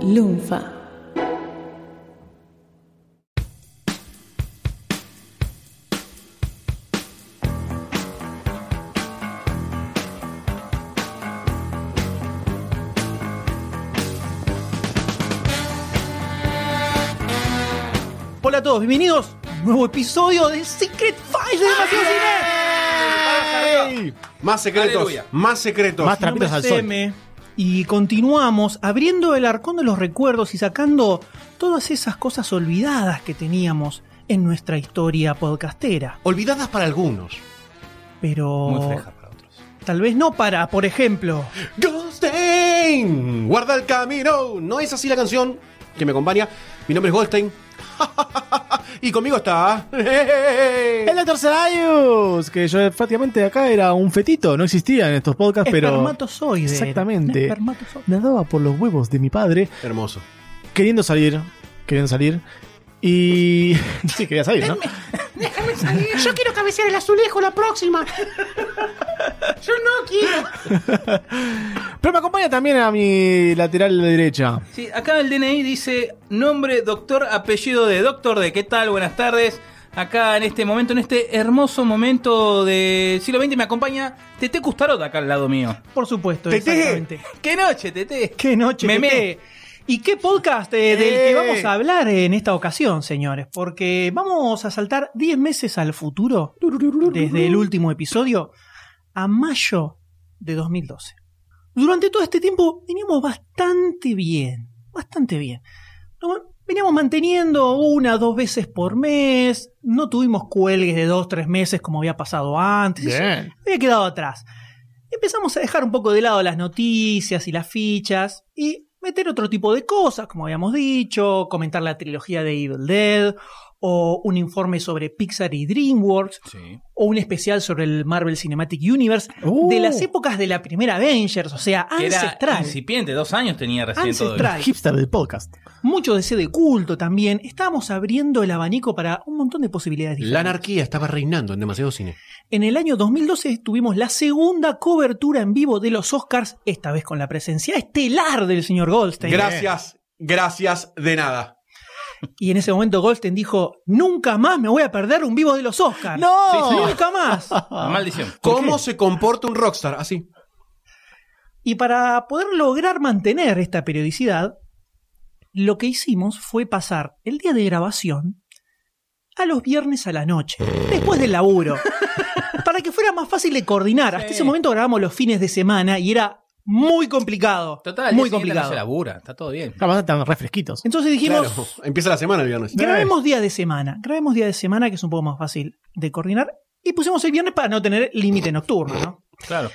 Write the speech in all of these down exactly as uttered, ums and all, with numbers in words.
Lunfa. Hola a todos, bienvenidos a un nuevo episodio de Secret Files de Demasiado Cine. Más secretos, Aleluya. más secretos. Más trapitos al sol. M, y continuamos abriendo el arcón de los recuerdos y sacando todas esas cosas olvidadas que teníamos en nuestra historia podcastera. Olvidadas para algunos. Pero Muy fresca para otros. tal vez no para, por ejemplo, Goldstein, guarda el camino. No es así la canción que me acompaña. Mi nombre es Goldstein. Y conmigo está El doctor Zayus, que yo prácticamente acá era un fetito, no existía en estos podcasts, pero espermatozoide. exactamente, Espermatozoide. nadaba por los huevos de mi padre, hermoso. queriendo salir, queriendo salir, y sí, quería salir, ¿no? Déjame salir. Yo quiero cabecear el azulejo la próxima. Yo no quiero. Pero me acompaña también a mi lateral de derecha. Sí, acá el D N I dice nombre, doctor, apellido de doctor de ¿qué tal? Buenas tardes. Acá en este momento, en este hermoso momento del siglo veinte me acompaña Tete Custarot acá al lado mío. Por supuesto, Tete. exactamente. ¡Qué noche, Tete! Qué noche, Memé. Tete. ¿Y qué podcast eh, del que Eh. vamos a hablar en esta ocasión, señores? Porque vamos a saltar diez meses al futuro, desde el último episodio, a mayo de dos mil doce. Durante todo este tiempo veníamos bastante bien, bastante bien. Nos veníamos manteniendo una o dos veces por mes, no tuvimos cuelgues de dos, tres meses como había pasado antes. Eso Bien. había quedado atrás. Empezamos a dejar un poco de lado las noticias y las fichas y meter otro tipo de cosas, como habíamos dicho, comentar la trilogía de Evil Dead, o un informe sobre Pixar y DreamWorks, Sí. o un especial sobre el Marvel Cinematic Universe, Uh. de las épocas de la primera Avengers, o sea, Que era ancestral. incipiente, dos años tenía recién todo Ancestral. Hipster del podcast. Mucho de C de culto también. Estábamos abriendo el abanico para un montón de posibilidades La diferentes. anarquía estaba reinando en Demasiado Cine. En el año dos mil doce tuvimos la segunda cobertura en vivo de los Oscars, esta vez con la presencia estelar del señor Goldstein. Gracias, gracias de nada. Y en ese momento Goldstein dijo, nunca más me voy a perder un vivo de los Oscars. ¡No! Sí, sí. ¡Nunca más! La maldición. ¿Cómo se comporta un rockstar? Así. Y para poder lograr mantener esta periodicidad, lo que hicimos fue pasar el día de grabación a los viernes a la noche, después del laburo, para que fuera más fácil de coordinar. Hasta Sí. ese momento grabamos los fines de semana y era muy complicado. Total, muy el día siguiente complicado. no se labura, está todo bien. Capaz están refresquitos. Entonces dijimos, Claro, empieza la semana el viernes. grabemos día de semana. Grabemos día de semana, que es un poco más fácil de coordinar. Y pusimos el viernes para no tener límite nocturno, ¿no? Claro.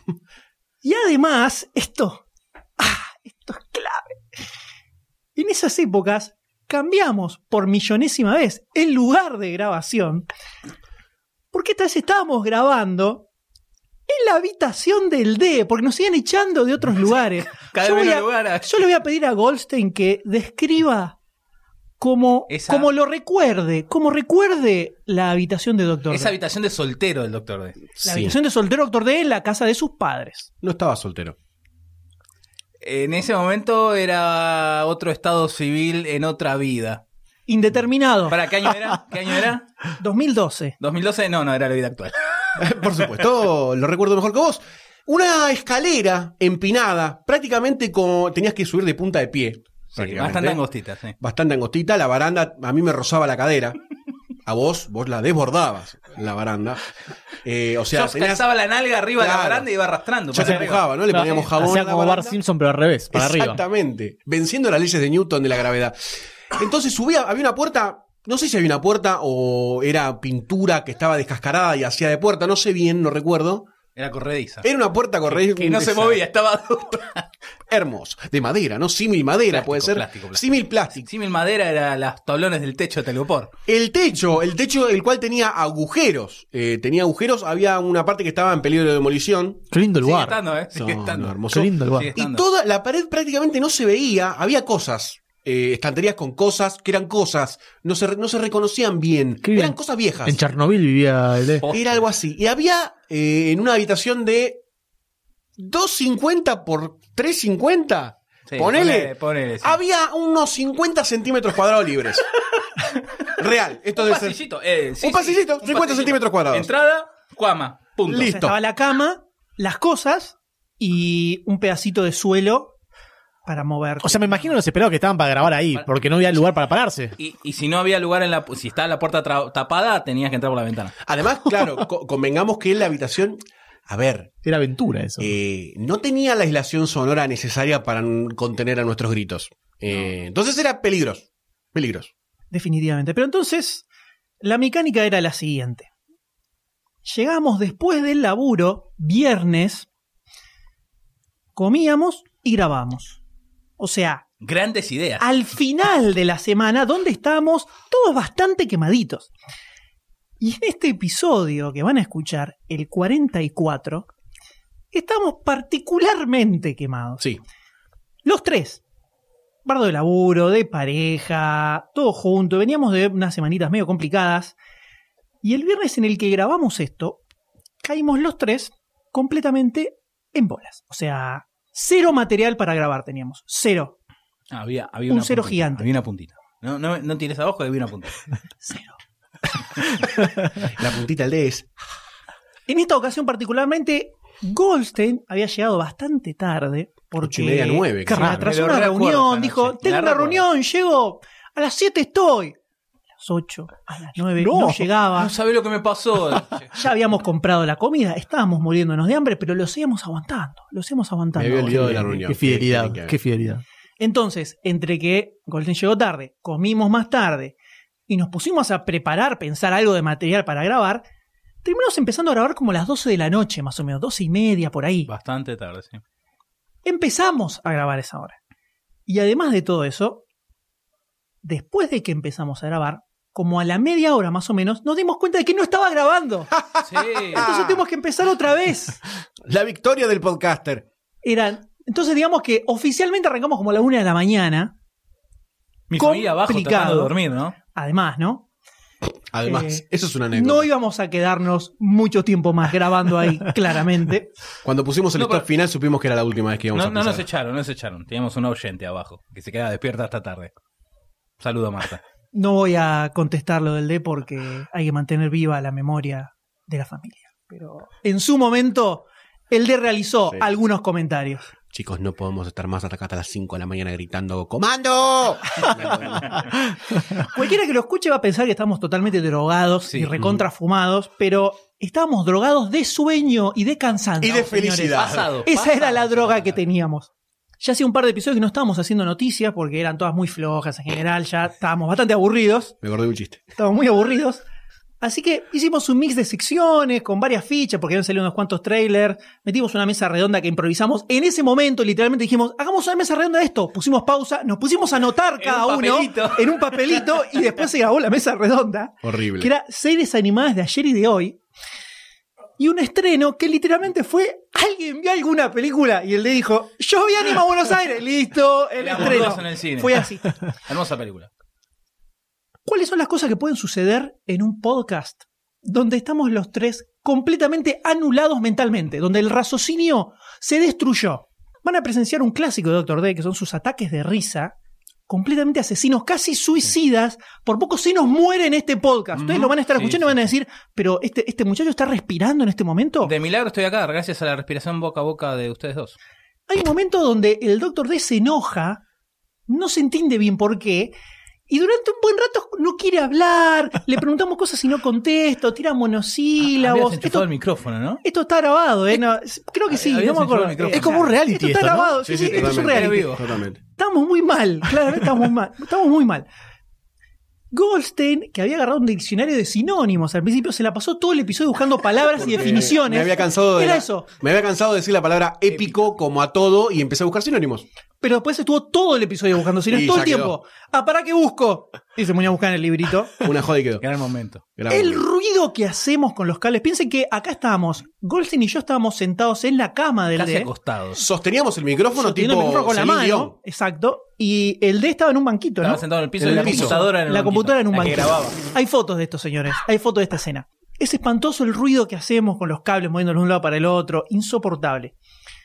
Y además, esto, ah, esto es clave. En esas épocas cambiamos por millonésima vez el lugar de grabación, porque esta vez estábamos grabando en la habitación del D, porque nos siguen echando de otros lugares. Cada Yo vez voy menos a- lugar. Yo le voy a pedir a Goldstein que describa como, Esa- como lo recuerde, como recuerde la habitación de Doctor Esa D. habitación de soltero del doctor D. La Sí. habitación de soltero Doctor D en la casa de sus padres. No estaba soltero. En ese momento era otro estado civil en otra vida. Indeterminado. ¿Para qué año era? ¿Qué año era? dos mil doce. ¿dos mil doce? No, no, era la vida actual. Por supuesto, lo recuerdo mejor que vos. Una escalera empinada, prácticamente como tenías que subir de punta de pie. Sí, prácticamente. bastante angostita, sí. Bastante angostita. La baranda a mí me rozaba la cadera. A vos, vos la desbordabas, la baranda. Eh, o sea, Yo tenías, calzaba la nalga arriba de Claro. la baranda y iba arrastrando. ya para se arriba. empujaba, ¿no? Le Claro, poníamos jabón hacía a la como Bart baranda. Simpson, pero al revés, para arriba. Exactamente. Venciendo las leyes de Newton de la gravedad. Entonces subía, había una puerta, no sé si había una puerta o era pintura que estaba descascarada y hacía de puerta, no sé bien, no recuerdo. Era corrediza. Era una puerta corrediza. Que no se movía, estaba Hermoso. De madera, ¿no? Símil madera, Plástico, puede ser. plástico, plástico. Símil plástico. Símil madera era los tablones del techo de Telgopor. El techo, el techo el cual tenía agujeros. Eh, tenía agujeros, había una parte que estaba en peligro de demolición. Qué lindo Sigue lugar. estando, ¿eh? Sigue No, estando. no, hermoso. Qué lindo lugar. Sigue Y estando. toda la pared prácticamente no se veía, había cosas. Eh, estanterías con cosas que eran cosas, no se, re- no se reconocían bien, Qué bien. eran cosas viejas. En Chernobyl vivía el D. Oh. Era algo así. Y había eh, en una habitación de dos cincuenta por tres cincuenta Sí, ponele, ponele, ponele, sí. había unos cincuenta centímetros cuadrados libres. Real, esto Un debe ser. pasillito, eh, sí, Un pasillito, sí, cincuenta centímetros cuadrados. Entrada, cuama, punto. O sea, Listo. estaba la cama, las cosas y un pedacito de suelo para mover. O sea, me imagino los esperados que estaban para grabar ahí, porque no había lugar para pararse. Y, y si no había lugar en la... Si estaba la puerta tra- tapada, tenías que entrar por la ventana. Además, claro, co- convengamos que en la habitación, a ver, Era aventura eso. eh, no tenía la aislación sonora necesaria para n- contener a nuestros gritos. Eh, entonces era peligroso. Peligroso. Definitivamente. Pero entonces, la mecánica era la siguiente. Llegamos después del laburo, viernes, comíamos y grabamos. O sea, Grandes ideas. al final de la semana, donde estábamos todos bastante quemaditos. Y en este episodio que van a escuchar, el cuarenta y cuatro, estamos particularmente quemados. Sí. Los tres. Bardo de laburo, de pareja, todo junto. Veníamos de unas semanitas medio complicadas. Y el viernes en el que grabamos esto, caímos los tres completamente en bolas. O sea, cero material para grabar teníamos. Cero. Ah, había, había un una cero puntita, gigante. Había una puntita. No, no, no tires abajo, había una puntita. Cero. La puntita del D es. En esta ocasión particularmente, Goldstein había llegado bastante tarde. Porque Ocho y media, nueve, se qué raro. atrasó Me lo una recuerdo reunión. esa Dijo, noche, tengo la una recuerdo. reunión, llego a las siete estoy. A las ocho, a las nueve, no, No. llegaba. No sabés lo que me pasó. Ya habíamos comprado la comida, estábamos muriéndonos de hambre, pero lo seguíamos aguantando, lo seguimos Me aguantando. había olvidado de la Qué- reunión. Qué fidelidad, Qué- qué- qué fidelidad. Entonces, entre que Goldstein llegó tarde, comimos más tarde y nos pusimos a preparar, pensar algo de material para grabar, terminamos empezando a grabar como a las doce de la noche, más o menos, doce y media por ahí. Bastante tarde, sí. Empezamos a grabar esa hora. Y además de todo eso, después de que empezamos a grabar, como a la media hora más o menos, nos dimos cuenta de que no estaba grabando. Sí. Entonces tuvimos que empezar otra vez. La victoria del podcaster. Eran, entonces digamos que oficialmente arrancamos como a la una de la mañana. Mi familia abajo complicado. tratando de dormir, ¿no? Además, ¿no? Además, Eh, eso es una anécdota. No íbamos a quedarnos mucho tiempo más grabando ahí, claramente. Cuando pusimos el No, stop pero- final, supimos que era la última vez que íbamos No, a no pisar. nos echaron, no nos echaron. Teníamos un oyente abajo que se queda despierta hasta tarde. Saludo, Marta. No voy a contestar lo del D porque hay que mantener viva la memoria de la familia. Pero en su momento, el D realizó Sí. algunos comentarios. Chicos, no podemos estar más hasta acá hasta las cinco de la mañana gritando ¡Comando! Cualquiera que lo escuche va a pensar que estamos totalmente drogados Sí. y recontrafumados, pero estábamos drogados de sueño y de cansancio. Y de señores. felicidad. Pasado. Esa pasado, era la pasado. droga que teníamos. Ya hacía un par de episodios que no estábamos haciendo noticias porque eran todas muy flojas en general, ya estábamos bastante aburridos, Me acordé de un chiste. estábamos muy aburridos. Así que hicimos un mix de secciones con varias fichas porque habían salido unos cuantos trailers, metimos una mesa redonda que improvisamos. En ese momento literalmente dijimos, hagamos una mesa redonda de esto. Pusimos pausa, nos pusimos a anotar En cada un uno papelito. en un papelito y después se grabó la mesa redonda, Horrible. que era series animadas de ayer y de hoy. Y un estreno que literalmente fue, ¿alguien vio alguna película? Y el le dijo, yo vi Anima Buenos Aires, listo, el Éramos estreno. dos en el cine. Fue así. Hermosa película. ¿Cuáles son las cosas que pueden suceder en un podcast donde estamos los tres completamente anulados mentalmente, donde el raciocinio se destruyó? Van a presenciar un clásico de Doctor D, que son sus ataques de risa, completamente asesinos, casi suicidas. Por poco se nos muere en este podcast. Ustedes Ujú. lo van a estar Sí, escuchando y sí, van a decir, pero este, este muchacho está respirando en este momento. De milagro estoy acá, gracias a la respiración boca a boca de ustedes dos. Hay un momento donde el Doctor D se enoja, no se entiende bien por qué, y durante un buen rato no quiere hablar, le preguntamos cosas y no contesta, tira Habías monosílabos. enchufado Esto, el micrófono, ¿no? esto está grabado, ¿eh? No, creo que sí, Habías no me acuerdo. enchufado el micrófono. Es como un reality Esto está esto, ¿no? grabado, sí, sí, esto es un reality. vivo. Totalmente. Estamos muy mal, claramente estamos muy mal. Estamos muy mal. Goldstein, que había agarrado un diccionario de sinónimos al principio, se la pasó todo el episodio buscando palabras y Porque definiciones. Me había cansado de Era la- eso. Me había cansado de decir la palabra épico como a todo y empecé a buscar sinónimos. Pero después estuvo todo el episodio buscando sinónimos, Y todo ya el tiempo. Ah, ¿para qué busco? Y se ponía a buscar en el librito. Una joda y quedó. Gran momento. Gran El momento. ruido que hacemos con los cables. Piensen que acá estábamos, Goldstein y yo estábamos sentados en la cama del Casi D. acostados. Sosteníamos el micrófono sosteniendo tipo el micrófono con la Celine mano. Dion. Exacto. Y el D estaba en un banquito, ¿no? Estaba sentado en el piso En y el la piso. computadora en el La banquito. computadora en un La que banquito. grababa. Hay fotos de esto, señores. Hay fotos de esta escena. Es espantoso el ruido que hacemos con los cables moviéndolos de un lado para el otro. Insoportable.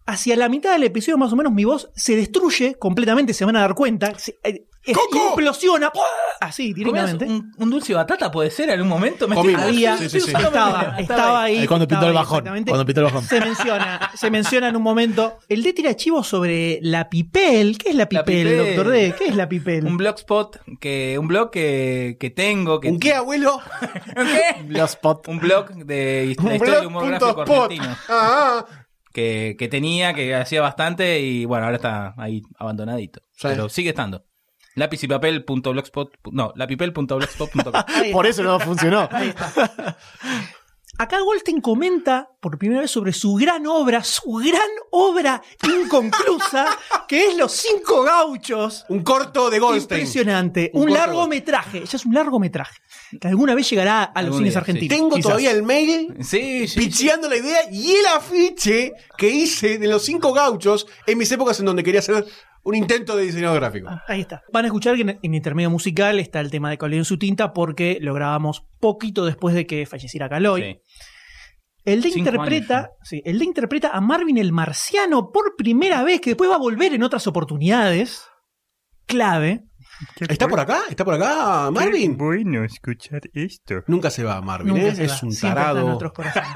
hacia la mitad del episodio más o menos mi voz se destruye completamente, se van a dar cuenta. Se, eh, implosiona. Así, directamente. Un, un dulce de batata puede ser en algún momento. Me Comimos. estoy- Había, sí, sí, sí. Estaba, estaba ahí. Ahí cuando pintó estaba el ahí, bajón, exactamente. cuando pintó el bajón. Se menciona, se menciona en un momento. El D tira chivo sobre la Pipel. ¿Qué es la Pipel, Pipel. doctor D? ¿Qué es la Pipel? Un blogspot, que, un blog que, que tengo. Que, ¿Un qué, abuelo? ¿Un qué? Los spot. Un blog de la Un historia del humor blog gráfico punto spot. argentino. Ah, Que, que tenía, que hacía bastante y bueno, ahora está ahí abandonadito. Sí. Pero sigue estando. Lápiz y papel punto blogspot, no, lapipel punto blogspot punto com. Ahí Por está. eso no funcionó. Ahí está. Acá Goldstein comenta por primera vez sobre su gran obra, su gran obra inconclusa, que es Los Cinco Gauchos. un corto de Goldstein. Impresionante. Un Un, corto largometraje. Ya es un largometraje. Que alguna vez llegará a los Algún cines día, argentinos. Tengo quizás. todavía el mail Sí, sí. picheando la idea y el afiche que hice de los cinco gauchos en mis épocas en donde quería hacer un intento de diseñador gráfico. Ahí está. Van a escuchar que en, en intermedio musical está el tema de Caloi en su tinta porque lo grabamos poquito después de que falleciera Caloi. Sí. El de Cinco interpreta, años sí, el de interpreta a Marvin el Marciano por primera vez, que después va a volver en otras oportunidades. Clave. ¿Está por acá? ¿Está por acá, Marvin? Bueno escuchar esto. Nunca se va, Marvin, Nunca ¿eh? se Es va. un Siempre está en tarado. nuestros corazones.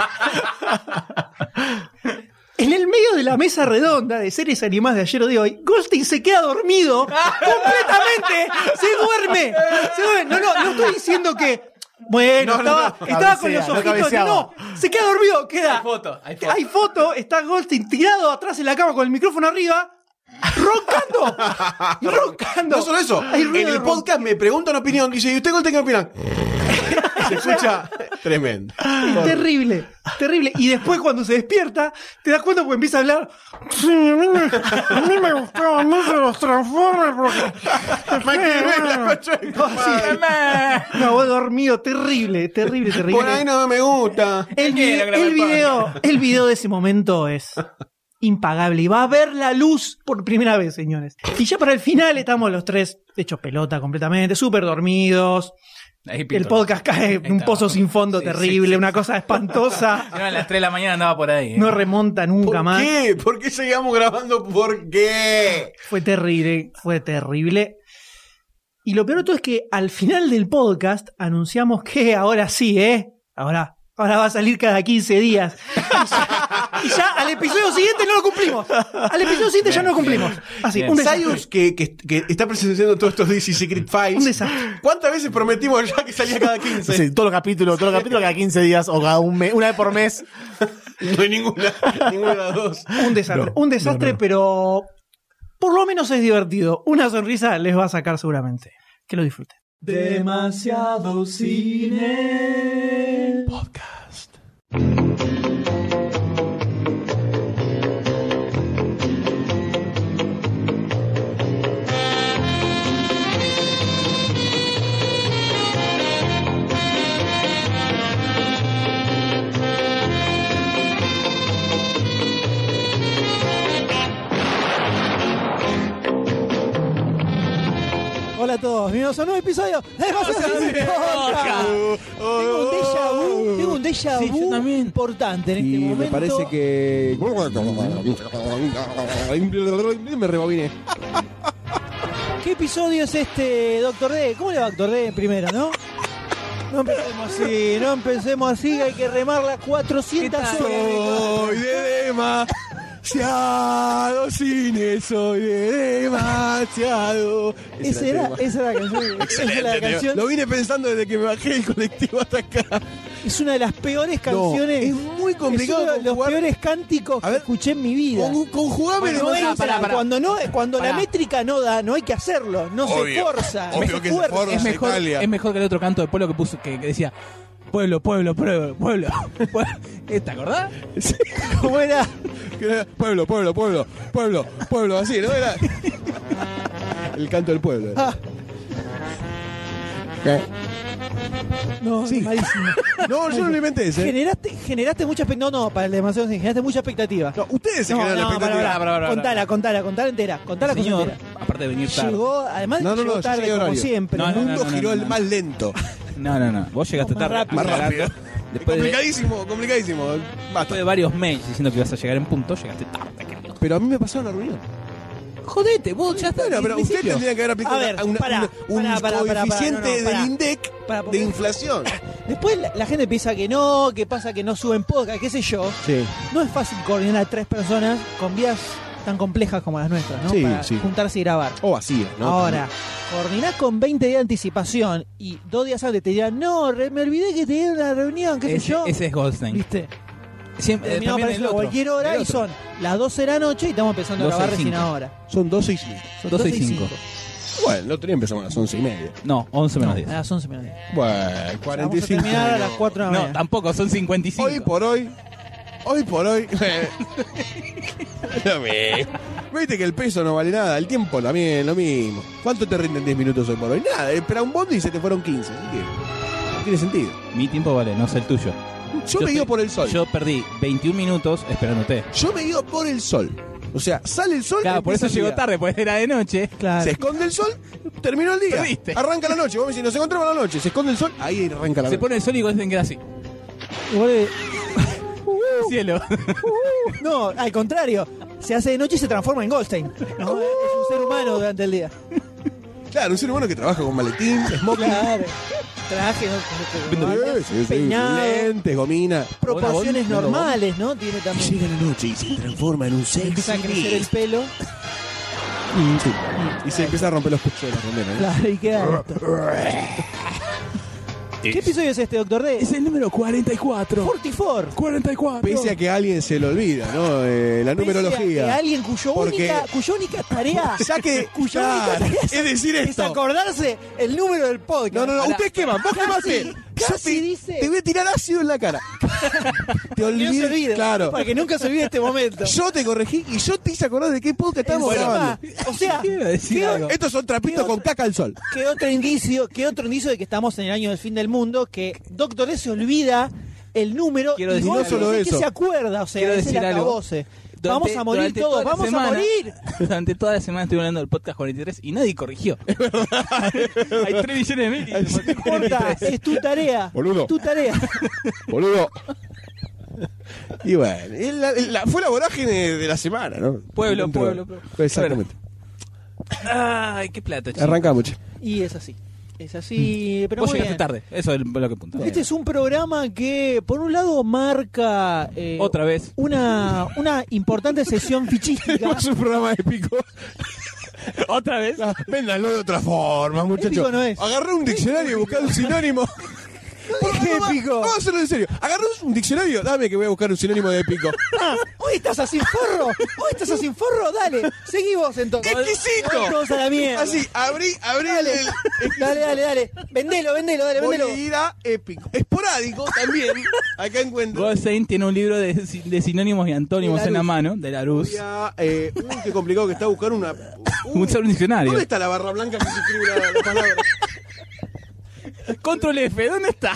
En el medio de la mesa redonda de series animadas de ayer o de hoy, Goldstein se queda dormido completamente. Se duerme. Se duerme. No, no, no estoy diciendo que. Bueno, No, no, estaba, no, estaba con cabecea, los no ojitos. cabeceaba. No, se queda dormido. Queda. Hay foto, hay foto. Hay foto. Está Goldstein tirado atrás en la cama con el micrófono arriba. Roncando. Roncando. No solo eso, Hay en ruido de el ron- podcast me preguntan opinión. Dice, ¿y usted Goldstein qué opina? Se escucha tremendo. Es terrible, terrible. Y después cuando se despierta, te das cuenta porque empieza a hablar. Sí, a mí me, a mí me gustaban mucho los Transformers porque... La concha de tu madre. No, vos dormido, terrible, terrible, terrible. Por ahí no me gusta. El, Quiero vide- grabar el video, el video de ese momento es impagable y va a ver la luz por primera vez, señores. Y ya para el final estamos los tres hechos pelota completamente, súper dormidos. Ahí pintó. El podcast cae en un está. pozo sin fondo Sí, terrible, sí, sí. una cosa espantosa. Yo a las tres de la mañana andaba por ahí. ¿eh? No remonta nunca ¿Por más. qué? ¿Por qué seguíamos grabando? ¿Por qué? Fue terrible, fue terrible. Y lo peor de todo es que al final del podcast anunciamos que ahora sí, ¿eh? Ahora, ahora va a salir cada quince días. Y ya, y ya al episodio siguiente no lo cumplimos. Al episodio siguiente ya no lo cumplimos. Así, Bien. un desastre. Sayus, que, que, que está presenciando todos estos D C Secret Files. Un desastre. ¿Cuántas veces prometimos ya que salía cada quince? Sí, todos los capítulos, todos los capítulos cada quince días o cada un mes, una vez por mes. No hay ninguna, ninguna de las dos. Un desastre. No, un desastre, no, no. pero por lo menos es divertido. Una sonrisa les va a sacar seguramente. Que lo disfruten. Demasiado cine. Podcast. Hola a todos, bienvenidos a un nuevo episodio de Demasiado Cine Podcast. Tengo un déjà vu, tengo un déjà Sí, yo vu también. importante en este Y momento. me parece que. Me rebobiné. ¿Qué episodio es este, Doctor D? ¿Cómo le va, Doctor D? Primero, ¿no? No empecemos así, no empecemos así, que hay que remar las cuatrocientas horas. Soy de demasiado cine, soy de demasiado. Esa era, esa era la canción. Esa era la canción. Lo vine pensando desde que me bajé del colectivo hasta acá. Es una de las peores canciones. es muy complicado Es uno de los conjugar- peores cánticos A ver, que escuché en mi vida. Con, conjugame Bueno, no demasiado. es- cuando no, cuando la métrica no da, no hay que hacerlo, no se Obvio. forza, Obvio no que se se fuerza. forza. Es mejor, Italia. es mejor que el otro canto de pueblo que puso que, que decía pueblo, pueblo, pueblo, pueblo. pueblo. ¿Te acordás? ¿Cómo era? Pueblo, pueblo, pueblo, pueblo, pueblo, así, ¿no? Era. El canto del pueblo. Ah. ¿Qué? No, Sí. malísimo. No, yo no lo inventé ese. Generaste, generaste mucha expectativa. No, no, para el demasiado cine, generaste mucha expectativa. No, ustedes se No, crearon la no, expectativa. pará, pará, pará, pará, contala, pará. contala, contala entera, contala cosa Señor, entera. aparte de venir tarde. Llegó, además No, no, llegó no, yo tarde llegué a como horario. siempre. No, El ¿no? mundo no, giró no, el no. más lento. No, no, no. Vos llegaste No, más tarde. rápido. Más aclarando. rápido. Después de, complicadísimo, complicadísimo. Basta. después de varios mails diciendo que ibas a llegar en punto, llegaste tarde. querido. Pero a mí me pasó en la reunión. Jodete, vos ya está. Bueno, pero usted tendría que haber aplicado A ver, una- una- pará, un pará, pará, pará, coeficiente pará, no, no, pará. del INDEC Pará, porque- de inflación. Después la, la gente piensa que no, que pasa que no suben podcast, qué sé yo. Sí. No es fácil coordinar a tres personas con vías tan complejas como las nuestras, ¿no? Sí, Para sí. juntarse y grabar. O vacía, ¿no? Ahora, coordinás con veinte días de anticipación y dos días antes te dirán, no, re- me olvidé que tenía una reunión, qué sé Ese, yo. ese es Goldstein. ¿Viste? Siempre, Terminamos también el apareciendo a otro. cualquier hora El y otro. son las doce de la noche y estamos empezando a doce y grabar recién cinco. ahora. Son doce y cinco. Son doce y doce y cinco. cinco. Bueno, el otro día empezamos a las once y media. No, once menos No, diez. a las once menos diez. Bueno, Vamos cuarenta y a cinco. terminar a las cuatro de la No, mañana. tampoco, son cincuenta y cinco. Hoy por hoy. Hoy por hoy. Lo mismo. Viste que el peso no vale nada, el tiempo también, lo mismo. ¿Cuánto te rinden diez minutos hoy por hoy? Nada, espera un bondi y se te fueron quince. Así que no tiene sentido. Mi tiempo vale, no sé el tuyo. Yo, me estoy- guío por el sol. Yo, Yo perdí veintiún minutos esperándote. me guío por el sol. O sea, sale el sol. Claro, por eso empieza el llegó día. tarde, porque era de noche. Claro. Se esconde el sol, terminó el día. Perdiste. Arranca la noche. Vos me decís, nos encontramos a la noche. Se esconde el sol, ahí arranca la Se noche. pone el sol y Goldstein queda así. Igual de- Cielo. No, al contrario. Se hace de noche y se transforma en Goldstein. ¿no? Es un ser humano durante el día. Claro, un ser humano que trabaja con maletín, smoking, Claro. Traje, ¿no? sí, sí, sí, peinado, lentes, gomina. proporciones Una bomba, normales, ¿no? Tiene Y también. llega la noche y se transforma en un sexy Empieza a crecer el beast. pelo. Sí. Y se empieza a romper los cuchillos de la condena, ¿eh? Claro, y queda esto. ¿Qué episodio es este, Doctor D? Es el número cuarenta y cuatro. cuarenta y cuatro. cuarenta y cuatro. Pese a que a alguien se le olvida, ¿no? Eh, la Pese a numerología. que alguien cuyo Porque- única, cuya única tarea, Ya que. cuya Claro, única tarea es decir es esto. acordarse el número del podcast. No, no, no, Ahora, ustedes queman, vos casi- quemaste. Yo casi te, dice- te voy a tirar ácido en la cara. Te que no se olvidé. olvide, Claro. para que nunca se olvide este momento. Yo te corregí y yo te hice acordar de qué podcast estábamos Encima, grabando. o sea, Iba a decir ¿qué, algo. Estos son trapitos ¿Qué con otra? caca al sol. qué otro indicio, qué otro indicio de que estamos en el año del fin del mundo? Que Doctor D se olvida el número Quiero y decir vos no solo decís que eso. se acuerda, o sea, Quiero es decir el algo. acabose. Durante- Vamos a morir durante todos, toda la vamos semana- a morir. Durante toda la semana estuve hablando del podcast cuarenta y tres y nadie corrigió. Hay tres millones de mil. No importa, es tu tarea. Boludo. Tu tarea. Boludo. Y bueno, es la- la- fue la vorágine de la semana, ¿no? Pueblo, Dentro- pueblo, pueblo. Exactamente. Ay, qué plata, chico. Arrancamos, che. Y es así. Es así, pero Vos muy llegaste bien. tarde, eso es lo que apunta. Este es un programa que, por un lado, marca eh, Otra vez. una, una importante sesión fichística. Es un programa épico. ¿Otra vez? Ah, véndanlo de otra forma, muchachos. Épico no es. Agarré un diccionario y buscé un sinónimo. ¿Por qué épico? Vamos a hacerlo en serio. Agarré un diccionario, dame que voy a buscar un sinónimo de épico. Ah, hoy estás así forro. Hoy estás así forro. Dale, seguí vos entonces. ¡Exquisito! Vamos todos a la mierda. Así, abrí, abrí el, el Dale, dale, dale. Vendelo, vendelo, dale, voy vendelo. a ir a épico. Esporádico también. Acá encuentro. Goldstein tiene un libro de, de sinónimos y antónimos De en la Larousse. mano, de Larousse. Voy a, eh, uy, qué complicado que está buscar una. Uy, Usar un diccionario. ¿Dónde está la barra blanca que se escribe la, la palabra? Control F, ¿dónde está?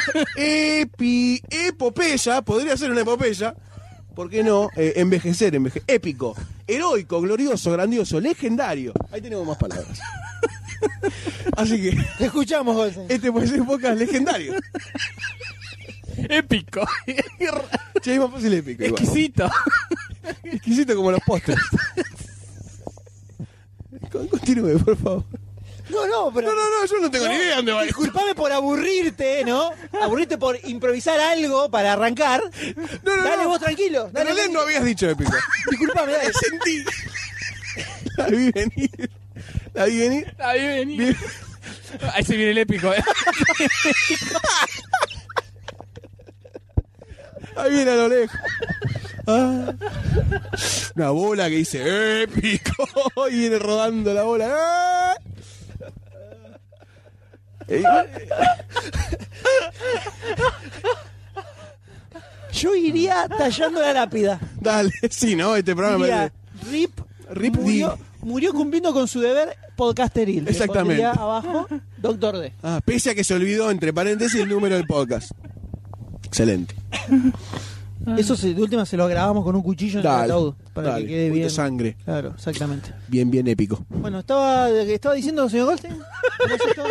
Epi, epopeya, podría ser una epopeya. ¿Por qué no? Eh, envejecer, enveje épico, heroico, glorioso, grandioso, legendario. Ahí tenemos más palabras. Así que Te escuchamos, Goldstein. este puede ser podcast legendario. Épico. Che, es más fácil épico. igual. Exquisito. Exquisito como los postres. Con- Continúe, por favor. No, no, pero. No, no, no, yo no tengo ni idea dónde va. Disculpame por aburrirte, ¿no? Aburrirte por improvisar algo para arrancar. No, no, Dale no. vos tranquilo. En Dale, realidad no habías dicho épico. Disculpame, dale. Sentí. La vi venir. La vi venir. Ahí vení. Vi- Ahí se viene el épico, ¿eh? Ahí viene a lo lejos. Ah. Una bola que dice épico. Y viene rodando la bola. ¡Ah! Eh, Yo iría tallando la lápida. Dale, sí, ¿no? Este programa me Diría, parece- Rip, Rip murió, D. murió cumpliendo con su deber podcasteril. Le Exactamente. pondría abajo, Doctor D. Ah, pese a que se olvidó, entre paréntesis, el número del podcast. Excelente. Eso se- de última se lo grabamos con un cuchillo en el Dale, ataúd. Para dale, que quede un poquito bien. de sangre. Claro, exactamente. Bien, bien épico. Bueno, estaba, estaba diciendo, señor Goldstein. ¿Cómo es esto?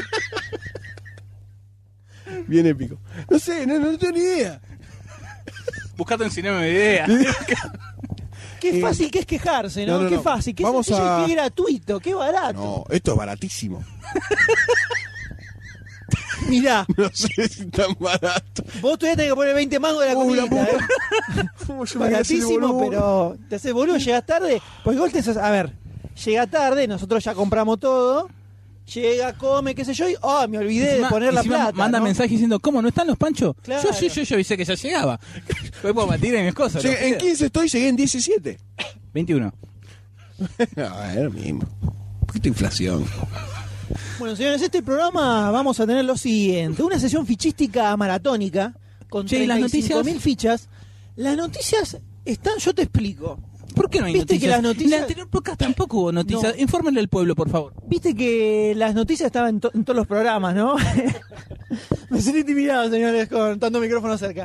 Bien épico. No sé, no, no tengo ni idea. Buscate un sinónimo de idea. Qué Eh, fácil que es quejarse, ¿no? no, no, Qué no. fácil, qué Vamos sencillo a- y qué gratuito, qué barato. No, esto es baratísimo. Mirá, No sé si tan barato. vos todavía tenés que poner veinte mangos de la Uy, la comida. puta. ¿eh? ¿Cómo yo me voy a hacer Baratísimo, boludo? pero te haces boludo, llegas tarde. Porque vos te haces- a ver, llega tarde, nosotros ya compramos todo. Llega, come, qué sé yo, y oh, me olvidé de Encima- poner la encima plata. Manda ¿no? mensaje diciendo, ¿cómo no están los panchos? Claro. Yo, yo, yo, yo avisé que ya llegaba. Fue por batir en mis cosas. Llegué- los en quince estoy, llegué en diecisiete. veintiuno. No, es lo mismo. Un poquito de inflación. Bueno, señores, este programa vamos a tener lo siguiente: una sesión fichística maratónica con Che, ¿y las treinta y cinco mil noticias? fichas. Las noticias están, yo te explico. ¿Por qué no hay ¿Viste noticias? que las noticias- En la anterior podcast tampoco hubo noticias. No. Infórmenle al pueblo, por favor. Viste que las noticias estaban en, to- en todos los programas, ¿no? Me sentí intimidado, señores, con tanto micrófono cerca.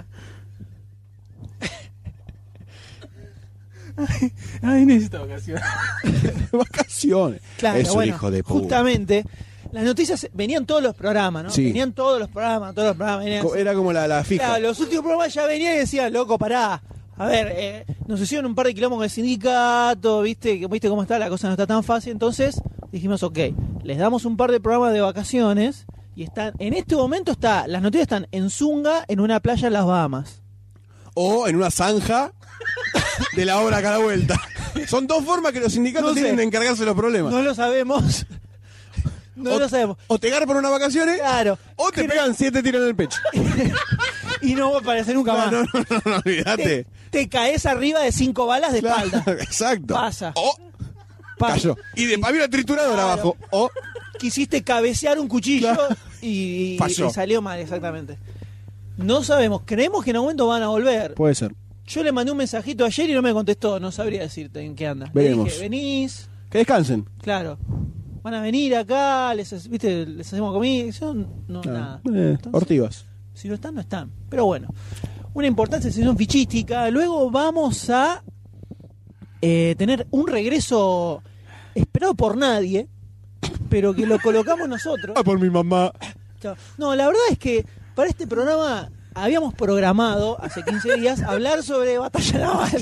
Ay, necesito vacaciones. Vacaciones. Claro, es un bueno, hijo de puta. justamente, las noticias venían todos los programas, ¿no? Sí. Venían todos los programas, todos los programas. Venían Co- Era como la, la fija. Claro, los últimos programas ya venían y decían, loco, pará. A ver, eh, nos hicieron un par de kilómetros con el sindicato, ¿viste? Que- ¿Viste cómo está? La cosa no está tan fácil. Entonces dijimos, ok, les damos un par de programas de vacaciones y están, en este momento está, las noticias están en Zunga, en una playa en las Bahamas. O en una zanja de la obra acá a la vuelta. Son dos formas que los sindicatos No sé. tienen de encargarse de los problemas. No lo sabemos. No o, lo sabemos. o te garpan unas vacaciones, Claro. o te Creo- pegan siete tiros en el pecho. Y no va a aparecer nunca No, más. no, no, no, no, olvídate. Te, te caes arriba de cinco balas de Claro, espalda. exacto. Pasa. O Pasa. cayó. Y de para mí una trituradora Claro. abajo. O Quisiste cabecear un cuchillo Claro. y, y- Falló. y salió mal, exactamente. No sabemos, creemos que en algún momento van a volver. puede ser. Yo le mandé un mensajito ayer y no me contestó, no sabría decirte en qué anda. Veremos. Le dije, venís, Que descansen. claro. Van a venir acá, les, ¿viste? Les hacemos comida. Yo no, nada. Eh, Entonces, Ortigas. si no están, no están. Pero bueno, una importante sesión fichística. Luego vamos a eh, tener un regreso esperado por nadie, pero que lo colocamos nosotros. Ah, por mi mamá. No, la verdad es que para este programa habíamos programado hace quince días hablar sobre batalla naval.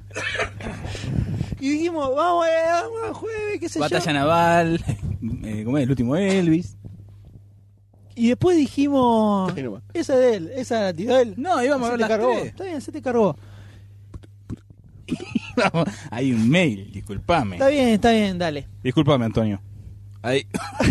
Y dijimos, vamos, eh, vamos a jueves, qué sé Batalla yo. naval. Eh, ¿Cómo es? El último Elvis. Y después dijimos, Ahí nomás. esa de él, esa la tiró él. No, íbamos a Se ver te las cargó. tres. Está bien, se te cargó. Hay un mail, disculpame. Está bien, está bien, dale. Disculpame, Antonio. Ahí.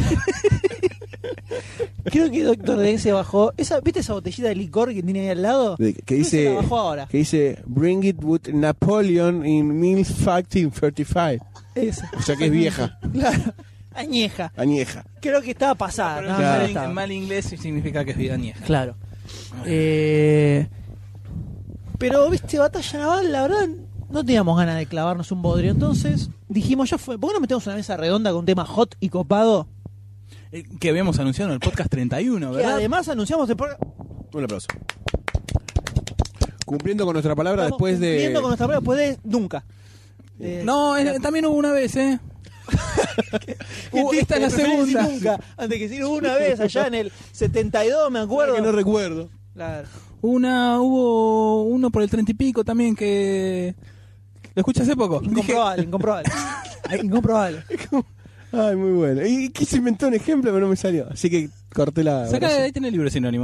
Creo que Doctor D se bajó. Esa, ¿viste esa botellita de licor que tiene ahí al lado? De- que Creo se dice la bajó ahora. que dice Bring it with Napoleon in mil facting thirty-five. Esa. O sea que es vieja, Claro. Añeja. añeja. Creo que estaba pasada. Pero No, en no mal- estaba. en mal inglés significa que es vida añeja. Claro. Eh, pero, viste, batalla naval, la verdad, no teníamos ganas de clavarnos un bodrio. Entonces dijimos, ya fue. ¿Por qué no metemos una mesa redonda con un tema hot y copado? Eh, Que habíamos anunciado en el podcast treinta y uno, Que ¿verdad? además anunciamos el programa. Un aplauso. Cumpliendo con nuestra palabra Estamos después de. cumpliendo con nuestra palabra después de nunca. Eh, No, eh, también hubo una vez, ¿eh? Uh, esta es la preferís decir segunda. Nunca. Antes que decir una vez allá en el setenta y dos, me acuerdo. que no recuerdo. Claro. Una, hubo uno por el treinta y pico también que... ¿Lo escuché hace poco? Incomprobable, incomprobable. Incomprobable. Ay, muy bueno. Y quise inventar un ejemplo, pero no me salió. Así que corté la. Saca de oración. ahí, tenés el libro sinónimo.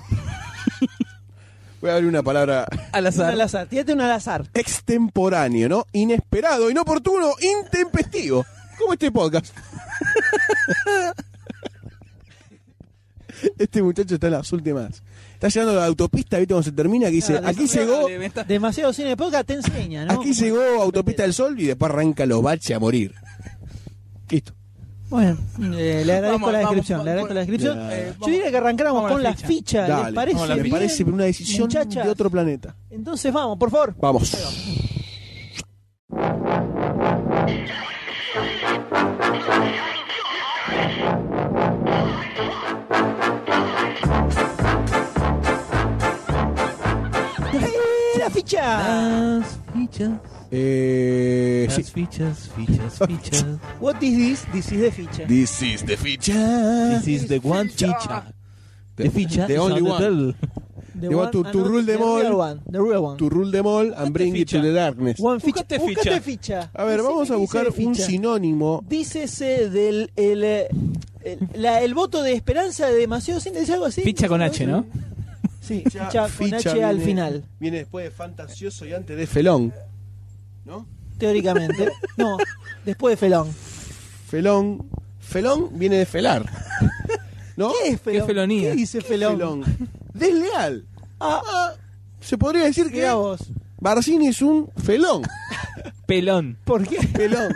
Voy a abrir una palabra Al Un azar. al azar. Tírate un al azar. extemporáneo, ¿no? Inesperado, inoportuno, intempestivo. Como este podcast. Este muchacho está en las últimas. Está llegando a la autopista, ¿viste? Cuando se termina, que dice, Claro, aquí eso- llegó, Dale, me está- Demasiado cine de podcast te enseña, ¿no? aquí llegó Autopista del Sol y después arranca los baches a morir. Listo. Bueno, eh, le agradezco Vamos, la vamos, descripción, vamos, le agradezco la descripción. Ya. Eh, Yo vamos- diría que arrancáramos vamos a con la la ficha. ficha, Dale. ¿les parece? Vamos a la Me bien, parece una decisión muchachas? de otro planeta. Entonces vamos, por favor. Vamos. ¡Eh, la ficha! Las fichas. Eh, sí. Las fichas, fichas, fichas. What is this? This is the ficha. This is the feature. This is the one feature. The- The feature the is only on the one. table. The They want one to, and to not rule the them all, real one, the real one. to rule them all and bring it ficha. to the darkness. One ficha. Buscate Buscate ficha. ficha. A ver, Decime vamos a qué buscar dice de un ficha. sinónimo. Dícese del el, eh, el, la- el voto de esperanza de demasiado cine, ¿dice algo así? Ficha con H, ¿no? Sí, ficha, con H viene, al final, Viene después de fantasioso y antes de felón. ¿No? teóricamente. No, después de Felón. Felón. Felón viene de felar. ¿No? ¿Qué es Felón? ¿Qué felonía? ¿Qué dice Felón? Felón. Desleal. Ah, Ah, se podría decir que mirá vos. Barcini es un felón. Pelón. ¿Por qué? Pelón.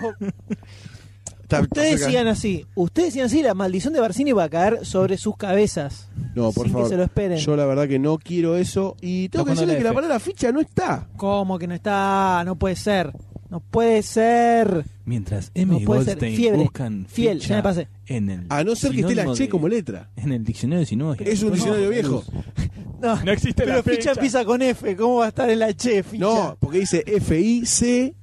Está- Ustedes está cerca. sigan así. Ustedes sigan así. La maldición de Barcini va a caer sobre sus cabezas. No, por sin favor. que se lo esperen. Yo la verdad que no quiero eso. Y tengo No, que decirle la que la F. palabra ficha no está. ¿Cómo que no está? No puede ser. No puede ser. Mientras M No y puede ser. Goldstein Fiebre. buscan Fiel, ficha ya me pasé. en el A no ser que esté la sinónimo che de- como letra. en el diccionario de sinónimos. Es un diccionario viejo. No, No existe pero la ficha fecha. empieza con F. ¿Cómo va a estar en la Che? Ficha? No, porque dice F I C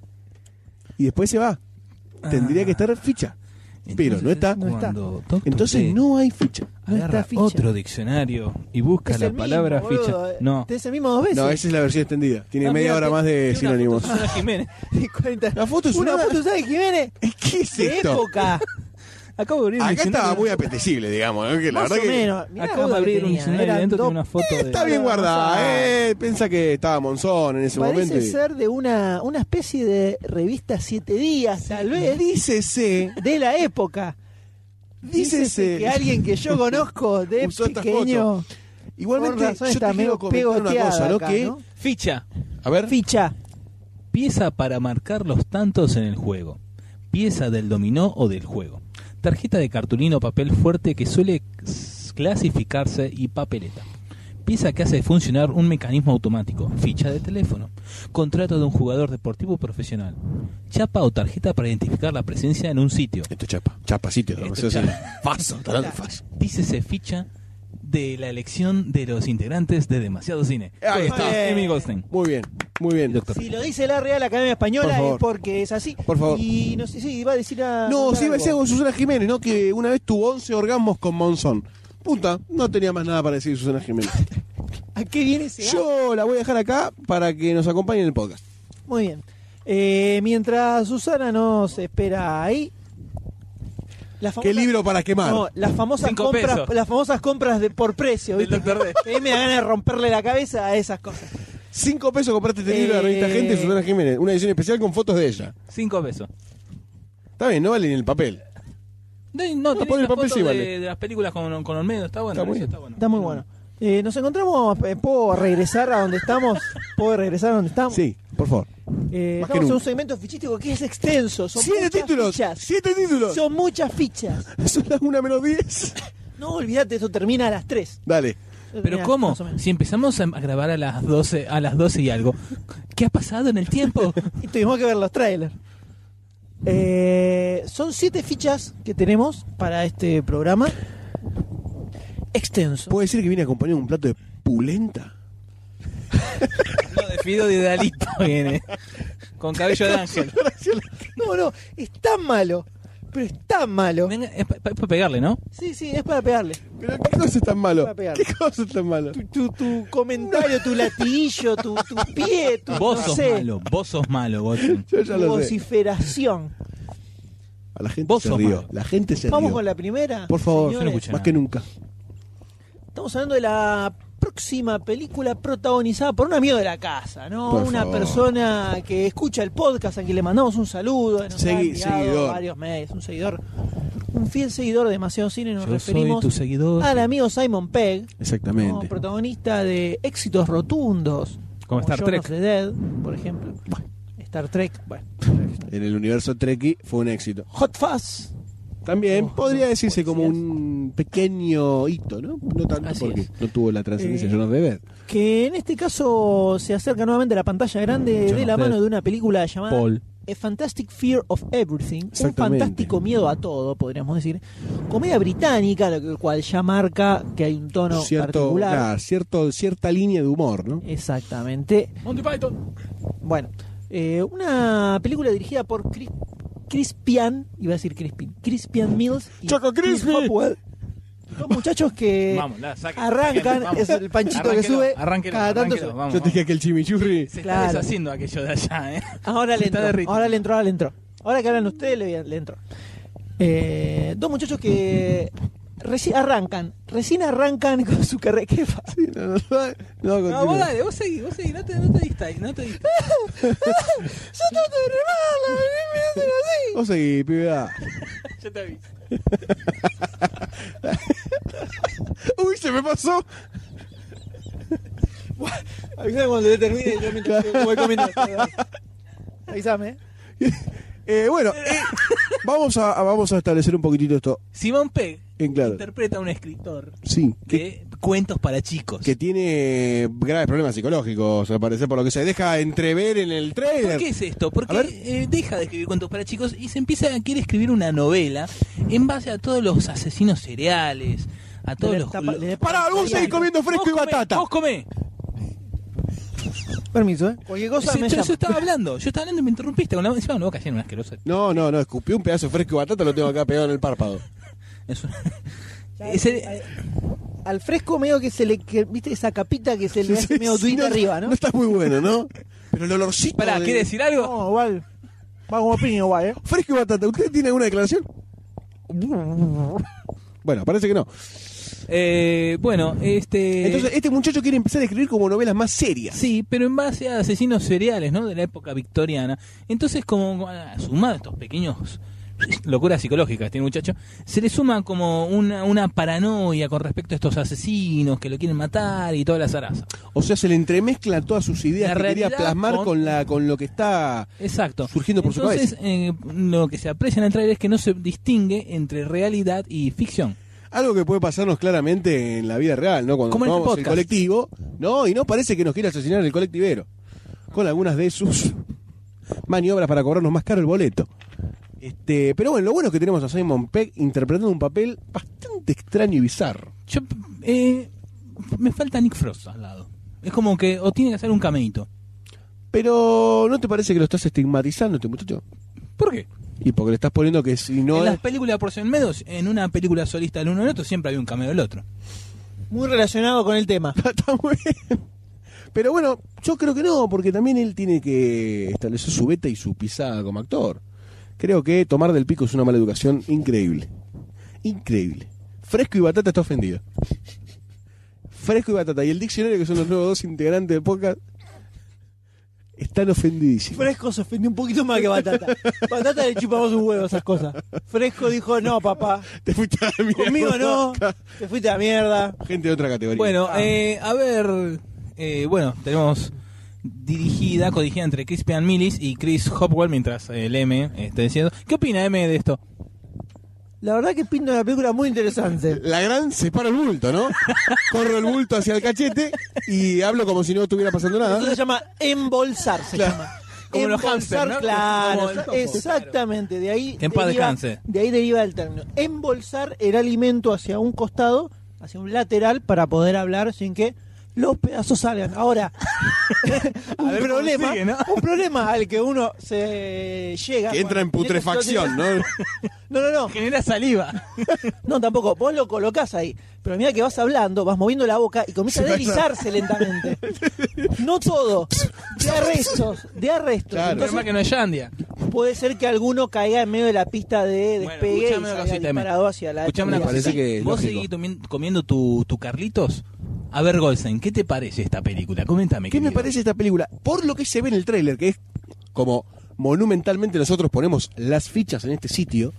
y después se va. Tendría que estar ficha. Pero no está. No está. Cuando Doctor Entonces D no hay ficha. no está agarra ficha. otro diccionario y busca Es la el palabra mismo, ficha. boludo. No, Es el mismo dos veces. No, esa es la versión extendida. Tiene Ah, media mira, hora te- más de Tiene una sinónimos. foto de Susana Jiménez. Y cuenta- La foto es una una- foto de Susana Jiménez. ¿Qué es ¿Qué esto? época? acabo de abrir un Acá diccionario. estaba muy apetecible, digamos. ¿no? Que la Más verdad o que menos. Mirá Acabo la de abrir que un tenía. diccionario y Eran dentro dos- tiene una foto de. está bien guardada. Eh. Pensá que estaba Monzón en ese Parece momento. y- ser de una, una especie de revista Siete Días, tal vez, Dícese, de la época. dícese Dícese que alguien que yo conozco de Usó esta pequeño. Igualmente, Con razón yo está te quiero medio comentar una pegoteada cosa, ¿no? acá, que, ¿no? Ficha. a ver, Ficha. Pieza para marcar los tantos en el juego. Pieza del dominó o del juego. Tarjeta de cartulina o papel fuerte que suele s- clasificarse y papeleta. Pieza que hace funcionar un mecanismo automático. Ficha de teléfono. Contrato de un jugador deportivo profesional. Chapa o tarjeta para identificar la presencia en un sitio. esto es chapa, chapa sitio, Esto no es sé si- chapa. Faso, tarado, faso. Dícese ficha de la elección de los integrantes de Demasiado Cine. Ahí Con está. Emi Goldstein. Muy bien, muy bien. Doctor. Si lo dice la Real Academia Española Por favor. es porque es así. Por favor. Y no sé si iba a decir a. No, contar sí, iba a algo. decir con Susana Jiménez, ¿no? Que una vez tuvo once orgasmos con Monzón. Punta, no tenía más nada para decir Susana Jiménez. ¿A qué viene ese dato? Yo la voy a dejar acá para que nos acompañe en el podcast. Muy bien. Eh, mientras Susana nos espera ahí. las ¿Qué famosas- libro para quemar? No, las famosas Cinco compras, pesos. las famosas compras de por precio, Del ¿viste? Doctor D. Que a mí me da ganas de romperle la cabeza a esas cosas. Cinco pesos compraste este libro de la revista Eh. Gente de Susana Jiménez. Una edición especial con fotos de ella. Cinco pesos. Está bien, no vale ni el papel. No, no, tenés por el la papel foto sí de, vale. de las películas con, con Olmedo. Está bueno. Está muy eso bien. está bueno. Está muy bueno. Eh, nos encontramos, eh, ¿puedo regresar a donde estamos? ¿Puedo regresar a donde estamos? Sí, por favor. Eh, Más que estamos en un nunca. segmento fichístico que es extenso. Son ¡Siete muchas títulos! fichas. ¡Siete títulos! Son muchas fichas. Son las una menos diez. No olvídate, esto termina a las tres. Dale. Pero ¿cómo? Si empezamos a grabar a las doce, a las doce y algo, ¿qué ha pasado en el tiempo? Y tuvimos que ver los trailers. Eh, son siete fichas que tenemos para este programa. Extenso. ¿Puede decir que viene acompañado de un plato de pulenta? No, de Fido de Dalito viene. Con cabello de ángel. No, no, es tan malo. Pero es tan malo. Venga, es para pegarle, ¿no? Sí, sí, es para pegarle. ¿Pero qué cosa es tan malo? Para pegarle. ¿Qué cosa es tan malo? Tu, tu, tu comentario, tu latiguillo, tu, tu pie, tu, Vos no sos sé, malo, vos sos malo, Goldstein. Yo ya tu lo sé. vociferación. A la gente Vos se sos rió. malo. La gente se Vamos rió. con la primera. Por favor, señores. yo no escuché más nada. que nunca. Estamos hablando de la próxima película protagonizada por un amigo de la casa, ¿no? Por Una favor. persona que escucha el podcast, a quien le mandamos un saludo, nos ha Segui- enviado seguidor. varios meses, un seguidor, un fiel seguidor de Demasiado Cine. Nos Yo soy referimos tu seguidor. al amigo Simon Pegg, ¿no? Exactamente. Protagonista de éxitos rotundos, Como Star Shaun Trek. of the Dead, por ejemplo. Star Trek, bueno. En el universo Trekkie fue un éxito. Hot Fuzz. También Oh, podría no, decirse como policías. un pequeño hito, ¿no? No tanto Así porque es. no tuvo la trascendencia Eh, de John of the Dead. Que en este caso se acerca nuevamente a la pantalla grande John de of la Dead. mano de una película llamada Paul. A Fantastic Fear of Everything, un Exactamente. fantástico miedo a todo, podríamos decir. Comedia británica, lo cual ya marca que hay un tono Cierto, particular. claro, cierto, cierta línea de humor, ¿no? Exactamente. Monty Python. Bueno, eh, una película dirigida por Chris, Crispian, iba a decir Crispin, Crispian Mills y Choco Chris Crispy. Hopwell. Dos muchachos que Vamos, la, saque. arrancan, Vamos. es el panchito Arránquelo, que sube, arránquelo, cada tanto arránquelo, sube. vamos, Yo te vamos. dije que el chimichurri... Se está Claro. deshaciendo aquello de allá, ¿eh? Ahora le Se está entró, derritiendo. ahora le entró, ahora le entró. Ahora que hablan ustedes, le, le entró. Eh, dos muchachos que recién arrancan, recién arrancan con su carrera. ¿Qué pasa? Sí, no, no, no, no, No, vos continúa. dale, vos seguí, vos seguí, no te, no te distraes, no te distraes. Yo trato de remarla, me hacen así. Vos seguí, pibe. ah. Yo te aviso. Uy, se me pasó. Avísame cuando te termine, yo mientras voy comiendo. Avísame. Eh, bueno, eh, vamos, a, a- vamos a establecer un poquitito esto. Simón Pegg En claro. interpreta a un escritor Sí, que, de cuentos para chicos. que tiene graves problemas psicológicos, al parecer, por lo que se deja entrever en el ¿Por trailer. qué es esto? A Porque ver. eh, deja de escribir cuentos para chicos y se empieza a quiere escribir una novela en base a todos los asesinos seriales, a todos Le los... tapa- lo- le- Pará, vos seguís comiendo fresco Vos y comé, batata. Vos comé. Permiso, ¿eh? Cualquier cosa Sí, me yo, llama. yo estaba hablando, yo estaba hablando y me interrumpiste con la encima una boca llena, una asquerosa. No, no, no, escupí un pedazo de fresco y batata, lo tengo acá pegado en el párpado. Es un- Ya, Ese- eh, Al fresco medio que se le... Que, ¿viste esa capita que se le hace Sí, medio sí, tuita no, arriba, no? No está muy bueno, ¿no? Pero el olorcito Pará, de- ¿quiere decir algo? No, igual. Va como piña igual, ¿eh? Fresco y batata, ¿usted tiene alguna declaración? Bueno, parece que no. Eh, bueno, este... Entonces, este muchacho quiere empezar a escribir como novelas más serias. Sí, pero en base a asesinos seriales, ¿no? De la época victoriana. Entonces, como a sumar estos pequeños locuras psicológicas, este muchacho, se le suma como una, una paranoia con respecto a estos asesinos que lo quieren matar y toda la zaraza. O sea, se le entremezclan todas sus ideas La que quería realidad plasmar con- con... la con lo que está Exacto. surgiendo por Entonces, su cabeza. eh, lo que se aprecia en el trailer es que no se distingue entre realidad y ficción. Algo que puede pasarnos claramente en la vida real, ¿no? Cuando Como en este tomamos el podcast. colectivo, ¿no? Y no parece que nos quiera asesinar el colectivero. Con algunas de sus maniobras para cobrarnos más caro el boleto. Este, pero bueno, lo bueno es que tenemos a Simon Pegg interpretando un papel bastante extraño y bizarro. Yo, eh, me falta Nick Frost al lado. Es como que o tiene que hacer un cameíto. Pero ¿no te parece que lo estás estigmatizando este muchacho? ¿Por qué? Y porque le estás poniendo que si no en es... las películas por en medio, en una película solista del uno del otro, siempre había un cameo del otro. Muy relacionado con el tema. Está muy bien. Pero bueno, yo creo que no, porque también él tiene que establecer su beta y su pisada como actor. Creo que Tomar del Pico es una mala educación increíble. Increíble. Fresco y Batata está ofendido. Fresco y Batata y el diccionario, que son los nuevos dos integrantes del podcast, están ofendidísimos. Fresco se ofendió un poquito más que Batata. Batata le chupamos un huevo esas cosas. Fresco dijo, no, papá. Te fuiste a la mierda. Conmigo no. Te fuiste a la mierda. Gente de otra categoría. Bueno, eh, a ver, eh, bueno, tenemos dirigida, codirigida entre Crispian Millis y Chris Hopwell, mientras eh, el M está diciendo. ¿Qué opina M de esto? La verdad que pinta una película muy interesante. La gran separa el bulto, ¿no? Corro el bulto hacia el cachete y hablo como si no estuviera pasando nada. Eso se llama embolsar, se Claro. llama. Como los Embolsar, hámster, ¿no? Claro, Como el topo, exactamente. De ahí, Que en paz deriva, descanse. de ahí deriva el término. Embolsar el alimento hacia un costado, hacia un lateral, para poder hablar sin que los pedazos salgan. Ahora, un ver cómo problema, sigue, ¿no? un problema al que uno se llega. Que entra en cuando- putrefacción, ¿no? No, no, no. Genera saliva. No, tampoco. Vos lo colocás ahí. Pero mira que vas hablando, vas moviendo la boca y comienza a Se va a- deslizarse lentamente. No todo. De arrestos. De arrestos. Claro. Pero Entonces, más que no es Yandia. puede ser que alguno caiga en medio de la pista de Bueno, despegue y escuchame una salga cosita, M. disparado hacia la Escuchame una Me cosa. parece que es Vos lógico. seguís tomi- comiendo tu, tu Carlitos. A ver, Goldstein, ¿qué te parece esta película? Coméntame. ¿Qué me querido. parece esta película? Por lo que se ve en el tráiler, que es como monumentalmente nosotros ponemos las fichas en este sitio,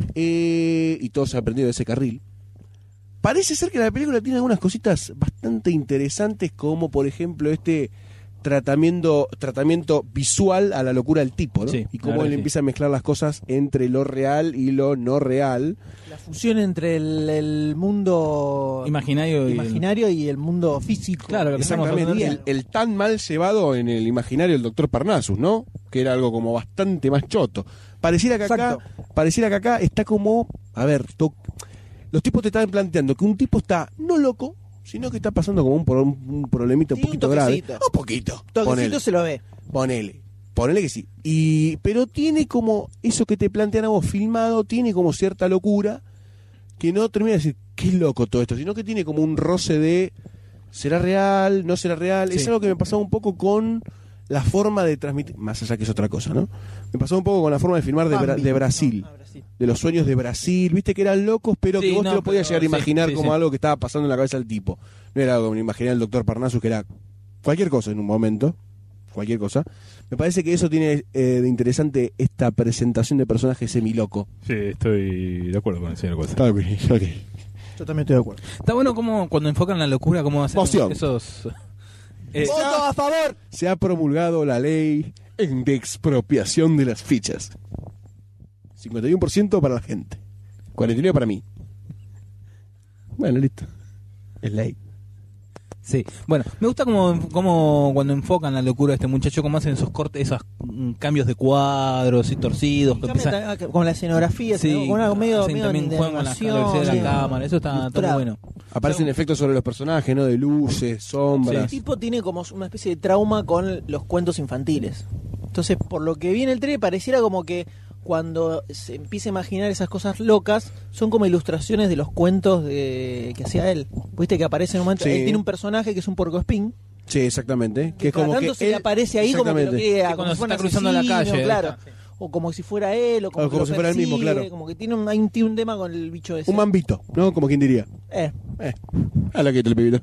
eh, y todos se han aprendido de ese carril, parece ser que la película tiene algunas cositas bastante interesantes, como por ejemplo este tratamiento tratamiento visual a la locura del tipo, ¿no? Sí, Y la cómo verdad él que sí. empieza a mezclar las cosas entre lo real y lo no real. La fusión entre el, el mundo Imaginario y... imaginario y el mundo físico. Claro, lo que estamos Exactamente, hablando. el, el tan mal llevado en el imaginario del doctor Parnassus, ¿no? Que era algo como bastante más choto. Pareciera que acá, Exacto. pareciera que acá está como, a ver, to- los tipos te están planteando que un tipo está no loco, sino que está pasando como un, pro- un problemita un Sí, un poquito grave. toquecito. Un poquito. Toquecito Ponele, se lo ve. ponele. Ponele que sí. Y, pero tiene como eso que te plantean a vos filmado, tiene como cierta locura que no termina de decir qué loco todo esto, sino que tiene como un roce de ¿será real? ¿No será real? Sí. Es algo que me pasaba un poco con la forma de transmitir, más allá que es otra cosa, ¿no? Me pasaba un poco con la forma de filmar de, Bra- de Brasil. Ah, Brasil. De los sueños de Brasil, viste que eran locos, pero Sí, que vos no, te lo podías pero llegar a sí, imaginar sí, como sí. algo que estaba pasando en la cabeza del tipo. No era algo que me imaginé el doctor Parnassus, que era cualquier cosa en un momento, cualquier cosa. Me parece que eso tiene eh, de interesante esta presentación de personaje semiloco. Sí, estoy de acuerdo con el señor Cosa. Claro que sí, ok. Yo también estoy de acuerdo. Está bueno como cuando enfocan la locura, cómo hacen Moción. esos... eh, ¡Voto a favor! Se ha promulgado la ley de expropiación de las fichas. cincuenta y uno por ciento para la gente, cuarenta y nueve por ciento para mí. Bueno, listo. Es ley. Sí, bueno, me gusta como, como cuando enfocan la locura de este muchacho, cómo hacen esos cortes, esos mm, cambios de cuadros y torcidos. Que empiezan, Con la escenografía, sí, con algo medio, hacen medio también de juegan con la animación, velocidad de la sí. cámara, eso está, está muy Ilustrado. bueno. Aparecen efectos sobre los personajes, ¿no? De luces, El sombras. tipo tiene como una especie de trauma con los cuentos infantiles. Entonces, por lo que vi en el trailer, pareciera como que cuando se empieza a imaginar esas cosas locas, son como ilustraciones de los cuentos de que hacía él. Viste que aparece en un momento, Sí. él tiene un personaje que es un puercoespín, Sí, exactamente. Que que es como cada tanto que se le él- aparece ahí como que lo Exactamente. quiere, Sí, como cuando si se fuera está un cruzando la asesino, calle, claro. ahí está, sí. O como si fuera él, o como, O que como lo si fuera él mismo, persigue, claro. como que tiene un, hay un, tiene un tema con el bicho ese. Un mambito, ¿no? Como quien diría. Eh. Eh, a la que te le pibito.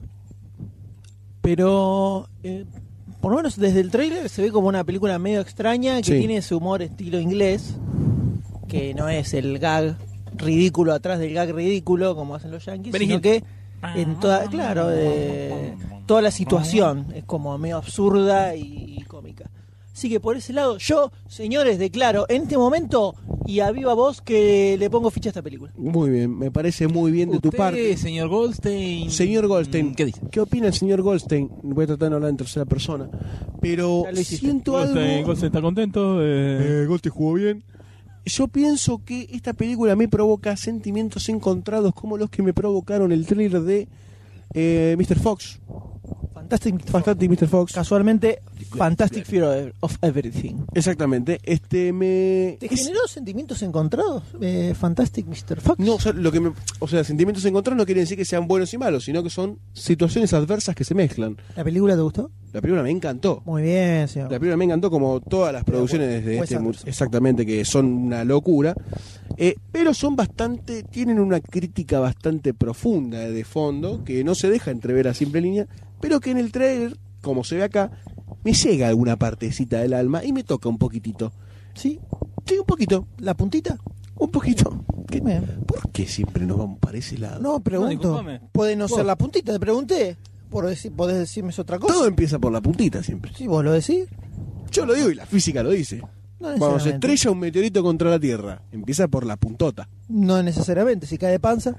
Pero eh, por lo menos desde el tráiler se ve como una película medio extraña que Sí. tiene ese humor estilo inglés, que no es el gag ridículo atrás del gag ridículo como hacen los yankees, Benny sino Hill. que en toda, claro, eh, toda la situación es como medio absurda y, y cómica. Así que por ese lado, yo, señores, declaro en este momento y a viva voz que le pongo ficha a esta película. Muy bien, me parece muy bien de tu Usted, parte. señor Goldstein. Señor Goldstein, ¿Qué dice? ¿Qué opina el señor Goldstein? Voy a tratar de hablar en tercera persona. Pero Ya lo hiciste. siento Goldstein, algo. Goldstein está contento. Eh, Eh, Goldstein jugó bien. Yo pienso que esta película me provoca sentimientos encontrados como los que me provocaron el thriller de eh, mister Fox. Fantastic, Fantastic mister Fox. Casualmente, Fantastic Fear of Everything. Exactamente. Este me. ¿Te es- generó sentimientos encontrados? Eh, Fantastic mister Fox. No, o sea, lo que me, o sea, sentimientos encontrados no quiere decir que sean buenos y malos, sino que son situaciones adversas que se mezclan. ¿La película te gustó? La película me encantó. Muy bien, señor. La película me encantó como todas las producciones de Wes este mu- Anderson. exactamente, que son una locura, eh, pero son bastante, tienen una crítica bastante profunda de fondo, que no se deja entrever a simple línea, pero que en el trailer, como se ve acá, me llega alguna partecita del alma y me toca un poquitito. ¿Sí? Sí, un poquito, ¿La puntita? un poquito. ¿Qué- Bien. ¿Por qué siempre nos vamos para ese lado? No, pregunto. discúlpame. ¿Puede no ser Vos. la puntita? Te pregunté. Por decir, ¿podés decirme es otra cosa? Todo empieza por la puntita siempre. Sí, vos lo decís. Yo lo digo y la física lo dice. No Cuando se necesariamente. estrella un meteorito contra la Tierra, empieza por la puntota. No necesariamente. Si cae de panza.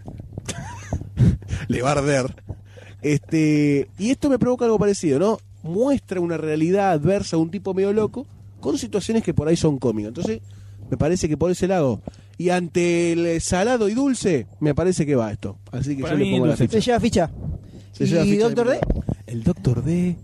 Le va a arder. Este, y esto me provoca algo parecido, ¿no? Muestra una realidad adversa, un tipo medio loco, con situaciones que por ahí son cómicas. Entonces, me parece que por ese lado, y ante el salado y dulce, me parece que va esto. Así que Para yo le mí, pongo la dulce. ficha. Se lleva ficha. Se lleva ¿Y ficha de Doctor D? película. El Doctor D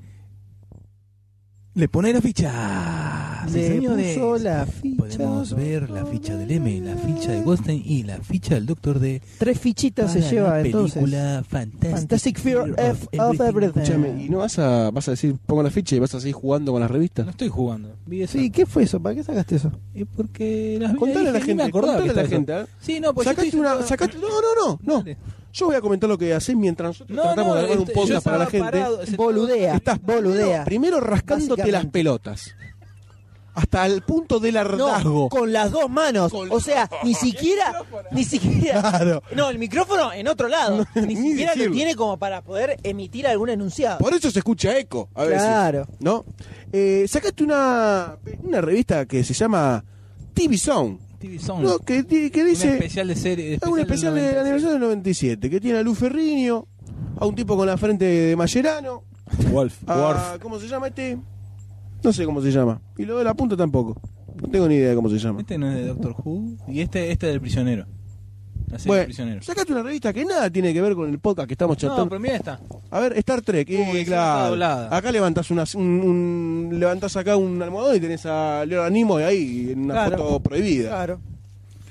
le pone la ficha. Sí, Le señores. puso la ficha. Podemos ver la ficha del M, la ficha de Goldstein y la ficha del Doctor D. Tres fichitas se para lleva la entonces. película Fantastic, Fantastic Fear of, of Everything. Escúchame, ¿y no vas a, vas a decir, pongo la ficha y vas a seguir jugando con las revistas? No estoy jugando. Vi eso. Sí, ¿qué fue eso? ¿Para qué sacaste eso? Es porque las vi Contale ahí, a la ni gente, me acordaba contale que a la estaba gente, eso. ¿eh? Sí, no, pues yo Sacaste estoy una, diciendo- sacaste, no, no, no, no. Dale. Yo voy a comentar lo que haces mientras nosotros No, tratamos no, de armar un este, yo podcast para la estaba gente. parado, ese- Boludea. Estás boludea. Primero rascándote Básicamente. las pelotas. Hasta el punto del No, hartazgo. con las dos manos. Con- O sea, ni siquiera, ni siquiera. Claro. No, el micrófono en otro lado. No, ni ni siquiera lo decirlo. tiene como para poder emitir algún enunciado. Por eso se escucha eco a veces. Claro. ¿No? Eh, sacaste una, una revista que se llama T V Zone. T V Zone. ¿No? Que, di- que un dice. especial de serie. Es un especial de del noventa y seis. aniversario del noventa y siete. Que tiene a Luz Ferriño, a un tipo con la frente de Mascherano. Wolf. A, ¿Cómo se llama este? No sé cómo se llama. Y lo de la punta tampoco. No tengo ni idea de cómo se llama. Este no es de Doctor Who. Y este, este es del prisionero. La serie del Bueno, prisionero. sacaste una revista que nada tiene que ver con el podcast que estamos No, chatando. pero mira esta. A ver, Star Trek, eh, Uy, encima está claro. doblada. Acá levantás una, un, un- levantás acá un almohadón y tenés a Leonard Nimoy ahí en una Claro. foto prohibida. Claro.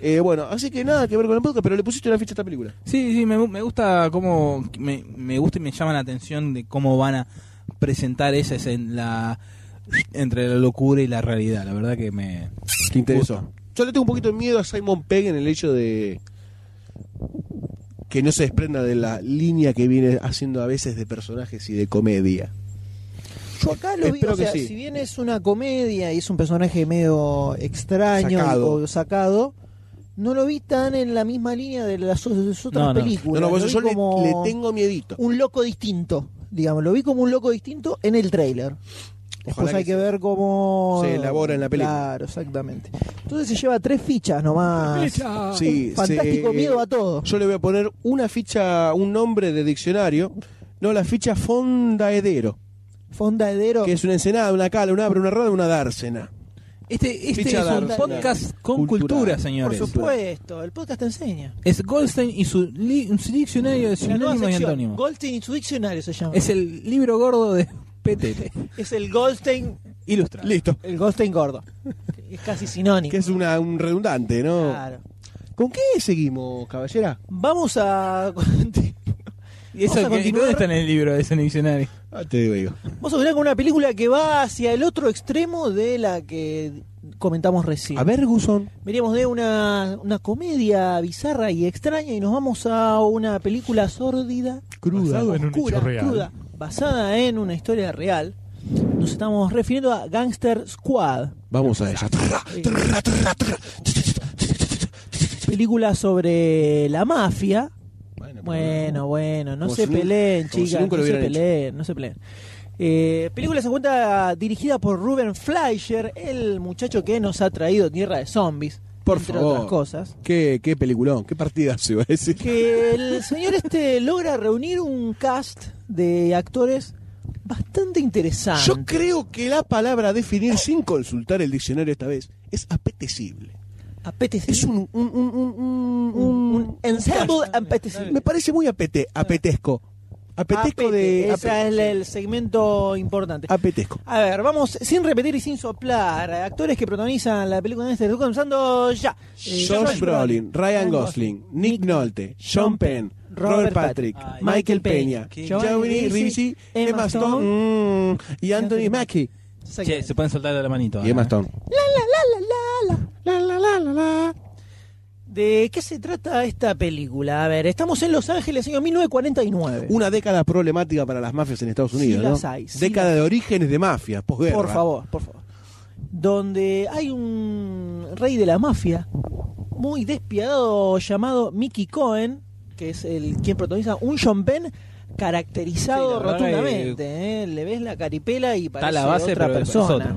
Eh, bueno, así que nada que ver con el podcast, pero le pusiste una ficha a esta película. Sí, sí, me, me gusta cómo me, me gusta y me llama la atención de cómo van a presentar esa en la entre la locura y la realidad. La verdad que me Te interesó. Yo le tengo un poquito de miedo a Simon Pegg en el hecho de que no se desprenda de la línea que viene haciendo a veces de personajes y de comedia. Yo acá lo vi, Espero o sea, que sí. si bien es una comedia y es un personaje medio extraño Sacado. o sacado, no lo vi tan en la misma línea de las, de las otras No, no. películas. No, no, por Lo eso vi yo le, como le tengo miedito. un loco distinto, digamos, lo vi como un loco distinto en el tráiler. Después Ojalá hay que que ver cómo se elabora en la película. Claro, exactamente. Entonces se lleva tres fichas nomás. Sí, Fantástico se- miedo a todo. Yo le voy a poner una ficha, un nombre de diccionario. No, la ficha Fondaedero, Fondaedero. que es una ensenada, una cala, una abra, una rada, una dársena. Este, este Ficha es un Darcy. podcast con Cultural. cultura, Por señores. supuesto, el podcast te enseña. Es Goldstein y su, li- su diccionario de La nueva sinónimos y sección, antónimos. Goldstein y su diccionario se llama. Es el libro gordo de P T T. Es el Goldstein, Ilustrado. Listo. el Goldstein gordo. Es casi sinónimo. Que es una, un redundante, ¿no? Claro. ¿Con qué seguimos, caballera? Vamos a ¿Y eso Vamos a qué- continuar. dónde está en el libro de ese diccionario? Ah, te digo yo. vamos a hablar con una película que va hacia el otro extremo de la que comentamos recién. A ver, Guzón. Veníamos de una, una comedia bizarra y extraña y nos vamos a una película sórdida, Cruda. Basado en un oscura, hecho real. cruda, basada en una historia real. Nos estamos refiriendo a Gangster Squad, Vamos a ella. película sobre la mafia. Bueno, Bueno, bueno, no Como se si nu- peleen, como si chicas, nunca lo no se hubieran hecho. peleen, no se peleen. Eh, película se encuentra dirigida por Ruben Fleischer, el muchacho que nos ha traído Tierra de Zombies, Por entre favor. otras cosas. Qué, qué peliculón, qué partida se va a decir. Que el señor este logra reunir un cast de actores bastante interesante. Yo creo que la palabra a definir sin consultar el diccionario esta vez es apetecible. Apetecible. Es un, un, un, un, un- un, un- ensemble apetecible. me parece muy apete, apetezco. Apetezco de. Ese ape- es el, el segmento importante. apetezco. A ver, vamos sin repetir y sin soplar. Actores que protagonizan la película en este. Estoy comenzando ya. Eh, Josh Brolin, Ryan Gosling, Nick Nolte, Sean Penn, Robert Patrick, Ay, Michael Peña, Giovanni Giovanni Ribisi, Ribisi, Emma Emma Stone mm, y Anthony Mackie. Che, se pueden soltar de la manito. Y Emma ¿eh? Stone. La la la la la. ¿De qué se trata esta película? A ver, estamos en Los Ángeles, año mil novecientos cuarenta y nueve. Una década problemática para las mafias en Estados Sí Unidos, las ¿no? hay, sí Década las de orígenes de mafia, posguerra. Por favor, por favor. Donde hay un rey de la mafia muy despiadado llamado Mickey Cohen, que es el quien protagoniza un Sean Penn caracterizado Sí, la verdad rotundamente. ¿eh? Le ves la caripela y parece Está la base, otra pero es persona. otro.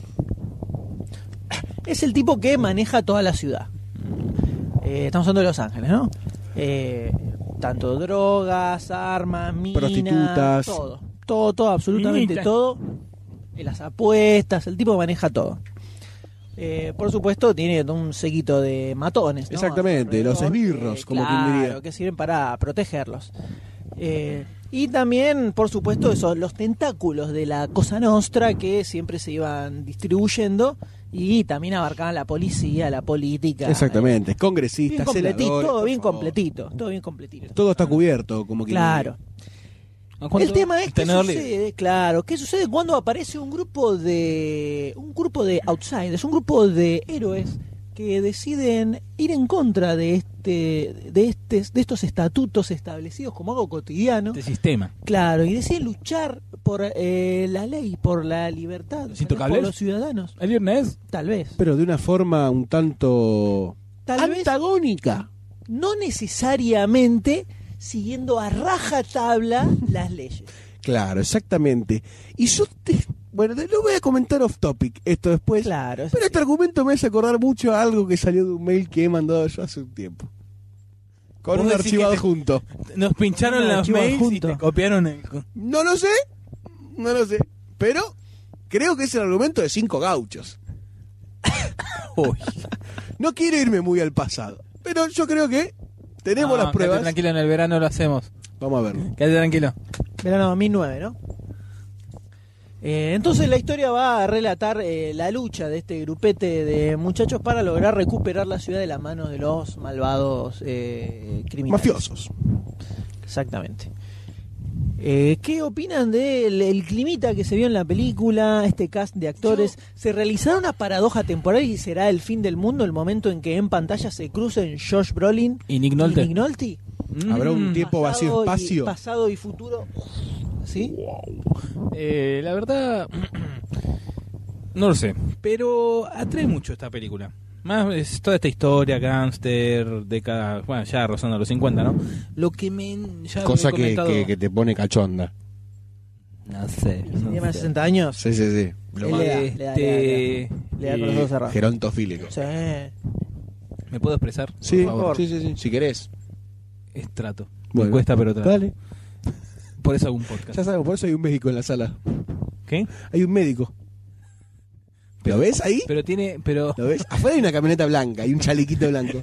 Es el tipo que maneja toda la ciudad. Eh, estamos hablando de Los Ángeles, ¿no? Eh, tanto drogas, armas, minas, Prostitutas. todo. Todo, todo, absolutamente Minitas. todo. Eh, Las apuestas, el tipo maneja todo. Eh, por supuesto, tiene un séquito de matones, ¿no? Exactamente, Alrededor, los esbirros, como quien claro, diría. que sirven para protegerlos. Eh, y también, por supuesto, eso, los tentáculos de la Cosa Nostra que siempre se iban distribuyendo y también abarcaban la policía, la política. Exactamente, Bien congresistas, completito, senadores, todo por bien favor. completito, todo bien completito. Todo está cubierto, como que Claro. ¿A cuánto? El tema es qué Tenedor sucede, libre. claro, qué sucede cuando aparece un grupo de un grupo de outsiders, un grupo de héroes que deciden ir en contra de este de este de estos estatutos establecidos como algo cotidiano. Este sistema. Claro, y deciden luchar por eh, la ley, por la libertad, ¿Los tal vez intocables? por los ciudadanos, ¿El viernes? tal vez. Pero de una forma un tanto Tal vez antagónica. no necesariamente siguiendo a rajatabla las leyes. Claro, exactamente. Y yo te... Bueno, te- lo voy a comentar off topic esto después. Claro, Pero este argumento me hace acordar mucho a algo que salió de un mail que he mandado yo hace un tiempo. Con ¿Vos un decís archivo que te- adjunto. Nos pincharon Un los archivo mails y adjunto. te copiaron el... No lo sé, no lo sé. Pero creo que es el argumento de cinco gauchos. Uy. No quiero irme muy al pasado, pero yo creo que tenemos No, las quédate pruebas. tranquilo, en el verano lo hacemos. Vamos a ver. Quédate tranquilo. Verano dos mil nueve, ¿no? Eh, entonces la historia va a relatar eh, la lucha de este grupete de muchachos para lograr recuperar la ciudad de las manos de los malvados eh, criminales. Mafiosos. Exactamente. Eh, ¿Qué opinan del el climita que se vio en la película, este cast de actores? Yo... ¿Se realizará una paradoja temporal y será el fin del mundo el momento en que en pantalla se crucen Josh Brolin y Nick Nolte? Y Nick Nolte? ¿Habrá un tiempo vacío espacio? Y, pasado y futuro. ¿Sí? Wow. Eh, la verdad, no lo sé, pero atrae mucho esta película. Más es toda esta historia, gángster, década, bueno, ya rozando los cincuenta, ¿no? Lo que me... Ya Cosa me he que, comentado... que, que te pone cachonda. No sé. No ¿Tiene más de sé. sesenta años? Sí, sí, sí. Le da, le da, le da, Este... le da con los ojos cerrados. Gerontofílico. Sí. ¿Me puedo expresar? Sí, Por favor. sí, sí, sí. Si querés. Es trato. Bueno. Me cuesta, pero trato. Dale. Por eso hago un podcast. Ya sabemos, por eso hay un médico en la sala. ¿Qué? Hay un médico. ¿Lo ves ahí? Pero tiene... pero ¿Lo ves? Afuera hay una camioneta blanca y un chalequito blanco.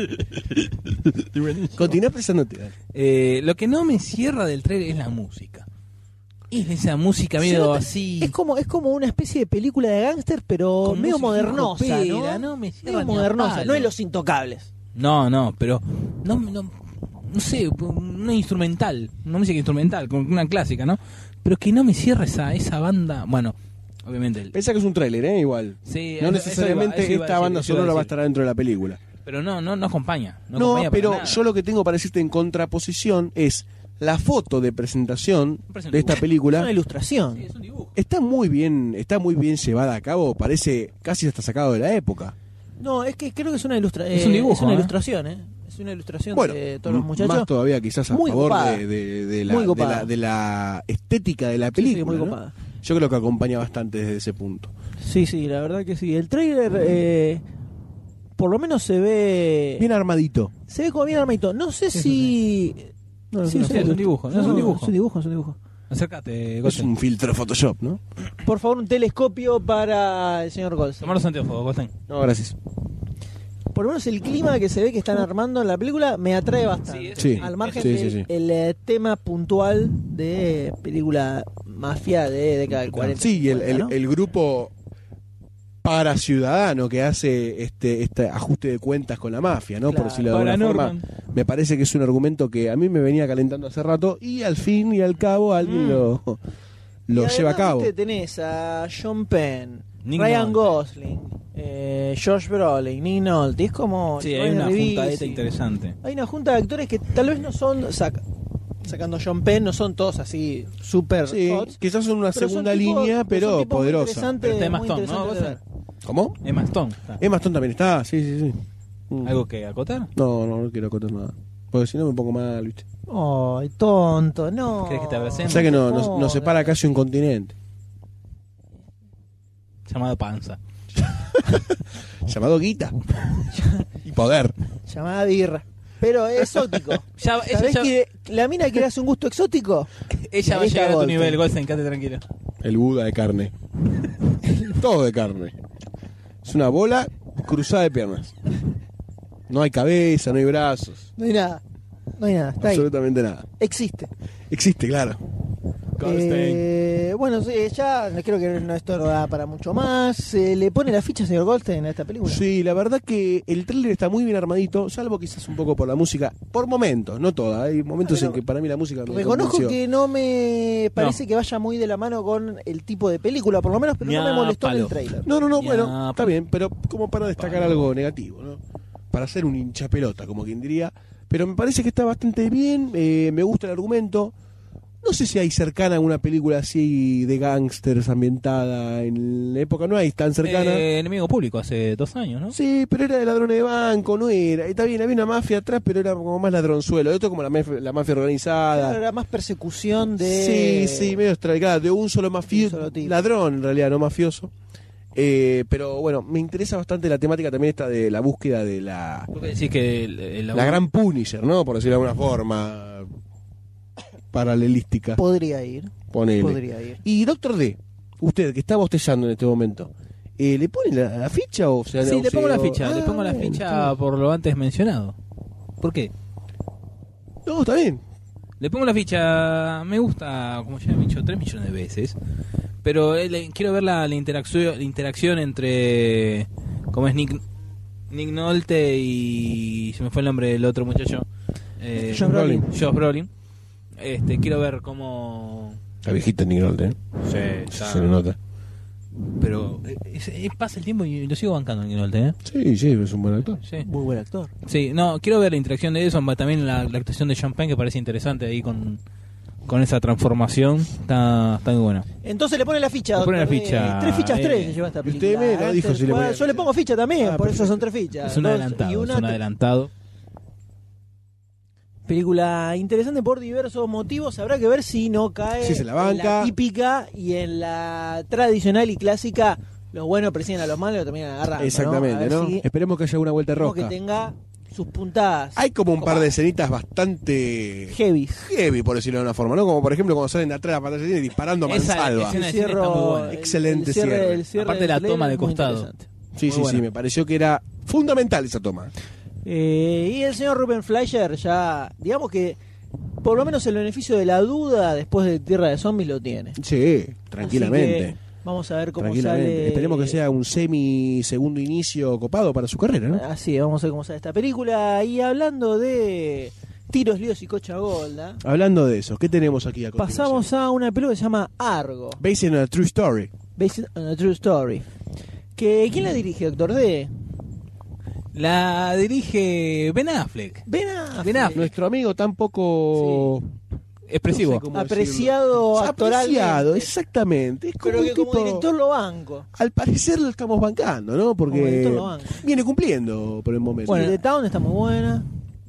Continúa expresándote. Dale. eh, Lo que no me cierra del trailer es la música. Es esa música Se medio nota- así... Es como, es como una especie de película de gángster, pero Con medio música modernosa, rockera, ¿no? no me cierra Medio ni a modernosa, palo. no es Los Intocables. No, no, pero no, no, no sé, una instrumental, una música instrumental, con una clásica, ¿no? Pero que no me cierra esa esa banda, bueno, obviamente el, Pensá que es un tráiler, ¿eh? Igual. sí, No eso- necesariamente eso iba- eso iba a esta decir, banda eso iba a sonora va a decir. estar dentro de la película. Pero no, no, no acompaña, no, No, acompaña para pero nada. yo lo que tengo para decirte en contraposición es la foto de presentación Parece un de esta dibujo. Es película. una ilustración. Sí, es un dibujo. Está muy bien, está muy bien llevada a cabo, parece casi hasta sacado de la época. No, es que creo que es una ilustración. Es un dibujo, Es una ¿eh? ilustración, ¿eh? Es una ilustración Bueno, de todos los muchachos. más todavía quizás a Muy favor copada. de, de- de la, Muy de, copada. la, de la estética de la Sí, sí, película. muy ¿no? copada. Yo creo que acompaña bastante desde ese punto. Sí, sí, la verdad que sí. El trailer, eh, por lo menos se ve. Bien armadito. Se ve como bien armadito. No sé si. No, Sí, no, sí, sí, es un dibujo, no, es un dibujo. Es un dibujo, es un dibujo. Acércate, Es Goldstein. un filtro de Photoshop, ¿no? Por favor, un telescopio para el señor Goldstein. Tomar los anteojos, Goldstein. No, gracias. Por lo menos el clima que se ve que están armando en la película me atrae bastante. Sí, Al margen sí, del sí, sí. el, eh, tema puntual de película mafia de década del cuarenta. Sí, y el, el- ¿no? el grupo paraciudadano que hace este este ajuste de cuentas con la mafia, ¿no? Claro. Por decirlo de alguna Para forma. Norman. Me parece que es un argumento que a mí me venía calentando hace rato y al fin y al cabo alguien Mm. lo, lo Y además, lleva a cabo. viste, tenés a Sean Penn, Nick Ryan Nolte. Gosling, eh, Josh Brolin, Nick Nolte. Es como. Sí, hay Giovanni una Ribisi. juntadita interesante. Hay una junta de actores que tal vez no son. sac- sacando a Sean Penn, no son todos así super Sí, hot. quizás son una pero son segunda tipos- línea, son pero tipos muy poderosa. interesantes, Pero está Emma muy Stone, ¿no? interesantes de ver. ¿Cómo? Emma Stone. está. Emma Stone también está, sí, sí, sí. Mm. ¿Algo que acotar? No, no, no quiero contar nada. Porque si no me pongo mal, ¿viste? Ay, tonto, no. ¿Querés que te abracemos? O sea que no, nos, No, nos separa no. casi un continente. Llamado Panza. Llamado Guita. Y poder. Llamada birra. Pero es exótico. Ya, ella, ¿Sabés ya- que la mina quiere hacer un gusto exótico? ella va a Ella llegar a tu Goldstein. nivel, Goldstein, quédate tranquilo. El Buda de carne. Todo de carne. Es una bola cruzada de piernas. No hay cabeza, no hay brazos. No hay nada. No hay nada. Está ahí. Absolutamente nada. Existe. Existe, claro. Goldstein. Eh, bueno, sí, ya creo que no, esto no da para mucho más. ¿Se le pone la ficha, señor Goldstein, a esta película? Sí, la verdad que el tráiler está muy bien armadito, salvo quizás un poco por la música. Por momentos, no toda. Hay momentos Bueno, en que para mí la música me Reconozco convenció. que no me parece que vaya muy de la mano con el tipo de película, por lo menos, pero no me Ña, molestó en el palo. trailer. No, no, no, Ya, bueno, está pa- bien, pero como para destacar Palo. algo negativo, ¿no? Para ser un hincha pelota, como quien diría. Pero me parece que está bastante bien, eh, me gusta el argumento. No sé si hay cercana una película así de gángsters ambientada en la época, no hay tan cercana. Eh, enemigo público hace dos años, ¿no? Sí, pero era de ladrones de banco, no era. Está bien, había una mafia atrás, pero era como más ladronzuelo. Esto como la mafia, la mafia organizada. Claro, era más persecución de... Sí, sí, medio extraicada, de un solo Un mafioso, solo tipo. ladrón en realidad, no mafioso. Eh, pero bueno, me interesa bastante la temática también esta de la búsqueda de la, ¿Por qué decís que el- el- la gran Punisher, ¿no? Por decirlo de alguna forma paralelística. Podría ir. Ponele. Podría ir. Y Doctor D, usted que está bostezando en este momento, eh, ¿le pone la, la ficha o sea, Sí, o le pongo se- la ficha, Ah, le pongo la bien, ficha está bien. por lo antes mencionado. ¿Por qué? No, está bien. Le pongo la ficha, me gusta, como ya he dicho tres millones de veces, pero eh, le- quiero ver la, la interacción la interacción entre cómo es Nick Nick Nolte y se me fue el nombre del otro muchacho. Eh, Josh Brolin. Josh Brolin. Este, quiero ver cómo La viejita Nick Nolte, ¿eh? se, Se lo nota. pero eh, es- es- pasa el tiempo y lo sigo bancando Nick Nolte, ¿eh? Sí, sí, es un buen actor. Sí. Muy buen actor. Sí, no, quiero ver la interacción de eso, también la, la actuación de Champagne que parece interesante ahí con, con esa transformación, está, está muy buena. Entonces le pone la ficha. Le pone doctor la ficha, D. Tres fichas, eh. tres se lleva esta película. Usted me lo Este, dijo si le bueno, ponía yo le ficha. pongo ficha también, Ah, por eso perfecto. son tres fichas. Es un Dos adelantado, y una es un adelantado. película interesante por diversos motivos. Habrá que ver si no cae Si se la en banca. la típica y en la tradicional y clásica. Los buenos persiguen a los malos y lo terminan agarrando. Exactamente, ¿no? A ¿no? ver si Esperemos que haya una vuelta como que roja. tenga sus puntadas. Hay como un par de escenitas bastante heavy. heavy, por decirlo de una forma, ¿no? Como por ejemplo cuando salen de atrás de la pantalla y disparando a Esa mansalva. escena- El cine está muy buena. el- Excelente el cierre, cierre. el cierre Aparte de la del trailer toma de es muy costado. interesante. Sí, Muy sí, buena. sí, me pareció que era fundamental esa toma. Eh, y el señor Ruben Fleischer ya, digamos que por lo menos el beneficio de la duda después de Tierra de Zombies lo tiene. Sí, Así tranquilamente. que vamos a ver cómo Tranquilamente. sale. Esperemos que sea un semi segundo inicio copado para su carrera, ¿no? Así es, vamos a ver cómo sale esta película. Y hablando de tiros, líos y cocha golda, Hablando de eso, ¿qué tenemos aquí a continuación? pasamos a una película que se llama Argo, Based on a True Story. Based on a True Story. Que, ¿quién la dirige, Doctor D? La dirige Ben Affleck, Ben Affleck. Ben Affleck. Nuestro amigo tan poco... expresivo. No sé cómo Apreciado decirlo. actoralmente. Apreciado, exactamente. Es como Pero un que como tipo- director lo banco. Al parecer lo estamos bancando, ¿no? Como Porque director lo banco. viene cumpliendo por el momento. Bueno, The Town está muy buena.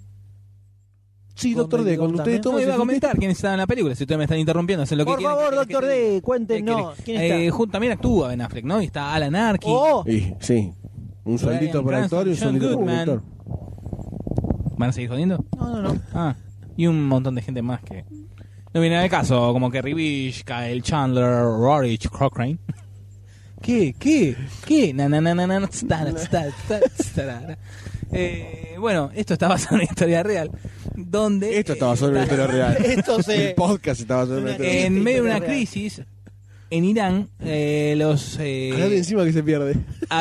sí, con Doctor D, Baby cuando Doll usted también. toma No, iba a ese- comentar quién está en la película, si ustedes me están interrumpiendo, hacen lo que Por quieren. favor, ¿Qué quieren Doctor que te D, diga? cuéntenos. ¿Qué ¿Quién querés? está? Eh, jun- también actúa Ben Affleck, ¿no? Y está Alan Arkin. Oh, Y, sí, un sueldito por Bryan actor y un Cranston, sueldito John por Goodman. actor. ¿Van a seguir jodiendo? no, no, no. Ah, y un montón de gente más que no viene al caso, como Kerry Bish, Kyle Chandler, Rory Cochrane. ¿Qué? ¿Qué? ¿Qué? Na, na, na, na, na, sta, sta, sta, sta. Eh, bueno, esto está basado en una historia real. Donde Esto está basado en una historia real. Esto se- El podcast está basado en una Una- historia real. en medio de una Historia real. crisis en Irán, eh, los eh, Hablale encima que se pierde.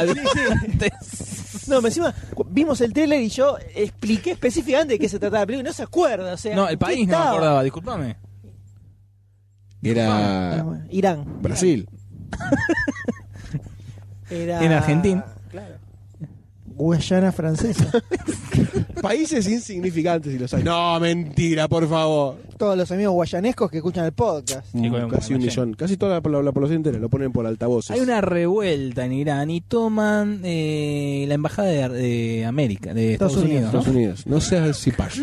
habitantes. No, encima cu- vimos el trailer y yo expliqué específicamente de qué se trataba la película y no se acuerda. O sea, No, el ¿en qué país no me estaba? acordaba, discúlpame. Ah, Era bueno, Irán. Brasil. Era... En Argentina. Claro. Guayana francesa. Países insignificantes y los hay. No, mentira, por favor. Todos los amigos guayanescos que escuchan el podcast. Sí, con- Mm, casi con un la millón. Casi toda la, la población entera lo ponen por altavoces. Hay una revuelta en Irán y toman eh, la embajada de, de América, de Estados, Estados Unidos, ¿no? Estados Unidos. No seas cipayo.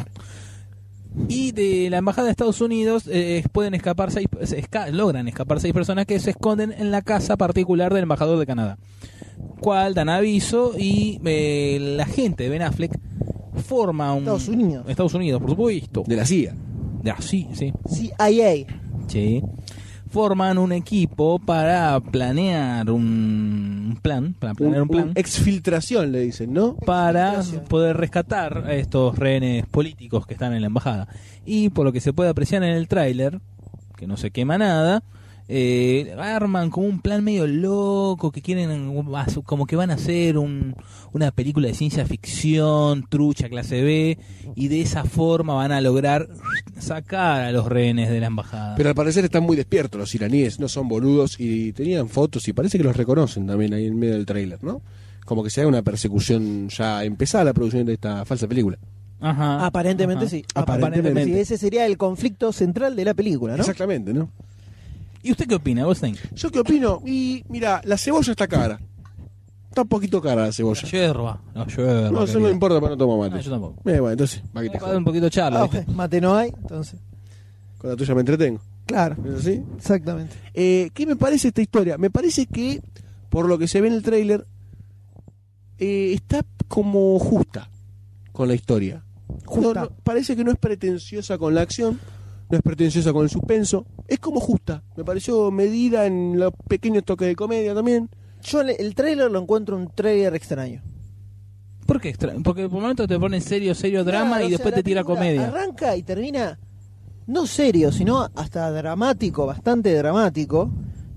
Y de la embajada de Estados Unidos eh, pueden escapar seis, se esca- logran escapar seis personas que se esconden en la casa particular del embajador de Canadá, cual dan aviso y eh, la gente de Ben Affleck forma un Estados Unidos. Estados Unidos, por supuesto. De la C I A. De así, sí. C I A. Sí. Forman un equipo para planear un, un plan, para planear un, plan. exfiltración, le dicen, ¿no? para Exfiltración. poder rescatar a estos rehenes políticos que están en la embajada. Y por lo que se puede apreciar en el tráiler, que no se quema nada, eh, arman como un plan medio loco, que quieren, como que van a hacer un, una película de ciencia ficción, trucha, clase B, y de esa forma van a lograr sacar a los rehenes de la embajada. Pero al parecer están muy despiertos los iraníes, no son boludos y tenían fotos y parece que los reconocen también ahí en medio del tráiler, ¿no? Como que se haga una persecución ya empezada la producción de esta falsa película. Ajá, Aparentemente ajá. sí. Aparentemente. Sí, ese sería el conflicto central de la película, ¿no? Exactamente, ¿no? ¿Y usted qué opina, Goldstein? ¿Yo qué opino? Y mira, la cebolla está cara. Está un poquito cara la cebolla. Yerba. No, yerba. No, eso no querido. importa para no tomar mate. No, yo tampoco. Eh, bueno, entonces, ¿para qué te Para dar jodas? un poquito de charla, Ah, ¿viste? ok. Mate no hay, entonces. Con la tuya me entretengo. Claro, ¿Es así? exactamente. Eh, ¿Qué me parece esta historia? Me parece que, por lo que se ve en el tráiler, eh, está como justa con la historia. Justa. No, no, parece que no es pretenciosa con la acción, no es pretenciosa con el suspenso, es como justa. Me pareció medida en los pequeños toques de comedia también. Yo le- el trailer lo encuentro un trailer extraño. ¿Por qué extra? Porque por momentos te ponen serio, serio drama Claro, y o después sea, te tira la película comedia. Arranca y termina no serio, sino hasta dramático, bastante dramático. Y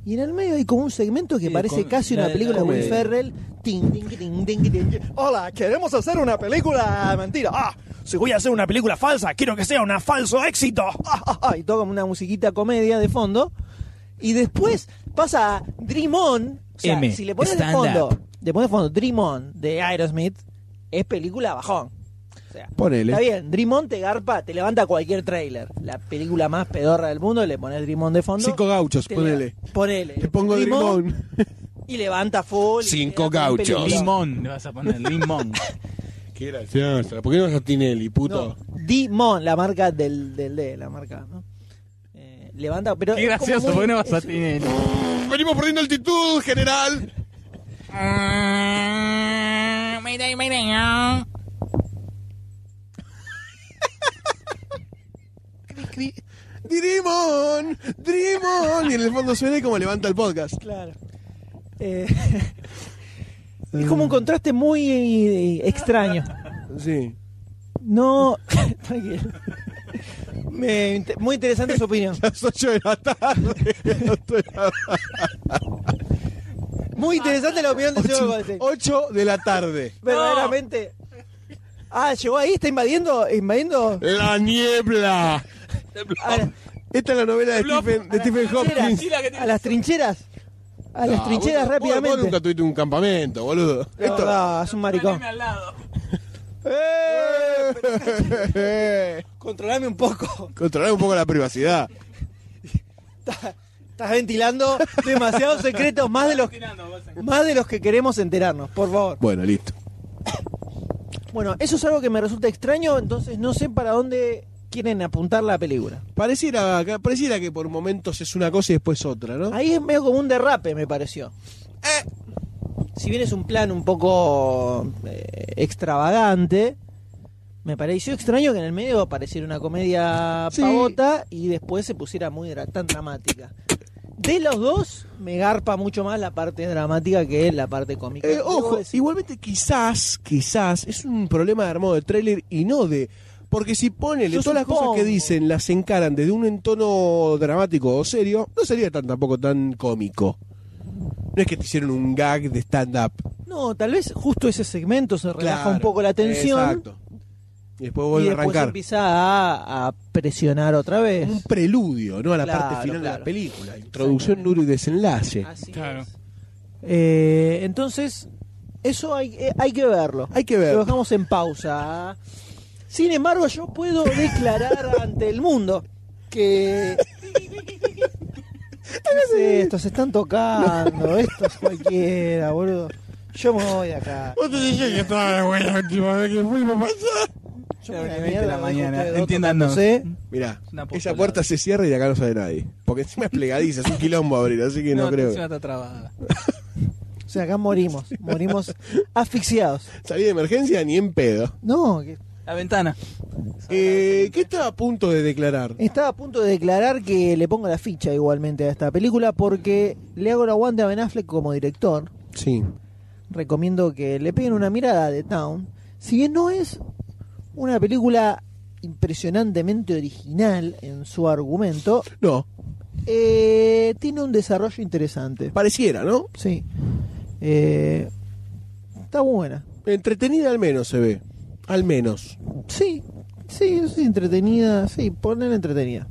Y en el medio hay como un segmento que Sí, parece con- casi la- una la película de Will comedia. Ferrell. Ting, ting, ting, ting, ting. Hola, queremos hacer una película mentira. Ah, si voy a hacer una película falsa, quiero que sea un falso éxito. Ah, ah, ah. Y toca una musiquita comedia de fondo. Y después pasa a Dream On. O sea, M, si le pones de stand fondo, up. le pones de fondo Dream On de Aerosmith, es película bajón. O sea, Ponele. está bien, Dream On te garpa, te levanta cualquier trailer. La película más pedorra del mundo, le pones Dream On de fondo. Cinco gauchos, te ponele. le- Ponele. Le pongo Dream On Dream On. y levanta full. y Cinco te da un gauchos. película. Limón, le vas a poner limón. Qué gracioso. ¿Por qué no vas a Tinelli, puto? No, Dimon, la marca del, del D, la marca, ¿no? Eh, levanta, pero Qué es como gracioso, muy- ¿por qué no vas a es- tener? Venimos perdiendo altitud, general. Dream on, Dream on. Y en el fondo suena como levanta el podcast. Claro. Eh, es como un contraste muy eh, extraño. Sí. No, tranquilo. Me inte- muy interesante su opinión. Las ocho de la tarde. Muy interesante la opinión del señor Goldstein. ocho de la tarde. Verdaderamente. Ah, llegó ahí, está invadiendo, invadiendo. La niebla. A, Esta es la novela de Stephen, de Stephen Hopkins. a las trincheras. A las Ah, trincheras vos- vos- Vos rápidamente. nunca tuviste un campamento, boludo. Esto no, es un maricón. ¡Eh! Controlame un poco. Controlar un poco la privacidad. Estás ventilando demasiados secretos, más de los más de los que queremos enterarnos, por favor. Bueno, listo. Bueno, eso es algo que me resulta extraño, entonces no sé para dónde quieren apuntar la película. Pareciera, que- pareciera que por momentos es una cosa y después otra, ¿no? Ahí es medio como un derrape, me pareció. Si bien es un plan un poco eh, extravagante, me pareció extraño que en el medio pareciera una comedia Sí. pavota y después se pusiera muy dra- tan dramática. De los dos, me garpa mucho más la parte dramática que la parte cómica. Eh, Debo ojo, decir. igualmente quizás, quizás es un problema de armado de tráiler y no de... Porque si ponele Yo todas las cosas supongo. que dicen, las encaran desde un entono dramático o serio, no sería tan tampoco tan cómico. No es que te hicieron un gag de stand-up. No, tal vez justo ese segmento se relaja Claro, un poco la tensión Exacto. Y después y vuelve a después arrancar. empieza a, a presionar otra vez. Un preludio, ¿no? A la Claro, parte final de claro. la película. Introducción, nudo y desenlace. Así Claro. es. Eh, entonces, eso hay, eh, hay que verlo. Hay que ver. Lo dejamos en pausa. Sin embargo, yo puedo declarar ante el mundo que... ¿Qué es esto? Se están tocando. Esto es cualquiera, boludo. Yo me voy de acá. Vos te dije que estaba buena la última vez que fuimos a pasar. Yo me voy a veinte mierda, de la dejo mañana, ustedes dos entiéndanos. tocándose. Mirá, Una esa postulada. puerta se cierra y de acá no sale nadie. Porque encima es plegadiza, es un quilombo abrir, así que no, creo. encima está trabada. O sea, acá morimos. Morimos asfixiados. Salí de emergencia ni en pedo. No, que La ventana. Eh, ¿Qué estaba a punto de declarar? estaba a punto de declarar que le pongo la ficha igualmente a esta película porque le hago el aguante a Ben Affleck como director. Sí. Recomiendo que le peguen una mirada a The Town. Si bien no es una película impresionantemente original en su argumento, No, eh, tiene un desarrollo interesante. pareciera, ¿no? Sí. Eh, está buena. Entretenida al menos se ve. Al menos. Sí, sí, es entretenida. Sí, ponen entretenida.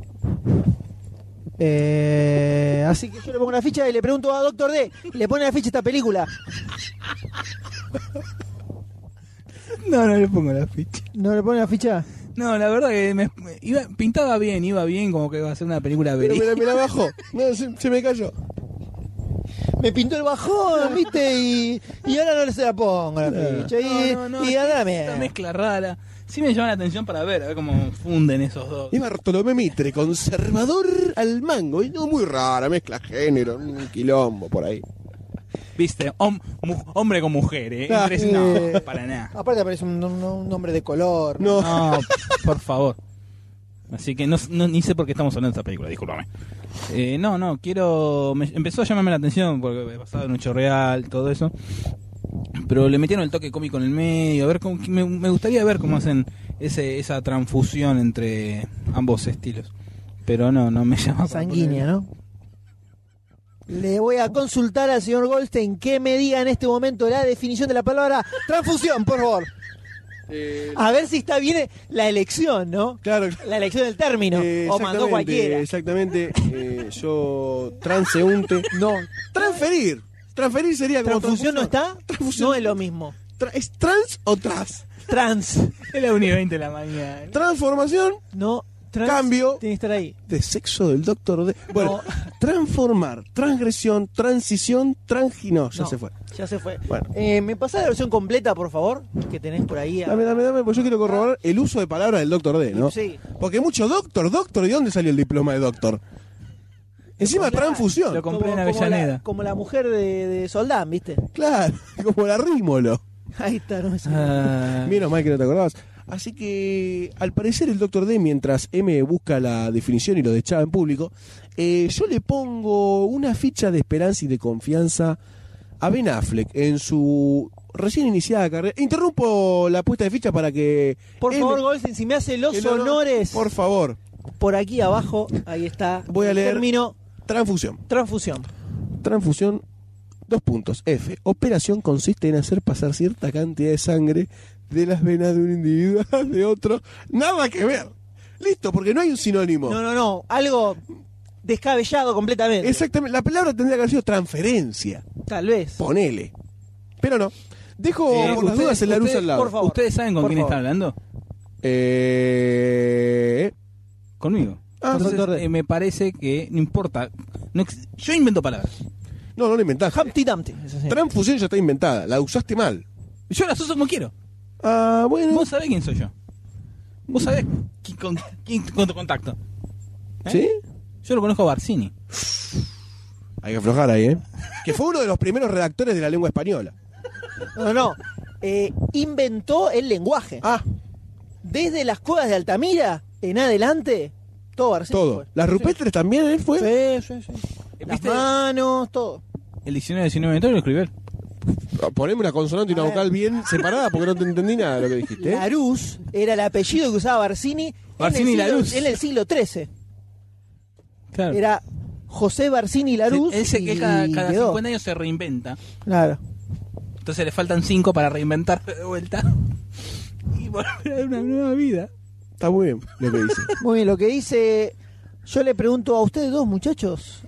Eh, así que yo le pongo la ficha y le pregunto a Doctor D, ¿le pone la ficha a esta película? No, no le pongo la ficha. ¿No le pone la ficha? No, la verdad que me, me iba, pintaba bien, iba bien, como que iba a ser una película Pero verídica. me la, me la bajó. No, se, se me cayó. Me pintó el bajón, ¿viste? Y, y ahora no se la pongo la ficha. Y, No, no, no, y es anda la esta mierda. mezcla rara. Sí me llama la atención para ver, a ver cómo funden esos dos. Y Bartolomé Mitre, conservador al mango. Y no muy rara, mezcla género, un quilombo por ahí. Viste, Hom- mu- hombre con mujer, ¿eh? Ah, Entre- no, eh. para nada. Aparte aparece un, un, un hombre de color. No. No, por favor. Así que no, no- ni sé por qué estamos hablando de esta película, discúlpame. Eh, no, no, quiero... me- empezó a llamarme la atención porque basado en un hecho real, todo eso. Pero le metieron el toque cómico en el medio. A ver cómo, me, me gustaría ver cómo hacen ese, esa transfusión entre ambos estilos. Pero no, no me llama. para Sanguínea, poner- ¿no? Le voy a consultar al señor Goldstein que me diga en este momento la definición de la palabra transfusión, por favor. Eh, A ver si está bien la elección, ¿no? claro. La elección del término. Eh, o mandó exactamente, cualquiera. Exactamente. Eh, yo, transeúnte. No. Transferir. Transferir sería como. ¿Transfusión no está? Transfusión. No es lo mismo. Tra- ¿Es trans o tras? Trans. Es la una y veinte de la mañana. Transformación No. Trans Cambio. Tiene que estar ahí. de sexo del doctor D. Bueno, transformar, transgresión, transición, transgino. Ya No, se fue. Ya se fue. Bueno. Eh, ¿Me pasás la versión completa, por favor? Que tenés por ahí. a- Dame, dame, dame, porque yo quiero corroborar el uso de palabras del doctor D, ¿no? Sí. Porque mucho doctor, doctor, ¿y dónde salió el diploma de doctor? Encima Claro. transfusión. Lo compré en como, como Avellaneda. la, como la mujer de, de Soldán, ¿viste? Claro, como la rímolo. Ahí está, no me sale. Ah, Menos mal que no te acordabas. Así que, al parecer, el doctor D, mientras M busca la definición y lo deschaba en público, eh, yo le pongo una ficha de esperanza y de confianza a Ben Affleck en su recién iniciada carrera. Interrumpo la puesta de ficha para que... Por M- favor, Goldstein, si me hace los el honor- honores. Por favor, Por aquí abajo, ahí está. Voy a el leer. término transfusión. transfusión. Transfusión, dos puntos. F. Operación consiste en hacer pasar cierta cantidad de sangre de las venas de un individuo a las de otro. Nada que ver. Listo, porque no hay un sinónimo. No, no, no. Algo descabellado completamente. Exactamente. La palabra tendría que haber sido transferencia. Tal vez. Ponele. Pero no. Dejo Eh, por las ustedes- dudas en la luz ustedes- al lado. por favor. ¿Ustedes saben con Por quién favor. está hablando? Eh... Conmigo. Ah, Entonces, doctor D. eh, me parece que no importa. No ex- yo invento palabras. No, no lo inventaste. Humpty Dumpty. es así. Transfusión ya está inventada. La usaste mal. Yo las uso como quiero. Ah, bueno. Vos sabés quién soy yo. Vos sabés quién, con quién con tu contacto. ¿Eh? ¿Sí? Yo lo conozco a Barcini. Hay que aflojar ahí, ¿eh? Que fue uno de los primeros redactores de la lengua española. No, no. Eh, inventó el lenguaje. Ah, Desde las cuevas de Altamira en adelante, todo Barcini todo. fue. Las rupestres también, ¿eh? Fue. Sí, sí, sí. Las ¿Viste? manos, todo. El diccionario de diecinueve lo escribió él. Poneme una consonante y una A ver. vocal bien separada porque no te entendí nada de lo que dijiste. ¿eh? Laruz era el apellido que usaba Barcini, Barcini en, el siglo, Laruz. en el siglo trece. Claro. Era José Barcini Laruz. Él se y que cada, cada quedó. cincuenta años se reinventa. Claro. Entonces le faltan cinco para reinventar de vuelta. Y volver a una nueva vida. Está muy bien lo que dice. Muy bien, lo que dice. Yo le pregunto a ustedes dos, muchachos.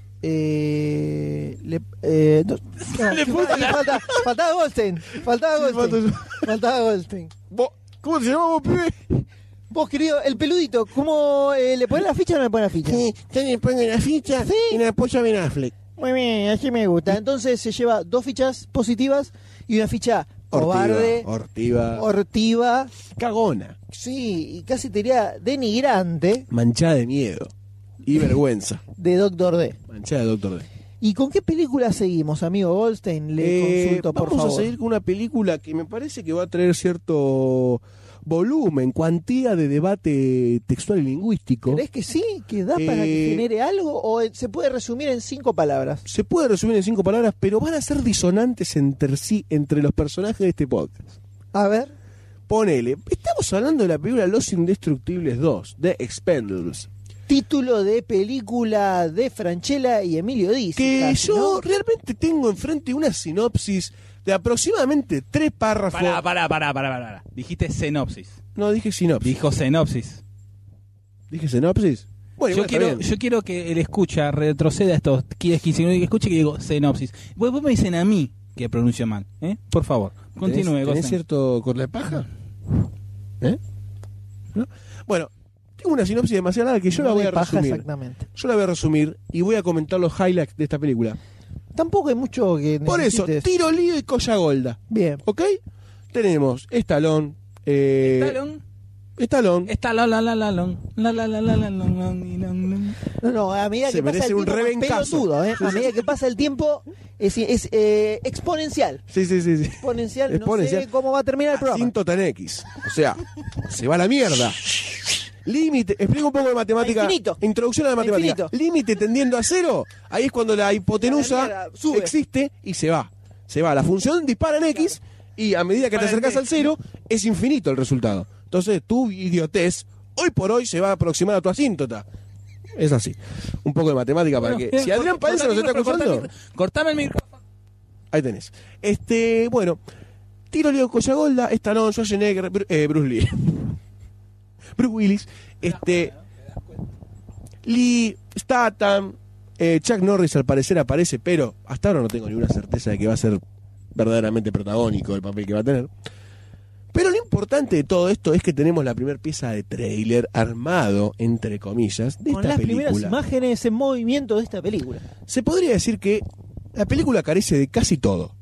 Eh, le, eh, no, no, Le que puso fa- la- falta, faltaba Goldstein. Faltaba Sí, Goldstein. falta Faltaba Goldstein. Vos- ¿Cómo te llamás vos, pibe? Vos, querido, el peludito, ¿cómo eh, le pones la ficha o no le pones la ficha? usted le pone la ficha Sí. y la apoya a Ben Affleck. Muy bien, así me gusta. Entonces se lleva dos fichas positivas y una ficha cobarde, Hortiva. hortiva, Cagona. sí, y casi te diría denigrante Manchada de miedo. Y vergüenza. de Doctor D. Manchada de Doctor D. ¿Y con qué película seguimos, amigo Goldstein? Le Eh, consulto, por vamos favor. a seguir con una película que me parece que va a traer cierto volumen, cuantía de debate textual y lingüístico. ¿Crees que sí? ¿Que da para que Eh, genere algo? ¿O se puede resumir en cinco palabras? Se puede resumir en cinco palabras, pero van a ser disonantes entre sí, entre los personajes de este podcast. A ver. Ponele, estamos hablando de la película Los Indestructibles dos, de Expendables. Título de película de Franchella y Emilio Dizzi. Que casi, yo ¿no? realmente tengo enfrente una sinopsis de aproximadamente tres párrafos. Pará, pará, pará, pará, pará. Dijiste sinopsis. No, dije sinopsis. Dijo sinopsis. ¿Dije sinopsis? Bueno, Yo igual quiero, está bien. yo quiero que el escucha retroceda estos quince minutos y que escuche que digo sinopsis. Vos, vos me dicen a mí que pronuncio mal. ¿eh? Por favor, continúe. ¿Tenés, tenés Goldstein. cierto con la paja? ¿Eh? ¿No? Bueno, tengo una sinopsis demasiado larga que yo la No voy de a paja, resumir. exactamente. Yo la voy a resumir y voy a comentar los highlights de esta película. Tampoco hay mucho que Por eso, necesites. tiro lío y colla golda. Bien. ¿Ok? Tenemos Stallone. Eh, Stallone. Stallone. Stallone, la la la lon, la la la la la lon, lon, lon, lon. No, no, a medida Se que pasa merece el un tiempo, más rebencazo. pelotudo, ¿eh? A medida que pasa el tiempo, es, es eh, exponencial. Sí, sí, sí. sí. Exponencial, Exponencial. no sé cómo va a terminar el programa. Asíntota en X. O sea, se va a la mierda. Límite, explico un poco de matemática. Infinito. Introducción a la matemática. Infinito. Límite tendiendo a cero. Ahí es cuando la A la hipotenusa mierda, sube. existe y se va. Se va. La función dispara en X y a medida que te Dispara en acercas al X. cero, es infinito el resultado. Entonces, tu idiotez, hoy por hoy, se va a aproximar a tu asíntota. Es así. Un poco de matemática para que... Si Adrián Paenza nos está acusando... Cortame el micrófono. Ahí tenés. Este, bueno... Tiro Leo Collagolda, esta no, Schwarzenegger, Bru- eh, Bruce Lee. Bruce Willis, este... Lee, Statham, eh, Chuck Norris al parecer aparece, pero hasta ahora no tengo ninguna certeza de que va a ser verdaderamente protagónico el papel que va a tener. Pero lo importante de todo esto es que tenemos la primera pieza de tráiler armado, entre comillas, de Con esta las película. primeras imágenes en movimiento de esta película. Se podría decir que la película carece de casi todo.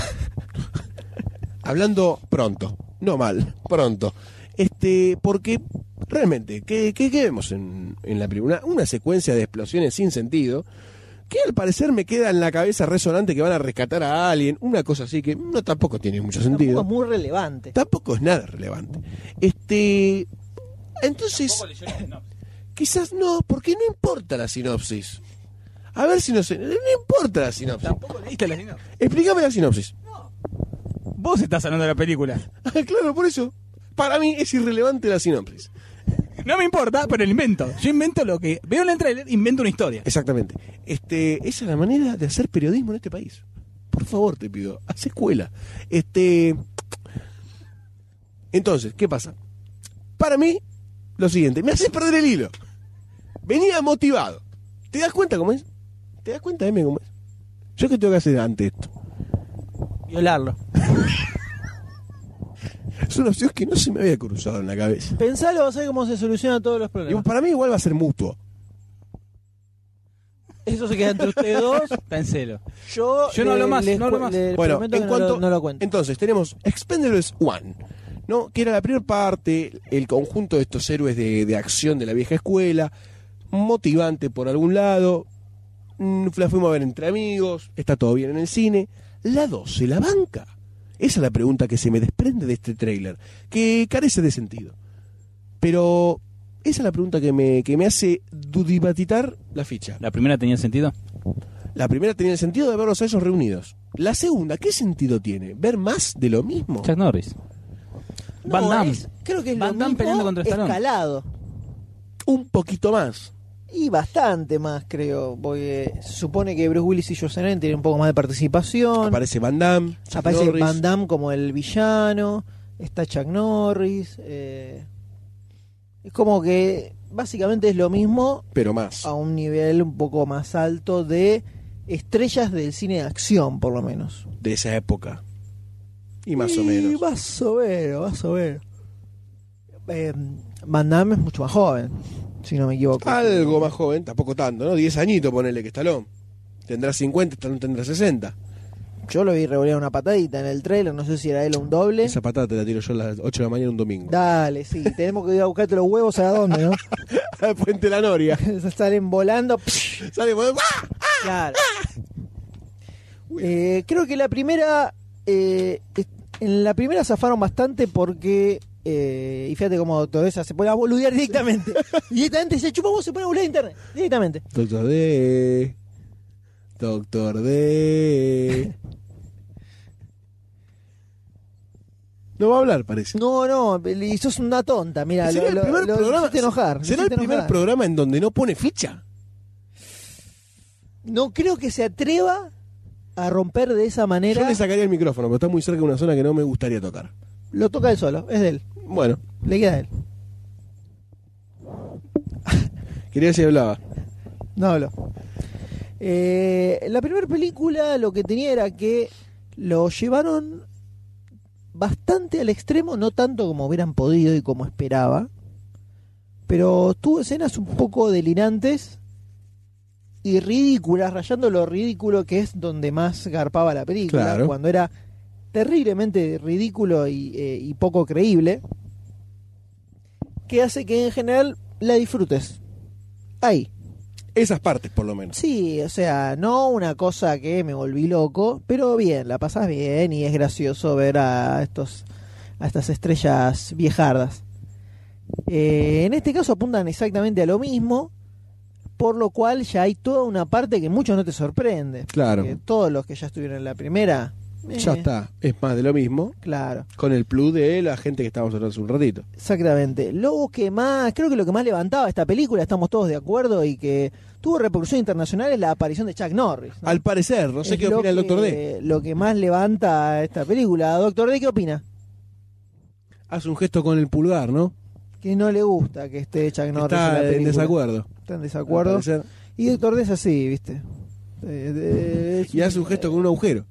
Hablando pronto, no mal, pronto. Este, porque realmente, ¿qué, qué, qué vemos en, en la película? Una, una secuencia de explosiones sin sentido, que al parecer me queda en la cabeza resonante que van a rescatar a alguien, una cosa así que no tampoco tiene mucho sentido. Tampoco es muy relevante. Tampoco es nada relevante. Este, entonces, quizás no, porque no importa la sinopsis. A ver si no sé, no importa la sinopsis. Tampoco leíste la sinopsis. Explícame la sinopsis. Vos estás hablando de la película. Claro, por eso. Para mí es irrelevante la sinopsis. No me importa, pero lo invento. Yo invento lo que veo en el trailer, invento una historia. Exactamente. Este, esa es la manera de hacer periodismo en este país. Por favor, te pido, haz escuela. Este, entonces, ¿qué pasa? Para mí, lo siguiente, me haces perder el hilo. Venía motivado. ¿Te das cuenta cómo es? ¿Te das cuenta, M, cómo es? ¿Yo qué tengo que hacer ante esto? Violarlo. Es una opción que no se me había cruzado en la cabeza. Pensalo, vas a ver cómo se solucionan todos los Y problemas. para mí igual va a ser mutuo. Eso se queda entre ustedes dos. Está en celo. Yo, Yo no hablo más, les no hablo cu- más. les Bueno, prometo en que cuanto, no, lo, no lo cuento. entonces tenemos Expendables uno, ¿no? Que era la primera parte, el conjunto de estos héroes de, de acción de la vieja escuela, motivante por algún lado, mm, la fuimos a ver entre amigos, está todo bien en el cine. La dos, ¿se la banca? Esa es la pregunta que se me desprende de este tráiler, que carece de sentido. Pero esa es la pregunta que me, que me hace dudibatitar la ficha. ¿La primera tenía sentido? La primera tenía el sentido de verlos a ellos reunidos. La segunda, ¿qué sentido tiene? ¿Ver más de lo mismo? Chuck Norris. No, Van Damme. es- creo que es Van lo Damme mismo peleando contra Stallone. escalado. Un poquito más. Y bastante más, creo. Porque se supone que Bruce Willis y Schwarzenegger tienen un poco más de participación. Aparece Van Damme, Chuck Aparece Norris. Van Damme como el villano. Está Chuck Norris. eh, es como que básicamente es lo mismo pero más. a un nivel un poco más alto de estrellas del cine de acción, por lo menos. De esa época. Y más o Y menos. vas a ver, vas a ver. Eh, Van Damme es mucho más joven, si no me equivoco. Algo más joven, tampoco tanto, ¿no? Diez añitos, ponele que Stallone. Tendrá cincuenta, Stallone tendrá sesenta. Yo lo vi revolear una patadita en el trailer, no sé si era él o un doble. Esa patada te la tiro yo a las ocho de la mañana un domingo. Dale, sí, tenemos que ir a buscarte los huevos a dónde, ¿no? Al Puente La Noria. Salen volando. Sale, ¡ah! Claro. Eh, creo que la primera. eh, es- en la primera zafaron bastante porque. eh, y fíjate cómo Doctor D se pone a boludear directamente. Directamente se chupa, se pone a boludear internet. Directamente. Doctor D. Doctor D. No va a hablar, parece. No, no, y sos una tonta. Mira, ¿Será lo, el primer lo- lo programa? hiciste enojar. lo ¿Será el hiciste primer enojar. programa en donde no pone ficha? No creo que se atreva a romper de esa manera. Yo le sacaría el micrófono, pero está muy cerca de una zona que no me gustaría tocar. Lo toca él solo, es de él. Bueno, Le queda a él. quería ver si hablaba. No hablo. Eh, la primera película lo que tenía era que lo llevaron bastante al extremo, no tanto como hubieran podido y como esperaba, pero tuvo escenas un poco delirantes y ridículas, rayando lo ridículo, que es donde más garpaba la película, Claro. cuando era terriblemente ridículo y, eh, y poco creíble, que hace que en general la disfrutes. Ahí. Esas partes, por lo menos. Sí, o sea, no una cosa que me volví loco, pero bien, la pasas bien y es gracioso ver a estos a estas estrellas viejardas. Eh, en este caso apuntan exactamente a lo mismo, por lo cual ya hay toda una parte que mucho no te sorprende. Claro. Porque todos los que ya estuvieron en la primera Eh, Ya está, es más de lo mismo, Claro, con el plus de la gente que estábamos hablando hace un ratito. exactamente. Lo que más, creo que lo que más levantaba esta película, estamos todos de acuerdo, y que tuvo repercusión internacional, es la aparición de Chuck Norris, ¿no? Al parecer, no sé Es qué lo opina el que- doctor D. Lo que más levanta esta película. Doctor D, ¿qué opina? Hace un gesto con el pulgar, ¿no? Que no le gusta que esté Chuck Norris en la Está en película. desacuerdo. Está en al desacuerdo. parecer. Y Doctor D es así, ¿viste? Eh, de- es Y hace un gesto con un agujero.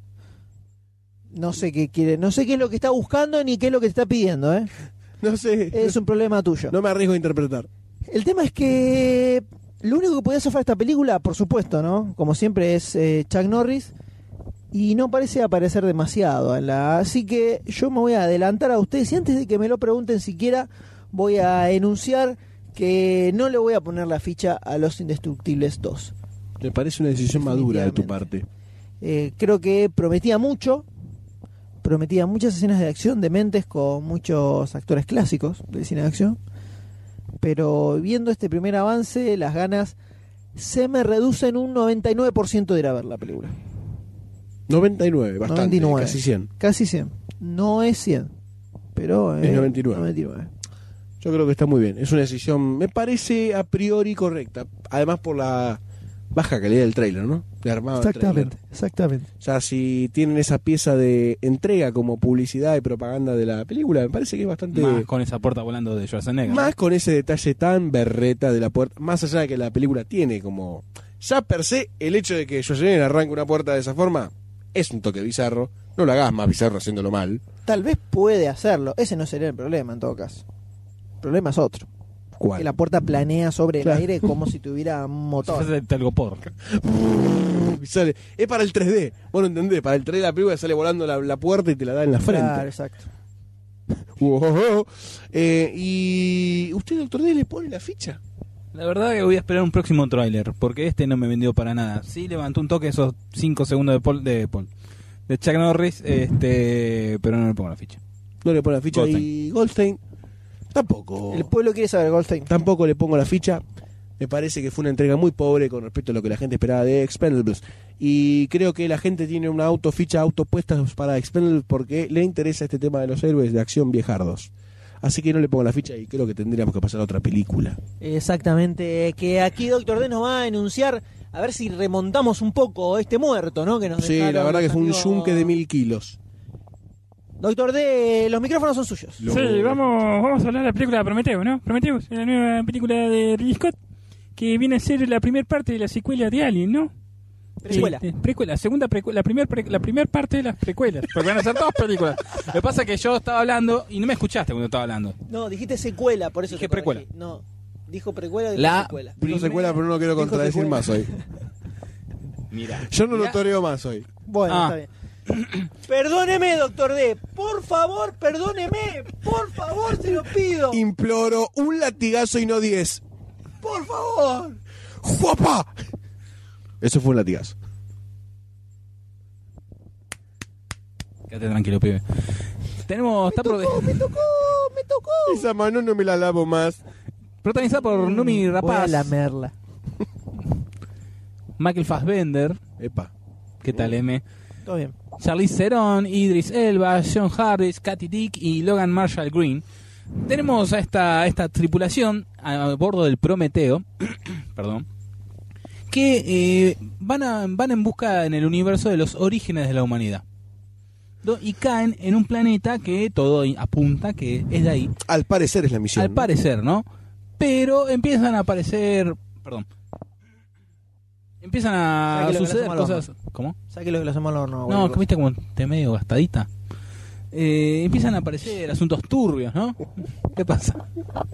No sé qué quiere, no sé qué es lo que está buscando ni qué es lo que te está pidiendo, ¿eh? No sé, Es un problema tuyo. no me arriesgo a interpretar. El tema es que lo único que podía zafar esta película, por supuesto, ¿no? Como siempre, es eh, Chuck Norris. Y no parece aparecer demasiado en la. Así que yo me voy a adelantar a ustedes. Y antes de que me lo pregunten siquiera, voy a enunciar que no le voy a poner la ficha a Los Indestructibles dos. Me parece una decisión madura de tu parte. Eh, creo que prometía mucho. Prometía muchas escenas de acción dementes con muchos actores clásicos del cine de acción. Pero viendo este primer avance, las ganas se me reducen un noventa y nueve por ciento de ir a ver la película. noventa y nueve, bastante, noventa y nueve. casi cien. Casi cien. No es cien, pero Es noventa y nueve. noventa y nueve. Yo creo que está muy bien. Es una decisión, me parece a priori correcta. Además por la baja calidad del trailer, ¿no? De armado del Exactamente, tráiler. exactamente. Ya si tienen esa pieza de entrega como publicidad y propaganda de la película, me parece que es bastante... Más con esa puerta volando de Schwarzenegger. Más con ese detalle tan berreta de la puerta, más allá de que la película tiene como... Ya per se, el hecho de que Schwarzenegger arranque una puerta de esa forma es un toque bizarro. No lo hagas más bizarro haciéndolo mal. Tal vez puede hacerlo. Ese no sería el problema en todo caso. El problema es otro. ¿Cuál? Que la puerta planea sobre Claro. el aire como si tuviera un Si motor. fuese de Telgopor. Y sale- es para el tres D. Vos no entendés, para el tres D la película sale volando la, la puerta y te la da en la frente. Claro, exacto. Wow. Eh, y usted, doctor D, le pone la ficha. La verdad que voy a esperar un próximo tráiler, porque este no me vendió para nada. Sí levantó un toque esos cinco segundos de Paul, de Paul, de Chuck Norris, este, pero no le pongo la ficha. No le pone la ficha. Goldstein. Y Goldstein tampoco. El pueblo quiere saber, Goldstein. Tampoco le pongo la ficha. Me parece que fue una entrega muy pobre con respecto a lo que la gente esperaba de Expendables. Y creo que la gente tiene una autoficha autopuesta para Expendables porque le interesa este tema de los héroes de acción viejardos. Así que no le pongo la ficha y creo que tendríamos que pasar a otra película. Exactamente. Que aquí Doctor D nos va a enunciar a ver si remontamos un poco este muerto, ¿no? Que nos Sí, dejaron la verdad que los fue un amigos. yunque de mil kilos. Doctor D, los micrófonos son suyos. Sí, vamos, vamos a hablar de la película Prometeo, ¿no? Prometeo es la nueva película de Ridley Scott que viene a ser la primera parte de la secuela de Alien, ¿no? Precuela. Sí, precuela, segunda precuela, la primera la primer parte de las precuelas, porque van a ser dos películas. Lo que pasa es que yo estaba hablando y no me escuchaste cuando estaba hablando. No, dijiste secuela, por eso Dije te corregí. precuela. No, dijo precuela, dijo La secuela. Dijo secuela, pero no lo quiero Dijo contradecir secuela. más hoy. Mira. Yo no Mirá. lo toreo más hoy. Bueno, Ah. está bien. Perdóneme, Doctor D. Por favor, perdóneme. Por favor, se lo pido. Imploro un latigazo y no diez. Por favor. ¡Juapa! Eso fue un latigazo. Quédate tranquilo, pibe. Tenemos, está pro- Me tocó, me tocó. Esa mano no me la lavo más. protagonizada por Numi Voy a Rapaz, lamerla. Michael Fassbender, Epa. ¿qué tal, M? Todo bien. Charlize Theron, Idris Elba, John Harris, Katy Dick y Logan Marshall Green. Tenemos a esta, a esta tripulación a bordo del Prometeo, perdón, que eh, van, a, van en busca en el universo de los orígenes de la humanidad. Do- Y caen en un planeta que todo apunta que es de ahí, Al parecer es la misión. al ¿no? parecer, ¿no? Pero empiezan a aparecer, perdón, empiezan a Sáquelo que le suceder hacemos al cosas. ¿Cómo? Sáquelo que lo hacemos al horno. No, que viste como te medio gastadita. Eh, empiezan a aparecer asuntos turbios, ¿no? ¿Qué pasa?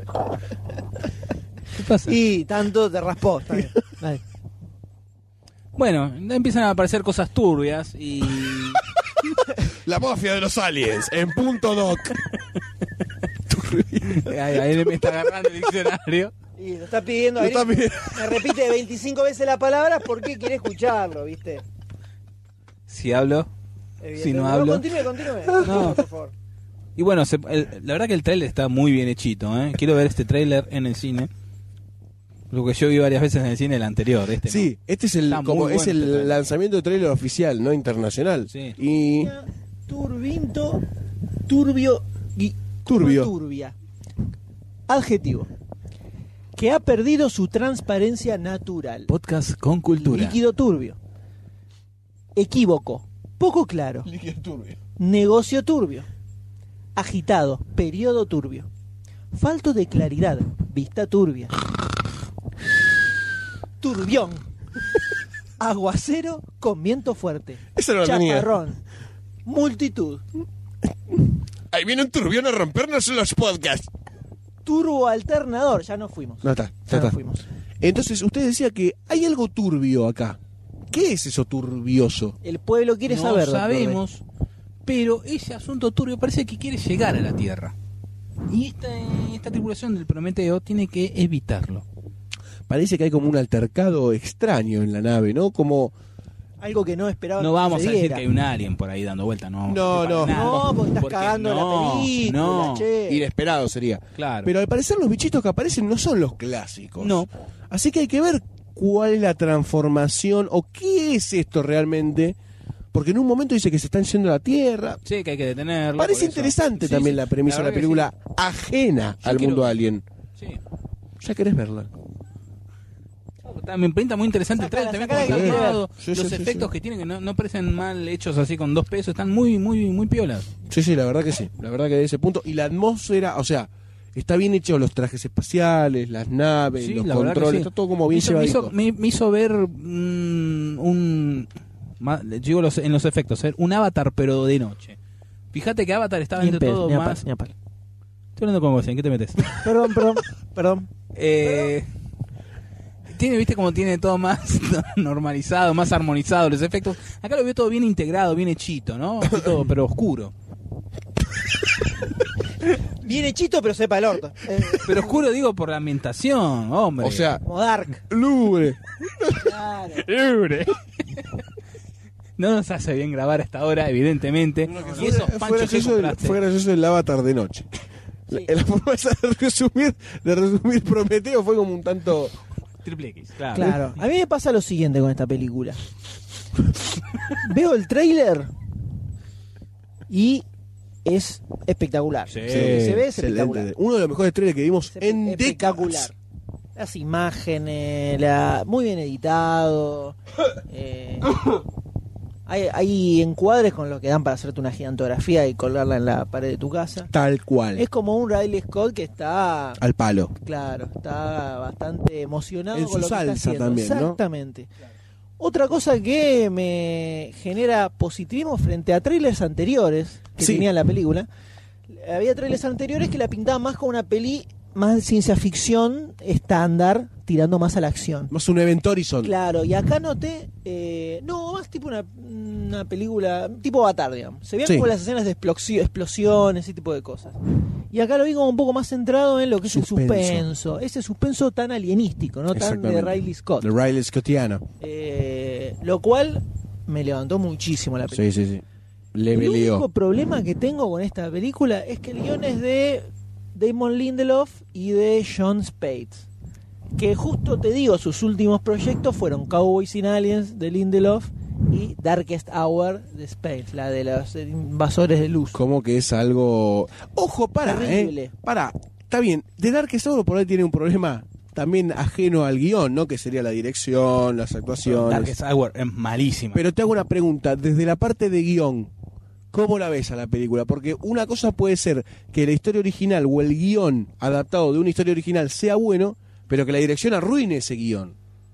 ¿Qué pasa? Y tanto te raspó. Está bien. Dale. Bueno, empiezan a aparecer cosas turbias y... La mafia de los aliens, en punto doc. Ahí, ahí me está agarrando el diccionario. Y lo está pidiendo. Lo ahí. está pidiendo. Me repite veinticinco veces la palabra porque quiere escucharlo, ¿viste? Si hablo... Si no Evidentemente. hablo. Continúe, continúe. No. Por favor. Y bueno, se- el- la verdad que el trailer está muy bien hechito, ¿eh? Quiero ver este trailer en el cine. Lo que yo vi varias veces en el cine, el anterior. Este Sí, no. este es el Está como muy es bueno el este trailer. lanzamiento de trailer oficial, no internacional. Sí. Y Turbinto, turbio y Turbio. turbia. Adjetivo. Que ha perdido su transparencia natural. Podcast con cultura. Líquido turbio. Equívoco. Poco claro. líquido turbio. Negocio turbio. Agitado. Periodo turbio. Falto de claridad. Vista turbia. Turbión. Aguacero con viento fuerte. Esa no la tenía. Chaparrón. Multitud. Ahí viene un turbión a rompernos los podcasts. Turbo alternador. Ya nos fuimos. No está, Ya ya nos está. fuimos. Entonces, usted decía que hay algo turbio acá. ¿Qué es eso turbioso? El pueblo quiere no saber. doctor D. sabemos, pero ese asunto turbio parece que quiere llegar a la Tierra. Y esta, esta tripulación del Prometeo tiene que evitarlo. Parece que hay como un altercado extraño en la nave, ¿no? Como... Algo que no esperaba. No que vamos a decir sucediera. que hay un alien por ahí dando vuelta, no. No, para no. nada. No, porque estás Porque cagando no, la película, no. che. Inesperado sería. Claro. Pero al parecer los bichitos que aparecen no son los clásicos. No. Así que hay que ver cuál es la transformación o qué es esto realmente. Porque en un momento dice que se están yendo a la Tierra. Sí, que hay que detenerlo. Parece por eso. interesante Sí, también sí, la premisa de la verdad que película, ajena Yo al quiero- mundo alien. Sí. Ya querés verla. Me pinta muy interesante el Sacala, trailer también sacala como que está quiero armado. ver. Sí, sí, Los sí, efectos sí. que tienen que no, no parecen mal hechos así con dos pesos, están muy, muy, muy piolas. Sí, sí, la verdad que sí. La verdad que de ese punto. Y la atmósfera, o sea, está bien hecho los trajes espaciales, las naves, Sí, los la verdad que controles, sí. está todo como me bien hizo, me, hizo, llevadito. me- me hizo ver mm, un ma- digo los, en los efectos, ¿eh? Un Avatar pero de noche. Fíjate que Avatar estaba Ni en entre pedo, todo ni a más. pal, ni a pal. Estoy hablando con vos, ¿en qué te metes? Perdón, perdón, perdón. Eh, tiene, viste como tiene todo más normalizado, más armonizado los efectos. Acá lo veo todo bien integrado, bien hechito, ¿no? Así todo, pero oscuro. Bien hechito, pero sepa el orto. Eh, Pero oscuro digo por la ambientación, hombre. O sea, como Dark. lúgubre. Claro. no nos hace bien grabar a esta hora, evidentemente. y esos Fue panchos que gracioso, el, compraste. fue gracioso el Avatar de noche. Sí. La, la forma esa de resumir, de resumir Prometeo fue como un tanto... Triple X, claro. Claro. A mí me pasa lo siguiente con esta película. Veo el tráiler y es espectacular. Sí. Se, se ve espectacular. Excelente. Uno de los mejores trailers que vimos Se- en espectacular. décadas. Las imágenes, la, muy bien editado. eh, hay, hay encuadres con los que dan para hacerte una gigantografía y colgarla en la pared de tu casa. Tal cual. Es como un Riley Scott que está, Al palo. claro, está bastante emocionado En con su lo que está salsa haciendo. también, ¿no? Exactamente. Otra cosa que me genera positivismo frente a trailers anteriores que Sí. tenía la película. Había trailers anteriores que la pintaban más como una peli más de ciencia ficción estándar, tirando más a la acción. Más un evento Horizon. Claro, y acá noté, eh, no, más tipo una, una película, tipo Avatar, digamos. Se veían Sí. como las escenas de explosi- explosiones, ese tipo de cosas. Y acá lo vi como un poco más centrado en lo que es Suspenso. el suspenso. Ese suspenso tan alienístico, no tan de Exactamente. Riley Scott. De Riley Scottiana. Eh, lo cual me levantó muchísimo la película. Sí, sí, sí. Le El peleó. único problema que tengo con esta película es que el guión es de Damon Lindelof y de John Spates. Que justo te digo, sus últimos proyectos fueron Cowboys and Aliens de Lindelof y Darkest Hour de Spates, la de los invasores de luz. Como que es algo... Ojo, para, Terrible. eh. Para. Está bien. De Darkest Hour por ahí tiene un problema también ajeno al guión, ¿no? Que sería la dirección, las actuaciones. Darkest Hour es malísima. Pero te hago una pregunta. Desde la parte de guión, ¿cómo la ves a la película? Porque una cosa puede ser que la historia original o el guión adaptado de una historia original sea bueno, pero que la dirección arruine ese guión.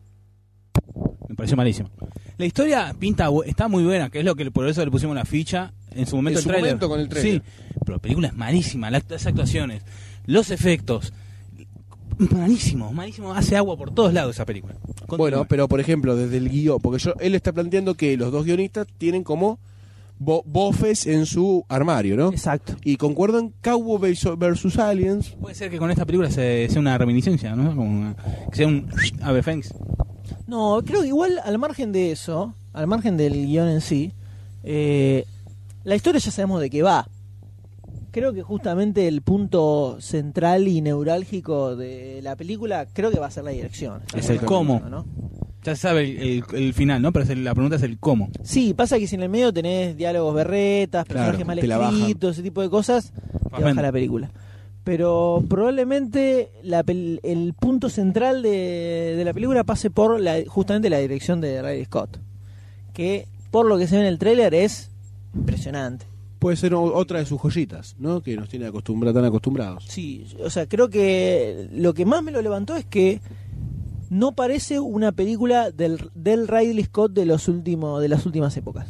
Me pareció malísimo. La historia pinta bu- está muy buena, que es lo que por eso le pusimos la ficha en su momento En el su tráiler. momento con el tráiler. Sí, pero la película es malísima, las, las actuaciones, los efectos, malísimo, malísimo, hace agua por todos lados esa película. Continúa. Bueno, pero por ejemplo, desde el guión, porque yo, él está planteando que los dos guionistas tienen como bo- bofes en su armario, ¿no? Exacto. Y concuerdo en Cowboy versus Aliens. puede ser que con esta película se, sea una reminiscencia, ¿no? Como una- que sea un Ave Fénix. No, creo que igual al margen de eso, al margen del guión en sí, eh, la historia ya sabemos de qué va. Creo que justamente el punto central y neurálgico de la película creo que va a ser la dirección. Es el cómo. ¿No? Ya se sabe el, el, el final, ¿no? Pero es el, la pregunta es el cómo. Sí, pasa que si en el medio tenés diálogos berretas, personajes Claro, mal te la escritos, bajan. ese tipo de cosas, te Bajan. baja la película. Pero probablemente la pel- el punto central de, de la película pase por la, justamente la dirección de Ridley Scott. Que por lo que se ve en el tráiler es impresionante. Puede ser o- otra de sus joyitas, ¿no? Que nos tiene acostumbra, tan acostumbrados. Sí, o sea, creo que lo que más me lo levantó es que no parece una película del, del Ridley Scott de los últimos de las últimas épocas.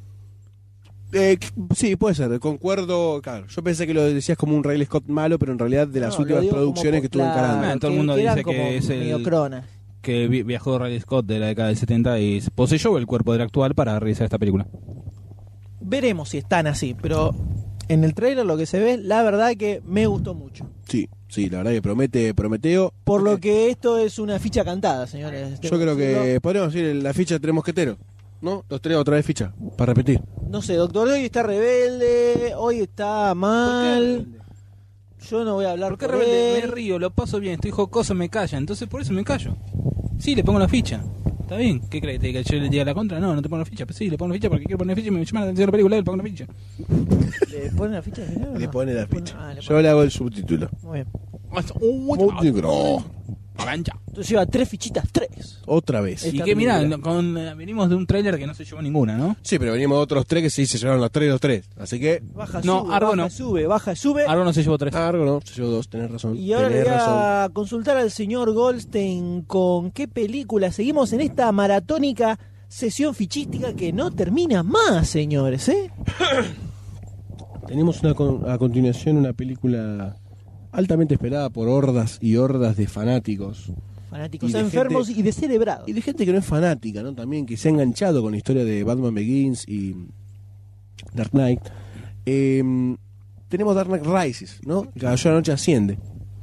Eh, sí, puede ser, concuerdo. Claro, yo pensé que lo decías como un Ridley Scott malo, pero en realidad de las No, lo últimas digo producciones como que estuvo claro, encarando. Ah, todo el mundo eran dice que como es el- medio cronas. Que vi- viajó Ridley Scott de la década del setenta y poseyó el cuerpo del actual para realizar esta película. Veremos si están así, pero en el trailer lo que se ve, la verdad que me gustó mucho. Sí, sí, la verdad que promete Prometeo. Por lo que esto es una ficha cantada, señores. Yo creo que podríamos decir la ficha de Tres Mosqueteros, ¿no? Los tres otra vez ficha, para repetir. No sé, Doctor hoy está rebelde, hoy está mal. Yo no voy a hablar ¿Por qué por rebelde? él. Me río, lo paso bien, estoy jocoso, me calla. Entonces por eso me callo. Sí, le pongo la ficha. Está bien. ¿Qué crees? ¿Que yo le diga la contra? No, no te pongo la ficha. Pero sí, le pongo la ficha porque quiero poner la ficha y me llama la atención la película, le pongo la ficha. ¿Le ponen la ficha? ¿No? Le pone la ficha. Ah, le Yo pone- le hago el subtítulo. Muy bien. Montenegro. Avancha. Entonces lleva tres fichitas, tres. Otra vez. Y Esta que mirá, película. con, eh, venimos de un tráiler que no se llevó ninguna, ¿no? Sí, pero venimos de otros tres que sí se llevaron los tres los tres. Así que. Baja, No, sube, Argo baja, no. sube, baja, sube. Argo no se llevó tres. Ah, algo no, se llevó dos, tenés razón. Y ahora le tenés voy razón. a consultar al señor Goldstein con qué película seguimos en esta maratónica sesión fichística que no termina más, señores, ¿eh? Tenemos una, con- a continuación una película altamente esperada por hordas y hordas de fanáticos. Fanáticos Y de enfermos gente- y descerebrados. Y de gente que no es fanática, ¿no? También que se ha enganchado con la historia de Batman Begins y Dark Knight. Eh, tenemos Dark Knight Rises, ¿no? El Caballero de la Noche Asciende.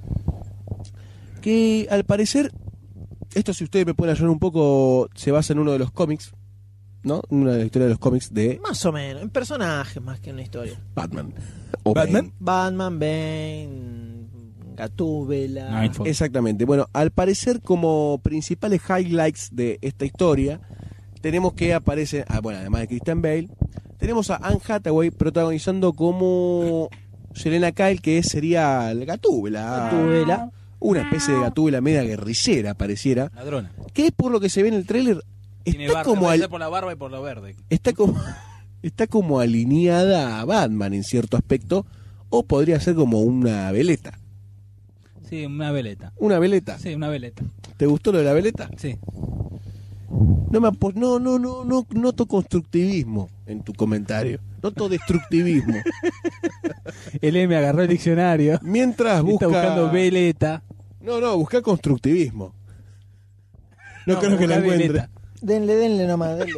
Que al parecer, esto si ustedes me pueden ayudar un poco, se basa en uno de los cómics, ¿no? Una de las historias de los cómics de Más o menos, en personajes más que en una historia. Batman. O ¿Batman? Bane. Batman, Bane, Gatúbela. Nightfall. Exactamente. Bueno, al parecer como principales highlights de esta historia, tenemos que aparece, ah, bueno, además de Christian Bale, tenemos a Anne Hathaway protagonizando como Selena Kyle, que sería el Gatúbela. Gatúbela. Una especie de Gatúbela media guerrillera, pareciera. Ladrona. Que por lo que se ve en el tráiler, Tiene está barba, como, debe al- ser por la barba y por lo verde. está como está como alineada a Batman en cierto aspecto, o podría ser como una veleta. Sí, una veleta. Una veleta. Sí, una veleta. ¿Te gustó lo de la veleta? Sí. No, me apo- no, no, no, no noto constructivismo en tu comentario. Noto destructivismo. El M agarró el diccionario. Mientras busca... Está buscando veleta. No, no, busca constructivismo. No, creo que la busca encuentre. veleta. Denle, denle nomás, denle.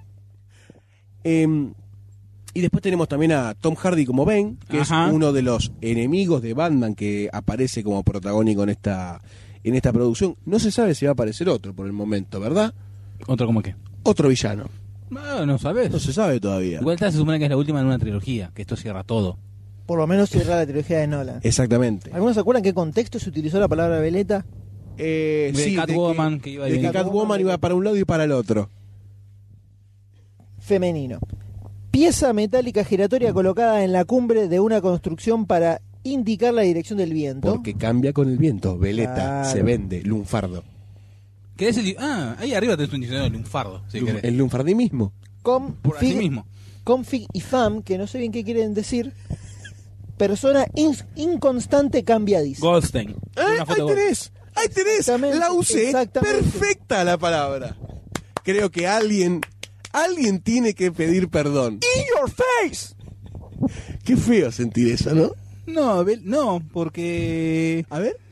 Eh, y después tenemos también a Tom Hardy como Bane, que Ajá. es uno de los enemigos de Batman que aparece como protagónico en esta, en esta producción. No se sabe si va a aparecer otro por el momento, ¿verdad? ¿Otro como qué? Otro villano. No, no sabes. No se sabe todavía. Igual esta se supone que es la última en una trilogía, que esto cierra todo. Por lo menos cierra la trilogía de Nolan. Exactamente. ¿Algunos se acuerdan en qué contexto se utilizó la palabra veleta? Eh, De sí, Catwoman, que, que iba de ahí. que Catwoman iba para un lado y para el otro. Femenino. Pieza metálica giratoria colocada en la cumbre de una construcción para indicar la dirección del viento. Porque cambia con el viento. Veleta, Claro. se vende, lunfardo. ¿Qué es el.? Ah, ahí arriba tenés un diccionario de lunfardo, si Lun- querés. el lunfardimismo. Com, Por así fig- mismo. config y fam, que no sé bien qué quieren decir. Persona ins- inconstante cambiadiza. Goldstein. ¿Eh? Una foto Ahí de tenés, ahí tenés. Exactamente, La usé. exactamente. Perfecta la palabra. Creo que alguien, alguien tiene que pedir perdón. In your face. Qué feo sentir eso, ¿no? No, Bel- no, porque. A ver.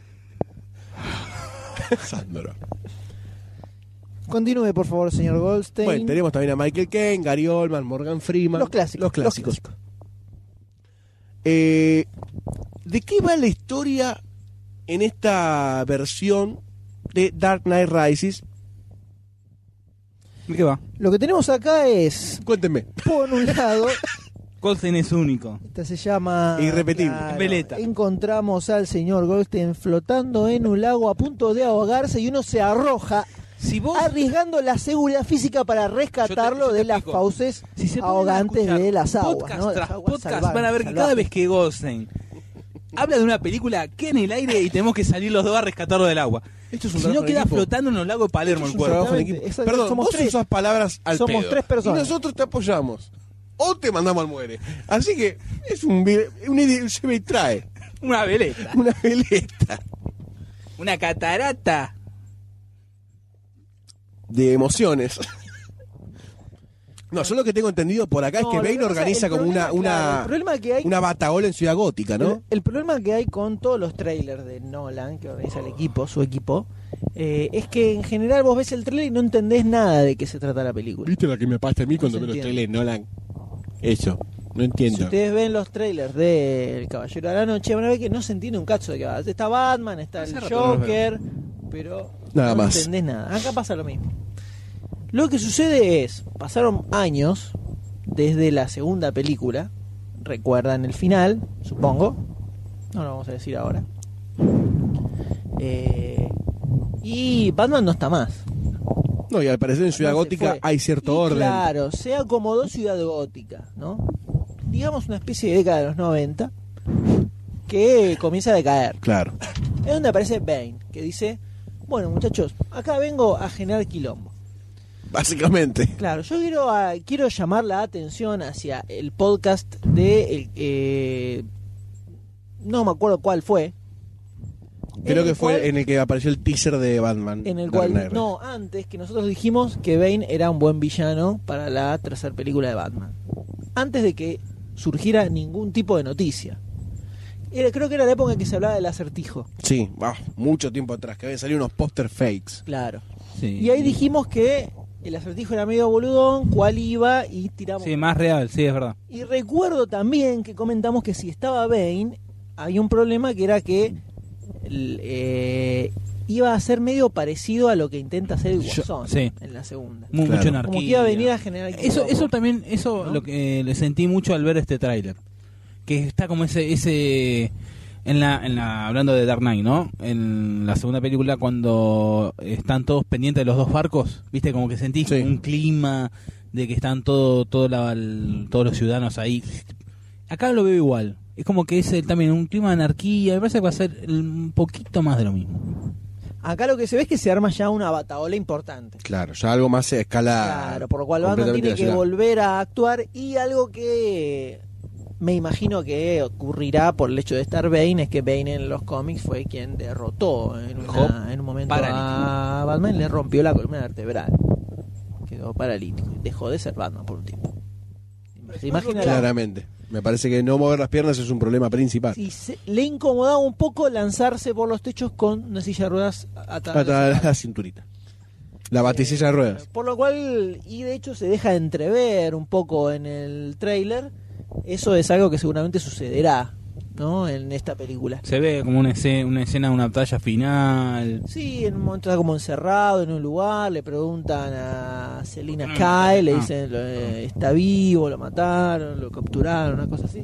Sandro. Continúe, por favor, señor Goldstein. Bueno, tenemos también a Michael Caine, Gary Oldman, Morgan Freeman. Los clásicos, Los clásicos. los clásicos. Eh, ¿De qué va la historia en esta versión de Dark Knight Rises? ¿De qué va? Lo que tenemos acá es, Cuéntenme. por un lado, Goldstein es único. Esta se llama... Irrepetible. Veleta. Encontramos al señor Goldstein flotando en un lago a punto de ahogarse y uno se arroja Si vos arriesgando la seguridad física para rescatarlo Yo te- yo te de las explico. fauces si se ponen a ahogantes escuchar de las aguas. podcast ¿no? De tras las aguas podcast salvajes, van a ver que cada salvajes. vez que Goldstein habla de una película queda en el aire y tenemos que salir los dos a rescatarlo del agua. Esto es un Si no trabajo en queda equipo. flotando en los lagos de Palermo el Es un cuerpo. trabajo en Exactamente. equipo. Eso- Perdón, somos vos tres. usás palabras al Somos pedo. tres personas. Y nosotros te apoyamos. O te mandamos al muere. Así que es un, vi- un, ide- se me trae. Una veleta, Una veleta una catarata. de emociones. No, yo lo que tengo entendido por acá No, es que lo Bane que pasa- organiza el como una, problema, claro, una, el problema que hay una bataola en Ciudad Gótica, ¿no? El, el problema que hay con todos los trailers de Nolan, que organiza el equipo, su equipo, eh, es que en general vos ves el trailer y no entendés nada de qué se trata la película. ¿Viste lo que me pasa a mí cuando se veo los entiende. trailers Nolan? Eso, no Si entiendo. ustedes ven los trailers de El Caballero de la Noche, van a ver que no se entiende un cacho de qué va. Está Batman, está el Hace rato no los Joker, pero Nada no más. entendés nada. Acá pasa lo mismo. Lo que sucede es, pasaron años desde la segunda película, recuerdan el final, supongo, no lo vamos a decir ahora. Eh, y Batman no está más. No, y al parecer en Ciudad No se Gótica fue. hay cierto Y orden. Claro, se acomodó Ciudad Gótica, ¿no? Digamos una especie de década de los noventa que comienza a decaer. Claro. Es donde aparece Bane, que dice, bueno muchachos, acá vengo a generar quilombo. Básicamente. Claro, yo quiero, a- quiero llamar la atención hacia el podcast de... el, eh, no me acuerdo cuál fue. Creo en que el fue cual- en el que apareció el teaser de Batman. En el Dark cual, Knight. no, antes que nosotros dijimos que Bane era un buen villano para la tercera película de Batman. Antes de que surgiera ningún tipo de noticia. Era, creo que era la época en que se hablaba del acertijo. Sí, ah, mucho tiempo atrás, que habían salido unos póster fakes. Claro. Sí. Y ahí dijimos que el acertijo era medio boludón, cuál iba y tiramos. Sí, más real, sí, es verdad. Y recuerdo también que comentamos que si estaba Bane, había un problema que era que el, eh, iba a ser medio parecido a lo que intenta hacer el Yo- Guasón sí. en la segunda. Mu- Claro. Mucho anarquía. Como que iba a venir a generar Eso, quilombo. eso también, eso ¿No? lo que le sentí mucho al ver este tráiler. Que está como ese, ese en la, en la, hablando de Dark Knight, ¿no? En la segunda película cuando están todos pendientes de los dos barcos, viste, como que sentís Sí. un clima de que están todo, todo la- el- todos los ciudadanos ahí. Acá lo veo igual. Es como que es el- también un clima de anarquía. Me parece que va a ser el- un poquito más de lo mismo. Acá lo que se ve es que se arma ya una bataola importante. Claro, ya algo más a escala. Claro, por lo cual Batman completamente tiene que nacional. volver a actuar y algo que me imagino que ocurrirá por el hecho de estar Bane es que Bane en los cómics fue quien derrotó en, una- en un momento paralítico. a Batman y le rompió la columna vertebral. Quedó paralítico. Dejó de ser Batman por un tiempo. ¿Se imagina? Claramente. Me parece que no mover las piernas es un problema principal. Y se- le incomodaba un poco lanzarse por los techos con una silla de ruedas atada. Hasta la cinturita. La baticilla de ruedas. Por lo cual, y de hecho se deja entrever un poco en el tráiler, eso es algo que seguramente sucederá, ¿no? En esta película. Se ve como una escena, una escena de una batalla final. Sí, en un momento está como encerrado en un lugar, le preguntan a Selina Mm, Kyle, le ah. dicen, eh, está vivo, lo mataron, lo capturaron, una cosa así.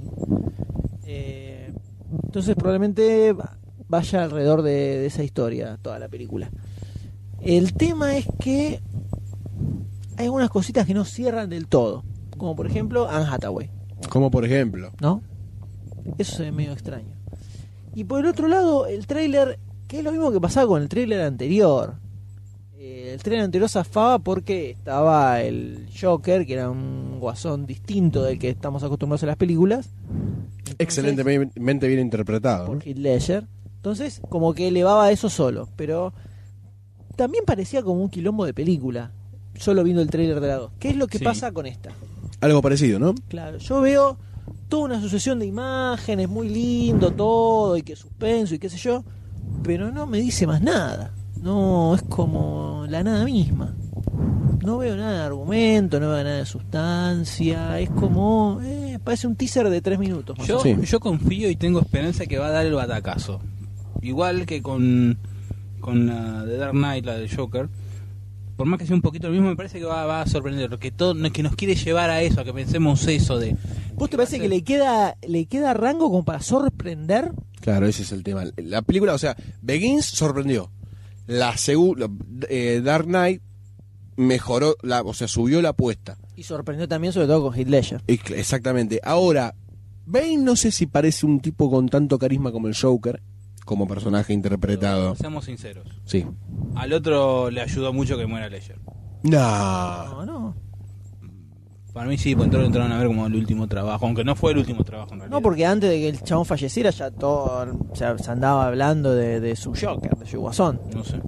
Eh, entonces probablemente va- vaya alrededor de, de esa historia toda la película. El tema es que hay algunas cositas que no cierran del todo, como por ejemplo Anne Hathaway, Como por ejemplo. ¿no? Eso se ve medio extraño. Y por el otro lado, el tráiler, que es lo mismo que pasaba con el tráiler anterior. Eh, el tráiler anterior zafaba porque estaba el Joker, que era un guasón distinto del que estamos acostumbrados a las películas. Entonces, Excelentemente bien interpretado. ¿no? por Heath Ledger. Entonces, como que elevaba eso solo. Pero también parecía como un quilombo de película, solo viendo el tráiler de la dos. ¿Qué es lo que Sí. pasa con esta? Algo parecido, ¿no? Claro, yo veo toda una sucesión de imágenes, muy lindo todo, y que suspenso y qué sé yo, pero no me dice más nada. No, es como la nada misma. No veo nada de argumento, no veo nada de sustancia, es como... Eh, parece un teaser de tres minutos. más o Yo, Sí. yo confío y tengo esperanza que va a dar el batacazo. Igual que con, con la de Dark Knight, la de Joker. Por más que sea un poquito lo mismo, me parece que va, va a sorprender. Que, todo, que nos quiere llevar a eso, a que pensemos eso de... ¿Vos te parece que le queda le queda rango como para sorprender? Claro, ese es el tema. La película, o sea, Begins sorprendió. La segunda, eh, Dark Knight mejoró, la, o sea, subió la apuesta. Y sorprendió también, sobre todo con Heath Ledger. Exactamente. Ahora, Bane no sé si parece un tipo con tanto carisma como el Joker, como personaje interpretado. Pero seamos sinceros. Sí. Al otro le ayudó mucho que muera Ledger. No. No, no. Para mí sí, pues entraron, entraron a ver como el último trabajo, aunque no fue el último trabajo en realidad. No, porque antes de que el chabón falleciera ya todo, o sea, se andaba hablando de, de su Joker, de su Guasón. No sé.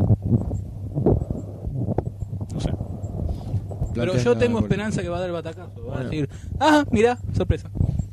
No sé. Pero yo tengo esperanza que va a dar el batacazo. Va a decir, ah, mirá, sorpresa.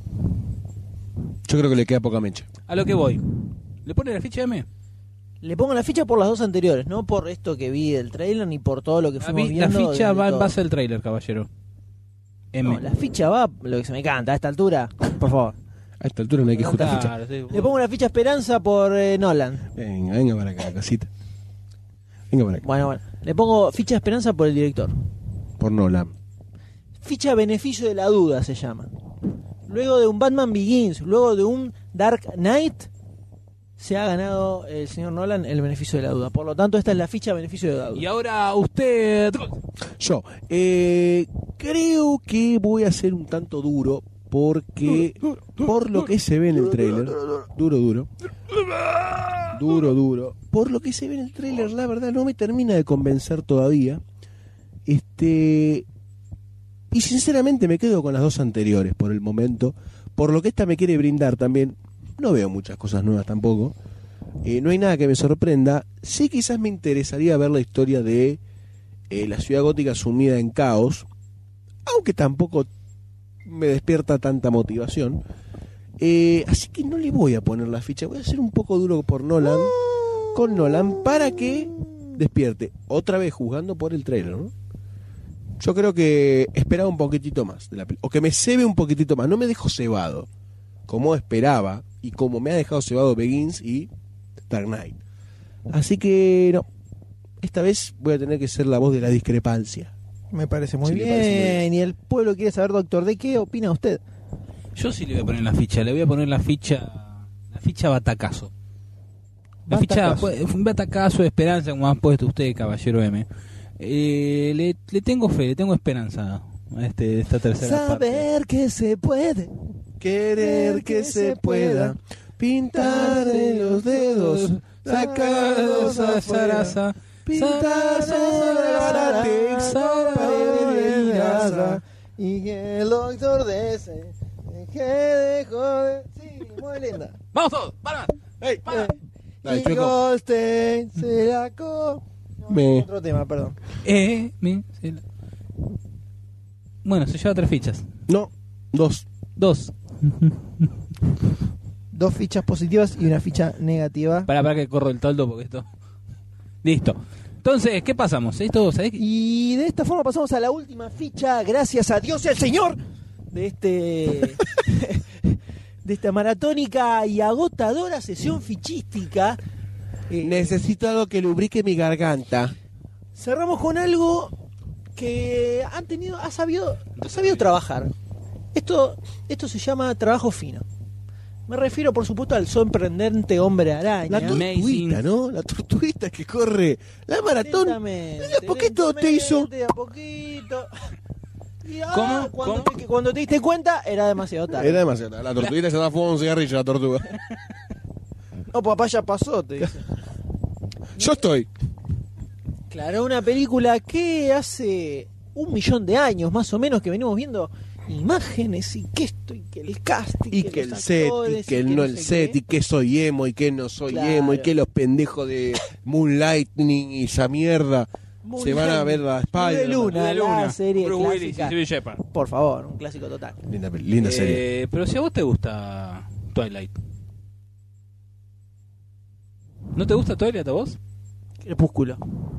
Yo creo que le queda poca mecha. A lo que voy. ¿Le pone la ficha M? Le pongo la ficha por las dos anteriores, no por esto que vi del trailer ni por todo lo que A fuimos mí, la viendo. ficha de- de va en todo. base al trailer, caballero. M. No, la ficha va lo que se me canta a esta altura, por favor. A esta altura no hay que justificar. Claro, sí. Le pongo una ficha esperanza por eh, Nolan. Venga, venga para acá, casita. Venga para acá. Bueno, bueno. Le pongo ficha esperanza por el director. Por Nolan. Ficha beneficio de la duda se llama. Luego de un Batman Begins, luego de un Dark Knight, se ha ganado el señor Nolan el beneficio de la duda. Por lo tanto, esta es la ficha beneficio de la duda. Y ahora usted... Yo, eh, creo que voy a ser un tanto duro porque por lo que se ve en el trailer, duro, duro, duro, duro, por lo que se ve en el trailer, la verdad no me termina de convencer todavía. Este, y sinceramente me quedo con las dos anteriores por el momento, por lo que esta me quiere brindar también. No veo muchas cosas nuevas tampoco. Eh, no hay nada que me sorprenda. Sí, quizás me interesaría ver la historia de eh, la ciudad gótica sumida en caos, aunque tampoco me despierta tanta motivación. Eh, así que no le voy a poner la ficha. Voy a ser un poco duro por Nolan, con Nolan, para que despierte. Otra vez juzgando por el trailer, ¿no? Yo creo que esperaba un poquitito más de la película, o que me cebe un poquitito más. No me dejo cebado como esperaba y como me ha dejado cebado Begins y Dark Knight. Así que no, esta vez voy a tener que ser la voz de la discrepancia. Me parece muy Sí, me bien. parece muy bien. Y el pueblo quiere saber, doctor, ¿de qué opina usted? Yo sí le voy a poner la ficha. Le voy a poner la ficha... La ficha batacazo. La Batacazo. ficha... Un batacazo de esperanza, como ha puesto usted, caballero M. Eh, le, le tengo fe, le tengo esperanza a este, esta tercera parte. Saber que se puede. Querer que se pueda pintar en los dedos, sacarlos afuera, pintar sobre la látex, pared y grasa. Y que el doctor de ese que dejó de... Sí, muy linda. ¡Vamos todos! ¡Para! ¡Ey! Eh, Dale, y Chueco. Goldstein se la co... No, Me- Otro tema, perdón. Eh, mi- se la- Bueno, se lleva tres fichas. No, dos. Dos. Dos fichas positivas y una ficha negativa. Para, para que corro el toldo porque esto... Listo. Entonces, ¿qué pasamos? Esto, ¿sabés qué? Y de esta forma pasamos a la última ficha, gracias a Dios el Señor, de este de esta maratónica y agotadora sesión fichística. Eh, Necesito algo que lubrique mi garganta. cerramos con algo que han tenido, ha sabido, ha sabido trabajar. Esto, esto se llama trabajo fino. Me refiero, por supuesto, al sorprendente hombre araña. La tortuguita, ¿no? La tortuguita que corre la maratón. Lentamente, De a poquito te hizo. lentamente, de a poquito. Y, ah, ¿Cómo? Cuando, ¿Cómo? Te, cuando te diste cuenta, era demasiado tarde. Era demasiado. La tortuguita se da fuego a un cigarrillo, la tortuga. No, papá, ya pasó, te dice. Yo estoy. Claro, una película que hace un millón de años, más o menos, que venimos viendo imágenes y que esto, y que el casting, Y que el los set, y actores, que el no sé el set, qué. y que soy emo, y que no soy Claro. emo, y que los pendejos de Moonlightning y esa mierda Muy se van a bien. ver la Luz de Spider. Luna, De Luna, la serie Bruce Willis y clásica. Sybil Shepherd. Por favor, un clásico total. Linda, pe- linda serie. Eh, pero si a vos te gusta Twilight. ¿No te gusta Twilight a vos? Crepúsculo.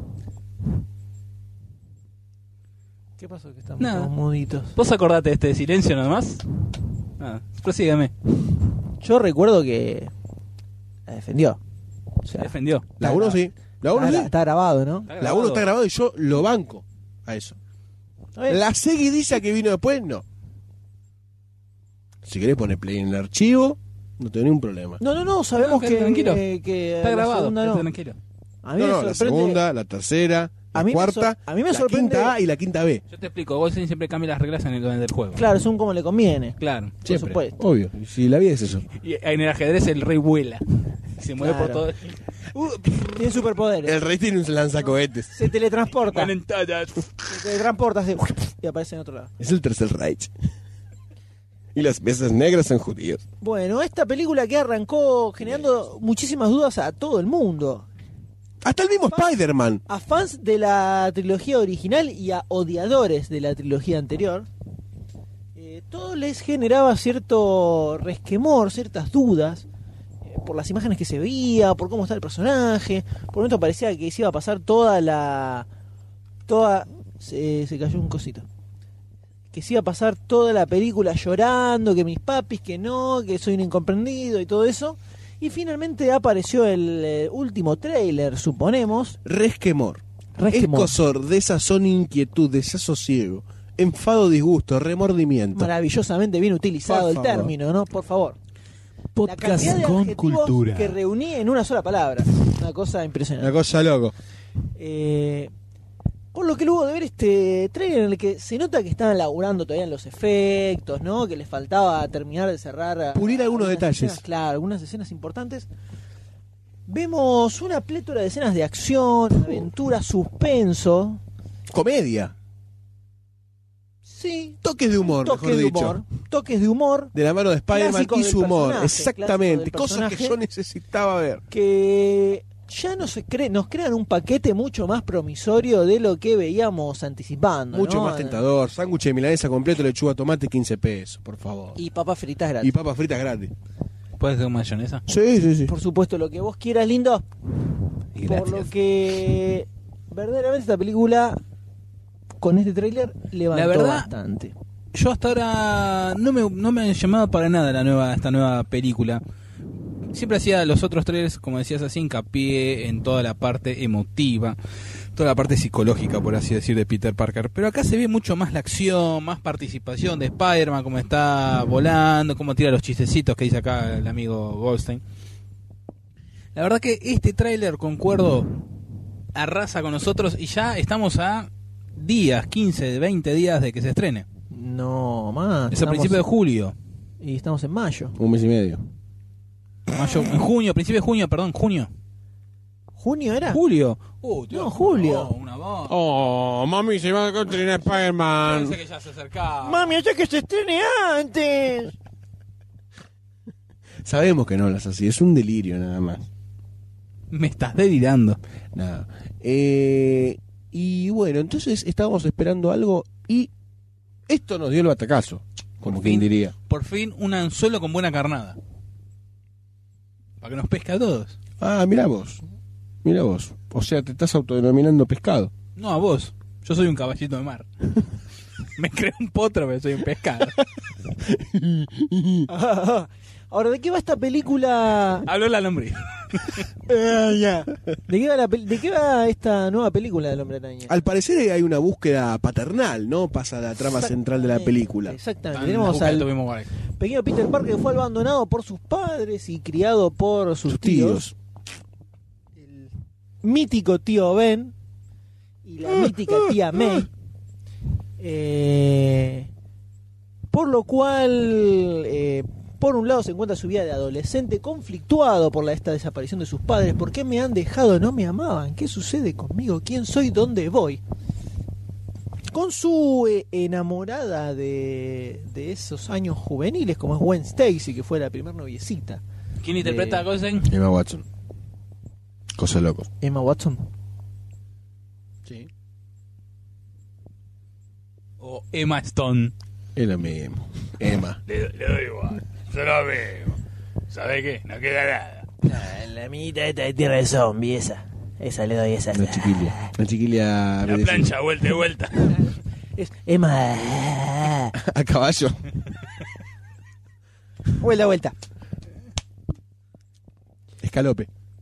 ¿Qué pasó? Que estamos Nada. todos muditos. ¿Vos acordate de este silencio nomás? Ah, prosígame. Yo recuerdo que la defendió. O sea, Defendió. La uno sí. La uno está, sí. está grabado, ¿no? La uno está grabado y yo lo banco a eso. A ver, La seguidiza que vino después, no. Si querés poner play en el archivo, no tengo ningún problema. No, no, no, sabemos No, que, tranquilo. que, que Está la grabado, segunda no. tranquilo. A mí No, me no, la sorprende. segunda, la tercera, la A mí me cuarta, sor- a mí me la sorprende- quinta A y la quinta B. Yo te explico, Goldstein siempre cambia las reglas en el del juego. Claro, son como le conviene. Claro. Por Siempre, supuesto. obvio. Si la vida es eso. Y en el ajedrez el rey vuela. Se mueve Claro. por todo. Uh, tiene superpoderes. El rey tiene un lanzacohetes. Se teletransporta. Van en tallas. Se teletransporta así, y aparece en otro lado. Es el tercer Reich. Y las mesas negras son judíos. Bueno, esta película que arrancó generando muchísimas dudas a todo el mundo. Hasta el mismo Spider-Man. A fans de la trilogía original y a odiadores de la trilogía anterior. Eh, todo les generaba cierto resquemor, ciertas dudas. eh, Por las imágenes que se veía, por cómo está el personaje. Por un momento parecía que se iba a pasar toda la... Toda... Se, se cayó un cosito. Que se iba a pasar toda la película llorando, que mis papis, que no, que soy un incomprendido y todo eso. Y finalmente apareció el eh, último tráiler, suponemos. Resquemor. Resquemor. Escosor, desazón, inquietud, desasosiego, enfado, disgusto, remordimiento. Maravillosamente bien utilizado Por el favor. término, ¿no? Por favor. La Podcast cantidad de con adjetivos cultura. que reuní en una sola palabra. Una cosa impresionante. Una cosa loco. Eh, por lo que luego de ver este trailer en el que se nota que estaban laburando todavía en los efectos, ¿no? Que les faltaba terminar de cerrar... Pulir algunos detalles. Escenas, claro, algunas escenas importantes. Vemos una plétora de escenas de acción, aventura, suspenso. Comedia. Sí, Toques de humor, toques mejor de dicho. humor. Toques de humor. De la mano de Spider-Man Clásicos y del su humor. personaje, Exactamente. clásicos del Cosas que personaje. yo necesitaba ver. Que ya no se cree, nos crean un paquete mucho más promisorio de lo que veíamos anticipando. Mucho ¿no? más tentador. Sándwich de milanesa completo, lechuga, tomate, quince pesos, por favor. Y papas fritas gratis. Y papas fritas gratis. ¿Puedes hacer mayonesa? Sí, sí, sí. Por supuesto, lo que vos quieras, lindo. Y Por gracias. lo que verdaderamente esta película con este tráiler levantó La verdad- bastante. Yo hasta ahora no me, no me han llamado para nada la nueva esta nueva película. Siempre hacía los otros trailers, como decías así, hincapié en toda la parte emotiva, toda la parte psicológica, por así decir, de Peter Parker. Pero acá se ve mucho más la acción, más participación de Spider-Man, cómo está volando, cómo tira los chistecitos que dice acá el amigo Goldstein. La verdad que este tráiler, concuerdo, arrasa con nosotros y ya estamos a días, quince, veinte días de que se estrene. No, más. Es a principios de julio. Y estamos en mayo. Un mes y medio. Mayo, en junio, principio de junio, perdón, junio. ¿Junio era? Julio. Uh, tío, No, julio. no, una voz. Oh, mami, se va a encontrar Spider-Man. Pensé que ya se acercaba. Mami, hasta que se estrene antes. Sabemos que no hablas así, es un delirio nada más. Me estás delirando. Nada. Eh, y bueno, entonces estábamos esperando algo y esto nos dio el batacazo, como Por quien fin. diría. Por fin un anzuelo con buena carnada. Para que nos pesca a todos. Ah, mira vos. Mira vos. O sea, te estás autodenominando pescado. No, a vos. Yo soy un caballito de mar. Me creo un potro, pero soy un pescado. Ahora, ¿de qué va esta película? Habló la lombriz. ¿De qué va, la pel- ¿De qué va esta nueva película del Hombre Araña? Al parecer hay una búsqueda paternal, ¿no? Pasa la trama central de la película. Exactamente. Tenemos al pequeño Peter Parker que fue abandonado por sus padres y criado por sus, Sus tíos. tíos. El mítico tío Ben y la mítica tía May. Eh, por lo cual, eh, por un lado se encuentra su vida de adolescente conflictuado por la, esta desaparición de sus padres. ¿Por qué me han dejado? ¿No me amaban? ¿Qué sucede conmigo? ¿Quién soy? ¿Dónde voy? Con su eh, enamorada de, de esos años juveniles, como es Gwen Stacy, que fue la primer noviecita. ¿Quién interpreta de a Goldstein? Emma Watson. Cosa loco. Emma Watson. Sí. O Emma Stone. Es lo mismo. Emma. Le, le doy igual. Yo lo veo. ¿Sabe qué? No queda nada. Ah, la amiguita esta de tierra de zombie, esa. Esa le doy esa. Una chiquilla. Una chiquilla. La plancha, vuelta y vuelta. Es Emma. A caballo. Vuelta, vuelta. Escalope.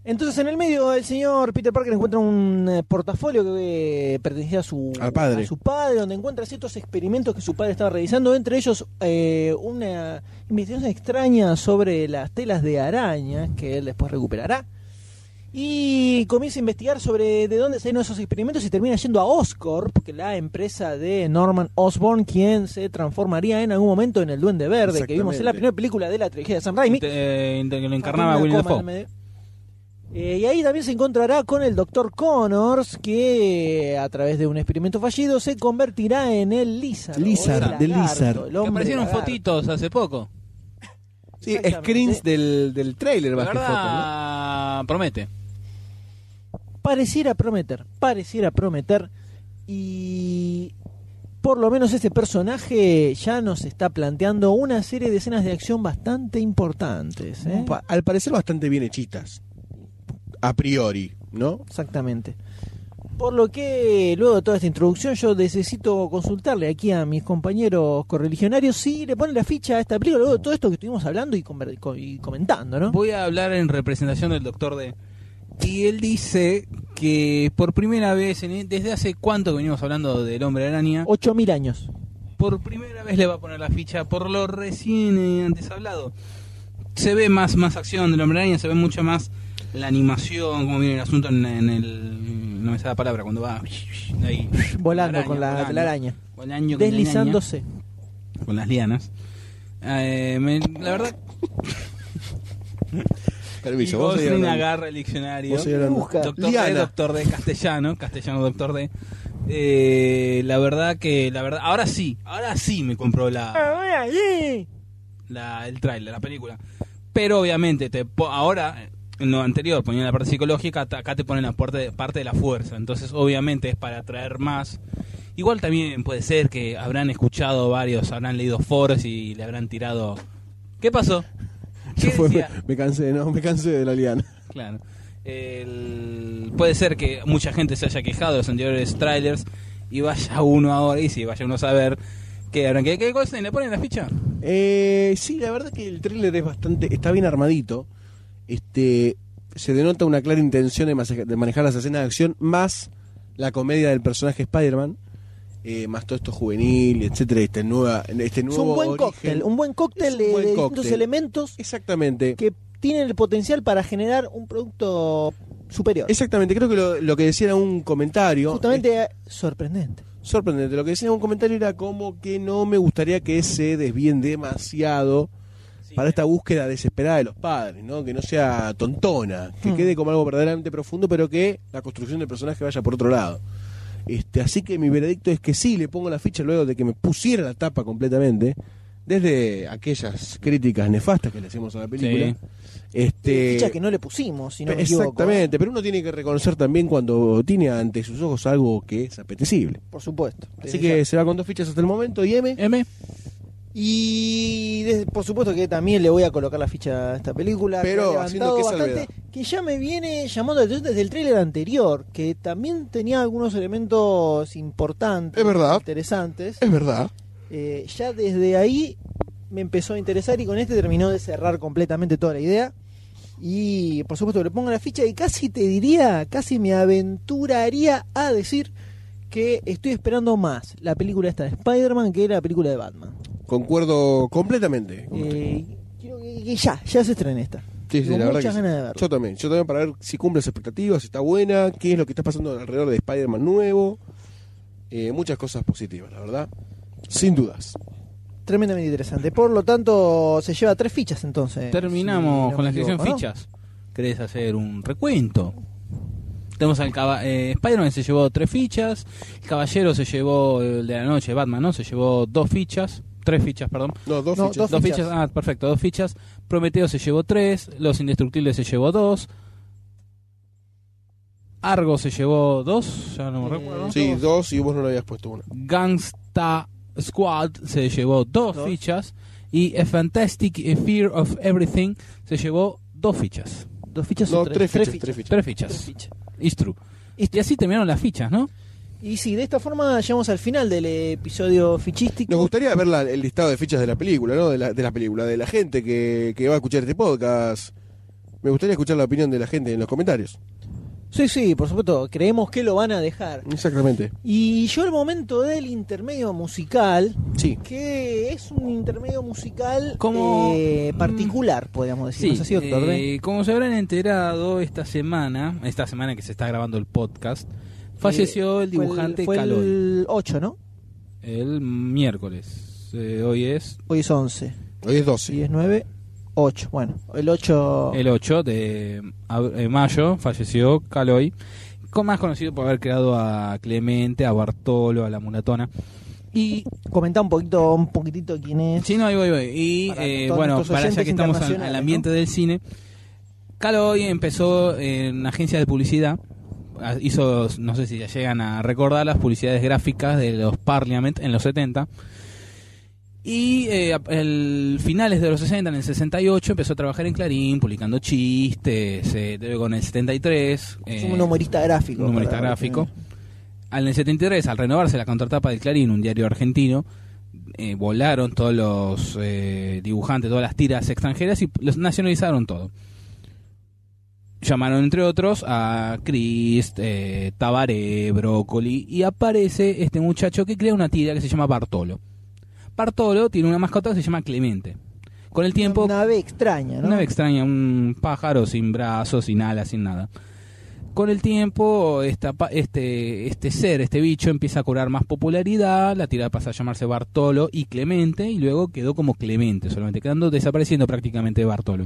Entonces en el medio el señor Peter Parker encuentra un eh, portafolio que eh, pertenecía a su, Al padre. a su padre, donde encuentra ciertos experimentos que su padre estaba realizando, entre ellos eh, una investigación extraña sobre las telas de araña que él después recuperará. Y comienza a investigar sobre de dónde salieron esos experimentos y termina yendo a Oscorp, que la empresa de Norman Osborn, quien se transformaría en algún momento en el Duende Verde, que vimos en la primera película de la trilogía de Sam Raimi. Te- eh, que lo encarnaba Una William coma en el Dafoe. medio. Eh, y ahí también se encontrará con el doctor Connors, que a través de un experimento fallido se convertirá en el Lizard. Lizard, o el del lagarto, Lizard. el Que hombre aparecieron lagarto. fotitos hace poco. Sí, Exactamente. screens del, del trailer La más que fotos, ¿no? verdad, promete. Pareciera prometer, pareciera prometer. Y por lo menos este personaje ya nos está planteando una serie de escenas de acción bastante importantes. ¿eh? Pa- Al parecer bastante bien hechitas. A priori, ¿no? Exactamente. Por lo que, luego de toda esta introducción, yo necesito consultarle aquí a mis compañeros correligionarios si le ponen la ficha a esta película, luego de todo esto que estuvimos hablando y, conver- co- y comentando, ¿no? Voy a hablar en representación del Doctor D. Y él dice que por primera vez, en- desde hace cuánto que venimos hablando del Hombre Araña, Ocho mil años. por primera vez le va a poner la ficha por lo recién eh, antes hablado. Se ve más, más acción del Hombre Araña, se ve mucho más la animación, cómo viene el asunto en, en el... no me sale la palabra, cuando va ahí, Volando araña, con la, volando, la araña. volando con la araña, Deslizándose. con las lianas. Eh, me- la verdad, Permiso, y vos seguís Gosling hablando. agarra el diccionario. Vos seguís hablando. Busca. Doctor D, Liana. Doctor D, castellano, castellano Doctor D. Eh, la verdad que, la verdad, ahora sí, ahora sí me compró la, Ahora sí. la el tráiler, la película. Pero obviamente, te po- ahora, en lo anterior ponían la parte psicológica, ta- acá te ponen la parte, parte de la fuerza. Entonces, obviamente, es para atraer más. Igual también puede ser que habrán escuchado varios, habrán leído foros y le habrán tirado. ¿Qué pasó? ¿Qué Yo fue- decía? me, me cansé, no, me cansé de la liana. Claro. El- Puede ser que mucha gente se haya quejado de los anteriores trailers y vaya uno ahora, y sí, vaya uno a saber que habrán que qué cosa le ponen la ficha. Eh, sí, la verdad que el tráiler es bastante, está bien armadito. Este, se denota una clara intención de, mase- de manejar las escenas de acción más la comedia del personaje Spider-Man, eh, más todo esto juvenil, etcétera, este nueva, este Es nuevo un buen origen. cóctel, un buen cóctel Es un de, buen de distintos cóctel. elementos Exactamente. que tienen el potencial para generar un producto superior. Exactamente, creo que lo, lo que decía era un comentario. Justamente eh, sorprendente. Sorprendente. Lo que decía en un comentario era como que no me gustaría que se desvíen demasiado para esta búsqueda desesperada de los padres, ¿no? Que no sea tontona, que Hmm. quede como algo verdaderamente profundo, pero que la construcción del personaje vaya por otro lado. Este, así que mi veredicto es que sí, le pongo la ficha luego de que me pusiera la tapa completamente, desde aquellas críticas nefastas que le hacemos a la película. Sí. Este, Ficha que no le pusimos, si no me equivoco. exactamente, pero uno tiene que reconocer también cuando tiene ante sus ojos algo que es apetecible. Por supuesto. Así Desde que ya. se va con dos fichas hasta el momento. ¿Y M? M. Y desde- por supuesto que también le voy a colocar la ficha a esta película. Pero que ha haciendo levantado qué bastante, salvedad. que ya me viene llamando la atención desde el tráiler anterior, que también tenía algunos elementos importantes, Es verdad. interesantes. Es verdad. Eh, ya desde ahí me empezó a interesar y con este terminó de cerrar completamente toda la idea. Y por supuesto que le pongo la ficha y casi te diría, casi me aventuraría a decir que estoy esperando más la película esta de Spider-Man que la película de Batman. Concuerdo completamente. Eh, quiero que, que ya, ya se estrene esta. Sí, sí, Tengo la verdad muchas que sí. ganas de verlo. Yo también. Yo también para ver si cumple las expectativas, si está buena, qué es lo que está pasando alrededor de Spider-Man nuevo. Eh, muchas cosas positivas, la verdad. Sin dudas. Tremendamente interesante. Por lo tanto, se lleva tres fichas entonces. Terminamos si no con me la sección equivoco, ¿no? fichas. ¿Querés hacer un recuento? Tenemos al caba- eh, Spider-Man se llevó tres fichas. El Caballero se llevó, el de la noche, Batman, ¿no? Se llevó dos fichas. Tres fichas, perdón. No, dos No, fichas. dos Dos fichas. fichas. Ah, perfecto, dos fichas. Prometeo se llevó tres. Los Indestructibles se llevó dos. Argo se llevó dos. Ya no me Eh, recuerdo. Sí, dos y vos no le habías puesto una. Gangsta Squad se llevó dos, Dos. fichas. Y A Fantastic Fear of Everything se llevó dos fichas. ¿Dos fichas No, o tres, tres? fichas, tres fichas. Tres fichas. Tres fichas. It's true. Y así terminaron las fichas, ¿no? Y sí, de esta forma llegamos al final del episodio fichístico. Nos gustaría ver la- el listado de fichas de la película, ¿no? De la, de la película, de la gente que, que va a escuchar este podcast. Me gustaría escuchar la opinión de la gente en los comentarios. Sí, sí, por supuesto, creemos que lo van a dejar. Exactamente. Y yo el momento del intermedio musical, Sí. que es un intermedio musical Como- eh, particular, podríamos decir. Sí, ¿No es así, doctor D? eh, como se habrán enterado esta semana, esta semana que se está grabando el podcast, falleció el Fue dibujante Fue Caloy. el ocho, ¿no? El miércoles. Eh, hoy es Hoy es once. Hoy es doce. diez, nueve, ocho. Bueno, el ocho... el ocho de ab- eh, mayo, falleció Caloy, con- más conocido por haber creado a Clemente, a Bartolo, a la Mulatona. Y Comentá un poquito, un poquitito quién es. sí, no, ahí voy, ahí voy. Y Para eh, todos bueno, nuestros para ya oyentes que estamos al, al internacionales, ambiente ¿no? del cine, Caloy empezó en agencias de publicidad. Ah, hizo, no sé si ya llegan a recordar, las publicidades gráficas de los Parliament en los setenta. Y eh, a el finales de los sesenta, en el sesenta y ocho, empezó a trabajar en Clarín, publicando chistes. Eh, luego en el setenta y tres... Es eh, un humorista gráfico. un humorista para- gráfico. Al- En el setenta y tres, al renovarse la contratapa del Clarín, un diario argentino, eh, volaron todos los eh, dibujantes, todas las tiras extranjeras y los nacionalizaron todo. Llamaron, entre otros, a Crist, eh, Tabaré, Brócoli, y aparece este muchacho que crea una tira que se llama Bartolo. Bartolo tiene una mascota que se llama Clemente. Con el tiempo... Una ave extraña, ¿no? Una ave extraña, un pájaro sin brazos, sin alas, sin nada. Con el tiempo, esta, pa- este, este ser, este bicho, empieza a cobrar más popularidad, la tira pasa a llamarse Bartolo y Clemente, y luego quedó como Clemente, solamente quedando desapareciendo prácticamente Bartolo.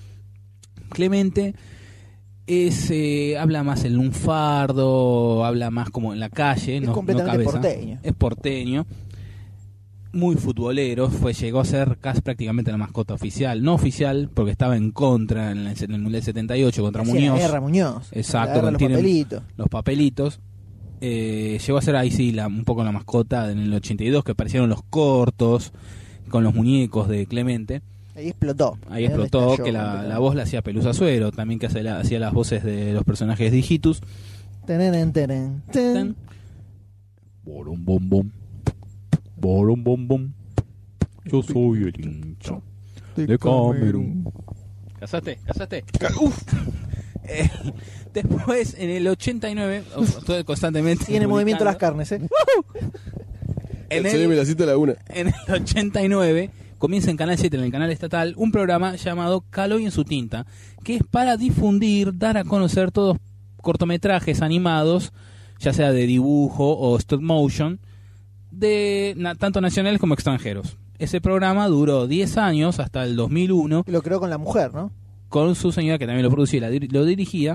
Clemente es, eh, habla más en lunfardo, habla más como en la calle, Es no, no completamente cabeza. porteño. Es porteño. Muy futbolero, fue llegó a ser casi prácticamente la mascota oficial, no oficial porque estaba en contra en el, en el Mundial setenta y ocho contra Hacía Muñoz, La guerra Muñoz. Exacto, La guerra de los tienen- papelitos. los papelitos. Eh, llegó a ser ahí sí la, un poco la mascota en el ochenta y dos, que aparecieron los cortos con los muñecos de Clemente. Ahí explotó. Ahí donde explotó, estalló que la, completamente. la voz la hacía Pelusa Suero, también que hace la- hacía las voces de los personajes de Hijitus. Tenenen, tenen, ten. Tan. Borom, bom, bom. Borom, bom, bom. Yo soy el hincha de Camerún. ¿Casaste? ¿Casaste? Uf, Eh, después, en el ochenta y nueve, oh, estoy constantemente. Tiene movimiento las publicando. carnes, ¿eh? En se me el, la cita laguna. en el ochenta y nueve comienza en Canal siete, en el canal estatal, un programa llamado Caloy en su tinta, que es para difundir, dar a conocer todos cortometrajes animados, ya sea de dibujo o stop motion, de na- tanto nacionales como extranjeros. Ese programa duró diez años, hasta el dos mil uno, Lo creó con la mujer, ¿no? con su señora que también lo producía y la dir- lo dirigía.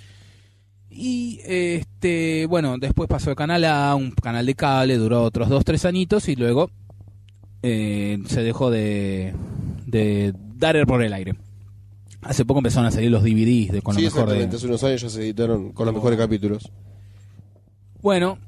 Y este bueno, después pasó de Canal A, un canal de cable, duró otros dos, tres añitos y luego eh, se dejó de, de dar por el aire. Hace poco empezaron a salir los D V Ds de, con Sí, lo mejor exactamente. de... Hace unos años ya se editaron con los mejores capítulos. Bueno,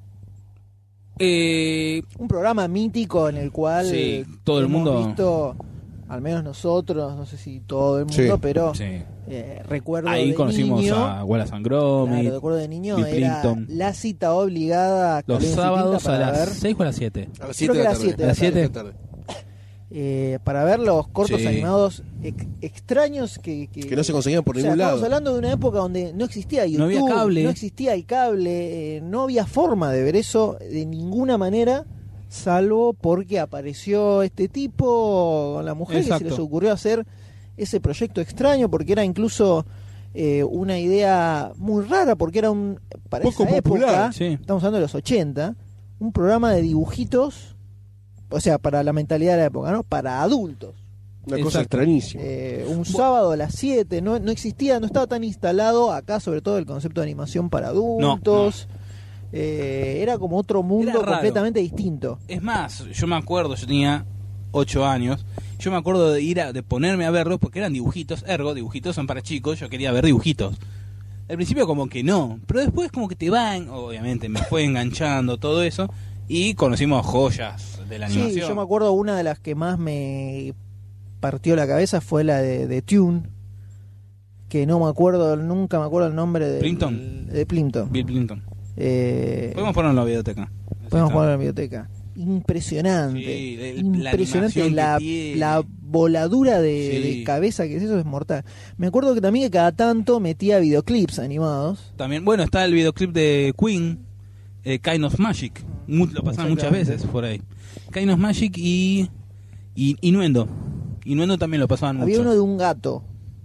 eh, Un programa mítico en el cual Sí, todo el hemos mundo- visto, al menos nosotros, no sé si todo el mundo, Sí. pero sí. eh, recuerdo Ahí de conocimos niño, a Wallace and Gromit, claro, recuerdo de niño, Bill era Clinton. la cita obligada a Los Caloy en su sábados tinta a para las ver, seis o a las siete. A las Creo siete que de la era tarde. siete de la tarde. De la tarde. eh, para ver los cortos Sí. animados ex- extraños que, que, Que no se conseguían por o sea, ningún estamos lado. hablando de una época donde no existía YouTube, No había cable. no existía el cable, eh, no había forma de ver eso de ninguna manera, salvo porque apareció este tipo con la mujer que Exacto. se les ocurrió hacer ese proyecto extraño, porque era incluso eh, una idea muy rara, porque era un para Poco esa popular, época, sí. estamos hablando de los ochenta, un programa de dibujitos, o sea, para la mentalidad de la época, ¿no? Para adultos. Una cosa Exacto. extrañísima. Eh, un sábado a las siete, no, no existía, no estaba tan instalado acá, sobre todo el concepto de animación para adultos. Eh, era como otro mundo Era raro. completamente distinto. Es más, yo me acuerdo, yo tenía ocho años, yo me acuerdo de ir a, de ponerme a verlos porque eran dibujitos, ergo, dibujitos son para chicos, yo quería ver dibujitos. Al principio como que no, pero después como que te van, obviamente me fue enganchando todo eso y conocimos joyas de la Sí, animación. yo me acuerdo una de las que más me partió la cabeza fue la de, de Tune, que no me acuerdo, nunca me acuerdo el nombre de Plimpton. de Plimpton. Bill Clinton. Eh, Podemos ponerlo en la biblioteca. podemos poner en la biblioteca. impresionante. Sí, el- la impresionante. animación La, que tiene. la voladura de, Sí. de cabeza que es eso es mortal. Me acuerdo que también que cada tanto metía videoclips animados. También, bueno, está el videoclip de Queen, eh, Kind of Magic. Mu- lo pasaban muchas Exactamente. veces por ahí. Kind of Magic y, y Innuendo. Innuendo también lo pasaban Había mucho. uno de un gato.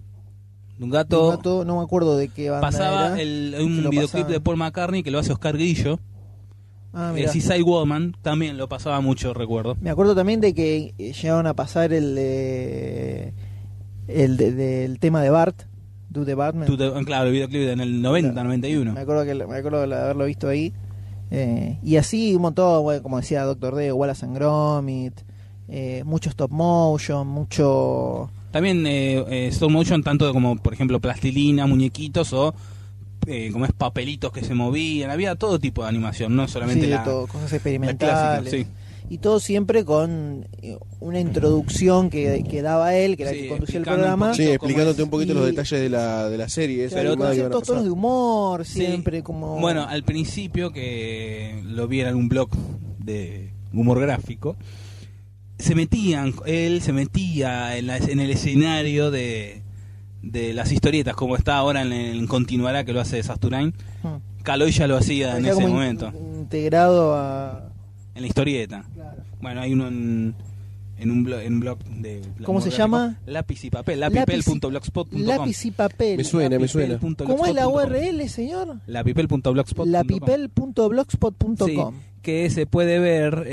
De un De gato. un gato, no me acuerdo de qué banda Pasaba era, el, que un lo videoclip pasaban. de Paul McCartney que lo hace Oscar Grillo. Ah, Eh, mirá. Seaside Woman también lo pasaba mucho, recuerdo. Me acuerdo también de que eh, llegaron a pasar el de, el de- del tema de Bart, Do the Batman. Tú te- claro, el videoclip en el noventa, Claro. noventa y uno. Me acuerdo que me acuerdo de haberlo visto ahí. Eh, y así un montón, bueno, como decía Doctor D, Wallace and Gromit, eh, mucho stop motion, mucho También eh, eh, stop motion, tanto como, por ejemplo, plastilina, muñequitos o eh, como es papelitos que se movían. Había todo tipo de animación, no solamente sí, de la, todo, cosas la experimentales. clásica. Sí. Y todo siempre con eh, una introducción que, que daba él, que era el Sí, que conducía el explicando un programa. poquito Sí, cómo explicándote es. un poquito Y- los detalles de la, de la serie. esa Claro, animada con que iban a ciertos tonos pasar. de humor, Sí. siempre como... Bueno, al principio que lo vi en un blog de humor gráfico, se metían, él se metía en, la- en el escenario de, de las historietas, como está ahora en, en Continuará, que lo hace Sasturain. Hmm. Caloy ya lo hacía en Parecía ese como in- momento, integrado a... en la historieta. Claro. Bueno, hay uno en, en un blog, en un blog de ¿Cómo humor se gráfico. llama? Lápiz y papel, Lápiz y- lapipel punto blogspot punto com. Lápiz y papel. Me suena, me suena. ¿Cómo es la U R L, señor? lapipel punto blogspot punto com. lapipel punto blogspot punto com. Sí, que se puede ver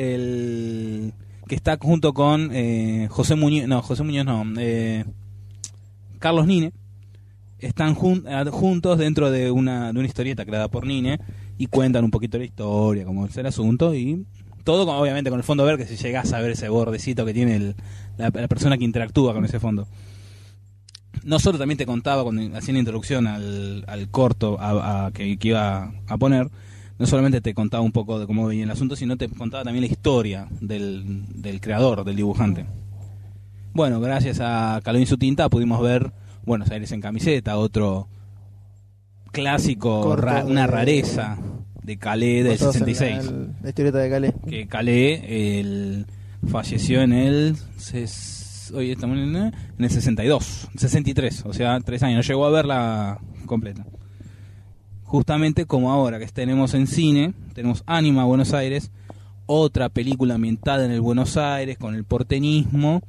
el que está junto con eh, José Muñoz, no, José Muñoz no, eh, Carlos Nine, están jun- eh, juntos dentro de una, de una historieta creada por Nine y cuentan un poquito la historia, como es el asunto y todo con- obviamente con el fondo verde, que si llegás a ver ese bordecito que tiene el- la, la persona que interactúa con ese fondo. Nosotros también te contaba cuando hacía la introducción al, al corto a, a- que, que iba a poner, no solamente te contaba un poco de cómo venía el asunto, sino te contaba también la historia del, del creador, del dibujante. Bueno, gracias a Calvin su tinta pudimos ver Buenos Aires en camiseta, otro clásico, Corto ra- de- una rareza de Calais del Basados en sesenta y seis. La, el- la historieta de Calais. Que Calais el, falleció en el ses- hoy estamos en, en el sesenta y dos, sesenta y tres, o sea, tres años, no llegó a verla completa. Justamente como ahora que tenemos en cine, tenemos Ánima Buenos Aires, otra película ambientada en el Buenos Aires con el porteñismo,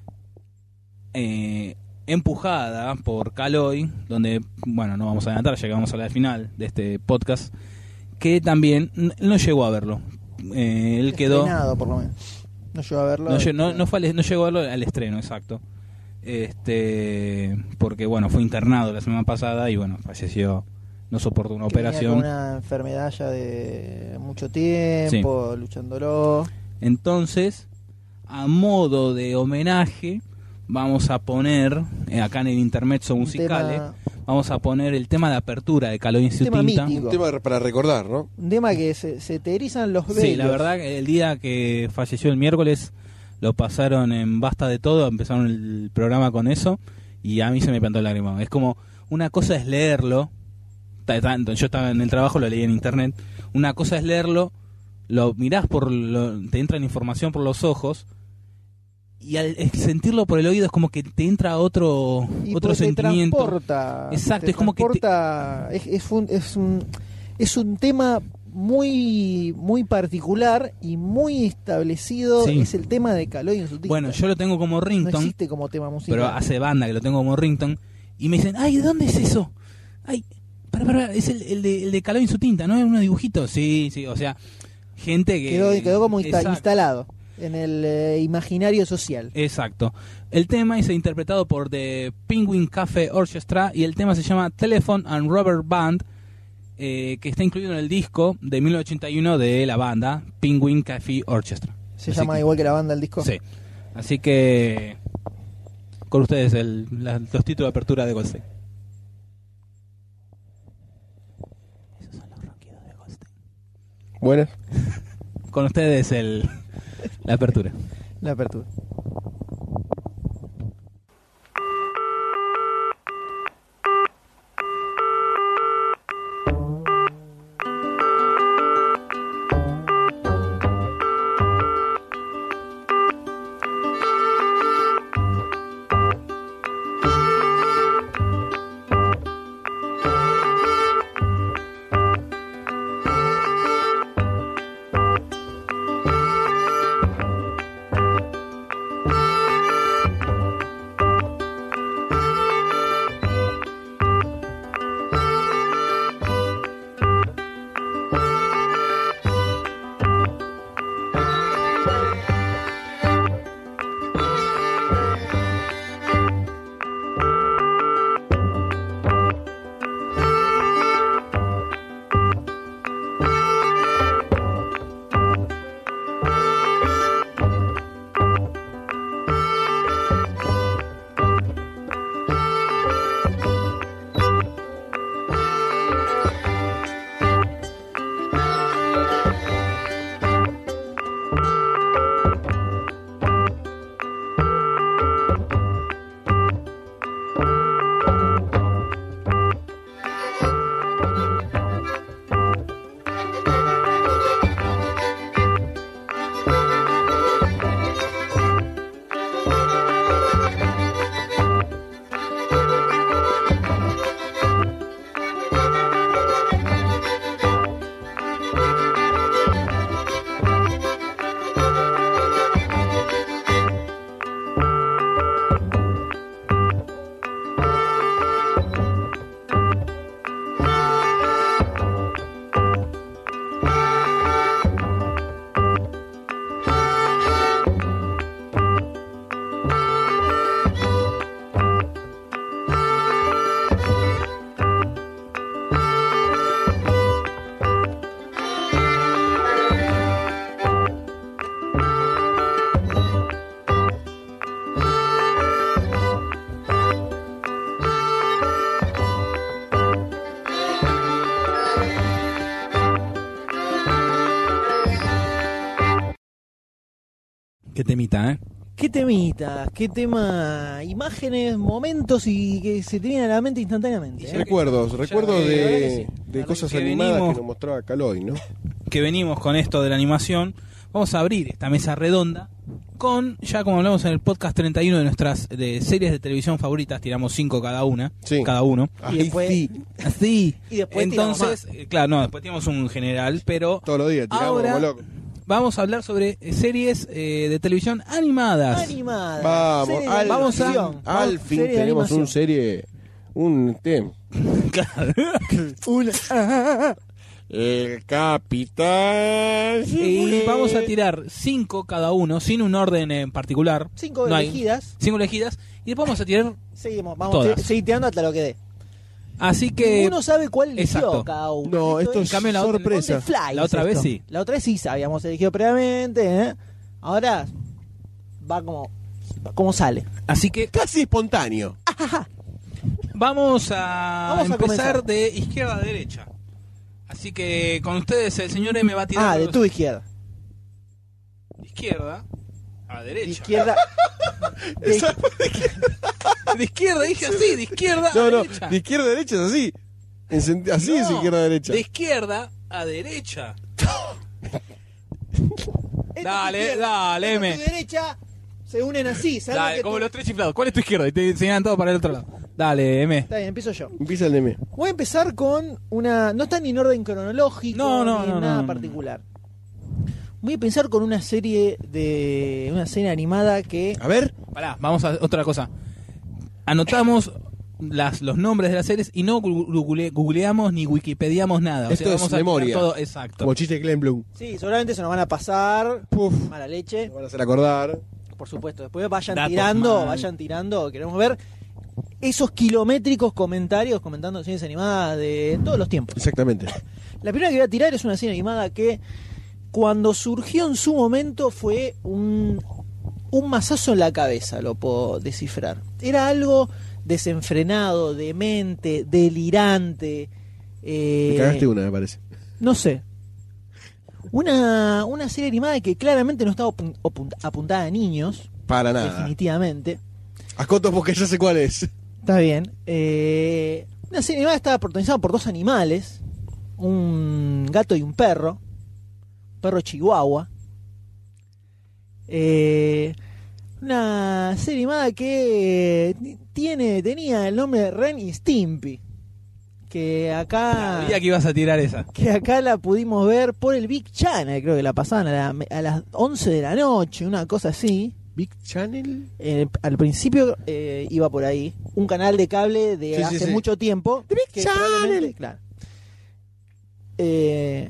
eh, empujada por Caloi, donde, bueno, no vamos a adelantar, llegamos a la final de este podcast, que también n- no llegó a verlo. Eh, él quedó... Estrenado, por lo menos. No llegó a verlo. No, lle- no, no, fue al- no llegó al, al estreno, exacto. Este, porque bueno, fue internado la semana pasada y bueno, falleció, no soportó una Que venía operación. con una enfermedad ya de mucho tiempo, luchándolo. Entonces, a modo de homenaje, vamos a poner, eh, acá en el intermezzo Un musical, tema- vamos a poner el tema de apertura de Caloi tema Tinta. mítico. Un tema para recordar, ¿no? Un tema que se, se te erizan los vellos. Sí, la verdad que el día que falleció el miércoles lo pasaron en Basta de Todo, empezaron el programa con eso y a mí se me plantó el lágrima. Es como, una cosa es leerlo, ta- tanto yo estaba en el trabajo, lo leí en internet, una cosa es leerlo, lo mirás por, lo, te entra en información por los ojos y al sentirlo por el oído es como que te entra otro Y otro porque te sentimiento. transporta, Exacto, te es como que te- transporta- es, es un, es un es un tema muy muy particular y muy establecido. Sí. Es el tema de Caloi en su tinta. Bueno, yo lo tengo como no ringtone. existe como tema musical. Pero hace banda que lo tengo como ringtone y me dicen, ay, ¿de dónde es eso? Ay, para, para, es el, el de, el de Caloi en su tinta, ¿no? Es unos dibujitos. Sí, sí, o sea, gente que... quedó, quedó como insta- Exacto. instalado en el eh, imaginario social. Exacto. El tema es interpretado por The Penguin Cafe Orchestra y el tema se llama Telephone and Rubber Band, eh, que está incluido en el disco de mil novecientos ochenta y uno de la banda Penguin Cafe Orchestra. Se Así llama que- igual que la banda el disco. Sí. Así que con ustedes el, la- los títulos de apertura de Goldstein. Esos son los ronquidos de Goldstein. Buenas. Con ustedes el la apertura. La apertura. Qué temita, ¿eh? ¿Qué temita? ¿Qué tema? Imágenes, momentos y que se te vienen a la mente instantáneamente. ¿eh? Recuerdos, recuerdos que- de, sí. de La cosas que animadas venimos- que nos mostraba Caloy, ¿no? Que venimos con esto de la animación, vamos a abrir esta mesa redonda con, ya como hablamos en el podcast treinta y uno de nuestras de series de televisión favoritas, tiramos cinco cada una, Sí. cada uno. Y después- sí, Así. Y después tiramos Entonces, eh, claro, no, después tenemos un general, pero todos los días tiramos ahora como locos. vamos a hablar sobre eh, series eh, de televisión animadas. Animada. Vamos, serie de al, vamos a- animación. al fin Serie de tenemos animación. un serie, un tema. Claro. El capitán. Y vamos a tirar cinco cada uno, sin un orden en particular. Cinco No hay- elegidas. Cinco elegidas. Y después vamos a tirar. Seguimos, vamos Todas. a seguir tirando hasta lo que dé. Así que. Uno sabe cuál eligió exacto. cada uno. No, esto En es cambio, la otra- sorpresa. on the fly La es otra vez esto. sí. La otra vez sí sabíamos elegido previamente. ¿eh? Ahora va como, como sale. Así que Casi espontáneo. vamos a Vamos a empezar comenzar. de izquierda a derecha. Así que con ustedes el señor M va a tirar Ah, de los- tu izquierda. de izquierda a De derecha. izquierda. de- De izquierda, dije así, de izquierda No, a no, derecha. de izquierda a derecha es así. En sen- así es No, izquierda a derecha. De izquierda a derecha. esta es Dale, tu izquierda, dale, esta M. es tu derecha se unen así. ¿sabes Dale, que como tú- los tres chiflados. ¿Cuál es tu izquierda? Y te enseñan todo para el otro lado. Dale, M. Está bien, empiezo yo. Empieza el de mí. Voy a empezar con una. No está ni en orden cronológico, No, no, ni no, en nada no, no. particular. Voy a empezar con una serie de. Una serie animada que. A ver. Pará, vamos a otra cosa. Anotamos las, los nombres de las series y no gu- google- googleamos ni wikipediamos nada. O Esto sea, es vamos a memoria. tirar todo exacto. Como chiste de Glenn Bloom. Sí, seguramente se nos van a pasar. Puf. Mala leche. Me van a hacer acordar. Por supuesto. Después vayan Datos tirando, mal. vayan tirando. Queremos ver esos kilométricos comentarios comentando series animadas de todos los tiempos. Exactamente. La primera que voy a tirar es una serie animada que cuando surgió en su momento fue un, un mazazo en la cabeza, lo puedo descifrar. Era algo desenfrenado, demente, delirante. eh, Me cagaste una, me parece. no sé. Una, una serie animada que claramente no estaba opun- opun- apuntada a niños, Para nada. definitivamente. Ascoto porque ya sé cuál es. Está bien. Eh, una serie animada estaba protagonizada por dos animales, un gato y un perro, un perro chihuahua. Eh, una serie animada que eh, tiene tenía el nombre de Ren y Stimpy, que acá Sabía que ibas a tirar esa. que acá la pudimos ver por el Big Channel, creo que la pasaban a, la- a las once de la noche, una cosa así. Big Channel. Eh, al principio eh, iba por ahí un canal de cable de Sí, sí, hace sí. mucho tiempo The Big que Channel. probablemente- claro. Eh,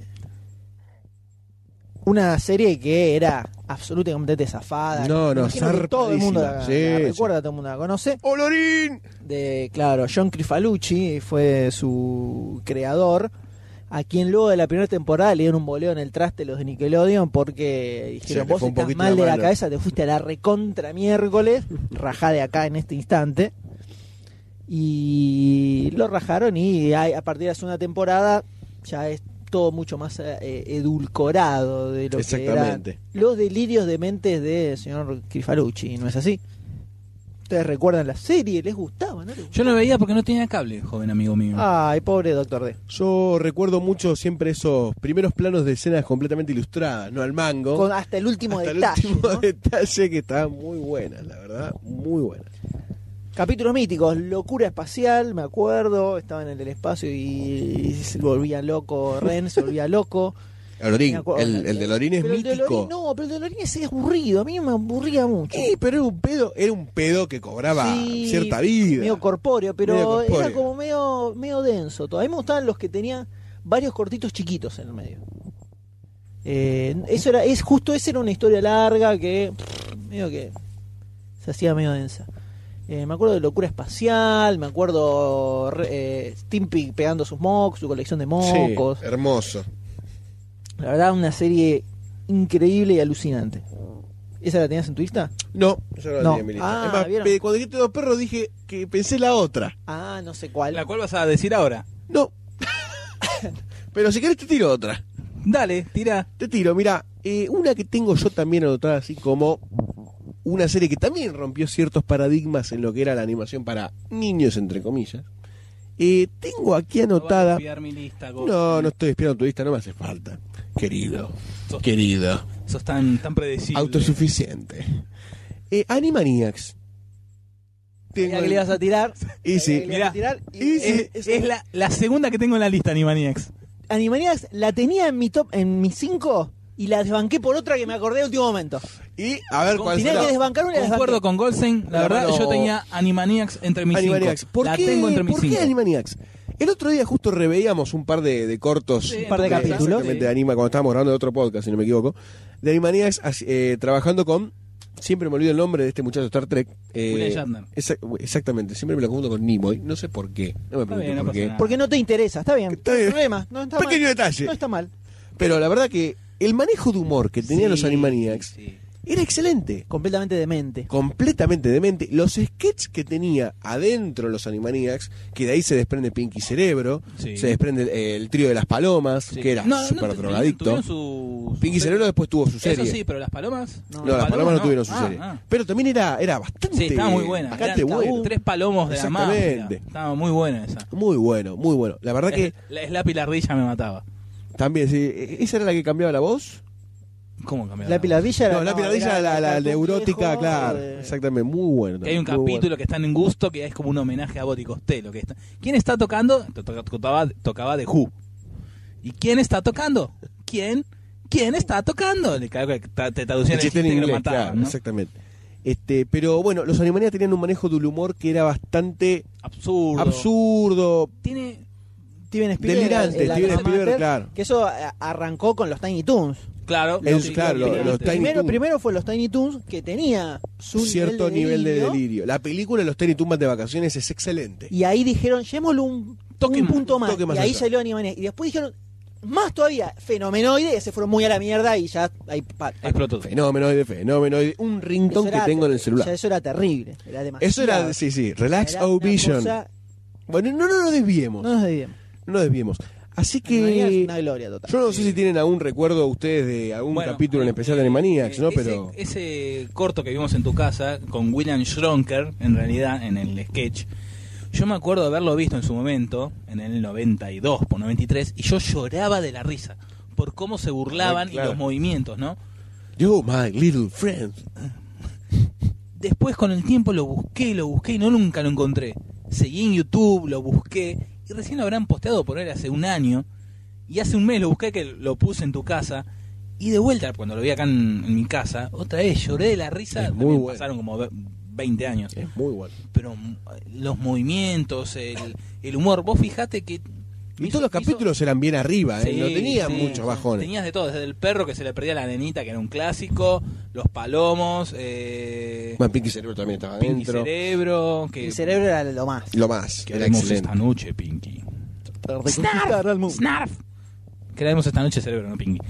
una serie que era absolutamente zafada. No, no, Imagino que todo el mundo la, zarpadísima. la Sí, recuerda, todo el mundo la conoce. ¡Olorín! De, claro, John Crifalucci fue su creador, a quien luego de la primera temporada le dieron un boleo en el traste los de Nickelodeon porque Se dijeron, le vos fue un estás poquito mal la de la mano". cabeza, te fuiste a la recontra miércoles, rajá de acá en este instante. Y lo rajaron y a, a partir de la segunda temporada ya es todo mucho más eh, edulcorado de lo que eran Exactamente. los delirios de mentes del señor Crifalucci, ¿no es así? ¿Ustedes recuerdan la serie? ¿Les gustaba? ¿No les gustaba? Yo no veía porque no tenía cable, joven amigo mío. Ay, pobre Doctor D. Yo recuerdo mucho siempre esos primeros planos de escenas completamente ilustradas, no al mango. Con hasta el último hasta detalle. el último ¿no? detalle que estaban muy buenas, la verdad, muy buenas. Capítulos míticos, Locura Espacial, me acuerdo, estaban en el espacio y se volvía loco, Ren se volvía loco. El Lorín, Me acuerdo- el, el de Lorín es Pero el de mítico. Lorín, no, pero el de Lorín es aburrido, a mí me aburría mucho. Eh, pero era un pedo, era un pedo que cobraba Sí, cierta vida. medio corpóreo, pero Medio corpóreo. era como medio, medio denso todo. A mí me gustaban los que tenían varios cortitos chiquitos en el medio. Eh, eso era, es justo esa era una historia larga que pff, medio que se hacía medio densa. Eh, me acuerdo de Locura Espacial, me acuerdo eh, Stimpy pegando sus mocos, su colección de mocos. Sí, hermoso. La verdad, una serie increíble y alucinante. ¿Esa la tenías en tu lista? No, yo no la No. tenía en mi lista. Ah, Es más, ¿vieron? pe- cuando dijiste dos perros dije que pensé la otra. Ah, no sé cuál. ¿La cual vas a decir ahora? No. Pero si querés te tiro otra. Dale, tira. Te tiro, mira, eh, una que tengo yo también anotada así como una serie que también rompió ciertos paradigmas en lo que era la animación para niños, entre comillas. Eh, tengo aquí anotada... No vas a espiar mi lista, Goku. No, no estoy espiando tu lista, no me hace falta. Querido, Sos- querido, Sos tan, tan predecible. autosuficiente. Eh, Animaniacs. Sabía que le ibas a tirar. Y sabía sí. que le ibas Mirá, a tirar, y- y sí. eh, Es, eso- es la, la segunda que tengo en la lista, Animaniacs. Animaniacs la tenía en mi top, en mis cinco, y la desbanqué por otra que me acordé de último momento. Y a ver cuál Tenía será. que desbancar una y la Concuerdo desbanqué. con Goldstein. La No, verdad, no. yo tenía Animaniacs entre mis Animaniacs. cinco. ¿Por la qué, tengo entre mis ¿por qué cinco. Animaniacs? El otro día justo reveíamos un par de, de cortos. Sí, un par de de- capítulos. exactamente, de anima, cuando estábamos grabando de otro podcast, si no me equivoco. De Animaniacs, así, eh, trabajando con... Siempre me olvido el nombre de este muchacho de Star Trek. eh, William Shatner. exa- exactamente, siempre me lo confundo con Nimoy. No sé por qué. No me Está pregunto bien, no por pasa qué. nada. Porque no te interesa, está bien. Está No hay bien. problema, no está Pequeño mal. detalle. No está mal. Pero la verdad que el manejo de humor que tenían los Sí, Animaniacs sí. era excelente. Completamente demente. Completamente demente. Los sketches que tenía adentro los Animaniacs, que de ahí se desprende Pinky Cerebro, Sí. se desprende eh, el trío de las palomas, Sí. que era No, no, súper tuvieron- drogadicto. tuvieron su- Pinky su Cerebro después tuvo su Eso serie. sí, pero las palomas. No, las palomas no, tuvieron su Ah, serie. ah. Pero también era, era bastante, Sí, estaba muy buena. bastante Eran bueno. Tres palomos de la mafia. Exactamente. Estaba muy buena esa. Muy bueno, muy bueno. La verdad que La Slappy la ardilla me mataba. también, sí. ¿Esa era la que cambiaba la voz? ¿Cómo cambiaba? La pilardilla era. No, la piradilla, era la, la cartoon neurótica, viejo, claro. eh, Exactamente, muy bueno. Que hay un también, muy capítulo bueno. que está en Gusto que es como un homenaje a Bobby Costello. Que está... ¿Quién está tocando? To- to- Tocaba, tocaba The Who. ¿Y quién está tocando? ¿Quién? ¿Quién está tocando? Le cago que ta- te traducían El chiste en y lo inglés, mataban, claro, ¿no? exactamente. Este, pero bueno, los Animaniacs tenían un manejo del humor que era bastante Absurdo. absurdo. Tiene... Steven Spielberg. Delirante, el Steven alma Spielberg, mater, claro. Que eso a- arrancó con los Tiny Toons. Claro, El- sí, claro, sí, lo- sí, los sí. Tiny Primero, Toons. primero fue los Tiny Toons, que tenía su Cierto nivel de delirio, delirio. La película de los Tiny Tumbas de vacaciones es excelente. Y ahí dijeron, llevémosle un, Toque un más, punto más. toque más y ahí allá. salió Animaniacs. Y después dijeron, más todavía, Fenomenoide, se fueron muy a la mierda y ya ahí pa- pa- Explotó. Fenómenoide, fenómenoide. Un ringtone eso que era- tengo en el ya celular. eso era terrible. Era demasiado. Eso era, sí, sí. Relax Era O una Vision. cosa- Bueno, no, no nos desviemos. No No nos desviemos. nos desviemos. Así Animaniacs, que. una gloria total. Yo no sé si tienen algún recuerdo ustedes de algún Bueno, capítulo en eh, especial de Animaniacs, ¿no? ese, Pero. ese corto que vimos en tu casa con William Schronker, en realidad, en el sketch, yo me acuerdo de haberlo visto en su momento, en el noventa y dos, por noventa y tres, y yo lloraba de la risa por cómo se burlaban Ay, claro. y los movimientos, ¿no? You, my little friend. Después con el tiempo lo busqué, lo busqué y no nunca lo encontré. Seguí en YouTube, lo busqué y recién lo habrán posteado por él hace un año y hace un mes lo busqué que lo puse en tu casa y de vuelta cuando lo vi acá en, en mi casa, otra vez lloré de la risa. Es muy También bueno. pasaron como ve- veinte años, Es muy bueno. pero mm, los movimientos, el, el humor, vos fijate que Y todos los capítulos eran bien arriba, ¿eh? Sí, no tenían sí, muchos bajones. Tenías de todo, desde el perro que se le perdía a la nenita, que era un clásico, los palomos, eh, Bueno, Pinky Cerebro también estaba Pinky adentro. Cerebro, que Mi cerebro era lo más. Lo más, que era haremos excelente. esta noche, Pinky. Para reconquistar al mundo. Snarf. Que haremos esta noche, cerebro, no Pinky.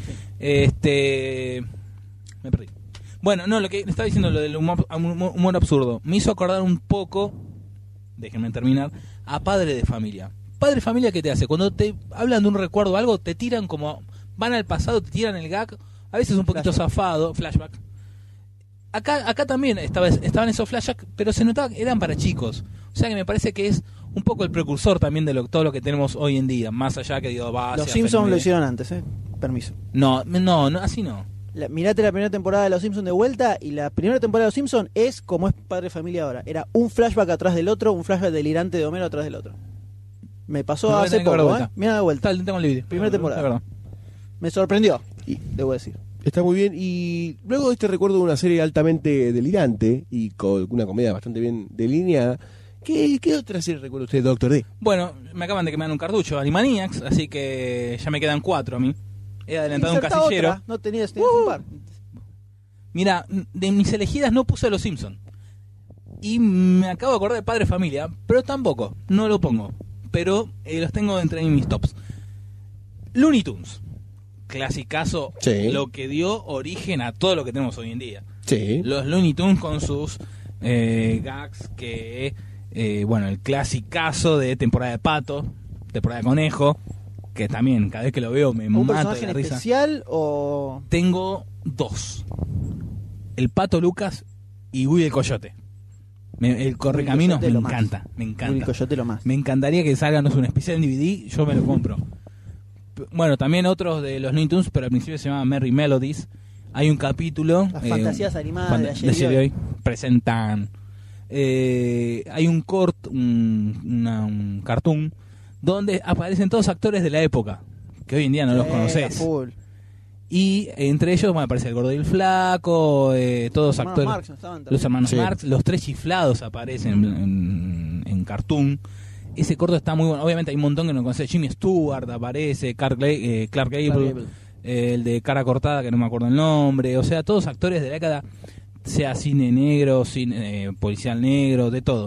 Este, me perdí. Bueno, no, lo que estaba diciendo, lo del humor, humor, humor absurdo, me hizo acordar un poco, déjenme terminar, a Padre de Familia. Padre de Familia, ¿qué te hace? Cuando te hablan de un recuerdo o algo, te tiran como, van al pasado, te tiran el gag, a veces un poquito Flashback. zafado, flashback. Acá, acá también estaba, estaban esos flashbacks, pero se notaba que eran para chicos. O sea que me parece que es un poco el precursor también de lo, todo lo que tenemos hoy en día, más allá que digo, va Los hacia Simpsons lo Fernández. hicieron antes, ¿eh? Permiso. No, no, no, así no. La- mirate la primera temporada de Los Simpsons de vuelta y la primera temporada de Los Simpsons es como es Padre de Familia ahora. Era un flashback atrás del otro, un flashback delirante de Homero atrás del otro. Me pasó Me voy a hace tener que ver de poco, ¿eh? vuelta. Mira de vuelta. Está, tengo el video. Primera temporada. Es verdad. Me sorprendió, y debo decir. Está muy bien. Y luego de este recuerdo de una serie altamente delirante y con una comedia bastante bien delineada, ¿qué, qué otra serie recuerda usted, Doctor D? Bueno, me acaban de quemar un cartucho, Animaniacs, así que ya me quedan cuatro a mí. He adelantado un Insertá casillero. otra, no tenías, tenías un par. Mira, de mis elegidas no puse a Los Simpsons. Y me acabo de acordar de Padre Familia, pero tampoco, no lo pongo. Pero eh, los tengo entre mis tops. Looney Tunes. Clasicazo, Sí. lo que dio origen a todo lo que tenemos hoy en día. Sí. Los Looney Tunes con sus eh, gags que, eh, bueno, el clasicazo de temporada de pato, temporada de conejo, que también cada vez que lo veo me ¿Un mato personaje de la en risa. especial o...? Tengo dos. El Pato Lucas y Willy el Coyote. Me- el Correcaminos me Coyote lo más. encanta, me Willy encanta. Coyote lo más. Me encantaría que salgan un especial en D V D, yo me lo compro. P- Bueno, también otros de los Looney Tunes, pero al principio se llama Merry Melodies. Hay un capítulo... Las eh, fantasías animadas fan- de ayer y hoy. presentan... eh, hay un cort, un, una- un cartoon, donde aparecen todos actores de la época, que hoy en día no los Sí, conoces. a full. Y entre ellos bueno, aparece el Gordo y el Flaco, eh, todos Los hermanos actores... Marx no estaban también. Los hermanos Sí. Marx, los tres chiflados aparecen en, en, en cartoon. Ese corto está muy bueno. Obviamente hay un montón que no conoce. Jimmy Stewart aparece, Clark, Gla- eh, Clark Gable, Clark Gable. eh, el de cara cortada que no me acuerdo el nombre. O sea, todos actores de la década, sea cine negro, cine eh, policial negro, de todo.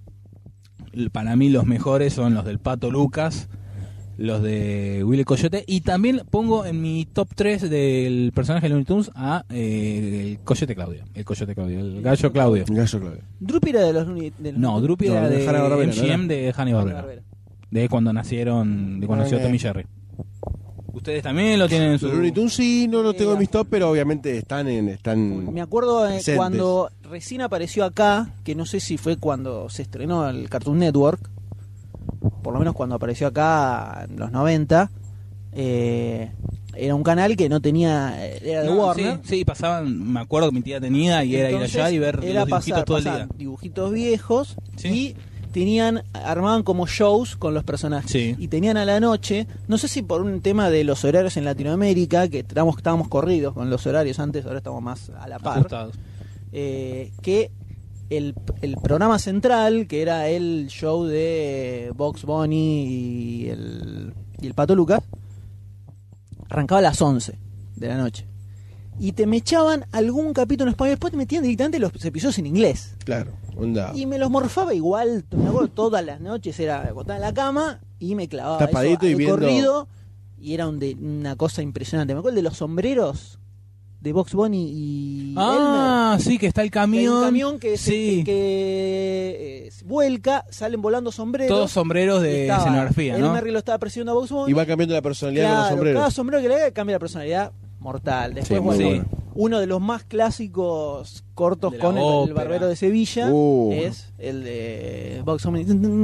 L- Para mí los mejores son los del Pato Lucas, los de Willy Coyote, y también pongo en mi top tres del personaje de Looney Tunes a eh, el Coyote Claudio, el Coyote Claudio, el gallo Claudio. Gallo Claudio. Drupi era de los... Looney- de los No, Looney Drupi No, era de de Hanna-Barbera, M G M ¿no? de Hanna Barbera, Barbera. de cuando nacieron, de cuando nació Ok. Tommy Jerry. Ustedes también lo tienen en su... Los Looney Tunes sí, no los tengo en mis top, pero obviamente están en... Están... Me acuerdo eh, Presentes. cuando recién apareció acá, que no sé si fue cuando se estrenó el Cartoon Network, por lo menos cuando apareció acá en los noventa, eh, era un canal que no tenía, era de No, Warner. Sí, sí, pasaban, me acuerdo que mi tía tenía y era ir Entonces, allá y ver era los dibujitos pasar- todo el pasaban día. dibujitos viejos Sí. y tenían, armaban como shows con los personajes. Sí. Y tenían a la noche, no sé si por un tema de los horarios en Latinoamérica, que estábamos, estábamos corridos con los horarios antes, ahora estamos más a la par. Ajustados. eh, que el, el programa central, que era el show de Box Bunny y el, y el Pato Lucas, arrancaba a las once de la noche. Y te me echaban algún capítulo en español, después te metían directamente los episodios en inglés. Claro, onda. Y me los morfaba igual, me acuerdo, todas las noches, era acostada en la cama y me clavaba Tapadito eso y al viendo- corrido. Y era un de, una cosa impresionante. Me acuerdo el de los sombreros de Box Bunny y Ah, sí, que está el que hay camión. un camión que, se- sí. que, eh, vuelca, salen volando sombreros. Todos sombreros y de estaba- escenografía, ¿no? Elmerry lo estaba persiguiendo a Bugs Bunny. Y va cambiando la personalidad de los Claro, sombreros. cada sombrero que le haga cambia la personalidad mortal. Después, Sí, muy bueno, bueno. uno de los más clásicos cortos De la con el, el ópera. barbero de Sevilla Uh. es el de Bugs Bunny.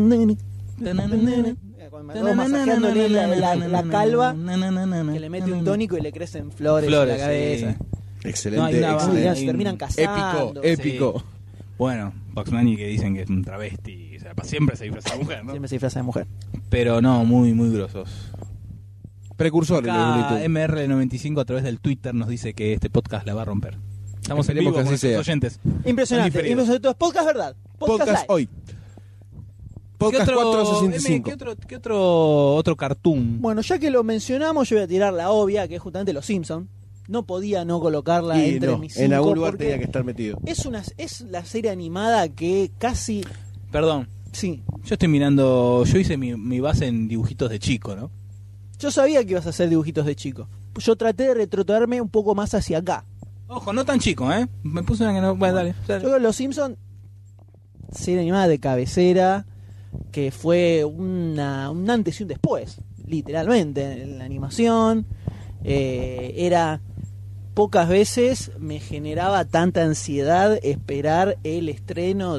Cuando masajeándole la, la- la calva, que le mete un tónico y le crecen flores, Flores, en la cabeza. sí. Excelente, No, hay una- excelente. hay Se un- terminan casando. Épico, épico. Bueno, Bugs Bunny que dicen que es un travesti, o sea, pa- siempre se disfraza de mujer, ¿no? Siempre se disfraza de mujer. Pero no, muy, muy grosos. Precursores de los Looney Acá Tunes. M R noventa y cinco a través del Twitter nos dice que este podcast la va a romper. Estamos en Esperemos vivo que con así nuestros sea. oyentes. Impresionante. diferidos. Impresionante. Podcast verdad. Podcast, Podcast live. hoy. Podcast ¿Qué otro, cuatrocientos sesenta y M, cinco. ¿qué otro, qué otro, otro cartoon? Bueno, ya que lo mencionamos, yo voy a tirar la obvia, que es justamente Los Simpsons. No podía no colocarla Y entre no, mis en cinco algún lugar porque tenía que estar metido. es una es la serie animada que casi Perdón, sí. yo estoy mirando, yo hice mi, mi base en dibujitos de chico, ¿no? Yo sabía que ibas a hacer dibujitos de chico. Yo traté de retrotraerme un poco más hacia acá. Ojo, no tan chico, ¿eh? Me puse una que no... Bueno, dale. dale. Yo creo que Los Simpsons, serie animada de cabecera, que fue una, un antes y un después, literalmente, en la animación. Eh, era pocas veces me generaba tanta ansiedad esperar el estreno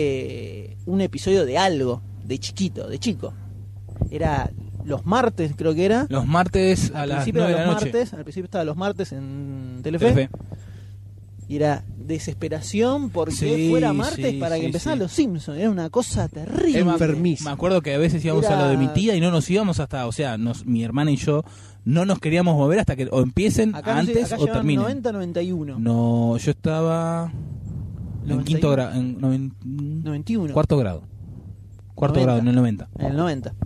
de un episodio de algo, de chiquito, de chico. Era los martes, creo que era. Los martes a Al las principio nueve era de la los noche. martes, al principio estaba los martes en Telefe. Telefe. Y era desesperación porque Sí, fuera martes sí, para que sí, empezaran sí. los Simpsons. Era una cosa terrible. Enfermizo. Me acuerdo que a veces íbamos Era- a lo de mi tía y no nos íbamos hasta, o sea, nos, mi hermana y yo no nos queríamos mover hasta que o empiecen Acá, no sé, antes acá o llevaban terminen. noventa noventa y uno. No, yo estaba en noventa y quinto uno. grado, en noven- noventa y uno. cuarto grado. Cuarto noventa. grado, en el noventa. En el noventa.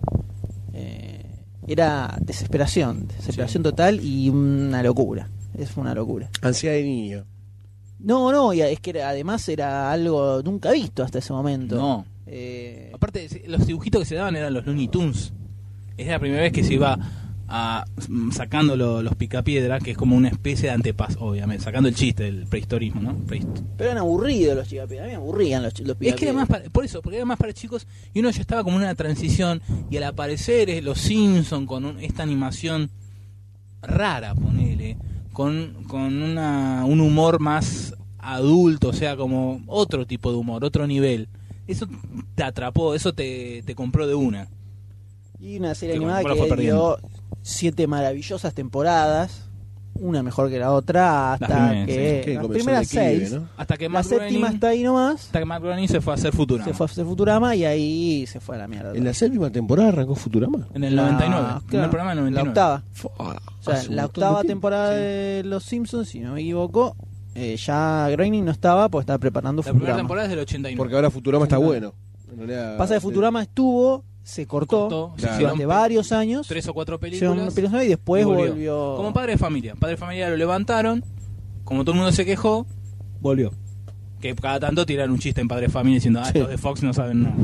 Eh, era desesperación. Desesperación total y una locura. Es una locura. Ansiedad de niño. No, no, y es que era- además era algo nunca visto hasta ese momento. No. Eh, Aparte, los dibujitos que se daban eran los Looney Tunes. Era la primera vez que se iba a, sacando lo- los picapiedra, que es como una especie de antepaso, obviamente, sacando el chiste del prehistorismo, ¿no? Prehist- Pero eran aburridos los Chicapiedras. A mí me aburrían los, los Es que era Picapiedras. más para, por eso, porque era más para chicos y uno ya estaba como en una transición y al aparecer eh, los Simpson con un- esta animación rara, ponele, con, con una, un humor más adulto, o sea, como otro tipo de humor, otro nivel. Eso te atrapó, eso te, te compró de una. Y una serie Que animada bueno, fue que dio perdiendo. siete maravillosas temporadas, una mejor que la otra, hasta Las primeras, que Que las comenzó primeras el declive, seis. ¿no? Hasta que La Matt séptima Groening, está ahí nomás. hasta que Matt Groening se fue a hacer Futurama. Se fue a hacer Futurama y ahí se fue a la mierda. En la séptima temporada arrancó Futurama. En el La- noventa y nueve, claro, en el programa del noventa y nueve. La octava. Ah, O sea, hace un la montón octava de tiempo. temporada Sí. de Los Simpsons, si no me equivoco, eh, ya Groening no estaba porque estaba preparando La primera Futurama. temporada es del ochenta y nueve. Porque ahora Futurama está bueno. En realidad, Pasa que sí. Futurama estuvo, se cortó, Cortó, Claro. se durante hicieron varios años, tres o cuatro hicieron películas. películas y después y volvió. volvió. Como Padre de Familia. Padre de Familia lo levantaron, como todo el mundo se quejó, volvió. Que cada tanto tiran un chiste en Padre de Familia diciendo, ah, Sí. estos de Fox no saben nada.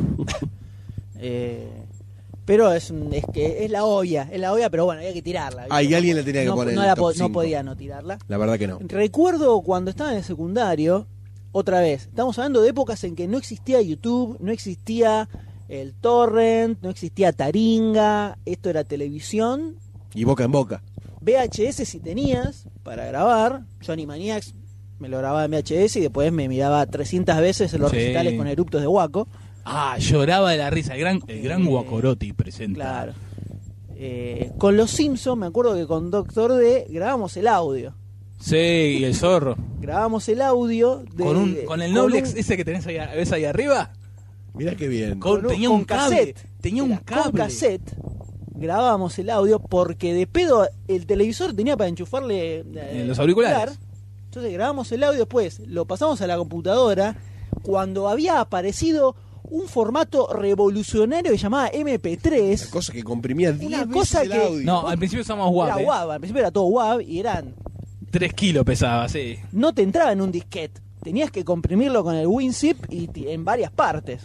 Eh, pero es, un- es que es la obvia, es la obvia, pero bueno, había que tirarla. ¿viste? Ah, y No alguien po- la tenía que no, poner en No, el la top po- no cinco. podía no tirarla. La verdad que no. Recuerdo cuando estaba en el secundario, otra vez, estamos hablando de épocas en que no existía YouTube, no existía el torrent, no existía Taringa, esto era televisión, Y boca en boca. V H S si tenías para grabar, yo Animaniacs me lo grababa en V H S y después me miraba trescientas veces en los Sí. recitales con eruptos de Waco. Ah, lloraba de la risa. El gran, el gran Eh, Guacorotti presenta. Claro. Eh, con los Simpsons me acuerdo que con Doctor D grabamos el audio. Sí, y el zorro. Grabamos el audio de, con, un, de- con el con Noblex un- ese que tenés ahí, ves ahí arriba. Mirá qué bien. Con- con tenía con un cable. cassette. Tenía un Era Con cable. cassette grabábamos el audio porque de pedo el televisor tenía para enchufarle eh, Eh, los auriculares. auricular. Entonces grabamos el audio, después lo pasamos a la computadora cuando había aparecido un formato revolucionario que llamaba M P tres. Una cosa que comprimía diez Una veces cosa el que- audio. No, al principio usamos Era WAV. eh. WAV, al principio era todo WAV y eran Tres kilos pesaba, sí. no te entraba en un disquete. Tenías que comprimirlo con el WinZip y ti- en varias partes.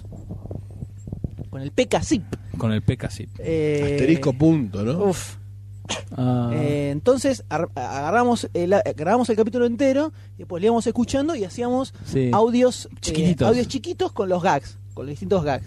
Con el P K zip. Con el P K zip. Eh, Asterisco punto, ¿no? Uf. Ah. Eh, entonces ar- agarramos el, grabamos el capítulo entero, y después le íbamos escuchando y hacíamos Sí. audios eh, Chiquititos. audios chiquitos con los gags, con los distintos gags.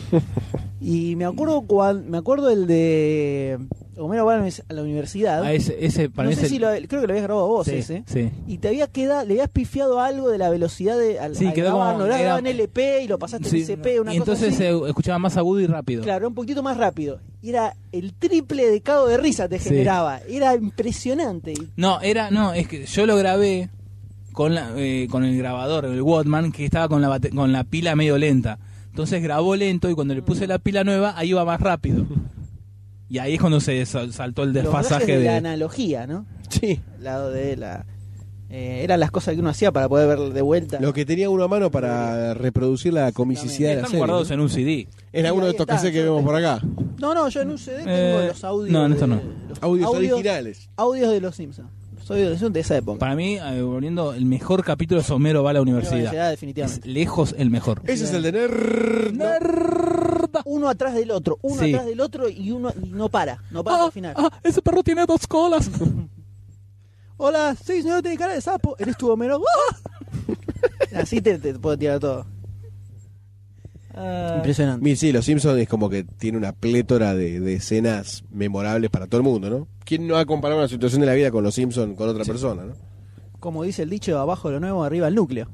Y me acuerdo cuan- me acuerdo el de Homero va a la univers- a la universidad. Ah, ese, ese para no mí sé es si el- lo, creo que lo habías grabado vos sí, ese. sí. Y te había quedado, le habías pifiado algo de la velocidad de al, Sí, al quedó grabar, como- no lo habías era- grabado en L P y lo pasaste Sí, en C P, una y entonces cosa así. se escuchaba más agudo y rápido. Claro, un poquito más rápido. Y era el triple de cago de risa te Sí. generaba. Era impresionante. Y No, era, no, es que yo lo grabé con la, eh, con el grabador, el Walkman, que estaba con la bate- con la pila medio lenta. Entonces grabó lento y cuando le puse la pila nueva, ahí iba más rápido. Y ahí es cuando se sal- saltó el los gajes desfasaje de la de... analogía, ¿no? Sí. Al lado de la eh, eran las cosas que uno hacía para poder ver de vuelta. Lo que tenía uno a mano para reproducir la comicidad de la Están serie. guardados ¿no? en un C D. Era Y uno de ahí estos está, cassettes que yo vemos tengo. por acá. No, no, yo en un C D tengo Eh, los audios. no, en esto de- no. los Audios originales. Audios de los Simpsons. Los audios de los Simpsons de esa época. Para mí, eh, volviendo, el mejor capítulo es Homero va a la universidad. Universidad, Es definitivamente. lejos el mejor. Ese es el de Nerd. Uno atrás del otro, uno Sí. atrás del otro y uno y no para, no para hasta el final. ah, ese perro tiene dos colas. Hola, sí, señor, tiene cara de sapo. ¿Eres tu Homero? ¡Ah! Así te, te puedo tirar todo. Impresionante. Mi, sí, Los Simpsons es como que tiene una plétora de, de escenas memorables para todo el mundo, ¿no? ¿Quién no ha comparado una situación de la vida con Los Simpsons con otra persona, no? Como dice el dicho, abajo de lo nuevo, arriba el núcleo.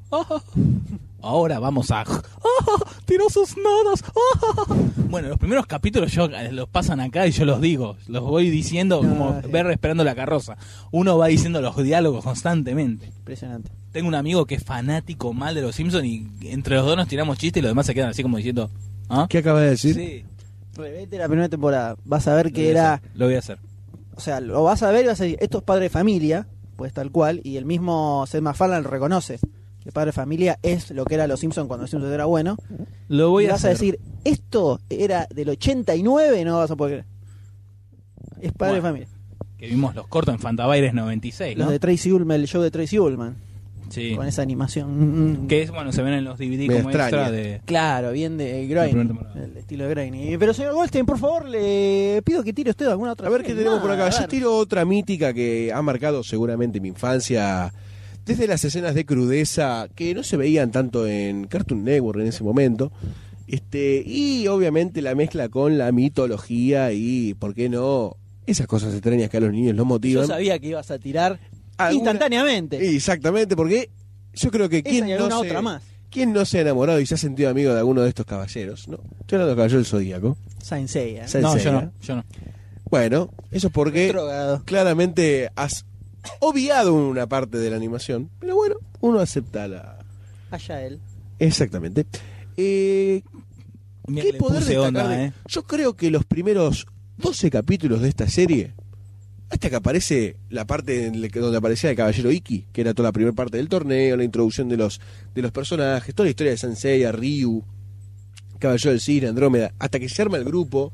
Ahora vamos a... ¡Ah! ¡Tiró sus nodos! ¡Ah! Bueno, los primeros capítulos yo eh, los pasan acá y yo los digo. Los voy diciendo como Ah, sí. ver esperando la carroza. Uno va diciendo los diálogos constantemente. Impresionante. Tengo un amigo que es fanático mal de los Simpsons y entre los dos nos tiramos chistes y los demás se quedan así como diciendo... ¿Ah? ¿Qué acabas de decir? Sí. Revete la primera temporada. Vas a ver Lo que voy a era. hacer, Lo voy a hacer. O sea, lo vas a ver y vas a decir, esto es Padre de Familia, pues tal cual. Y el mismo Seth MacFarlane lo reconoce. Que Padre de Familia es lo que era Los Simpsons cuando Los Simpsons era bueno. Lo voy y a vas a hacer. decir, esto era del ochenta y nueve, no vas a poder creer. Es Padre Bueno, de Familia. Que vimos los cortos en Fantabaires noventa y seis, ¿no? Los de Tracy Ullman, el show de Tracy Ullman. Sí. Con esa animación. Que es, bueno, se ven en los D V D Me como extraña. extra de... Claro, bien de La primera Groening, temporada. el estilo de Groening. Pero señor Goldstein, por favor, le pido que tire usted alguna otra. A ver qué serie. tenemos por Nada, acá. a Yo ver. tiro otra mítica que ha marcado seguramente mi infancia. Desde las escenas de crudeza que no se veían tanto en Cartoon Network en ese momento. Este, y obviamente la mezcla con la mitología y, ¿por qué no? Esas cosas extrañas que a los niños los Yo motivan. sabía que ibas a tirar Alguna- instantáneamente. Exactamente, porque yo creo que Esa quién y no, alguna se, otra más. quién no se ha enamorado y se ha sentido amigo de alguno de estos caballeros, ¿no? Estoy hablando de Caballero del Zodíaco. Saint Seiya. Saint No, yo Seiya. no, yo no. Bueno, eso es porque Drogado. claramente has obviado una parte de la animación, pero bueno, uno acepta la... Allá él. Exactamente. Eh, Mira, ¿Qué le poder puse destacar onda, de- eh. Yo creo que los primeros doce capítulos de esta serie, hasta que aparece la parte en la que- donde aparecía el Caballero Iki, que era toda la primera parte del torneo, la introducción de los, de los personajes, toda la historia de Saint Seiya, Ryu, Caballero del Cisne, Andrómeda, hasta que se arma el grupo,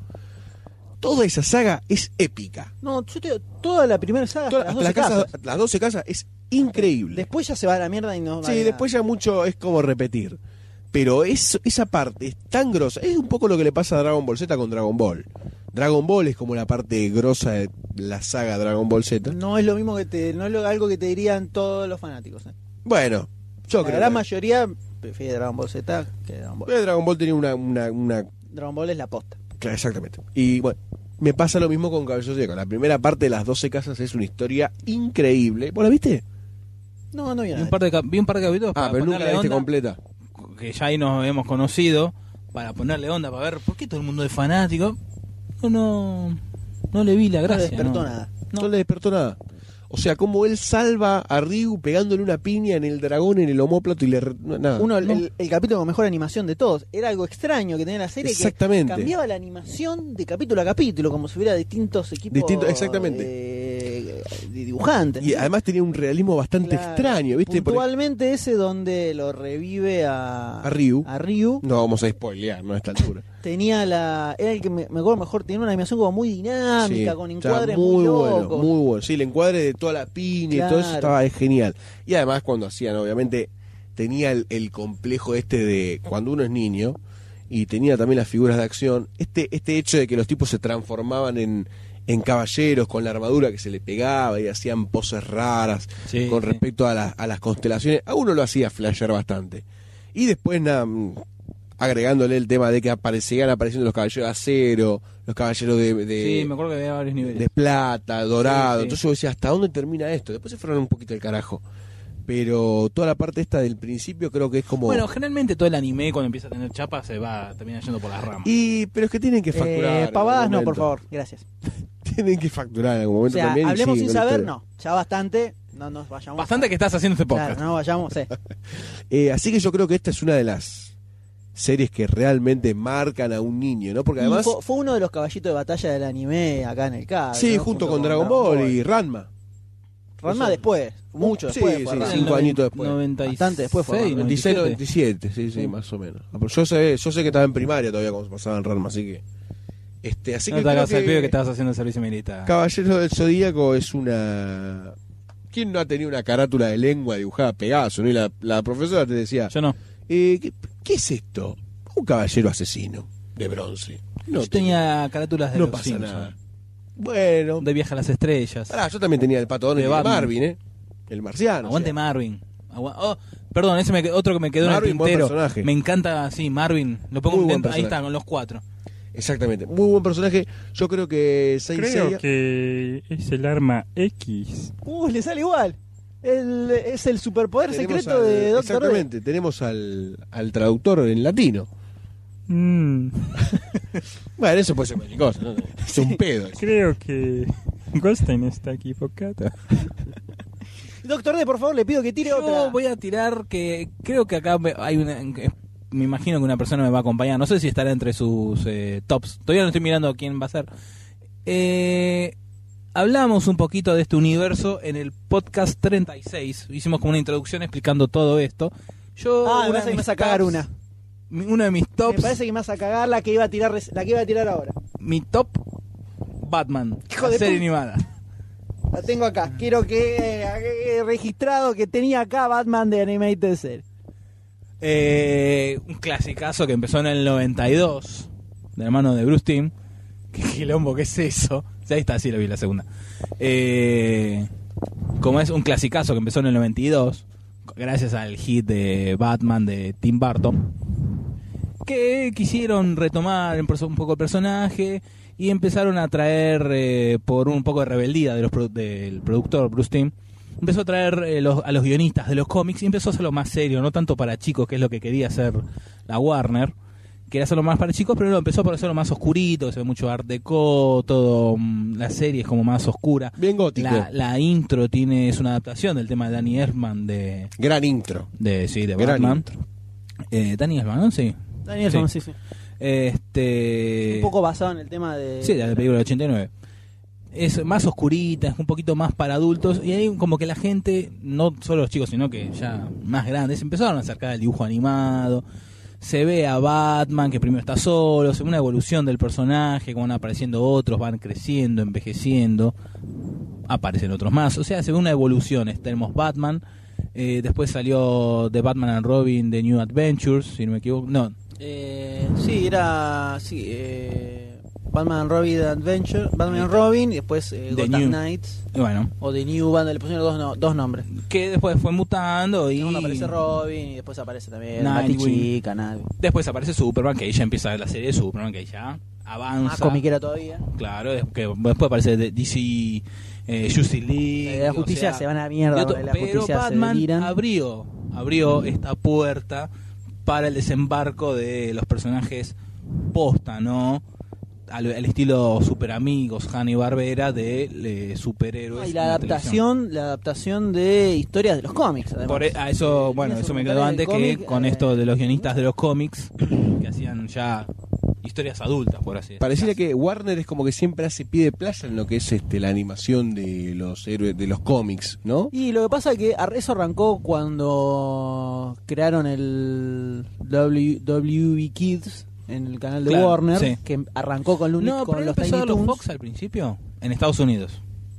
toda esa saga es épica. No, yo te digo, toda la primera saga, Toda- hasta hasta las la doce casa- casas. las doce casas es increíble. Después ya se va a la mierda y no Sí, vale nada. después ya mucho es como repetir. Pero es, esa parte es tan grosa. Es un poco lo que le pasa a Dragon Ball Z con Dragon Ball. Dragon Ball es como la parte grosa de la saga Dragon Ball Z. No es lo mismo que te, no es lo- algo que te dirían todos los fanáticos. ¿eh? Bueno, yo La creo gran que mayoría prefiere Dragon Ball Z que Dragon Ball. eh, Dragon Ball tenía una, una, una... Dragon Ball es la posta. Claro, exactamente. Y bueno, me pasa lo mismo con Caballero Zodíaco. La primera parte de las doce casas es una historia increíble. ¿Vos la viste? No, no vi Vi nada. un par de, cap- vi un par de capítulos Ah, para pero nunca la ponerle viste onda, completa. que ya ahí nos hemos conocido, para ponerle onda, para ver por qué todo el mundo es fanático. No, no, no le vi la No le gracia. despertó no. nada. No le despertó nada. O sea, como él salva a Ryu pegándole una piña en el dragón, en el omóplato y le... re- no, nada. Uno, el, No. el- el capítulo con mejor animación de todos. Era algo extraño que tenía la serie. Exactamente. Que cambiaba la animación de capítulo a capítulo, como si hubiera distintos equipos Distinto- exactamente. eh, de dibujantes. Y además tenía un realismo bastante Claro. extraño, ¿viste? Por- Puntualmente ese donde lo revive a, A Ryu. a Ryu. No vamos a spoilear, ¿no? A esta altura. Tenía la. Era el que me, me acuerdo mejor, tenía una animación como muy dinámica, Sí, con estaba encuadres muy, muy bueno, locos. muy bueno. Sí, el encuadre de toda la piña y todo eso Claro. estaba genial. Y además cuando hacían, obviamente, tenía el, el complejo este de cuando uno es niño y tenía también las figuras de acción, este, este hecho de que los tipos se transformaban en, en caballeros con la armadura que se le pegaba y hacían poses raras Sí, con sí. respecto a, las- a las constelaciones, a uno lo hacía flashear bastante. Y después, nada, mm, agregándole el tema de que aparecían apareciendo los caballeros de acero, los caballeros de, de, Sí, me acuerdo que había varios niveles. de plata, dorado. Sí, sí. Entonces yo decía, ¿hasta dónde termina esto? Después se fueron un poquito el carajo. Pero toda la parte esta del principio creo que es como... Bueno, generalmente todo el anime cuando empieza a tener chapa se va termina yendo por las ramas. y pero es que tienen que facturar. Eh, en pavadas algún no, momento. por favor, gracias. Tienen que facturar en algún O momento sea, también. y hablemos siguen sin con la saber, historia. no. Ya bastante, no nos vayamos. Bastante a- que estás haciendo este podcast. Claro, no vayamos, eh. Eh, así que yo creo que esta es una de las series que realmente marcan a un niño, ¿no? Porque Y además... fue, fue uno de los caballitos de batalla del anime acá en el cable. Sí, ¿no? junto, con, Dragon Ball, y Ranma. Ranma Eso- después, mucho Sí, después. sí, fue sí, Ranma. cinco Noven- añitos después. noventa y Bastante después fue seis, Ranma. veintiséis, noventa y siete. noventa y siete, sí, sí, Sí. más o menos. Ah, pero Yo sé, yo sé que estaba en primaria todavía cuando se pasaba en Ranma, así que... Este, así No que te creo hagas el que pibe que estabas haciendo el servicio militar. Caballero del Zodíaco es una... ¿Quién no ha tenido una carátula de lengua dibujada Pegaso? ¿No? Y la, la profesora te decía, Yo no. eh, ¿qué, qué es esto? Un caballero asesino de bronce. No Yo tenía carátulas de no los pasa Simpsons. nada. Bueno, De Viaje a las Estrellas. pará, yo también tenía el pato Donald De y de Batman. Marvin, ¿eh? El marciano. Aguante o sea. Marvin. Agua- oh, perdón, ese me qued- otro que me quedó Marvin, en el buen tintero. personaje. Me encanta, sí, Marvin. Lo pongo Muy buen dentro- ahí personaje. está, con los cuatro. Exactamente, muy buen personaje. Yo creo que Saint Creo Seiya- que es el arma X. Uh, le sale igual. El- es el superpoder tenemos secreto al- de Doctor D. Exactamente, tenemos al, al traductor en latino. Mm, Bueno, eso puede ser cualquier cosa, ¿no? Es un pedo. eso. creo que Goldstein está equivocado. Doctor D, por favor, le pido que tire Yo otra. voy a tirar que creo que acá me- hay una... que- me imagino que una persona me va a acompañar. No sé si estará entre sus eh, tops. Todavía no estoy mirando quién va a ser. Eh, hablamos un poquito de este universo en el podcast treinta y seis. Hicimos como una introducción explicando todo esto. Yo Ah, me una parece de que me mis vas a cagar tops- una. mi- Uno de mis tops. Me parece que me vas a cagar la que iba a tirar, res- la que iba a tirar ahora. Mi top, Batman. Hijo la de serie pu- animada. La tengo acá. Quiero que eh, registrado que tenía acá Batman de Animated Series. Eh, un clasicazo que empezó en el noventa y dos, de la mano de Bruce Timm. ¿Qué quilombo, qué es eso? Ahí está, sí, lo vi la segunda. Eh, como es un clasicazo que empezó en el noventa y dos, gracias al hit de Batman de Tim Burton, que quisieron retomar un poco el personaje y empezaron a traer, eh, por un poco de rebeldía de los produ- del productor Bruce Timm, empezó a traer eh, los, a los guionistas de los cómics y empezó a hacerlo más serio, no tanto para chicos, que es lo que quería hacer la Warner. Quería hacerlo más para chicos, pero no, empezó por hacerlo más oscurito, se ve mucho art deco, todo, mm, la serie es como más oscura. Bien gótico. La, la intro tiene, es una adaptación del tema de Danny Elfman de... Gran intro. de sí, de Gran Batman. intro. Eh, Danny Elfman, ¿no? Sí. Daniel, Sí. sí, sí. Este... Un poco basado en el tema de. Sí, de la película del ochenta y nueve. Es más oscurita, es un poquito más para adultos. Y ahí como que la gente, no solo los chicos, sino que ya más grandes, empezaron a acercar al dibujo animado. Se ve a Batman, que primero está solo, se ve una evolución del personaje, como van apareciendo otros, van creciendo, envejeciendo, aparecen otros más. O sea, se ve una evolución. Tenemos Batman, eh, después salió The Batman and Robin, The New Adventures, si no me equivoco. No, Eh, sí, era. Sí, eh, Batman and Robin Adventure. Batman and Robin y después eh, The Gotham New. Knights. bueno, O The New Band, le pusieron dos, no- dos nombres. que después fue mutando y... Uno aparece Robin y después aparece también Nightwing. Batichica, Nightwing. Después aparece Superman, que ahí ya empieza la serie de Superman, que ahí ya avanza. Más comiquera todavía. Claro, es que después aparece de D C eh, Justice League. La o justicia sea, se van a la mierda. de todo. porque la Pero justicia se Batman deliran. abrió, abrió esta puerta para el desembarco de los personajes posta, ¿no? Al, al estilo Super Amigos, Hanna-Barbera de eh, superhéroes. Ah, y en la televisión. adaptación, la adaptación de historias de los cómics. Además. Por, e- a eso, bueno, Tiene eso me su quedó documental antes del que cómic, con eh, esto de los guionistas de los cómics que hacían ya historias adultas, por así decirlo. Pareciera que Warner es como que siempre hace pie de plaza en lo que es este la animación de los héroes, de los cómics, ¿no? Y lo que pasa es que ar- eso arrancó cuando crearon el W, W B Kids en el canal de Claro, Warner, sí. que arrancó con, Looney- No, con pero los empezó a Tiny los Toons. Fox al principio, en Estados Unidos.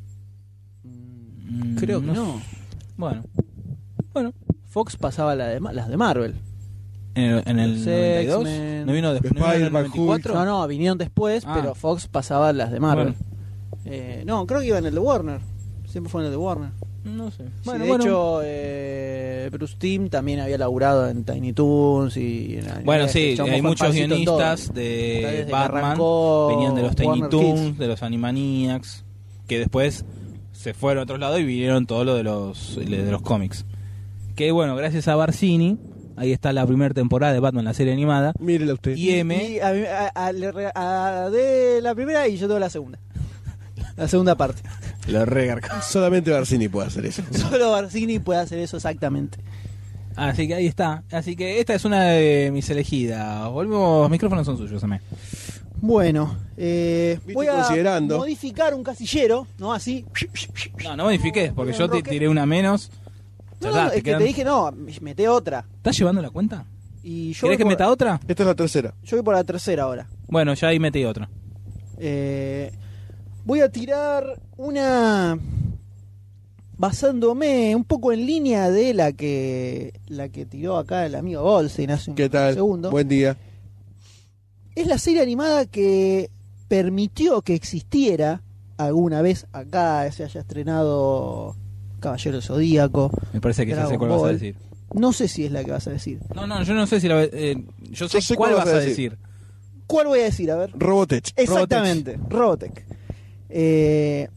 Mm, Creo que no. Bueno, bueno. Fox pasaba la de, Ma- las de Marvel. En el, en el Los noventa y dos, X-Men. ¿no vino después? ¿No vino en el Spider-Man, noventa y cuatro? No, no, vinieron después, Ah. pero Fox pasaba las de Marvel. Bueno. Eh, no, creo que iba en el de Warner. Siempre fue en el de Warner. No sé. Sí, Bueno, de bueno. hecho, eh, Bruce Timm también había laburado en Tiny Toons y en Bueno, en- sí, el chabón hay fue muchos pasito en todo. guionistas Está de desde que Batman, arrancó venían de los Tiny Warner Toons, Kids. de los Animaniacs, que después se fueron a otros lados y vinieron todo lo de los de los cómics. Que bueno, gracias a Barcini, ahí está la primera temporada de Batman, la serie animada, Mírela usted. y M, Y a, mí- a- a- le re- a- de la primera y yo tengo la segunda. La segunda parte. lo regarca. Solamente Barcini puede hacer eso. Solo Barcini puede hacer eso exactamente. Así que ahí está. Así que esta es una de mis elegidas. Volvemos, los micrófonos son suyos, Amé. Bueno, eh, Viste, voy a considerando. modificar un casillero, ¿no? Así. No, no modifiques, porque yo te Roque. tiré una menos. Ya No, está, no, te es que quedan- te dije, no, mete otra. ¿Estás llevando la cuenta? Y yo ¿Querés voy que por- meta otra? Esta es la tercera. Yo voy por la tercera ahora. Bueno, ya ahí metí otra. Eh, voy a tirar una basándome un poco en línea de la que la que tiró acá el amigo Goldstein hace un ¿Qué tal? segundo. Buen día. Es la serie animada que permitió que existiera alguna vez acá, se haya estrenado Caballero del Zodíaco. Me parece que ya sé Dragon cuál vas a Ball. decir. No sé si es la que vas a decir. No, no, yo no sé si la... eh, yo sé, Yo sé cuál vas a decir. ¿Cuál voy a decir? A ver. Robotech. Exactamente, Robotech. Eh,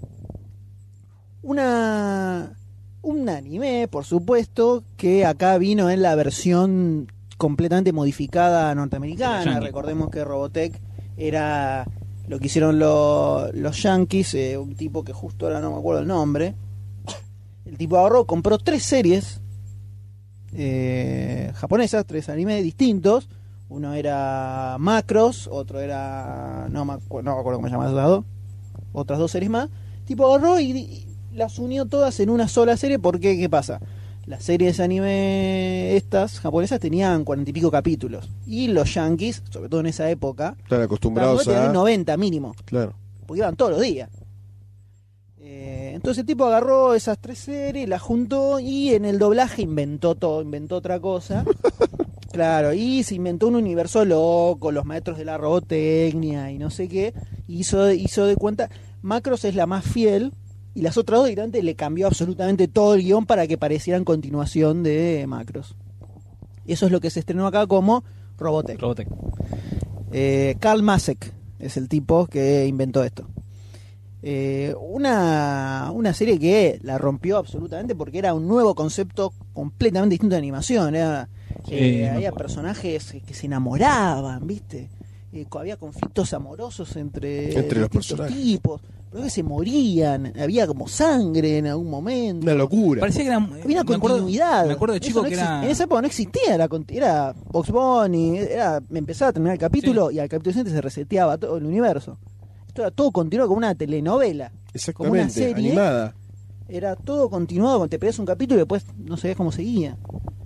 una un anime, por supuesto, que acá vino en la versión completamente modificada norteamericana. Yankee. Recordemos que Robotech era lo que hicieron lo- los yankees, eh, un tipo que justo ahora no me acuerdo el nombre. El tipo agarró, compró tres series eh, japonesas, tres animes distintos. Uno era Macros, otro era... No me, acu- no me acuerdo cómo se llama ese lado. Otras dos series más. Tipo agarró y, y las unió todas en una sola serie. Porque, ¿qué pasa? Las series anime estas japonesas tenían cuarenta y pico capítulos. Y los yankees, sobre todo en esa época, Están estaban acostumbrados tener a. noventa mínimo. Claro. Porque iban todos los días. Eh, entonces el tipo agarró esas tres series, las juntó y en el doblaje inventó todo, inventó otra cosa. Claro, y se inventó un universo loco, los maestros de la robotecnia y no sé qué. Hizo, hizo de cuenta, Macros es la más fiel y las otras dos directamente le cambió absolutamente todo el guión para que parecieran continuación de Macros. Eso es lo que se estrenó acá como Robotech. Robotech. Eh, Karl Masek es el tipo que inventó esto. Eh, una, una serie que la rompió absolutamente porque era un nuevo concepto completamente distinto de animación. Era, Sí, eh, me había acuerdo. personajes que se enamoraban, ¿viste? Eh, había conflictos amorosos entre, Entre los distintos personajes. tipos, pero que se morían, había como sangre en algún momento. Una locura. Parecía que era. Había una me acuerdo- continuidad. Me acuerdo de Eso chico no que exi- era. En esa época no existía, era, conti- era Box Bunny, era, empezaba a terminar el capítulo y al capítulo siguiente se reseteaba todo el universo. Esto era todo continuado como una telenovela. Como una Exactamente, serie. animada. Era todo continuado, te pegás un capítulo y después no sabías cómo seguía.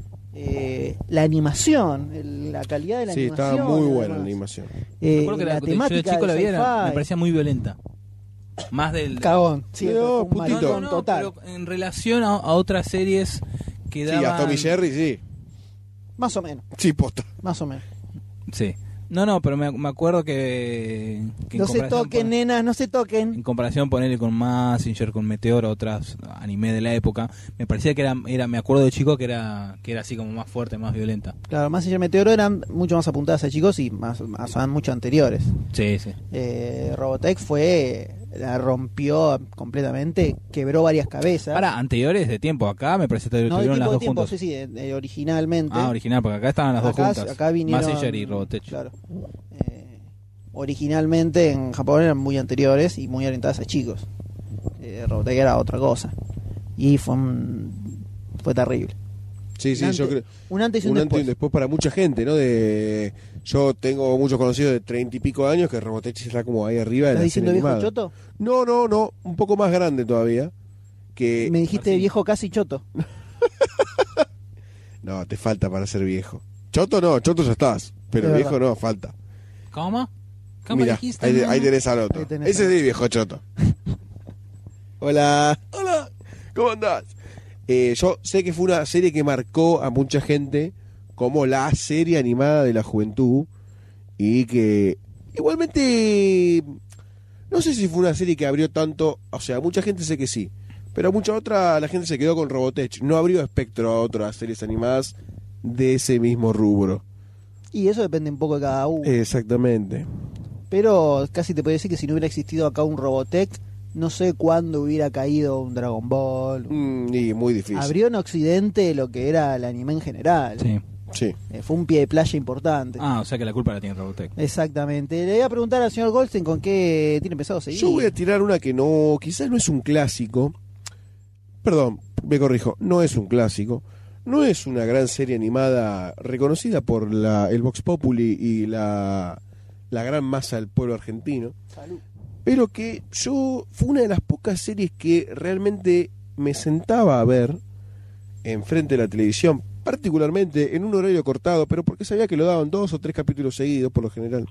Eh, la animación, el- la calidad de la Sí, animación. estaba muy buena la además. animación. Eh, me acuerdo que la la, yo de temática chico la del vi, era- sci-fi. me parecía muy violenta. Más del. Cagón. Sí, No, fue un putito. No, maricón no, total. pero en relación a, a otras series que Sí, daban. a Tommy Jerry, sí. Más o menos, Sí, posta. más o menos. Sí. No, no, pero me, me acuerdo que. que en No se comparación toquen, con- nenas, no se toquen. En comparación, ponerle con Mazinger, con Meteor, otras anime de la época, me parecía que era, era me acuerdo de chico que era que era así como más fuerte, más violenta. Claro, más allá de Meteoro eran mucho más apuntadas a chicos y más, más eran mucho anteriores. Sí, sí. Eh, Robotech fue, la rompió completamente, quebró varias cabezas. Ahora, anteriores de tiempo, acá me parece que no, de tuvieron las tiempo, dos tiempo, juntas. sí, sí, eh, eh, originalmente. Ah, original, porque acá estaban las dos acá, juntas. acá vinieron, Mazinger y Robotech. Claro. Eh, originalmente en Japón eran muy anteriores y muy orientadas a chicos. Eh, Robotech era otra cosa. Y fue un, fue terrible. Sí, sí, Un yo antes- creo. Un antes y un, Un antes y después. un después para mucha gente, ¿no? De Yo tengo muchos conocidos de treinta y pico años que Robotech está como ahí arriba de ¿Estás la diciendo serie viejo animada. choto? No, no, no, un poco más grande todavía. Que Me dijiste Martín. viejo casi choto. No, te falta para ser viejo. Choto no, choto ya estás, pero Es viejo verdad. no, falta. ¿Cómo? ¿Cómo Mira, dijiste? ahí, no? ahí tenés al otro. Ahí tenés Ese al es el viejo choto. Hola. Hola. ¿Cómo andás? Eh, yo sé que fue una serie que marcó a mucha gente como la serie animada de la juventud y que igualmente no sé si fue una serie que abrió tanto, o sea, mucha gente sé que sí, pero mucha otra la gente se quedó con Robotech, no abrió espectro a otras series animadas de ese mismo rubro. Y eso depende un poco de cada uno. Exactamente. Pero casi te puedo decir que si no hubiera existido acá un Robotech, no sé cuándo hubiera caído un Dragon Ball. Mm, y muy difícil. Abrió en Occidente lo que era el anime en general. Sí. Sí. Eh, fue un pie de playa importante. Ah, o sea que la culpa la tiene Robotech. Exactamente. Le voy a preguntar al señor Goldstein con qué tiene empezado a seguir. Yo voy a tirar una que no, quizás no es un clásico. Perdón, me corrijo, no es un clásico. No es una gran serie animada reconocida por la, el Vox Populi y la, la gran masa del pueblo argentino. Salud. Pero que yo fue una de las pocas series que realmente me sentaba a ver enfrente de la televisión, particularmente en un horario cortado, pero porque sabía que lo daban dos o tres capítulos seguidos por lo general.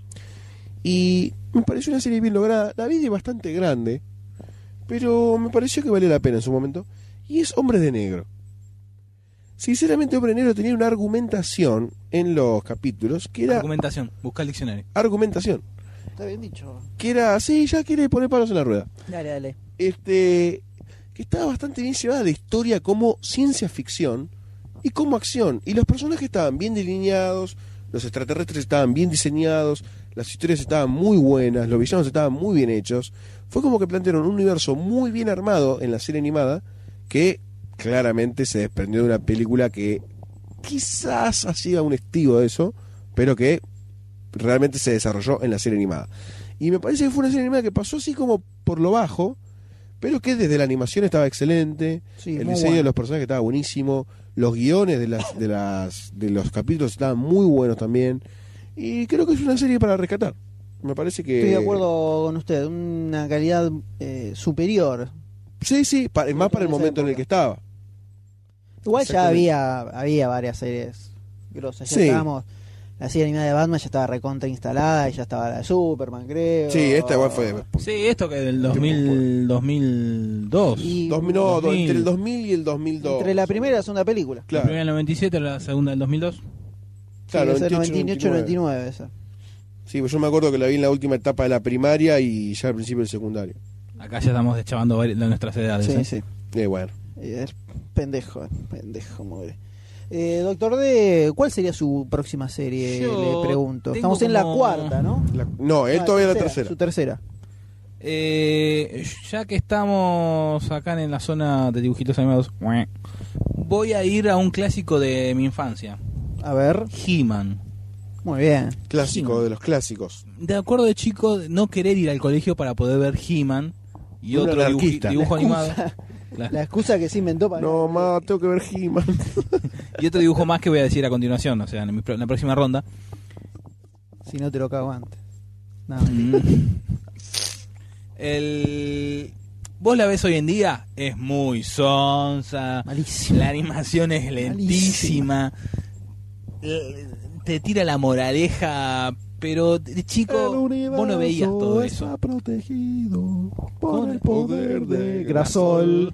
Y me pareció una serie bien lograda, la vi de bastante grande, pero me pareció que valía la pena en su momento. Y es Hombres de Negro. Sinceramente, Hombre de Negro tenía una argumentación en los capítulos que era Argumentación, busca el diccionario. argumentación, Está bien dicho. que era así, ya quiere poner palos en la rueda. Dale, dale. Este, que estaba bastante bien llevada de historia como ciencia ficción y como acción. Y los personajes estaban bien delineados, los extraterrestres estaban bien diseñados, las historias estaban muy buenas, los villanos estaban muy bien hechos. Fue como que plantearon un universo muy bien armado en la serie animada que claramente se desprendió de una película que quizás hacía un estivo de eso, pero que realmente se desarrolló en la serie animada. Y me parece que fue una serie animada que pasó así como por lo bajo, pero que desde la animación estaba excelente, Sí, el muy diseño de bueno. los personajes estaba buenísimo, los guiones de las de las de los capítulos estaban muy buenos también, y creo que es una serie para rescatar. Me parece que Estoy de acuerdo con usted. Una calidad eh, superior. Sí, sí, pa- más para el en esa momento en el época. que estaba. Igual ya Exactamente. había había varias series grosas. Ya Sí. estábamos, la serie animada de Batman ya estaba recontra instalada y ya estaba la de Superman, creo. Sí, esta igual fue. Sí, esto que del dos mil, dos mil dos. Y dos mil, no, dos mil. entre el dos mil y el dos mil dos. entre la primera y la segunda película. La Claro, primera del noventa y siete, la segunda del dos mil dos. claro, sí, esa noventa y ocho, noventa y ocho, noventa y nueve esa. Sí, pues yo me acuerdo que la vi en la última etapa de la primaria y ya al principio del secundario. Acá ya estamos deschavando vari- de nuestras edades. Sí, ¿eh? sí. Eh, bueno. Eh, Es pendejo, pendejo, mugre. Eh, Doctor D, ¿cuál sería su próxima serie? Yo Le pregunto. tengo Estamos en la como- cuarta, ¿no? La- no, él Ah, todavía la tercera. Su tercera. Eh, ya que estamos acá en la zona de dibujitos animados, voy a ir a un clásico de mi infancia. A ver, He-Man. muy bien. Clásico de los clásicos. De acuerdo de chico, no querer ir al colegio para poder ver He-Man y Un otro dibuji- anarquista. dibujo La animado. excusa. La- La excusa que se inventó para... No, ma, tengo que ver He-Man. y otro dibujo más que voy a decir a continuación, o sea, en, mi pro- en la próxima ronda. Si no te lo cago antes. No, Mm. El... Vos la ves hoy en día, es muy sonsa. malísimo. La animación es lentísima. L- Te tira la moraleja, pero de chico vos no veías todo eso. Está protegido por Con el poder de Grasol.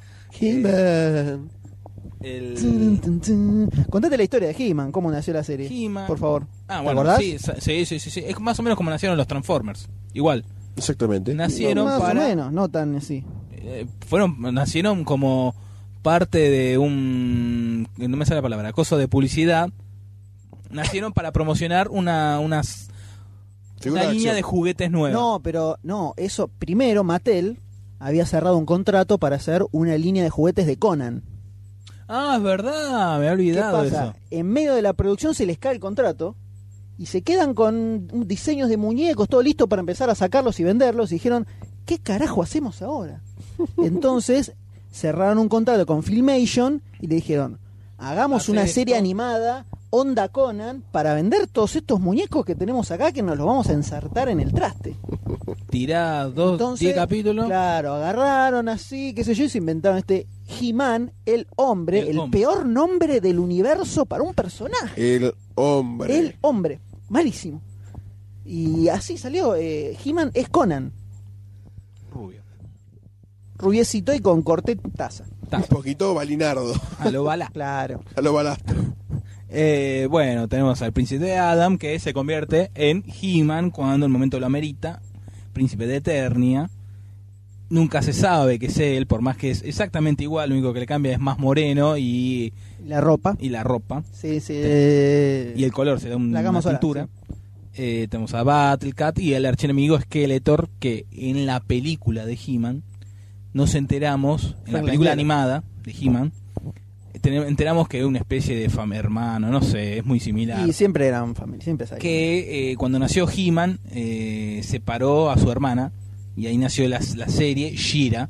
He-Man. El... Tun, tun, tun. Contate la historia de He-Man, cómo nació la serie. He-Man. Por favor. Ah, ¿Te bueno, acordás? sí, sa- sí, sí, sí, sí. Es más o menos como nacieron los Transformers. Igual. Exactamente. Nacieron Más para... o menos, no tan así. eh, fueron nacieron como parte de un, no me sale la palabra, acoso de publicidad. Nacieron para promocionar una unas Figura una de línea acción. de juguetes nueva. No, pero no, eso primero Mattel había cerrado un contrato para hacer una línea de juguetes de Conan. Ah, es verdad, me he ¿Qué olvidado de pasa? eso. En medio de la producción se les cae el contrato y se quedan con diseños de muñecos, todo listo para empezar a sacarlos y venderlos. Y dijeron, ¿qué carajo hacemos ahora? Entonces cerraron un contrato con Filmation y le dijeron, hagamos Hace una serie esto. animada onda Conan para vender todos estos muñecos que tenemos acá que nos los vamos a ensartar en el traste. Tirá dos, Entonces, diez capítulos. Claro, agarraron así, qué sé yo, y se inventaron este He-Man, el hombre, El el, hombre. peor nombre del universo para un personaje. El hombre. El hombre, malísimo. Y así salió, eh, He-Man es Conan, Rubio. rubiecito y con corte taza. Un poquito balinardo. A lo bala. Claro. A lo balastro. Eh, bueno, tenemos al príncipe Adam que se convierte en He-Man cuando el momento lo amerita. Príncipe de Eternia. Nunca se sabe que es él, por más que es exactamente igual, lo único que le cambia es más moreno y, La ropa. y la ropa. Sí, sí. eh, Y el color se da un- La una gama solar, tintura. Eh, tenemos a Battlecat y el archienemigo Skeletor, que en la película de He-Man nos enteramos, en Fue la en película la animada de He-Man, ten- enteramos que es una especie de fam hermano, no sé, es muy similar. Y siempre eran familia, siempre sabían. Que eh, cuando nació He-Man, eh, separó a su hermana y ahí nació la, la serie She-Ra.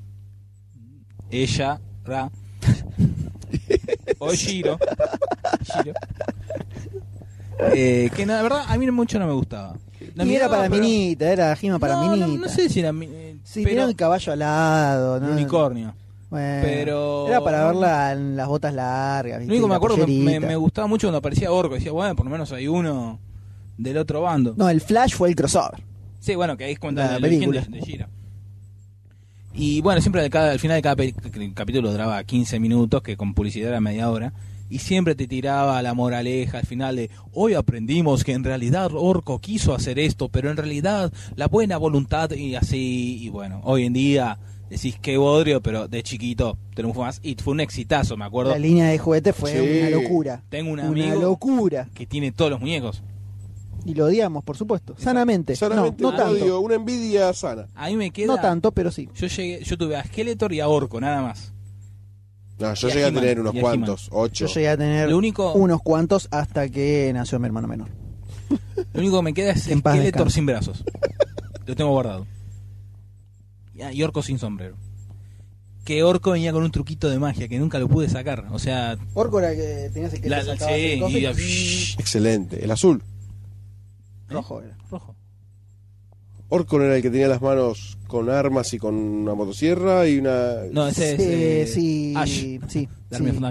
Ella, Ra. o Shiro. Shiro. Eh, que la verdad a mí mucho no me gustaba. La Y era miraba, para pero- minita, era He-Man para no, no, minita. no sé si era mi- eh, Sí, pero tenía el caballo alado, el ¿no? unicornio. Bueno, pero- Era para verla en las botas largas. Lo ¿viste? único que me La acuerdo que me, pollerita. me gustaba mucho cuando aparecía Orco. Decía, bueno, por lo menos hay uno del otro bando. No, el Flash fue el crossover. Sí, bueno, que ahí es cuando La el origen de, película. de She-Ra. Y bueno, siempre de cada, al final de cada pe- capítulo duraba quince minutos, que con publicidad era media hora. Y siempre te tiraba la moraleja al final de, hoy aprendimos que en realidad Orco quiso hacer esto, pero en realidad la buena voluntad y así. Y bueno, hoy en día decís que bodrio, pero de chiquito tenemos más. Y fue un exitazo, me acuerdo. La línea de juguetes fue Sí. una locura. Tengo un Una amigo locura. que tiene todos los muñecos. Y lo odiamos, por supuesto. Sanamente. Solamente no, no tanto. odio, una envidia sana. A mí me queda... No tanto, pero sí. Yo llegué, yo tuve a Skeletor y a Orco, nada más. No, yo Y a llegué a He-Man, tener unos y a cuantos, ocho. Yo llegué a tener Lo único- unos cuantos hasta que nació mi hermano menor. Lo único que me queda es En paz Skeletor descanse. sin brazos. Lo tengo guardado. Y, ah, y Orco sin sombrero. Que Orco venía con un truquito de magia que nunca lo pude sacar. O sea, Orco era que tenías el que la, te la- sacabas sí, el coso y- y- Excelente. El azul. rojo era. rojo. Orcon era el que tenía las manos con armas y con una motosierra y una... No, ese es Eh, eh, sí, Ash, sí, de Army sí. of Darkness.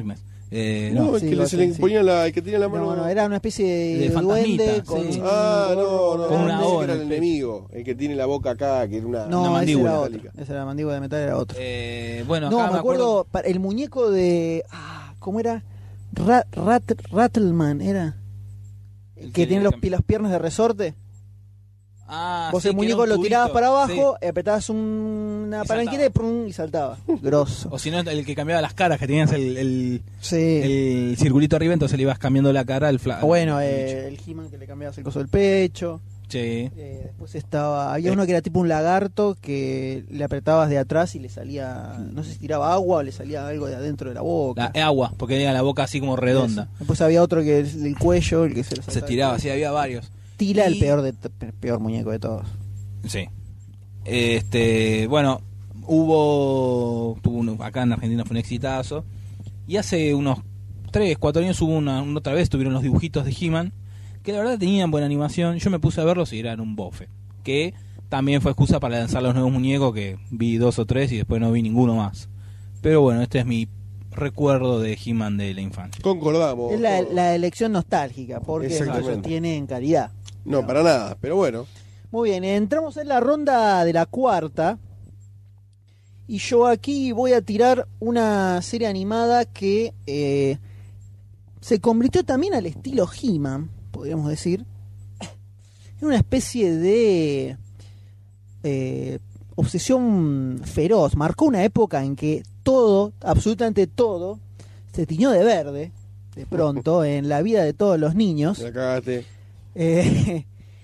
Eh, No, no, el Sí, que le- lo se le sé, ponía la, el que tenía la mano. No, no, era una especie de, De duende fantasmita, con sí. un Ah, no, gorro no, Con una ese grande. que O en era el el pecho. enemigo, el que tiene la boca acá, que era una, No, una ese mandíbula era metálica. otro. Ese era la mandíbula de metal, era otro. eh, bueno, no, acá me acuerdo, pa- el muñeco de... Ah, ¿cómo era? Rat, Rat, Rattleman, ¿era? El que que tiene le los, cam- pi- las piernas de resorte. Ah, Vos sí, el que muñeco era lo un tirabas tubito, para abajo, sí. apretabas un- una Y palanquita y, prum, y saltaba. Grosso. O si no, el que cambiaba las caras, que tenías el, el, Sí. el circulito arriba, entonces le ibas cambiando la cara al fla. Ah, bueno, al eh, el He-Man que le cambiabas el coso del pecho. bicho. Sí. Eh, después estaba. Había uno que era tipo un lagarto que le apretabas de atrás y le salía. No sé si tiraba agua o le salía algo de adentro de la boca. La agua, porque tenía la boca así como redonda. Eso. Después había otro que es el cuello, el que se le Se saltaba estiraba, el sí, cuello. había varios. Tila, el Y- peor de t- peor muñeco de todos. Sí. Este, bueno, hubo, tuvo uno- acá en Argentina fue un exitazo. Y hace unos tres, cuatro años hubo una, una otra vez, tuvieron los dibujitos de He-Man, que la verdad tenían buena animación. Yo me puse a verlos y eran un bofe. Que también fue excusa para lanzar los nuevos muñecos, que vi dos o tres y después no vi ninguno más. Pero bueno, este es mi recuerdo de He-Man de la infancia. Concordamos. Es la, todos. la elección nostálgica, porque Exactamente. ellos tienen calidad. No, para nada, pero bueno. Muy bien, entramos en la ronda de la cuarta. Y yo aquí voy a tirar una serie animada que eh, se convirtió también al estilo He-Man, podríamos decir. En una especie de eh, obsesión feroz. Marcó una época en que todo, absolutamente todo, se tiñó de verde, de pronto, en la vida de todos los niños. Me la cagaste. Eh,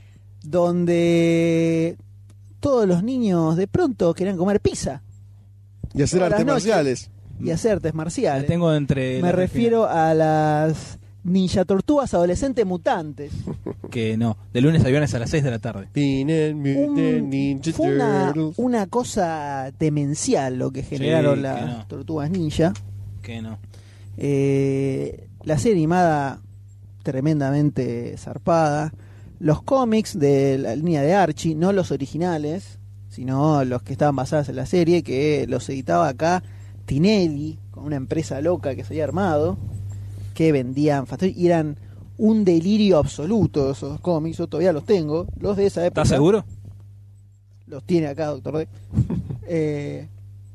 donde todos los niños de pronto querían comer pizza Y hacer Todas las artes noches. marciales. y hacer artes La marciales. tengo entre Me las refiero a las ninja tortugas adolescentes mutantes. que no, de lunes a viernes a las seis de la tarde. Teenage Mutant Un- Ninja fue una, Turtles. una cosa demencial lo que generaron que las no. tortugas ninja. Que no. Eh, la serie animada tremendamente zarpada. Los cómics de la línea de Archie, no los originales, sino los que estaban basados en la serie, que los editaba acá Tinelli, con una empresa loca que se había armado, que vendían fast- y eran un delirio absoluto esos cómics. Yo todavía los tengo, los de esa época. ¿Estás seguro? Los tiene acá, doctor D. Eh,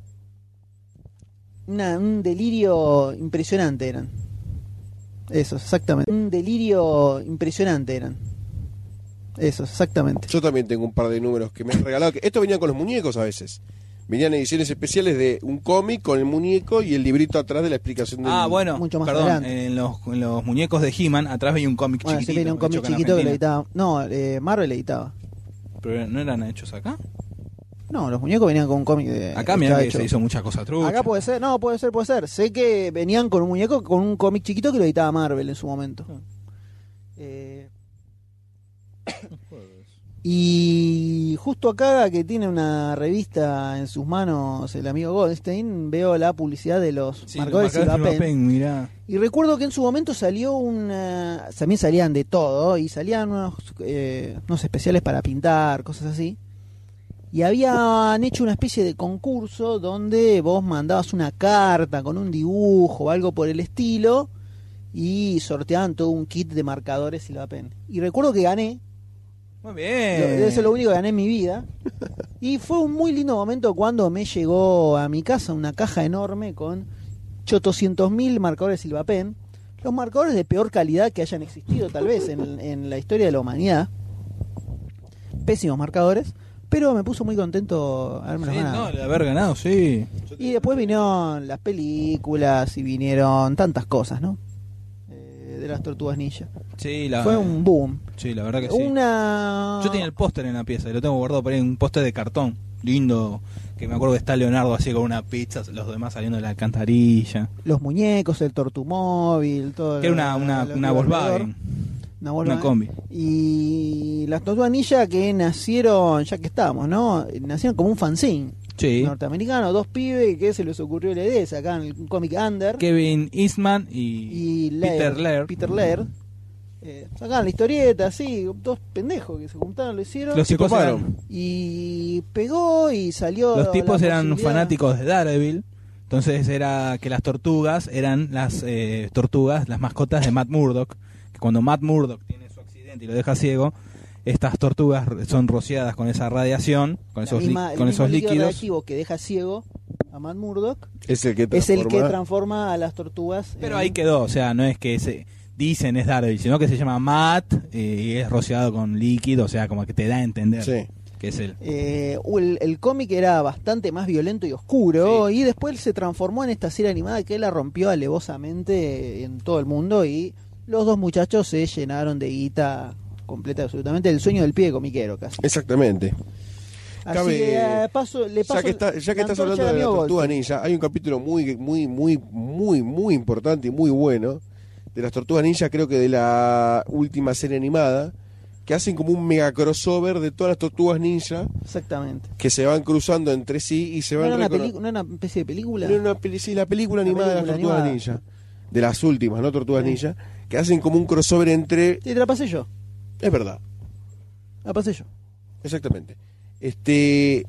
una- un delirio impresionante eran. Eso, exactamente. Un delirio impresionante eran. Eso, exactamente. Yo también tengo un par de números que me han regalado. Que esto venía con los muñecos a veces. Venían ediciones especiales de un cómic con el muñeco y el librito atrás de la explicación del... Ah, bueno, Mucho más perdón, adelante. en los, en los muñecos de He-Man atrás veía un cómic Bueno, chiquitito. sí venía un cómic hecho acá en chiquito que le Argentina. editaba. No, eh, Marvel editaba. Pero no eran hechos acá. No, los muñecos venían con un cómic de. Acá mira estaba que hecho. se hizo mucha cosa trucha. Acá puede ser, no, puede ser, puede ser. Sé que venían con un muñeco, con un cómic chiquito que lo editaba Marvel en su momento. Eh, y justo acá que tiene una revista en sus manos el amigo Goldstein, veo la publicidad de los Sí, marcadores los marcadores Silvapen. Silvapen, mirá. Y recuerdo que en su momento salió una... También salían de todo, y salían unos, eh, unos especiales para pintar, cosas así. Y habían hecho una especie de concurso donde vos mandabas una carta con un dibujo o algo por el estilo y sorteaban todo un kit de marcadores Silvapen. Y recuerdo que gané. Muy Lo- bien. Eso es lo único que gané en mi vida. Y fue un muy lindo momento cuando me llegó a mi casa una caja enorme con ochocientos mil marcadores Silvapen. Los marcadores de peor calidad que hayan existido tal vez en, en la historia de la humanidad. Pésimos marcadores. Pero me puso muy contento haberme Sí, ganado. no, de haber ganado, sí. Y después vinieron las películas y vinieron tantas cosas, ¿no? Eh, de las Tortugas Ninja. Sí, la, Fue un boom. Sí, la verdad que sí. Una... Yo tenía el póster en la pieza y lo tengo guardado por ahí, un póster de cartón. Lindo, que me acuerdo que está Leonardo así con una pizza, los demás saliendo de la alcantarilla. Los muñecos, el Tortumóvil, todo. Que era una, una, lo- una lo Volkswagen, alrededor. Una Volkswagen. una combi. Y las Tortugas Ninja que nacieron, ya que estamos, ¿no? Nacieron como un fanzine Sí. norteamericano, dos pibes que se les ocurrió la idea, sacaban el cómic Under Kevin Eastman y, y Peter Laird. Peter Laird. Eh, sacaban la historieta, así, dos pendejos que se juntaron, lo hicieron. Los tipos, coparon. eran, Y pegó y salió. los tipos la eran posibilidad- fanáticos de Daredevil. Entonces era que las tortugas eran las eh, tortugas, las mascotas de Matt Murdock. Que cuando Matt Murdock tiene su accidente y lo deja ciego, estas tortugas son rociadas con esa radiación, con La esos, misma- li- el con mismo esos líquido líquidos. reactivo que deja ciego a Matt Murdock Es el que es el que transforma- transforma a las tortugas. Pero en- ahí quedó, o sea, no es que se dicen es Daredevil, sino que se llama Matt eh, y es rociado con líquido, o sea, como que te da a entender Sí. que es él. Eh, el, el cómic era bastante más violento y oscuro y después se transformó en esta serie animada que la rompió alevosamente en todo el mundo y los dos muchachos se llenaron de guita completa absolutamente, el sueño del pibe comiquero casi. Exactamente. Así Cabe- que eh, paso, le paso Ya que, está- ya que la estás antorcha hablando al de la amigo Tortuga Goldstein. Ninja, hay un capítulo muy, muy, muy, muy, muy importante y muy bueno de las Tortugas Ninja, creo que de la última serie animada, que hacen como un mega crossover de todas las Tortugas Ninja Exactamente. que se van cruzando entre sí y se ¿No van era, una recono- peli- ¿No era una especie de película? Era una peli- sí, la película La animada de las película Tortugas animada. Ninja, de las últimas, ¿no? Tortugas Sí. Ninja, que hacen como un crossover entre... Sí, te la pasé yo. Es verdad, La pasé yo. exactamente. Este...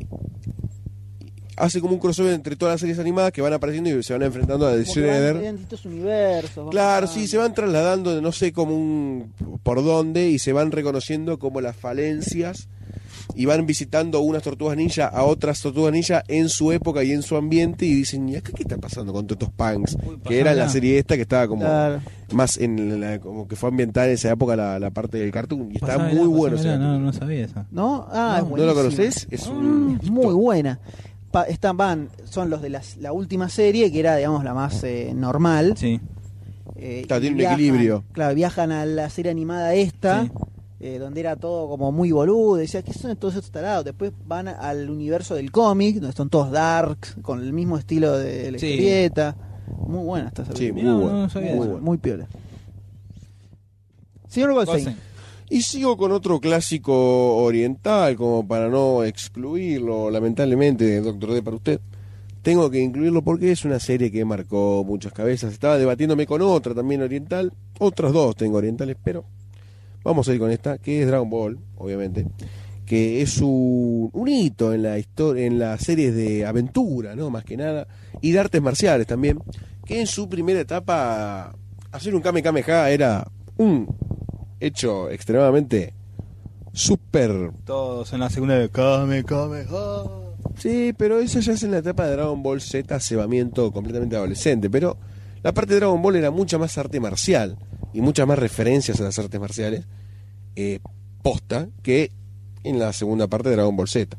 Hace como un crossover entre todas las series animadas que van apareciendo y se van enfrentando a The Como que van Shredder. en distintos universos. van Claro, pasando. sí, se van trasladando de no sé cómo un por dónde y se van reconociendo como las falencias y van visitando unas tortugas ninja a otras tortugas ninja en su época y en su ambiente y dicen, ¿y acá qué está pasando con todos estos punks? Que era la serie esta que estaba como Claro. más en la, como que fue ambientada en esa época la, la parte del cartoon y está Pásamela, muy bueno ese pásamela, no, capítulo. no sabía eso. ¿No? Ah, es ¿No lo buenísima. conoces? Es un... Es muy buena. Pa- están, van, son los de las- la última serie, que era, digamos, la más eh, normal. Sí. Eh, Claro, y tiene un equilibrio. Claro, viajan a la serie animada esta, Sí. eh, donde era todo como muy boludo. Decía, ¿qué son todos estos tarados? Después van al universo del cómic, donde son todos darks, con el mismo estilo de la Sí. historieta. Muy buena esta Sí, serie. muy No, bueno. no sabía muy, eso. buena, muy piola. Señor Goldstein. Goldstein. Y sigo con otro clásico oriental, como para no excluirlo, lamentablemente, de Doctor D para usted. Tengo que incluirlo porque es una serie que marcó muchas cabezas. Estaba debatiéndome con otra también oriental. Otras dos tengo orientales, pero vamos a ir con esta, que es Dragon Ball, obviamente. Que es un, un hito en la historia, en las series de aventura, ¿no? Más que nada. Y de artes marciales también. Que en su primera etapa, hacer un Kame Kameha era un hecho extremadamente súper... Todos en la segunda de Kame Kame. Sí, pero eso ya es en la etapa de Dragon Ball Z, cebamiento completamente adolescente. Pero la parte de Dragon Ball era mucha más arte marcial y muchas más referencias a las artes marciales eh, posta que en la segunda parte de Dragon Ball Z.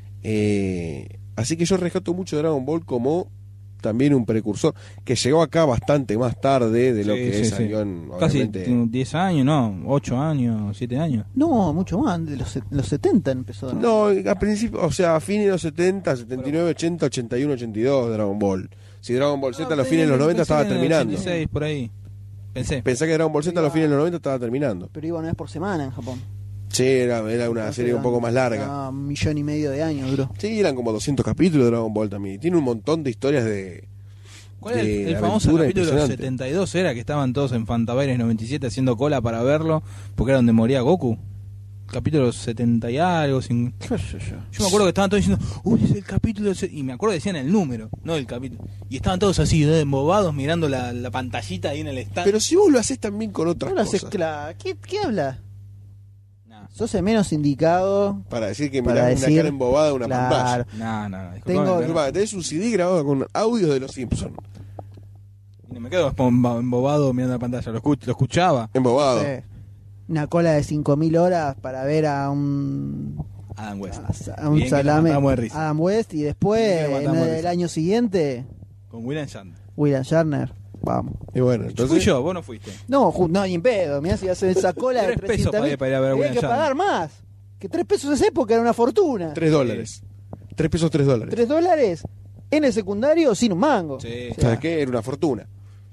Eh, así que yo rescato mucho Dragon Ball como también un precursor que llegó acá bastante más tarde de lo Sí, que sí, salió sí. en, Casi obviamente, diez años, no, ocho años, siete años. No, mucho más, de los, se- los setenta empezó. No, a principio, o sea, a fines de los setenta, setenta y nueve, ochenta, ochenta y uno, ochenta y dos Dragon Ball. Si Dragon Ball Z a los fines de los noventa estaba terminando. ochenta y seis, por ahí. Pensé. Pensé que Dragon Ball Z a los fines de los noventa estaba terminando. Pero iba una vez por semana en Japón. Sí, era, era una Entonces serie un eran- poco más larga. era Un millón y medio de años duró. Sí, eran como doscientos capítulos de Dragon Ball también. Tiene un montón de historias de... ¿Cuál era el, de el famoso aventura capítulo impresionante. setenta y dos? Era que estaban todos en Fantabaires noventa y siete haciendo cola para verlo, porque era donde moría Goku. Capítulo setenta y algo. Sin... Yo me acuerdo que estaban todos diciendo, uy, es el capítulo. se-". Y me acuerdo que decían el número, no el capítulo. Y estaban todos así, ¿no? embobados, mirando la, la pantallita ahí en el stand. Pero si vos lo haces también con otras No lo haces cosas. cla- ¿Qué, ¿Qué habla? No, Sos el menos indicado. Para decir que Para mirás una decir- cara embobada de una Claro. no, no. no, disculpame, Tengo- pero- pantalla. Tenés un C D grabado con audios de los Simpsons. y no me quedo embo- embobado mirando la pantalla, lo, escuch- lo escuchaba. Embobado. Sí. Una cola de cinco mil horas para ver a un Adam West. a un Bien que lo salame matamos de risa. Adam West y Bien después que lo en matamos de el risa. año siguiente Con William Shatner. William Shatner. Vamos. Y bueno, Fui entonces... yo, vos no fuiste. No, ju- no, ni en pedo. Mirá si hacer esa cola de Tres pesos trescientos pagué mil. para ir a ver a Había William que Shatner. pagar más. Que tres pesos en esa época era una fortuna. Tres dólares. Tres pesos, tres dólares. Tres dólares en el secundario sin un mango. Sí. O sea, ¿Sabes qué? Era una fortuna.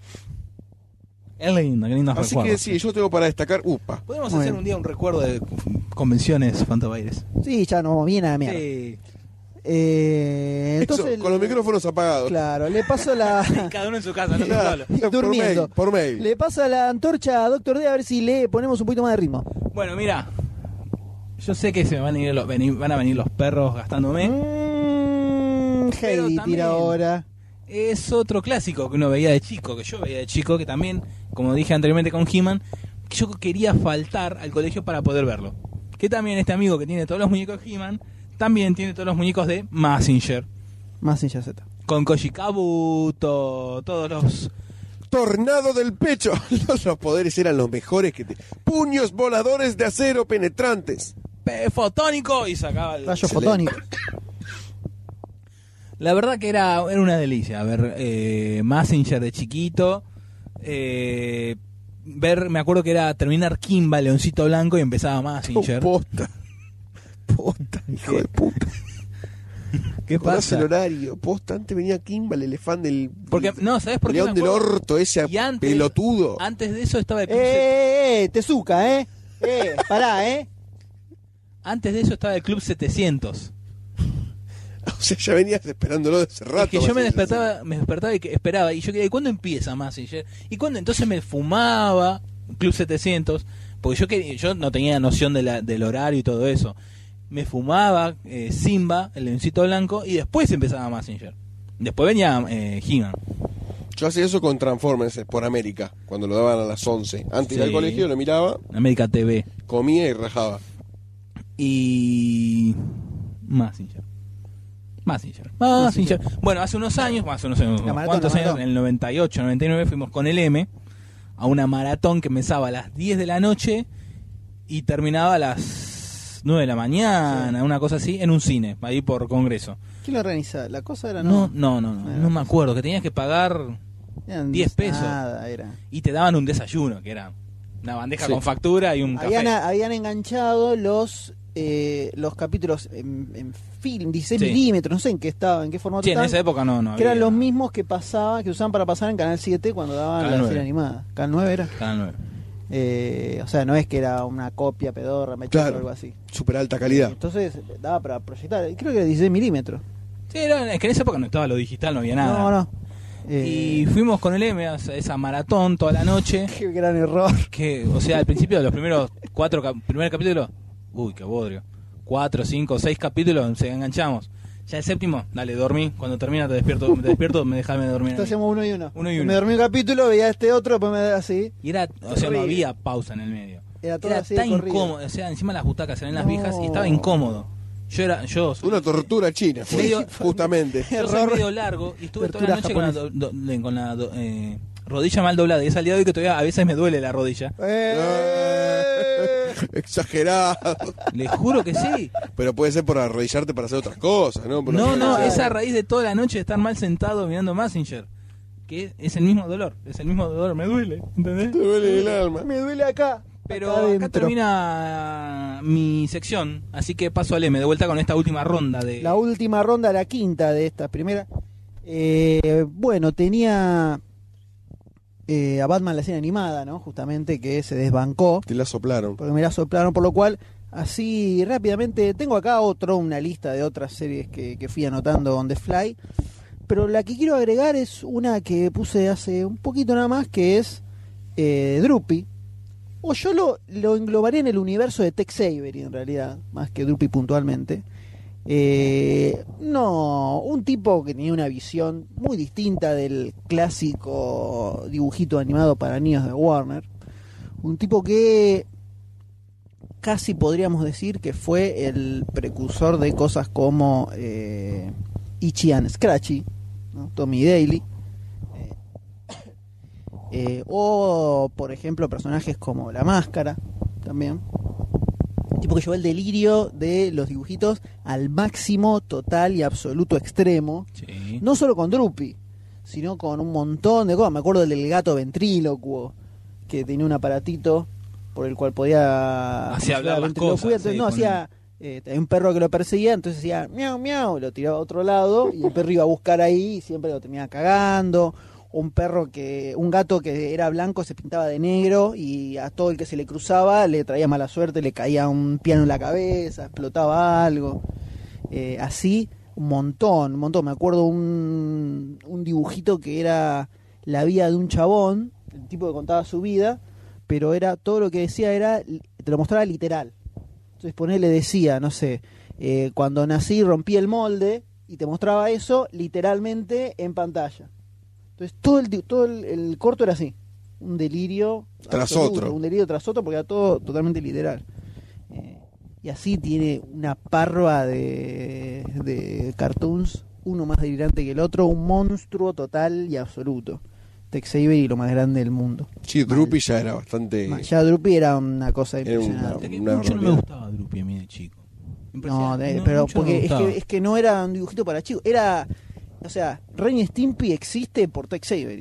Es lindo, qué lindo Así recuerdo. que sí, yo tengo para destacar... Upa. Podemos Muy hacer bien. un día un recuerdo de convenciones Fantabaires. sí, ya nos vamos bien a la mierda. Sí. Eh, Eso, entonces, con los micrófonos apagados. Claro, le paso la Cada uno en su casa, no Claro, solo. por durmiendo. mail, por mail. le paso la antorcha a Doctor D a ver si le ponemos un poquito más de ritmo. Bueno, mira. Yo sé que se me van a, ir los, venir- van a venir los perros gastándome. Mm, Pero Heidi también- tira ahora. es otro clásico que uno veía de chico, que yo veía de chico, que también, como dije anteriormente con He-Man, yo quería faltar al colegio para poder verlo. Que también este amigo que tiene todos los muñecos de He-Man, también tiene todos los muñecos de Mazinger. Mazinger Z. Con Koji Kabuto, todos los... Tornado del pecho. Los, los poderes eran los mejores que te... Puños voladores de acero penetrantes. P fotónico y sacaba el... Rayo fotónico. La verdad que era, era una delicia ver eh, Mazinger de chiquito, eh, ver, me acuerdo que era terminar Kimba, Leoncito Blanco, y empezaba Mazinger. Oh, posta. Posta, hijo de puta. ¿Qué pasa? El horario. Posta, antes venía Kimba, el elefante del... Porque, no, ¿sabes por qué? León del orto, ese Y antes- pelotudo. Antes de eso estaba el ¡Eh, Club, eh, eh! Tezuka, ¿eh? ¡Eh! Pará, ¿eh? antes de eso estaba el Club setecientos. O sea, ya venías esperándolo de hace rato. Es que yo me Mazinger. despertaba, me despertaba y que esperaba, y yo quería, ¿y cuándo empieza Mazinger? Y cuándo entonces me fumaba Club setecientos, porque yo quería, yo no tenía noción de la, del horario y todo eso. Me fumaba eh, Simba, el leoncito blanco, y después empezaba Mazinger. Después venía eh, He-Man. Yo hacía eso con Transformers eh, por América, cuando lo daban a las once. Antes de ir Sí. al colegio lo miraba, América T V. comía y rajaba. Y... Mazinger. Mazinger. Mazinger. Bueno, hace unos años, hace unos años, La maratón, ¿cuántos la años? maratón. En el noventa y ocho, noventa y nueve fuimos con el M a una maratón que empezaba a las diez de la noche y terminaba a las nueve de la mañana, una cosa así, en un cine, ahí por Congreso. ¿Quién lo organiza? La cosa era No, no. no, no, no, Era- no me acuerdo, que tenías que pagar eran diez pesos. Nada, era. y te daban un desayuno, que era una bandeja Sí. con factura y un Habían, café. habían enganchado los eh, los capítulos en, en film, dieciséis Sí. milímetros, no sé en qué estaba, en qué formato Sí, en estaban, esa época no, no que eran había. los mismos que pasaba, que usaban para pasar en Canal siete cuando daban Canal la nueve. serie animada. Canal nueve era. Canal nueve. Eh, o sea, no es que era una copia pedorra, mechada Claro. o algo así. Super alta calidad. Entonces daba para proyectar, creo que era dieciséis milímetros. Sí, era, es que en esa época no estaba lo digital, no había nada. No, no. Y Eh, fuimos con el M a esa esa maratón toda la noche. qué gran error. Que, o sea, al principio de los primeros cuatro cap- primer capítulo, uy, qué bodrio. Cuatro, cinco, seis capítulos, se enganchamos. Ya el séptimo, dale, dormí. Cuando termina te despierto, me despierto, me dejame dormir. a mí. Entonces hacíamos uno y uno. Uno y Me uno. dormí un capítulo, veía este otro, después me así. Y era, o sea, no Horrible. había pausa en el medio. Era todo Era así de tan corrido. incómodo, o sea, encima las butacas eran las No. viejas y estaba incómodo. Yo era, yo soy- Una tortura china, fue, Medio- justamente. Yo soy Error. medio largo y estuve toda la Tortura noche con la, do- do- con la do- eh, rodilla mal doblada. Y es al día de hoy que todavía a veces me duele la rodilla. Eh, Exagerado. Les juro que sí. Pero puede ser por arrodillarte para hacer otras cosas, ¿no? Por No, lo no, general. es a raíz de toda la noche de estar mal sentado mirando Mazinger. Que es, es el mismo dolor, es el mismo dolor, me duele, ¿entendés? Te duele el alma. me duele acá. Pero acá acá adentro. termina mi sección, así que paso al M, de vuelta con esta última ronda de... La última ronda, la quinta de esta primera. Eh, bueno, tenía eh, a Batman la serie animada, ¿no? Justamente que se desbancó. Te la soplaron. Porque me la soplaron, por lo cual, así rápidamente, tengo acá otro, una lista de otras series que, que fui anotando on the fly. Pero la que quiero agregar es una que puse hace un poquito nada más, que es eh, Droopy. O yo lo, lo englobaría en el universo de Tex Avery, en realidad, más que Droopy puntualmente. Eh, no, un tipo que tenía una visión muy distinta del clásico dibujito animado para niños de Warner. Un tipo que casi podríamos decir que fue el precursor de cosas como eh, Itchy and Scratchy, ¿no? Tommy Daly. Eh, eh, o, por ejemplo, personajes como La Máscara, también. Tipo que llevó el delirio de los dibujitos al máximo total y absoluto extremo. Sí. No solo con Droopy, sino con un montón de cosas. Me acuerdo del gato ventrílocuo, que tenía un aparatito por el cual podía Hacía hablar la las ventriloquía. cosas, Entonces, sí, no, con hacía eh, hay un perro que lo perseguía, entonces hacía miau miau, lo tiraba a otro lado y el perro iba a buscar ahí y siempre lo terminaba cagando. Un perro que, un gato que era blanco se pintaba de negro y a todo el que se le cruzaba le traía mala suerte, le caía un piano en la cabeza, explotaba algo. Eh, así, un montón, un montón. Me acuerdo un, un dibujito que era la vida de un chabón, el tipo que contaba su vida, pero era todo lo que decía era, te lo mostraba literal. Entonces ponele decía, no sé, eh, cuando nací rompí el molde, y te mostraba eso literalmente en pantalla. Entonces todo el todo el, el corto era así, un delirio tras absoluto, otro, un delirio tras otro, porque era todo totalmente literal. Eh, y así tiene una parva de, de cartoons, uno más delirante que el otro, un monstruo total y absoluto. Tex Avery, lo más grande del mundo. Sí, Drupi ya era bastante... Ya Drupi era una cosa Era una- impresionante. una Mucho no me realidad. gustaba Drupi a mí de chico. No, de- No, pero mucho no me porque es gustaba. que, es que no era un dibujito para chicos, era, o sea, Ren y Stimpy existe por Tex Avery.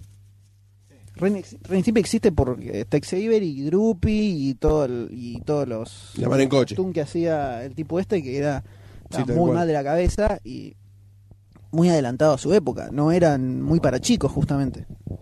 Ren, Ren y Stimpy existe por eh, Tex Avery y Drupi y todo el- y todos los La mar en coche. cartoon que hacía el tipo este, que era estaba Sí, tal muy cual. mal de la cabeza y muy adelantado a su época. No eran muy para chicos, justamente.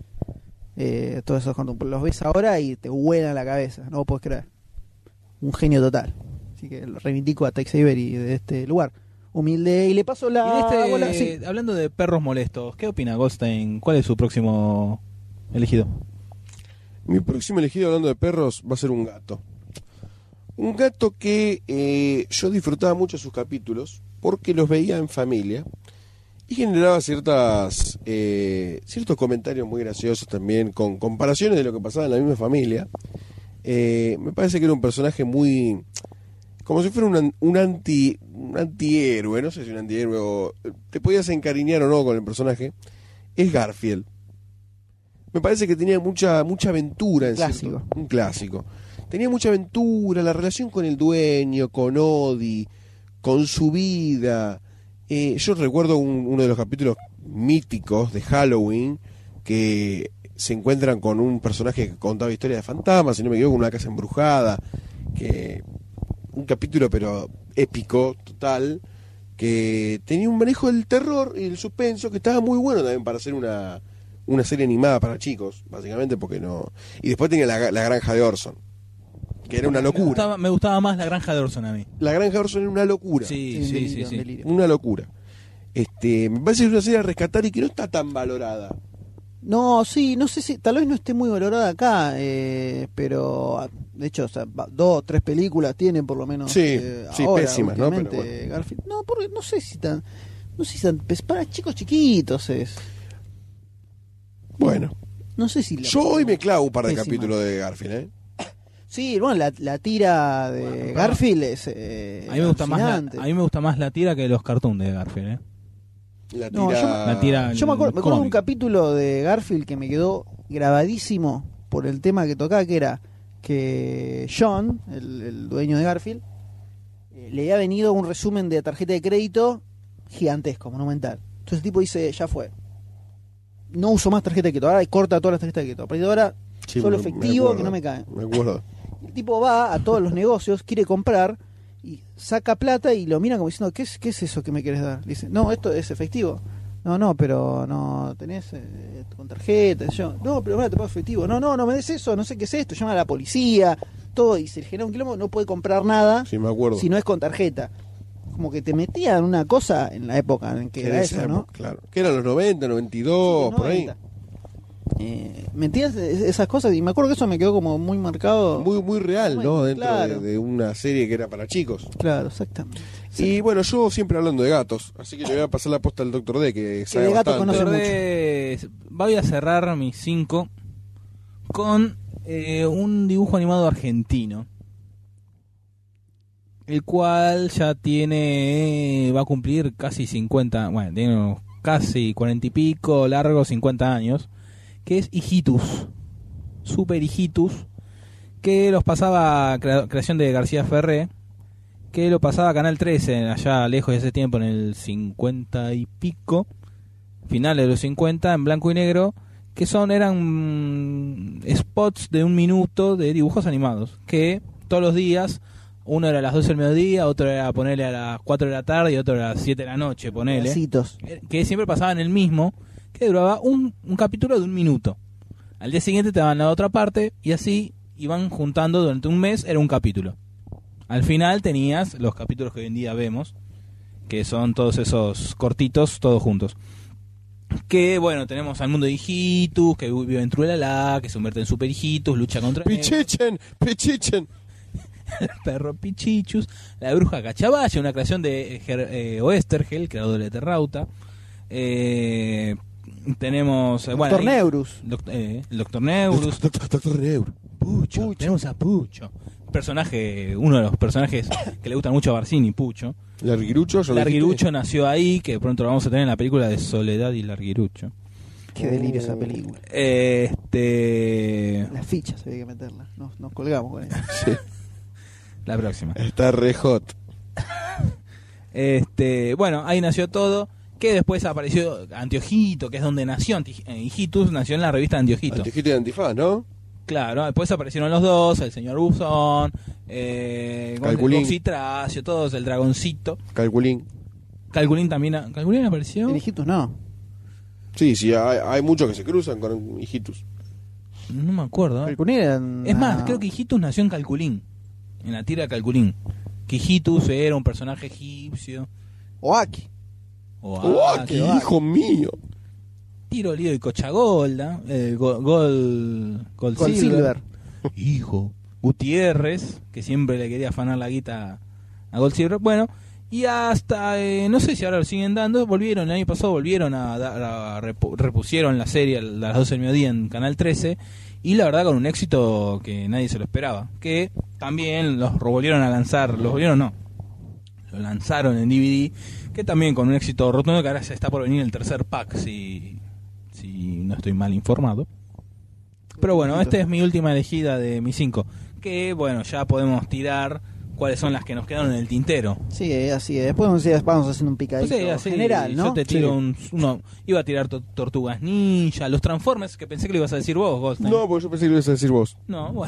Eh, todos esos cartoons. Los ves ahora y te vuelan la cabeza, no lo puedes creer. Un genio total. Así que lo reivindico a Tex Avery de este lugar. Humilde, y le paso Y la de este, bola, sí. hablando de perros molestos, ¿qué opina Goldstein? ¿Cuál es su próximo elegido? Mi próximo elegido, hablando de perros, va a ser un gato. Un gato que eh, yo disfrutaba mucho sus capítulos porque los veía en familia y generaba ciertas eh, ciertos comentarios muy graciosos también, con comparaciones de lo que pasaba en la misma familia. Eh, me parece que era un personaje muy... como si fuera un, an- un anti un antihéroe, no sé si un antihéroe o... te podías encariñar o no con el personaje. Es Garfield. Me parece que tenía mucha mucha aventura en Clásico. cierto- un clásico. Tenía mucha aventura, la relación con el dueño, con Odie, con su vida. Eh, yo recuerdo un- uno de los capítulos míticos de Halloween que se encuentran con un personaje que contaba historias de fantasmas, si no me equivoco, una casa embrujada, que un capítulo pero épico, total, que tenía un manejo del terror y el suspenso que estaba muy bueno también para hacer una, una serie animada para chicos, básicamente porque no... Y después tenía la, la granja de Orson, que era una Me locura. gustaba, me gustaba más la granja de Orson a mí. La granja de Orson era una locura. Sí, un sí, delirio, sí, un sí. delirio. Una locura. Este, me parece que es una serie a rescatar y que no está tan valorada. No, sí, no sé si, tal vez no esté muy valorada acá, eh, pero ah, de hecho, o sea, va- dos, tres películas tiene por lo menos. Sí, eh, sí, ahora, pésimas, ¿no? últimamente, Pero bueno. Garfield. No, porque no sé si tan, no sé si tan, es para chicos chiquitos es. Bueno, No sé si la- yo hoy me clavo un par de Pésima. capítulos de Garfield, ¿eh? Sí, bueno, la, la tira de Garfield es eh, A mí me gusta más la, alucinante. a mí me gusta más la tira que los cartoons de Garfield, ¿eh? La No, tira... yo- La tira Yo me acuerdo, me acuerdo de un cómic. capítulo de Garfield que me quedó grabadísimo por el tema que tocaba, que era que John, el, el dueño de Garfield, eh, le había venido un resumen de tarjeta de crédito gigantesco, monumental. Entonces el tipo dice, ya fue. No uso más tarjeta de crédito, ahora corta todas las tarjetas de crédito. A partir de ahora, Sí, solo me- me efectivo, acuerdo, que no me caen. Me acuerdo. El tipo va a todos los negocios, quiere comprar y saca plata y lo mira como diciendo, ¿qué es, qué es eso que me quieres dar? Le dice, no, esto es efectivo. No, no, pero no tenés eh, con tarjeta. Yo, no, pero mira, te pago efectivo. No, no, no me des eso, no sé qué es esto. Llama a la policía, todo. Y se le genera un quilombo, no puede comprar nada Sí, me acuerdo. si no es con tarjeta. Como que te metían una cosa en la época en que Que era en eso, esa ¿no? época, Claro. Que eran los noventa, noventa y dos, Sí, por ahí. noventa. Eh, metías esas cosas y me acuerdo que eso me quedó como muy marcado. Muy, muy real, ¿no? Muy- Dentro claro. de, de una serie que era para chicos. Claro, exactamente. Y bueno, yo siempre hablando de gatos, así que le voy a pasar la posta al doctor D, que sabe de gato bastante. conoce Doctor mucho. D, voy a cerrar mis cinco con eh, un dibujo animado argentino, el cual ya tiene, va a cumplir casi cincuenta, bueno, tiene unos casi cuarenta y pico, largo, cincuenta años, que es Hijitus, Super Hijitus, que los pasaba, crea- creación de García Ferré, que lo pasaba Canal trece, allá lejos de ese tiempo, en el cincuenta y pico, finales de los cincuenta, en blanco y negro, que son eran mm, spots de un minuto de dibujos animados, que todos los días, uno era a las doce del mediodía, otro era ponerle a las cuatro de la tarde y otro a las siete de la noche, ponele, Pedacitos. que siempre pasaban el mismo, que duraba un, un capítulo de un minuto. Al día siguiente te daban la otra parte y así iban juntando durante un mes, era un capítulo. Al final tenías los capítulos que hoy en día vemos, que son todos esos cortitos, todos juntos. Que bueno, tenemos al mundo de Hijitus, que vive en Truelala, que se convierte en Super Hijitus, lucha contra... Pichichen, pichichen. el perro Pichichus, la bruja Cachabaya, una creación de Ger- eh, Oestergel, creador de Terrauta. Eh, tenemos... eh, bueno, Doctor ahí- Neurus. doc- eh, el Doctor Neurus. Doctor, doctor Neuro. Pucho. Tenemos a Pucho. Personaje, uno de los personajes que le gustan mucho a Barcini, Pucho. Larguirucho, yo lo Larguirucho dijiste. nació ahí, que pronto lo vamos a tener en la película de Soledad y Larguirucho. Qué delirio esa película. Este... Las fichas había que meterlas. Nos, nos colgamos con eso. Sí. La próxima. Está re hot. Este, bueno, ahí nació todo. Que después apareció Antiojito, que es donde nació Anti- eh, Hijitus, nació en la revista Antiojito. Antiojito y Antifaz, ¿no? Claro, después aparecieron los dos, el señor Buzón, eh, Calculín. Goxitracio, todos, el dragoncito. Calculín. Calculín también, a- ¿Calculín apareció? El hijitus no. Sí, sí, hay, hay muchos que se cruzan con hijitus. No me acuerdo. ¿eh? Calculín era una- Es más, creo que Hijitus nació en Calculín, en la tira de Calculín. Que Hijitus era un personaje egipcio. Oaki. O ¡Oh, ah, qué que- hijo mío! Tiro, lío y Cochagolda, eh, Gol, Gol, Gold Gold Silver, Silver. hijo, Gutiérrez, que siempre le quería afanar la guita a Gold Silver. Bueno, y hasta, eh, no sé si ahora lo siguen dando, volvieron, el año pasado volvieron a, dar- a repu- repusieron la serie a las doce del mediodía en Canal trece, y la verdad con un éxito que nadie se lo esperaba, que también los volvieron a lanzar, los volvieron no, lo lanzaron en D V D, que también con un éxito rotundo, que ahora se está por venir el tercer pack, si, si no estoy mal informado. Pero bueno, esta es mi última elegida de mis cinco, que bueno, ya podemos tirar cuáles son las que nos quedaron en el tintero. Sí, eh, así es. Después vamos a- vamos haciendo un picadito Sí, así, general, ¿no? Yo te tiro Sí. un, uno, iba a tirar to- Tortugas Ninja, los Transformers, que pensé que lo ibas a decir vos, Goldstein. No, porque yo pensé que lo ibas a decir vos. No, bueno.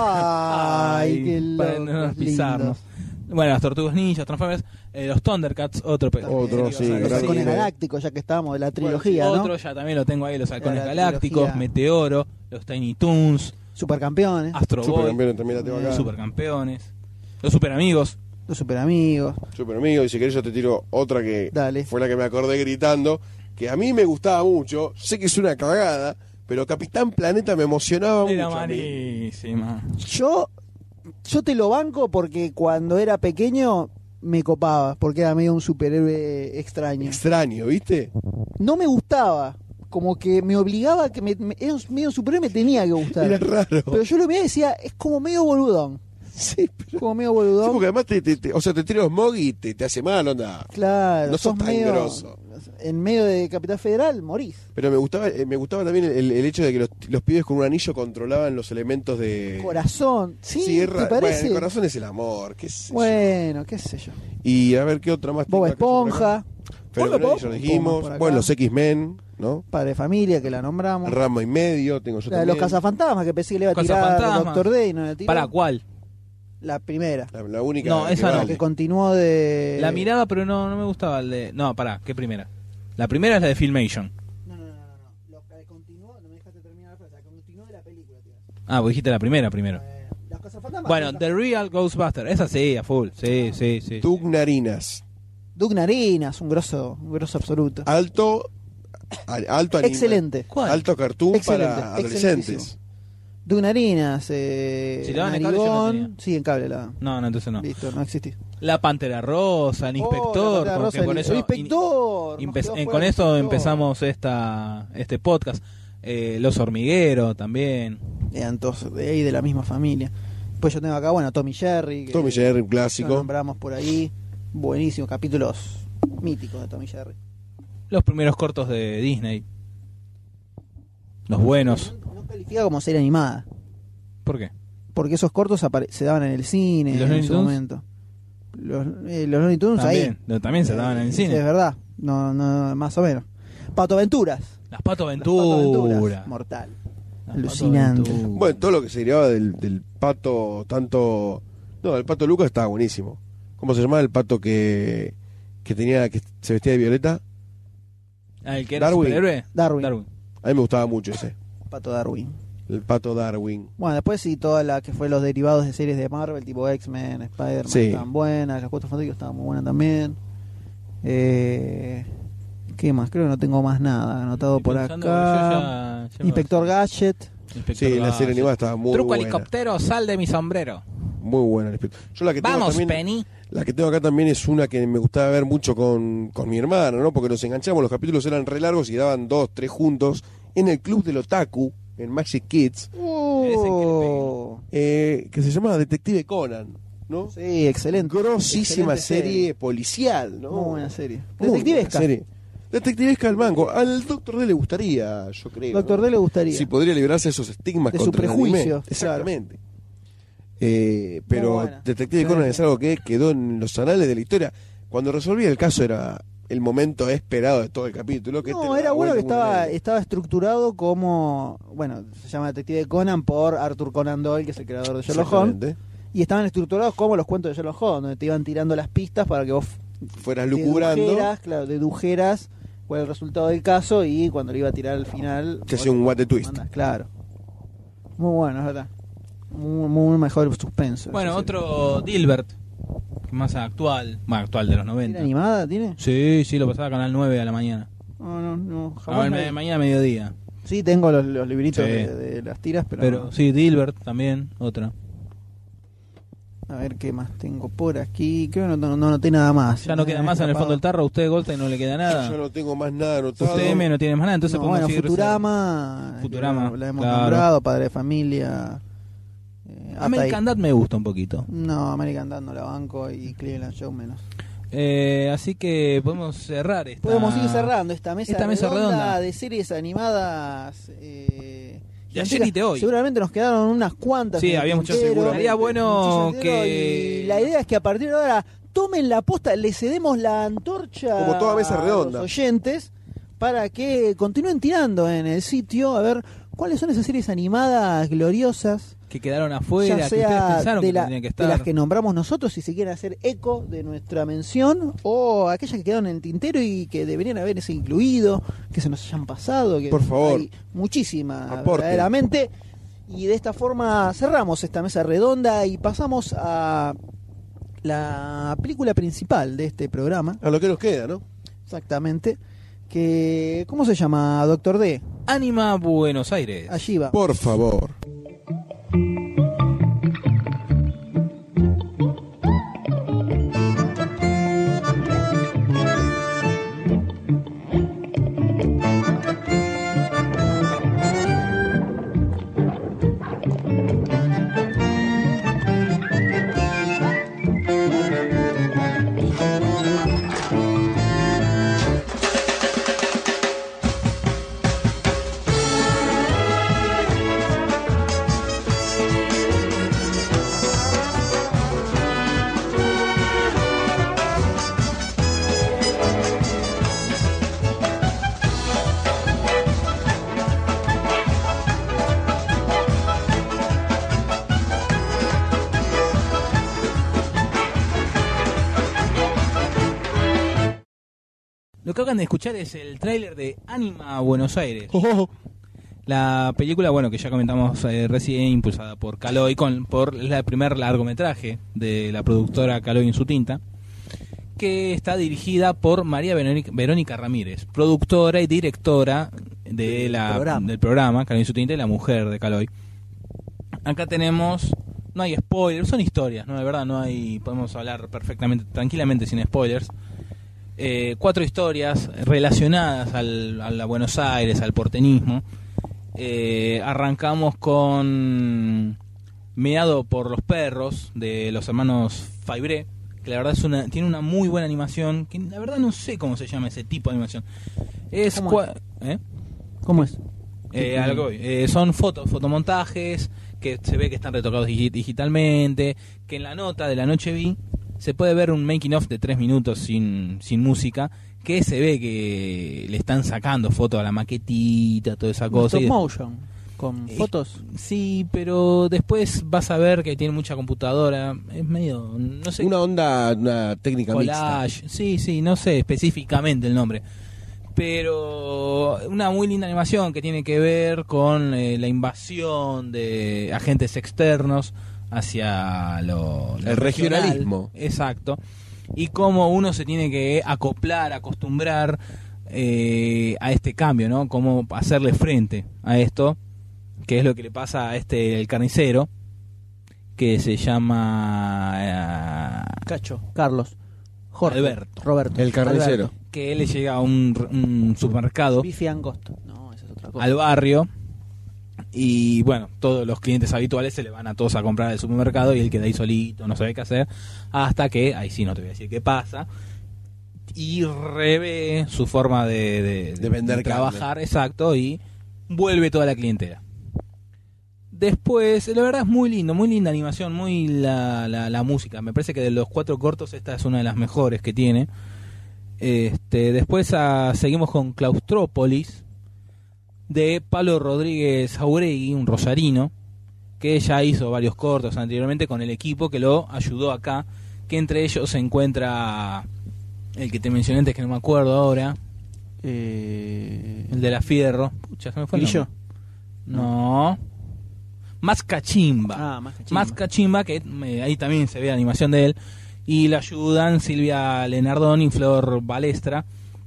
Ay, qué para locos, no pisarnos. lindos. Bueno, las Tortugas Ninja, Transformers, eh, los Thundercats, otro. pe- Otro, pensé que sí, ibas a Los decir. halcones sí, galácticos, ya que estábamos de la trilogía, ¿no? Otro ya también lo tengo ahí, los halcones la galácticos, trilogía. Meteoro, los Tiny Toons, Supercampeones, Astro Boy, Supercampeones también la tengo acá. Supercampeones, los Superamigos. los superamigos. Super amigo, y si querés yo te tiro otra que Dale. fue la que me acordé gritando, que a mí me gustaba mucho, sé que es una cagada, pero Capitán Planeta me emocionaba Era mucho. a mí. malísima. Yo, yo te lo banco porque cuando era pequeño me copaba, porque era medio un superhéroe extraño. Extraño, ¿viste? No me gustaba, como que me obligaba, que me, me- era un- medio un superhéroe me tenía que gustar. Era raro. Pero yo lo miraba y decía, es como medio boludón. Sí, pero... Como medio Sí, boludón. porque además te, te- te- o sea, te tira Smog y te, te hace mal, onda. Claro, No sos tan medio, grosso. en medio de Capital Federal morís. Pero me gustaba, eh, me gustaba también el, el hecho de que los, los pibes con un anillo controlaban los elementos de... Corazón, sí, Sí, es ¿te ra- parece? Bueno, el corazón es el amor, qué sé yo. Bueno, qué sé yo. Y a ver qué otra más tengo Bob acá por Esponja, acá. Fenomenal, Ponlo, ya lo ponlo dijimos. por acá. Bueno, los X-Men, ¿no? Padre de Familia, que la nombramos. Rama y medio, tengo yo La de también. los cazafantasmas, que pensé que le iba a tirar Cazafantasmas. Doctor Day, no le tiró. ¿Para cuál? La primera. La, la única No, que esa no. La vale. que continuó de... La miraba, pero no, no me gustaba el de... No, pará, ¿qué primera? La primera es la de Filmation. No, no, no, no, no. La que continuó, no me dejaste terminar la frase. La que continuó de la película, tío. Ah, vos dijiste la primera primero. Eh, Los cazafantasmas. Bueno, esa. The Real Ghostbuster, esa sí, a full, sí, sí, sí. Doug Narinas. Doug Narinas, un grosso, un grosso absoluto. Alto, al- alto anime. Excelente. ¿Cuál? Alto cartoon Excelente, para adolescentes. excelentísimo. Doug Narinas, eh, Si la daban en cable, yo la Narigón. tenía. Sí, en cable la dan. No, no, entonces no. Listo, no existí. La Pantera Rosa, el Oh, Inspector, la Pantera porque Rosa, con el- eso el Inspector. in- Nos empe- quedó eh, fuera con el eso Inspector. empezamos esta este podcast. Eh, Los Hormigueros también. Eran todos de ahí de la misma familia. Pues yo tengo acá, bueno, Tommy Jerry. que Tommy Jerry, un Lo clásico. nombramos por ahí. Buenísimo, capítulos míticos de Tommy Jerry. Los primeros cortos de Disney. Los buenos. No, no califica como serie animada. ¿Por qué? Porque esos cortos apare- se daban en el cine ¿Y los en Looney su Tunes? momento. Los, eh, los Looney Tunes También, ahí. no, también se daban en el Sí, cine. es verdad. No, no, más o menos. Pato Aventuras. Las Pato Las Pato Aventura. Aventuras. Mortal. Las Alucinante. Pato Aventura. Bueno, todo lo que se derivaba del, del pato, tanto... No, el pato Lucas estaba buenísimo. ¿Cómo se llamaba el pato que, que tenía que se vestía de violeta? Ah, el que era Darwin. superhéroe. Darwin. Darwin. A mí me gustaba mucho ese. Pato Darwin. El pato Darwin. Bueno, después sí, toda la que fue los derivados de series de Marvel, tipo X-Men, Spider-Man, Sí. estaban buenas. Las Cuatro Fantásticos estaban muy buenas también. Eh, ¿Qué más? Creo que no tengo más nada anotado Estoy por pensando, acá. yo ya- ya me- Inspector Gadget. Inspector Sí, la serie Gadget. animada estaba muy Truco buena. helicóptero, sal de mi sombrero. muy buena. Yo la que tengo Vamos, también, Penny. La que tengo acá también es una que me gustaba ver mucho con, con mi hermano, ¿no? Porque nos enganchamos, los capítulos eran re largos y daban dos, tres juntos. En el club del Otaku, en Magic Kids, Oh. eh, que se llama Detective Conan, ¿no? Sí, excelente. Grosísima Excelente serie, serie. policial, ¿no? Muy buena serie. Muy Detectivesca. buena serie. Detectivesca al mango. Al Doctor D le gustaría, yo creo. Doctor ¿no? D le gustaría. Si podría librarse de esos estigmas De su contra el prejuicio, anime. claro. Exactamente. Eh, pero buena. Detective Sí, Conan sí. es algo que quedó en los anales de la historia. Cuando resolvía el caso era el momento esperado de todo el capítulo. Que te No, lo era da bueno que vuelta como estaba, una ley. estaba estructurado como, bueno, se llama Detective Conan por Arthur Conan Doyle, que es el creador de Sherlock Holmes, Exactamente. y estaban estructurados como los cuentos de Sherlock Holmes, donde te iban tirando las pistas para que vos Fueras lucubrando. dedujeras, claro, dedujeras cuál es el resultado del caso y cuando lo iba a tirar al final... Se hacía un what the twist. mandás, claro. Muy bueno, es verdad. Muy, muy mejor suspenso. Bueno, esa otro Dilbert, más actual, más actual de los serie. noventa. ¿Tiene animada? ¿Tiene? Sí, sí, lo pasaba a Canal nueve a la mañana. No, no, no. A jamás ver, la me- vi. mañana a mediodía. Sí, tengo los, los libritos Sí. de, de las tiras, pero... Pero no. sí, Dilbert también, otra. A ver qué más tengo por aquí. Creo que no, no, no noté nada más. Ya no queda más en el fondo del tarro, a usted Goldstein no le queda nada. Yo no tengo más nada anotado. Usted M no tiene más nada, entonces No, podemos bueno, seguir Futurama, Futurama, que la hemos claro. nombrado, Padre de Familia. eh, hasta American ahí. Dad me gusta un poquito. No, American Dad no la banco y Cleveland Show menos. Eh, así que podemos cerrar esta... Podemos ir cerrando esta mesa, esta mesa redonda, redonda. de series animadas. Eh, De ayer y de hoy. Seguramente nos quedaron unas cuantas. Sí, en el había muchas. tintero, Estaría bueno muchísimas tintero, que... y la idea es que a partir de ahora tomen la posta, le cedemos la antorcha Como toda mesa a redonda. los oyentes para que continúen tirando en el sitio a ver cuáles son esas series animadas gloriosas. que quedaron afuera, Ya que ustedes sea pensaron de, que la- tenían que de estar. las que nombramos nosotros, si se quieren hacer eco de nuestra mención, o aquellas que quedaron en el tintero y que deberían haberse incluido, que se nos hayan pasado, que Por favor. hay muchísimas, Aporte. verdaderamente. Y de esta forma cerramos esta mesa redonda y pasamos a la película principal de este programa, A lo que nos queda, ¿no? exactamente, que ¿cómo se llama, Doctor D? Anima Buenos Aires. Allí va. Por favor. Lo que acaban de escuchar es el tráiler de Anima Buenos Aires. La película, bueno, que ya comentamos eh, recién, impulsada por Caloi, con, por el primer largometraje de la productora Caloi en su tinta, que está dirigida por María Verónica, Verónica Ramírez, productora y directora de la, programa. del programa Caloi en su tinta y la mujer de Caloi. Acá tenemos, no hay spoilers, son historias, no, de verdad no hay, podemos hablar perfectamente, tranquilamente sin spoilers. Eh, cuatro historias relacionadas al, a la Buenos Aires, al porteñismo. Eh, arrancamos con Meado por los perros de los hermanos Faibré, que la verdad es una, tiene una muy buena animación, que la verdad no sé cómo se llama ese tipo de animación. Es ¿Cómo cua- ¿eh? ¿Cómo es? Eh, a lo que voy. Eh, son fotos, fotomontajes que se ve que están retocados digi- digitalmente, que en la nota de la noche vi se puede ver un making of de tres minutos sin, sin música, que se ve que le están sacando fotos a la maquetita, toda esa cosa. Stop y- motion, con Eh, fotos. Sí, pero después vas a ver que tiene mucha computadora, es medio, no sé, Una onda, una técnica mixta. collage, sí, sí, no sé específicamente el nombre, pero una muy linda animación que tiene que ver con eh, la invasión de agentes externos hacia lo, lo El regional. regionalismo. Exacto, y cómo uno se tiene que acoplar, acostumbrar eh, a este cambio, ¿no? Cómo hacerle frente a esto, que es lo que le pasa a este el carnicero, que se llama eh, Cacho, Carlos, Jorge, Alberto. Roberto, El carnicero. Alberto. que él le llega a un, un supermercado Bife angosto. No, esa es otra cosa. al barrio y bueno, todos los clientes habituales se le van a todos a comprar al supermercado y él queda ahí solito, no sabe qué hacer, hasta que, ahí sí no te voy a decir qué pasa, y revé su forma de, de, De vender de trabajar, exacto, y vuelve toda la clientela. Después, la verdad es muy lindo, muy linda animación, muy la, la, la música. Me parece que de los cuatro cortos esta es una de las mejores que tiene. Este, después a, seguimos con Claustrópolis, de Pablo Rodríguez Jauregui, un rosarino, que ya hizo varios cortos anteriormente con el equipo que lo ayudó acá, que entre ellos se encuentra el que te mencioné antes, que no me acuerdo ahora, Eh... el de la Fierro. Pucha, ¿se me fue el ¿Grillo? nombre? No. Más Cachimba. Ah, más cachimba. Más Cachimba, que eh, ahí también se ve la animación de él. Y le ayudan Silvia Lenardón y Flor Balestra.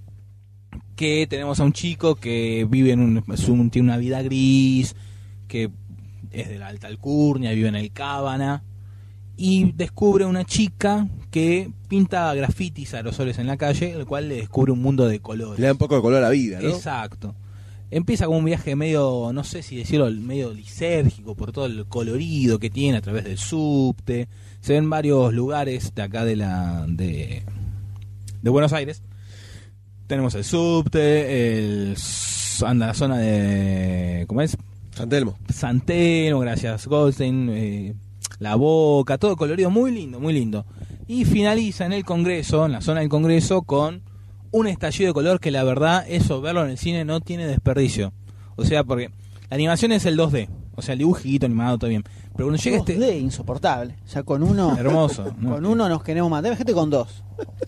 Que tenemos a un chico que vive en un, es un- tiene una vida gris, que es de la alta alcurnia, vive en el Cábana. Y descubre una chica que pinta grafitis aerosoles en la calle, el cual le descubre un mundo de colores. Le da un poco de color a la vida, ¿no? Exacto. Empieza como un viaje medio, no sé si decirlo, medio lisérgico por todo el colorido que tiene a través del subte. Se ven varios lugares de acá de la de, de Buenos Aires. Tenemos el subte, el s- anda la zona de, ¿cómo es? San Telmo. San Telmo, gracias Goldstein, eh, La Boca, todo colorido, muy lindo, muy lindo. Y finaliza en el Congreso, en la zona del Congreso, con un estallido de color que la verdad, eso, verlo en el cine no tiene desperdicio. O sea, porque la animación es el dos D, o sea, el dibujito animado, todo bien. Pero cuando llega dos este... D, insoportable. Ya con uno. Hermoso, ¿no? Con uno nos queremos matar. Gente con dos.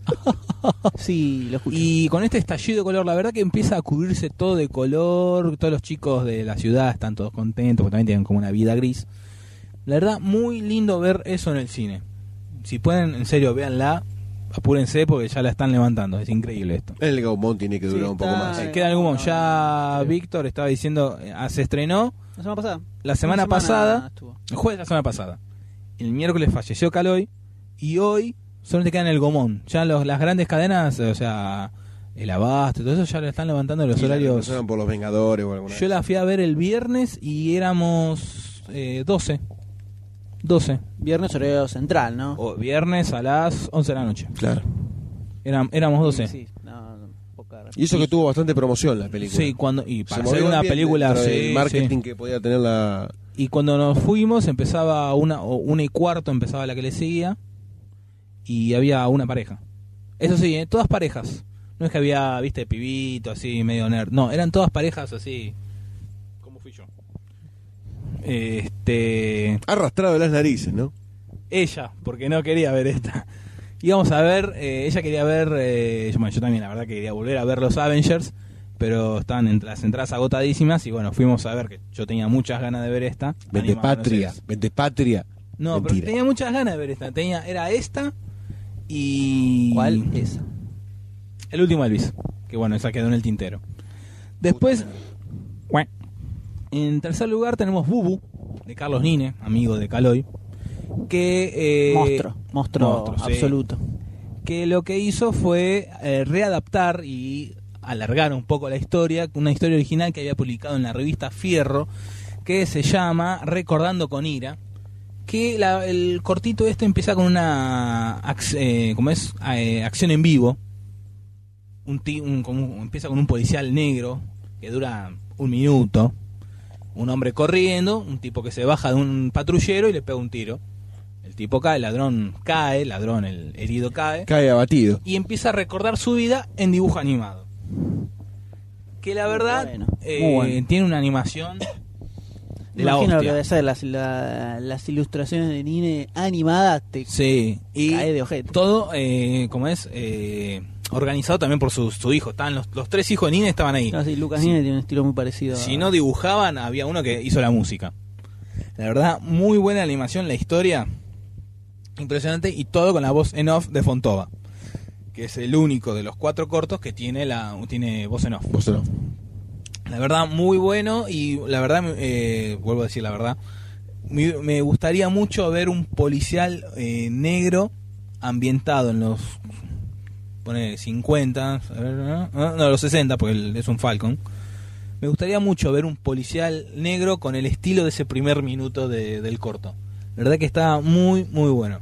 Sí, lo escucho. Y con este estallido de color, la verdad que empieza a cubrirse todo de color, todos los chicos de la ciudad están todos contentos, porque también tienen como una vida gris. La verdad, muy lindo ver eso en el cine. Si pueden, en serio, véanla, apúrense porque ya la están levantando, es increíble esto. El Gaumont tiene que durar Sí, un poco está- más. Eh, no, queda algún no, ya no, no. Víctor estaba diciendo, eh, ah, se estrenó La semana pasada. la semana Una pasada, estuvo. el jueves de la semana pasada. El miércoles falleció Caloy y hoy solamente queda en el Gomón. Ya los, las grandes cadenas, o sea, el Abasto y todo eso ya le están levantando los Y la horarios. reemplazaron por los Vengadores o alguna Yo la fui a ver el viernes y éramos eh, doce. doce. Viernes horario central, ¿no? O viernes a las once de la noche. Claro. Eram- éramos doce. Sí, no, no, poca- Y eso que tuvo bastante promoción la película. Sí, cuando, y Se para movió hacer una bien película, dentro del sí, marketing sí. que podía tener la... Y cuando nos fuimos empezaba una, o una y cuarto empezaba la que le seguía y había una pareja. Eso sí, ¿eh? Todas parejas. No es que había, viste, pibito así, medio nerd. No, eran todas parejas así. ¿Cómo fui yo? Este... Arrastrado de las narices, ¿no? Ella, porque no quería ver esta. Íbamos a ver, eh, ella quería ver, eh, yo, bueno, yo también la verdad que quería volver a ver los Avengers, pero estaban en, las entradas agotadísimas y bueno, fuimos a ver que yo tenía muchas ganas de ver esta. Vente Animada, patria, no sé. vente patria. No, Mentira. pero tenía muchas ganas de ver esta. Tenía, era esta y... ¿Cuál? Esa. El último Elvis, que bueno, esa quedó en el tintero. Después, bueno, en tercer lugar tenemos Bubu, de Carlos Nine, amigo de Caloy, que... eh, Monstruo, monstruo, monstruo, sí. absoluto. Que lo que hizo fue eh, readaptar y alargar un poco la historia, una historia original que había publicado en la revista Fierro, que se llama Recordando con Ira, que la- el cortito este empieza con una ac- eh, ¿cómo es? Eh, acción en vivo. Un ti- un- como- empieza con un policial negro que dura un minuto, un hombre corriendo, un tipo que se baja de un patrullero y le pega un tiro. El tipo cae, el ladrón cae, el ladrón, el herido cae, Cae abatido. y empieza a recordar su vida en dibujo animado. Que la Muy verdad bueno, eh, muy bueno. tiene una animación de la Imagino lo que hostia. debe ser las, la- las ilustraciones de Nine animadas, te Sí, y cae de ojete. todo, eh, como es, eh, organizado también por su, su hijo. Estaban los, los tres hijos de Nine estaban ahí. No, sí, Lucas Sí. Nine tiene un estilo muy parecido. Si a- no dibujaban, había uno que hizo la música. La verdad, muy buena animación, la historia impresionante, y todo con la voz en off de Fontova, que es el único de los cuatro cortos que tiene la tiene voz en off. Vos no. La verdad, muy bueno, y la verdad, eh, vuelvo a decir la verdad, me, me gustaría mucho ver un policial eh, negro ambientado en los pone cincuenta, a ver, ¿no? no, los sesenta, porque él es un Falcon. Me gustaría mucho ver un policial negro con el estilo de ese primer minuto de, del corto. La verdad que está muy, muy bueno.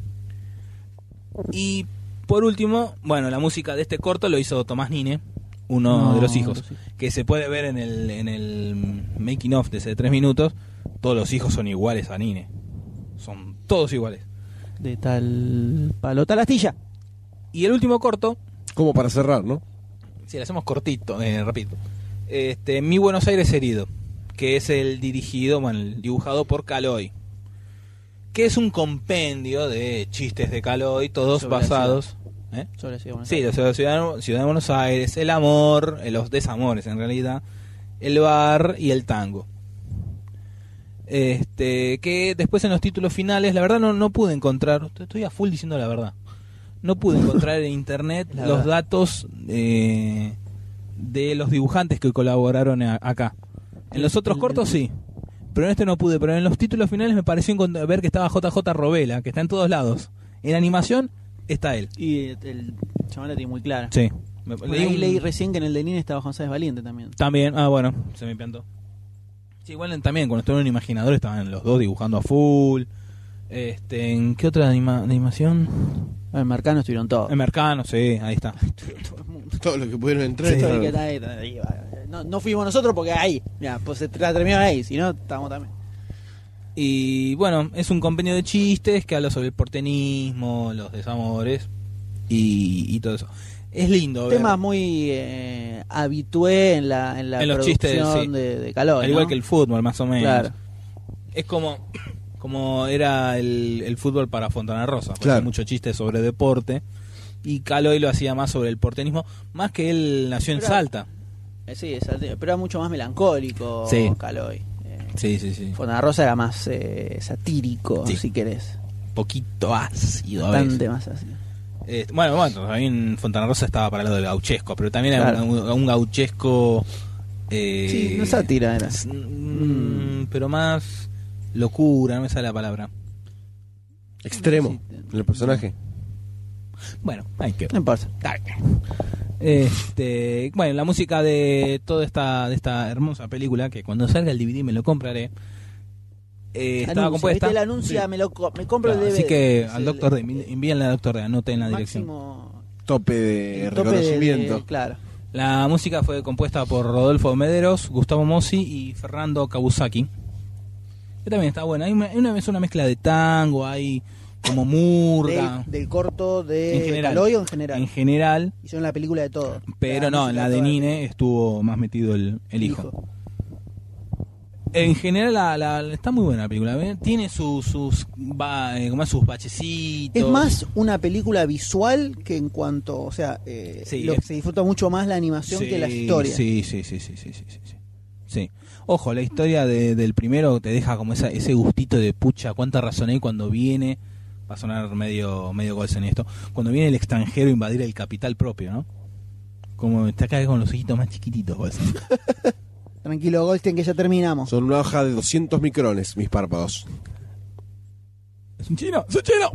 Y por último, bueno, la música de este corto lo hizo Tomás Nine, uno No, de los hijos, sí. que se puede ver en el, en el making of de ese de tres minutos. Todos los hijos son iguales a Nine. Son todos iguales. De tal palo tal astilla. Y el último corto, Como para cerrar, ¿no? si lo hacemos cortito, eh, rápido. Este, Mi Buenos Aires herido, que es el dirigido, bueno, el dibujado por Caloi, que es un compendio de chistes de Caloi, todos Sobre la basados, ¿eh? Sobre la ciudad de Buenos Sí, Aires. la ciudad, ciudad de Buenos Aires, el amor, eh, los desamores en realidad, el bar y el tango. Este, que después en los títulos finales, la verdad no, no pude encontrar, estoy a full diciendo la verdad, no pude encontrar en internet La los verdad. datos eh, de los dibujantes que colaboraron a- acá. En los otros El- cortos sí, pero en este no pude, pero en los títulos finales me pareció encont- ver que estaba J J Robela, que está en todos lados. En animación está él. Y el chaval la tiene muy clara. Sí. Me- Bueno, leí ahí un- leí recién que en el de Nine estaba González Valiente también. También, ah bueno, se me piantó. Sí, igual en- también cuando estuve en Imaginador estaban los dos dibujando a full. Este, ¿en qué otra anima- animación? En Mercano estuvieron todos. En Mercano, sí, ahí está. Todo lo que pudieron entrar. Sí. está- Que está ahí, está ahí, va. No, no fuimos nosotros porque ahí, ya, pues se la terminaron ahí, si no, estamos también. Y bueno, es un compendio de chistes que habla sobre el porteñismo, los desamores y, y todo eso. Es lindo ver. Temas muy eh, habitué en la, en la En los producción chistes, sí. de, de Caloi, Al igual ¿no? que el fútbol, más o menos. Claro. Es como como era el, el fútbol para Fontana Rosa. Porque Claro. hay mucho chiste sobre deporte. Y Caloi lo hacía más sobre el porteñismo. Más que él nació en Pero- Salta. Eh, sí, es- pero era mucho más melancólico Sí. Caloi. Eh, Sí, sí, sí. Fontana Rosa era más eh, satírico, Sí. si querés. Poquito ácido a veces. Bastante más así. Eh, bueno, bueno, también Fontana Rosa estaba para el lado del gauchesco. Pero también era Claro. un, un gauchesco. Eh, Sí, no sátira era. s- mm, Pero más locura, no me sale la palabra. Extremo. En el personaje. Bueno, hay que. No importa. Este, bueno, la música de toda esta de esta hermosa película, que cuando salga el D V D me lo compraré, eh, estaba Anuncia, compuesta. ¿viste? Él anuncia, Sí. me, lo, co- me compro Claro, el D V D. así que Es al el- doctor D, envíenle al doctor D, anoten la dirección. máximo Tope de tope de- reconocimiento. de- claro. La música fue compuesta por Rodolfo Mederos, Gustavo Mossi y Fernando Kawasaki. Que también está buena. Hay una, hay una, es una mezcla de tango, hay como murga. Del, del corto de En general. Caloi o en general. En general, Hicieron la película de todo. pero no, en la de música Nine estuvo más metido el, el de- hijo. En general la, la- está muy buena la película. ¿Ven? Tiene sus sus va, eh, como sus bachecitos. Es más una película visual que en cuanto, o sea, eh, Sí, lo- es- se disfruta mucho más la animación Sí, que la historia. Sí, sí, sí, sí, sí, sí, sí, sí. Sí. Ojo, la historia de- del primero te deja como esa, ese gustito de pucha, cuánta razón hay cuando viene, va a sonar medio medio Golsen esto, cuando viene el extranjero a invadir el capital propio, ¿no? Como está acá con los ojitos más chiquititos, Golsen. Tranquilo, Goldstein, que ya terminamos. Son una hoja de doscientos micrones, mis párpados. ¿Es un chino? ¡Es un chino!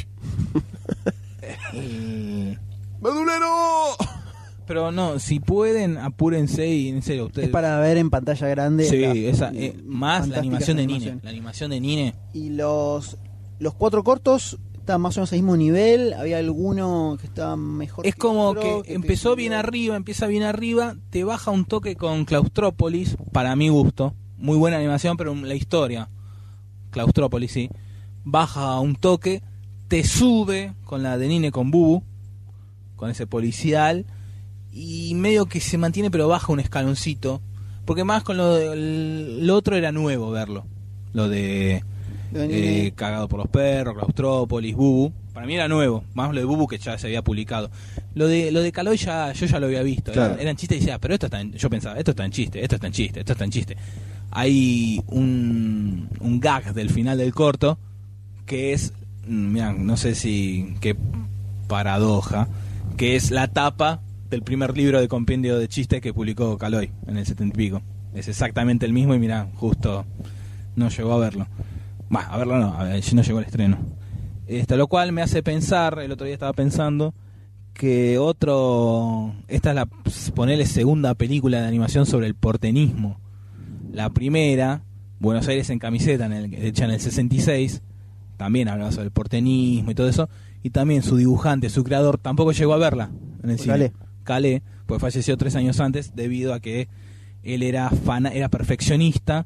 Eh, ¡Medulero! Pero no, si pueden, apúrense y en serio, ustedes... Es para ver en pantalla grande. Sí, la- esa, eh, más la fantásticas animación de Nine. animaciones. La animación de Nine. Y los, los cuatro cortos estaban más o menos al mismo nivel. Había alguno que estaba mejor. Es como otro, que empezó bien arriba, empieza bien arriba, te baja un toque con Claustrópolis, para mi gusto. Muy buena animación, pero la historia, Claustrópolis, sí. Baja un toque, te sube con la de Nine con Bubu, con ese policial, y medio que se mantiene, pero baja un escaloncito. Porque más con lo, de, lo otro era nuevo verlo. Lo de De Nine. eh, Cagado por los perros, Claustrópolis, Bubu. Para mí era nuevo, más lo de Bubu que ya se había publicado. Lo de lo de Caloi ya yo ya lo había visto. Claro. Era- eran chistes y decía, pero esto está en, yo pensaba, esto está en chiste, esto está en chiste, esto está en chiste. Hay un, un gag del final del corto que es, mm, mirá, no sé si qué paradoja, que es la tapa del primer libro de compendio de chistes que publicó Caloi en el setenta y pico. Es exactamente el mismo y mirá, justo no llegó a verlo. Bueno, a verlo no, a ver, si no llegó el estreno. Este, lo cual me hace pensar, el otro día estaba pensando, que otro... Esta es la, ponele, segunda película de animación sobre el porteñismo. La primera, Buenos Aires en camiseta, en el, hecha en el sesenta y seis, también hablaba sobre el porteñismo y todo eso, y también su dibujante, su creador, tampoco llegó a verla en el cine. Calé. Calé, pues falleció tres años antes debido a que él era fan, era perfeccionista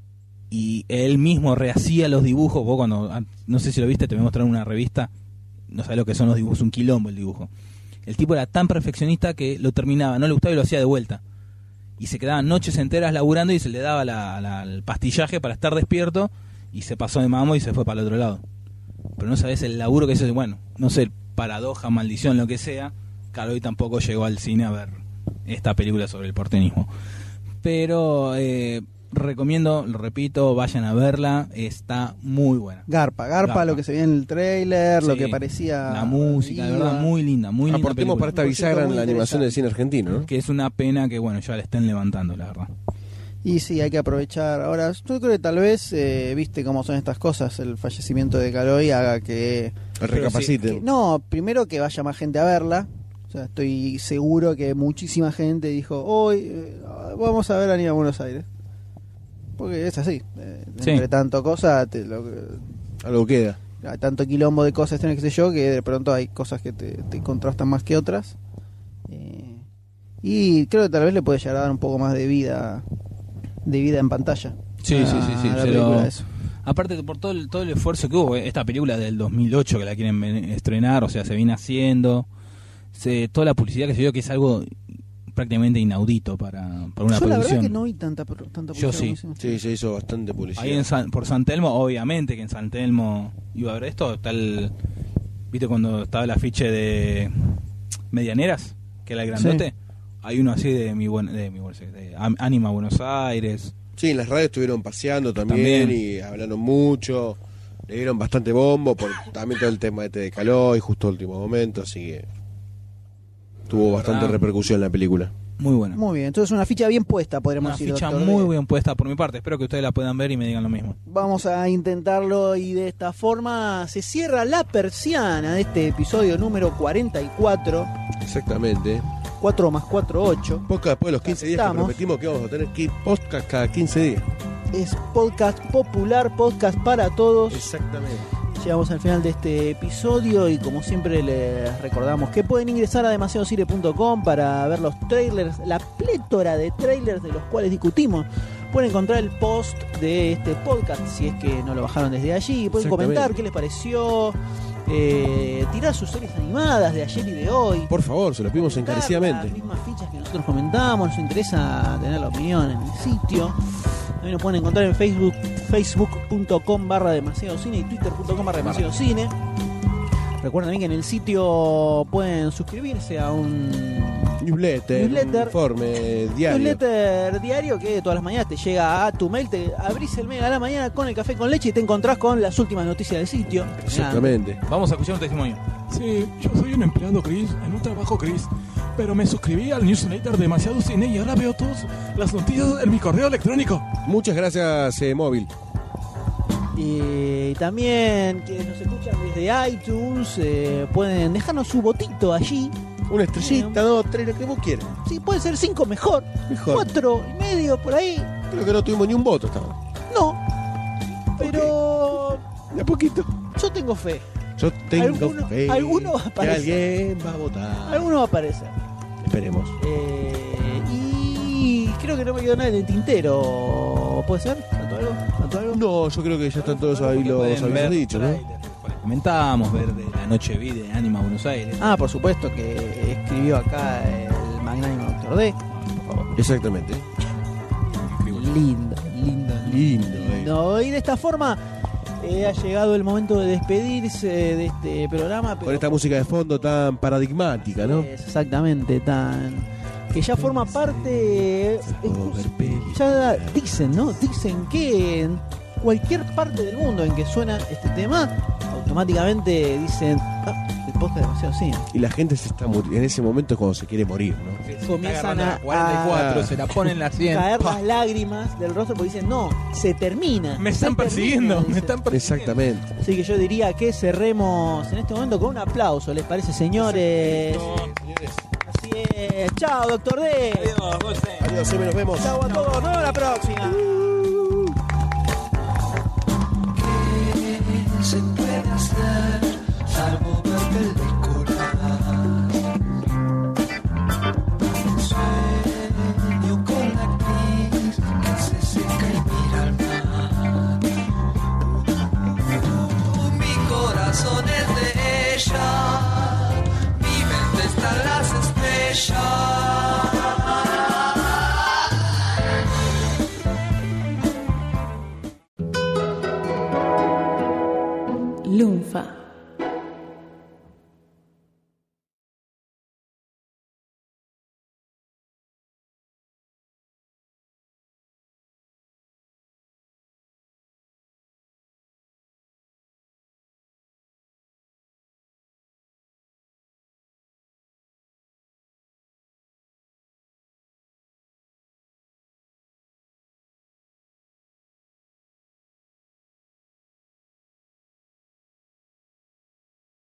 y él mismo rehacía los dibujos. Vos cuando, no sé si lo viste, te voy a mostrar una revista, no sabés lo que son los dibujos, un quilombo el dibujo. El tipo era tan perfeccionista que lo terminaba, no le gustaba y lo hacía de vuelta. Y se quedaban noches enteras laburando y se le daba la, la, el pastillaje para estar despierto y se pasó de mamo y se fue para el otro lado. Pero no sabés el laburo que es, bueno, no sé, paradoja, maldición, lo que sea. Claro, hoy tampoco llegó al cine a ver esta película sobre el porteñismo. Pero eh, recomiendo, lo repito, vayan a verla, está muy buena. Garpa, garpa, Garpa. lo que se veía en el tráiler, Sí, lo que parecía... la música, de verdad, muy linda, muy linda. Aportemos película. para esta bisagra en la animación del cine argentino, ¿no? Que es una pena que, bueno, ya la estén levantando, la verdad. Y sí, hay que aprovechar. Ahora, yo creo que tal vez, eh, viste cómo son estas cosas, el fallecimiento de Caloi haga que... Recapaciten. que- no, primero que vaya más gente a verla. O sea, estoy seguro que muchísima gente dijo, hoy eh, vamos a ver Anima Buenos Aires. Porque es así. Eh, Sí. Entre tanto cosa, te, lo, Algo queda. hay tanto quilombo de cosas, qué sé yo, que de pronto hay cosas que te, te contrastan más que otras. Eh, y creo que tal vez le puede llegar a dar un poco más de vida de vida en pantalla. Sí, a- sí, sí, sí, a la se película, lo- eso. Aparte que por todo el, todo el esfuerzo que hubo, esta película del dos mil ocho que la quieren ven- estrenar, o sea, se viene haciendo, se, toda la publicidad que se dio, que es algo prácticamente inaudito para, para una Yo la verdad producción. que no vi tanta, pro- tanta Yo publicidad sí. como hicieron. Sí, se hizo bastante publicidad. Ahí en San- por San Telmo, obviamente que en San Telmo iba a haber esto, está el, ¿viste cuando estaba el afiche de Medianeras? Que era el grandote. Hay uno así de mi buen, de mi buen- de Am- Anima Buenos Aires. Sí, en las radios estuvieron paseando también, También. y hablaron mucho, le dieron bastante bombo por también todo el tema este de Caloi, justo último momento, así que tuvo bastante verdad. repercusión en la película. Muy buena. Muy bien, entonces una ficha bien puesta, podríamos Una decir. ficha doctor muy D. bien puesta por mi parte. Espero que ustedes la puedan ver y me digan lo mismo. Vamos a intentarlo y de esta forma se cierra la persiana de este episodio número cuarenta y cuatro. Exactamente. cuatro más cuatro, ocho. Podcast después de los quince días que Estamos. prometimos que vamos a tener que ir podcast cada quince días. Es podcast popular, podcast para todos. Exactamente. Llegamos al final de este episodio y como siempre les recordamos que pueden ingresar a demasiado cine punto com para ver los trailers, la plétora de trailers de los cuales discutimos. Pueden encontrar el post de este podcast si es que no lo bajaron desde allí. Pueden Exactamente. comentar qué les pareció, eh, tirar sus series animadas de ayer y de hoy. Por favor, se lo pedimos Comentar encarecidamente. Las mismas fichas que nosotros comentamos, nos interesa tener la opinión en el sitio. También nos pueden encontrar en Facebook, facebook punto com barra demasiado cine y twitter punto com barra demasiado cine. Recuerden también que en el sitio pueden suscribirse a un Newsletter, Newsletter. un informe diario. newsletter diario que todas las mañanas te llega a tu mail, te abrís el mail a la mañana con el café con leche y te encontrás con las últimas noticias del sitio. Exactamente. Vamos a escuchar un testimonio. Sí, yo soy un empleado gris en un trabajo gris, pero me suscribí al newsletter Demasiado Cine y ahora veo todas las noticias en mi correo electrónico. Muchas gracias, eh, móvil. Y también quienes nos escuchan desde iTunes eh, pueden dejarnos su votito allí. Una estrellita, dos, tres, lo que vos quieras. Sí, puede ser cinco mejor, Mejor. cuatro y medio por ahí. Creo que no tuvimos ni un voto hasta ahora. No, pero De a poquito. yo tengo fe. Yo tengo Alguno- fe alguno va a que aparecer. alguien va a votar. Alguno va a aparecer. Esperemos. Eh, y creo que no me quedó nada en el tintero. ¿Puede ser? ¿Faltó algo? ¿Faltó algo? No, yo creo que ya están todos ahí los Pueden avisos ver dichos, ¿no? trailers, cuales comentamos, ver de la noche vi de Anima Buenos Aires. Ah, por supuesto que escribió acá el magnánimo doctor D. Por favor. Exactamente. Lindo, lindo, Lindo, eh. lindo. Y de esta forma eh, ha llegado el momento de despedirse de este programa. Pero Con esta música de fondo tan paradigmática, ¿no? es exactamente tan. Que ya forma parte. es- ya dicen, ¿no? Dicen que en cualquier parte del mundo en que suena este tema, automáticamente dicen. "Ah, podcast de demasiado cine. Y la gente se está muri- en ese momento es cuando se quiere morir, ¿no? Comienzan a, cuarenta y cuatro, a se la ponen la cien. caer las lágrimas del rostro porque dicen, no, se termina. Me están se persiguiendo, termina", me dicen. están persiguiendo. Exactamente. Así que yo diría que cerremos en este momento con un aplauso, ¿les parece, señores? Así es. Chao, doctor D. Adiós, nos vemos. Chao a todos, nos vemos la próxima. ¿Qué se puede hacer salvo ver películas? Sueño con la actriz que se seca y mira al mar. Mi corazón es de ella, mi mente está en las estrellas. Lunfa.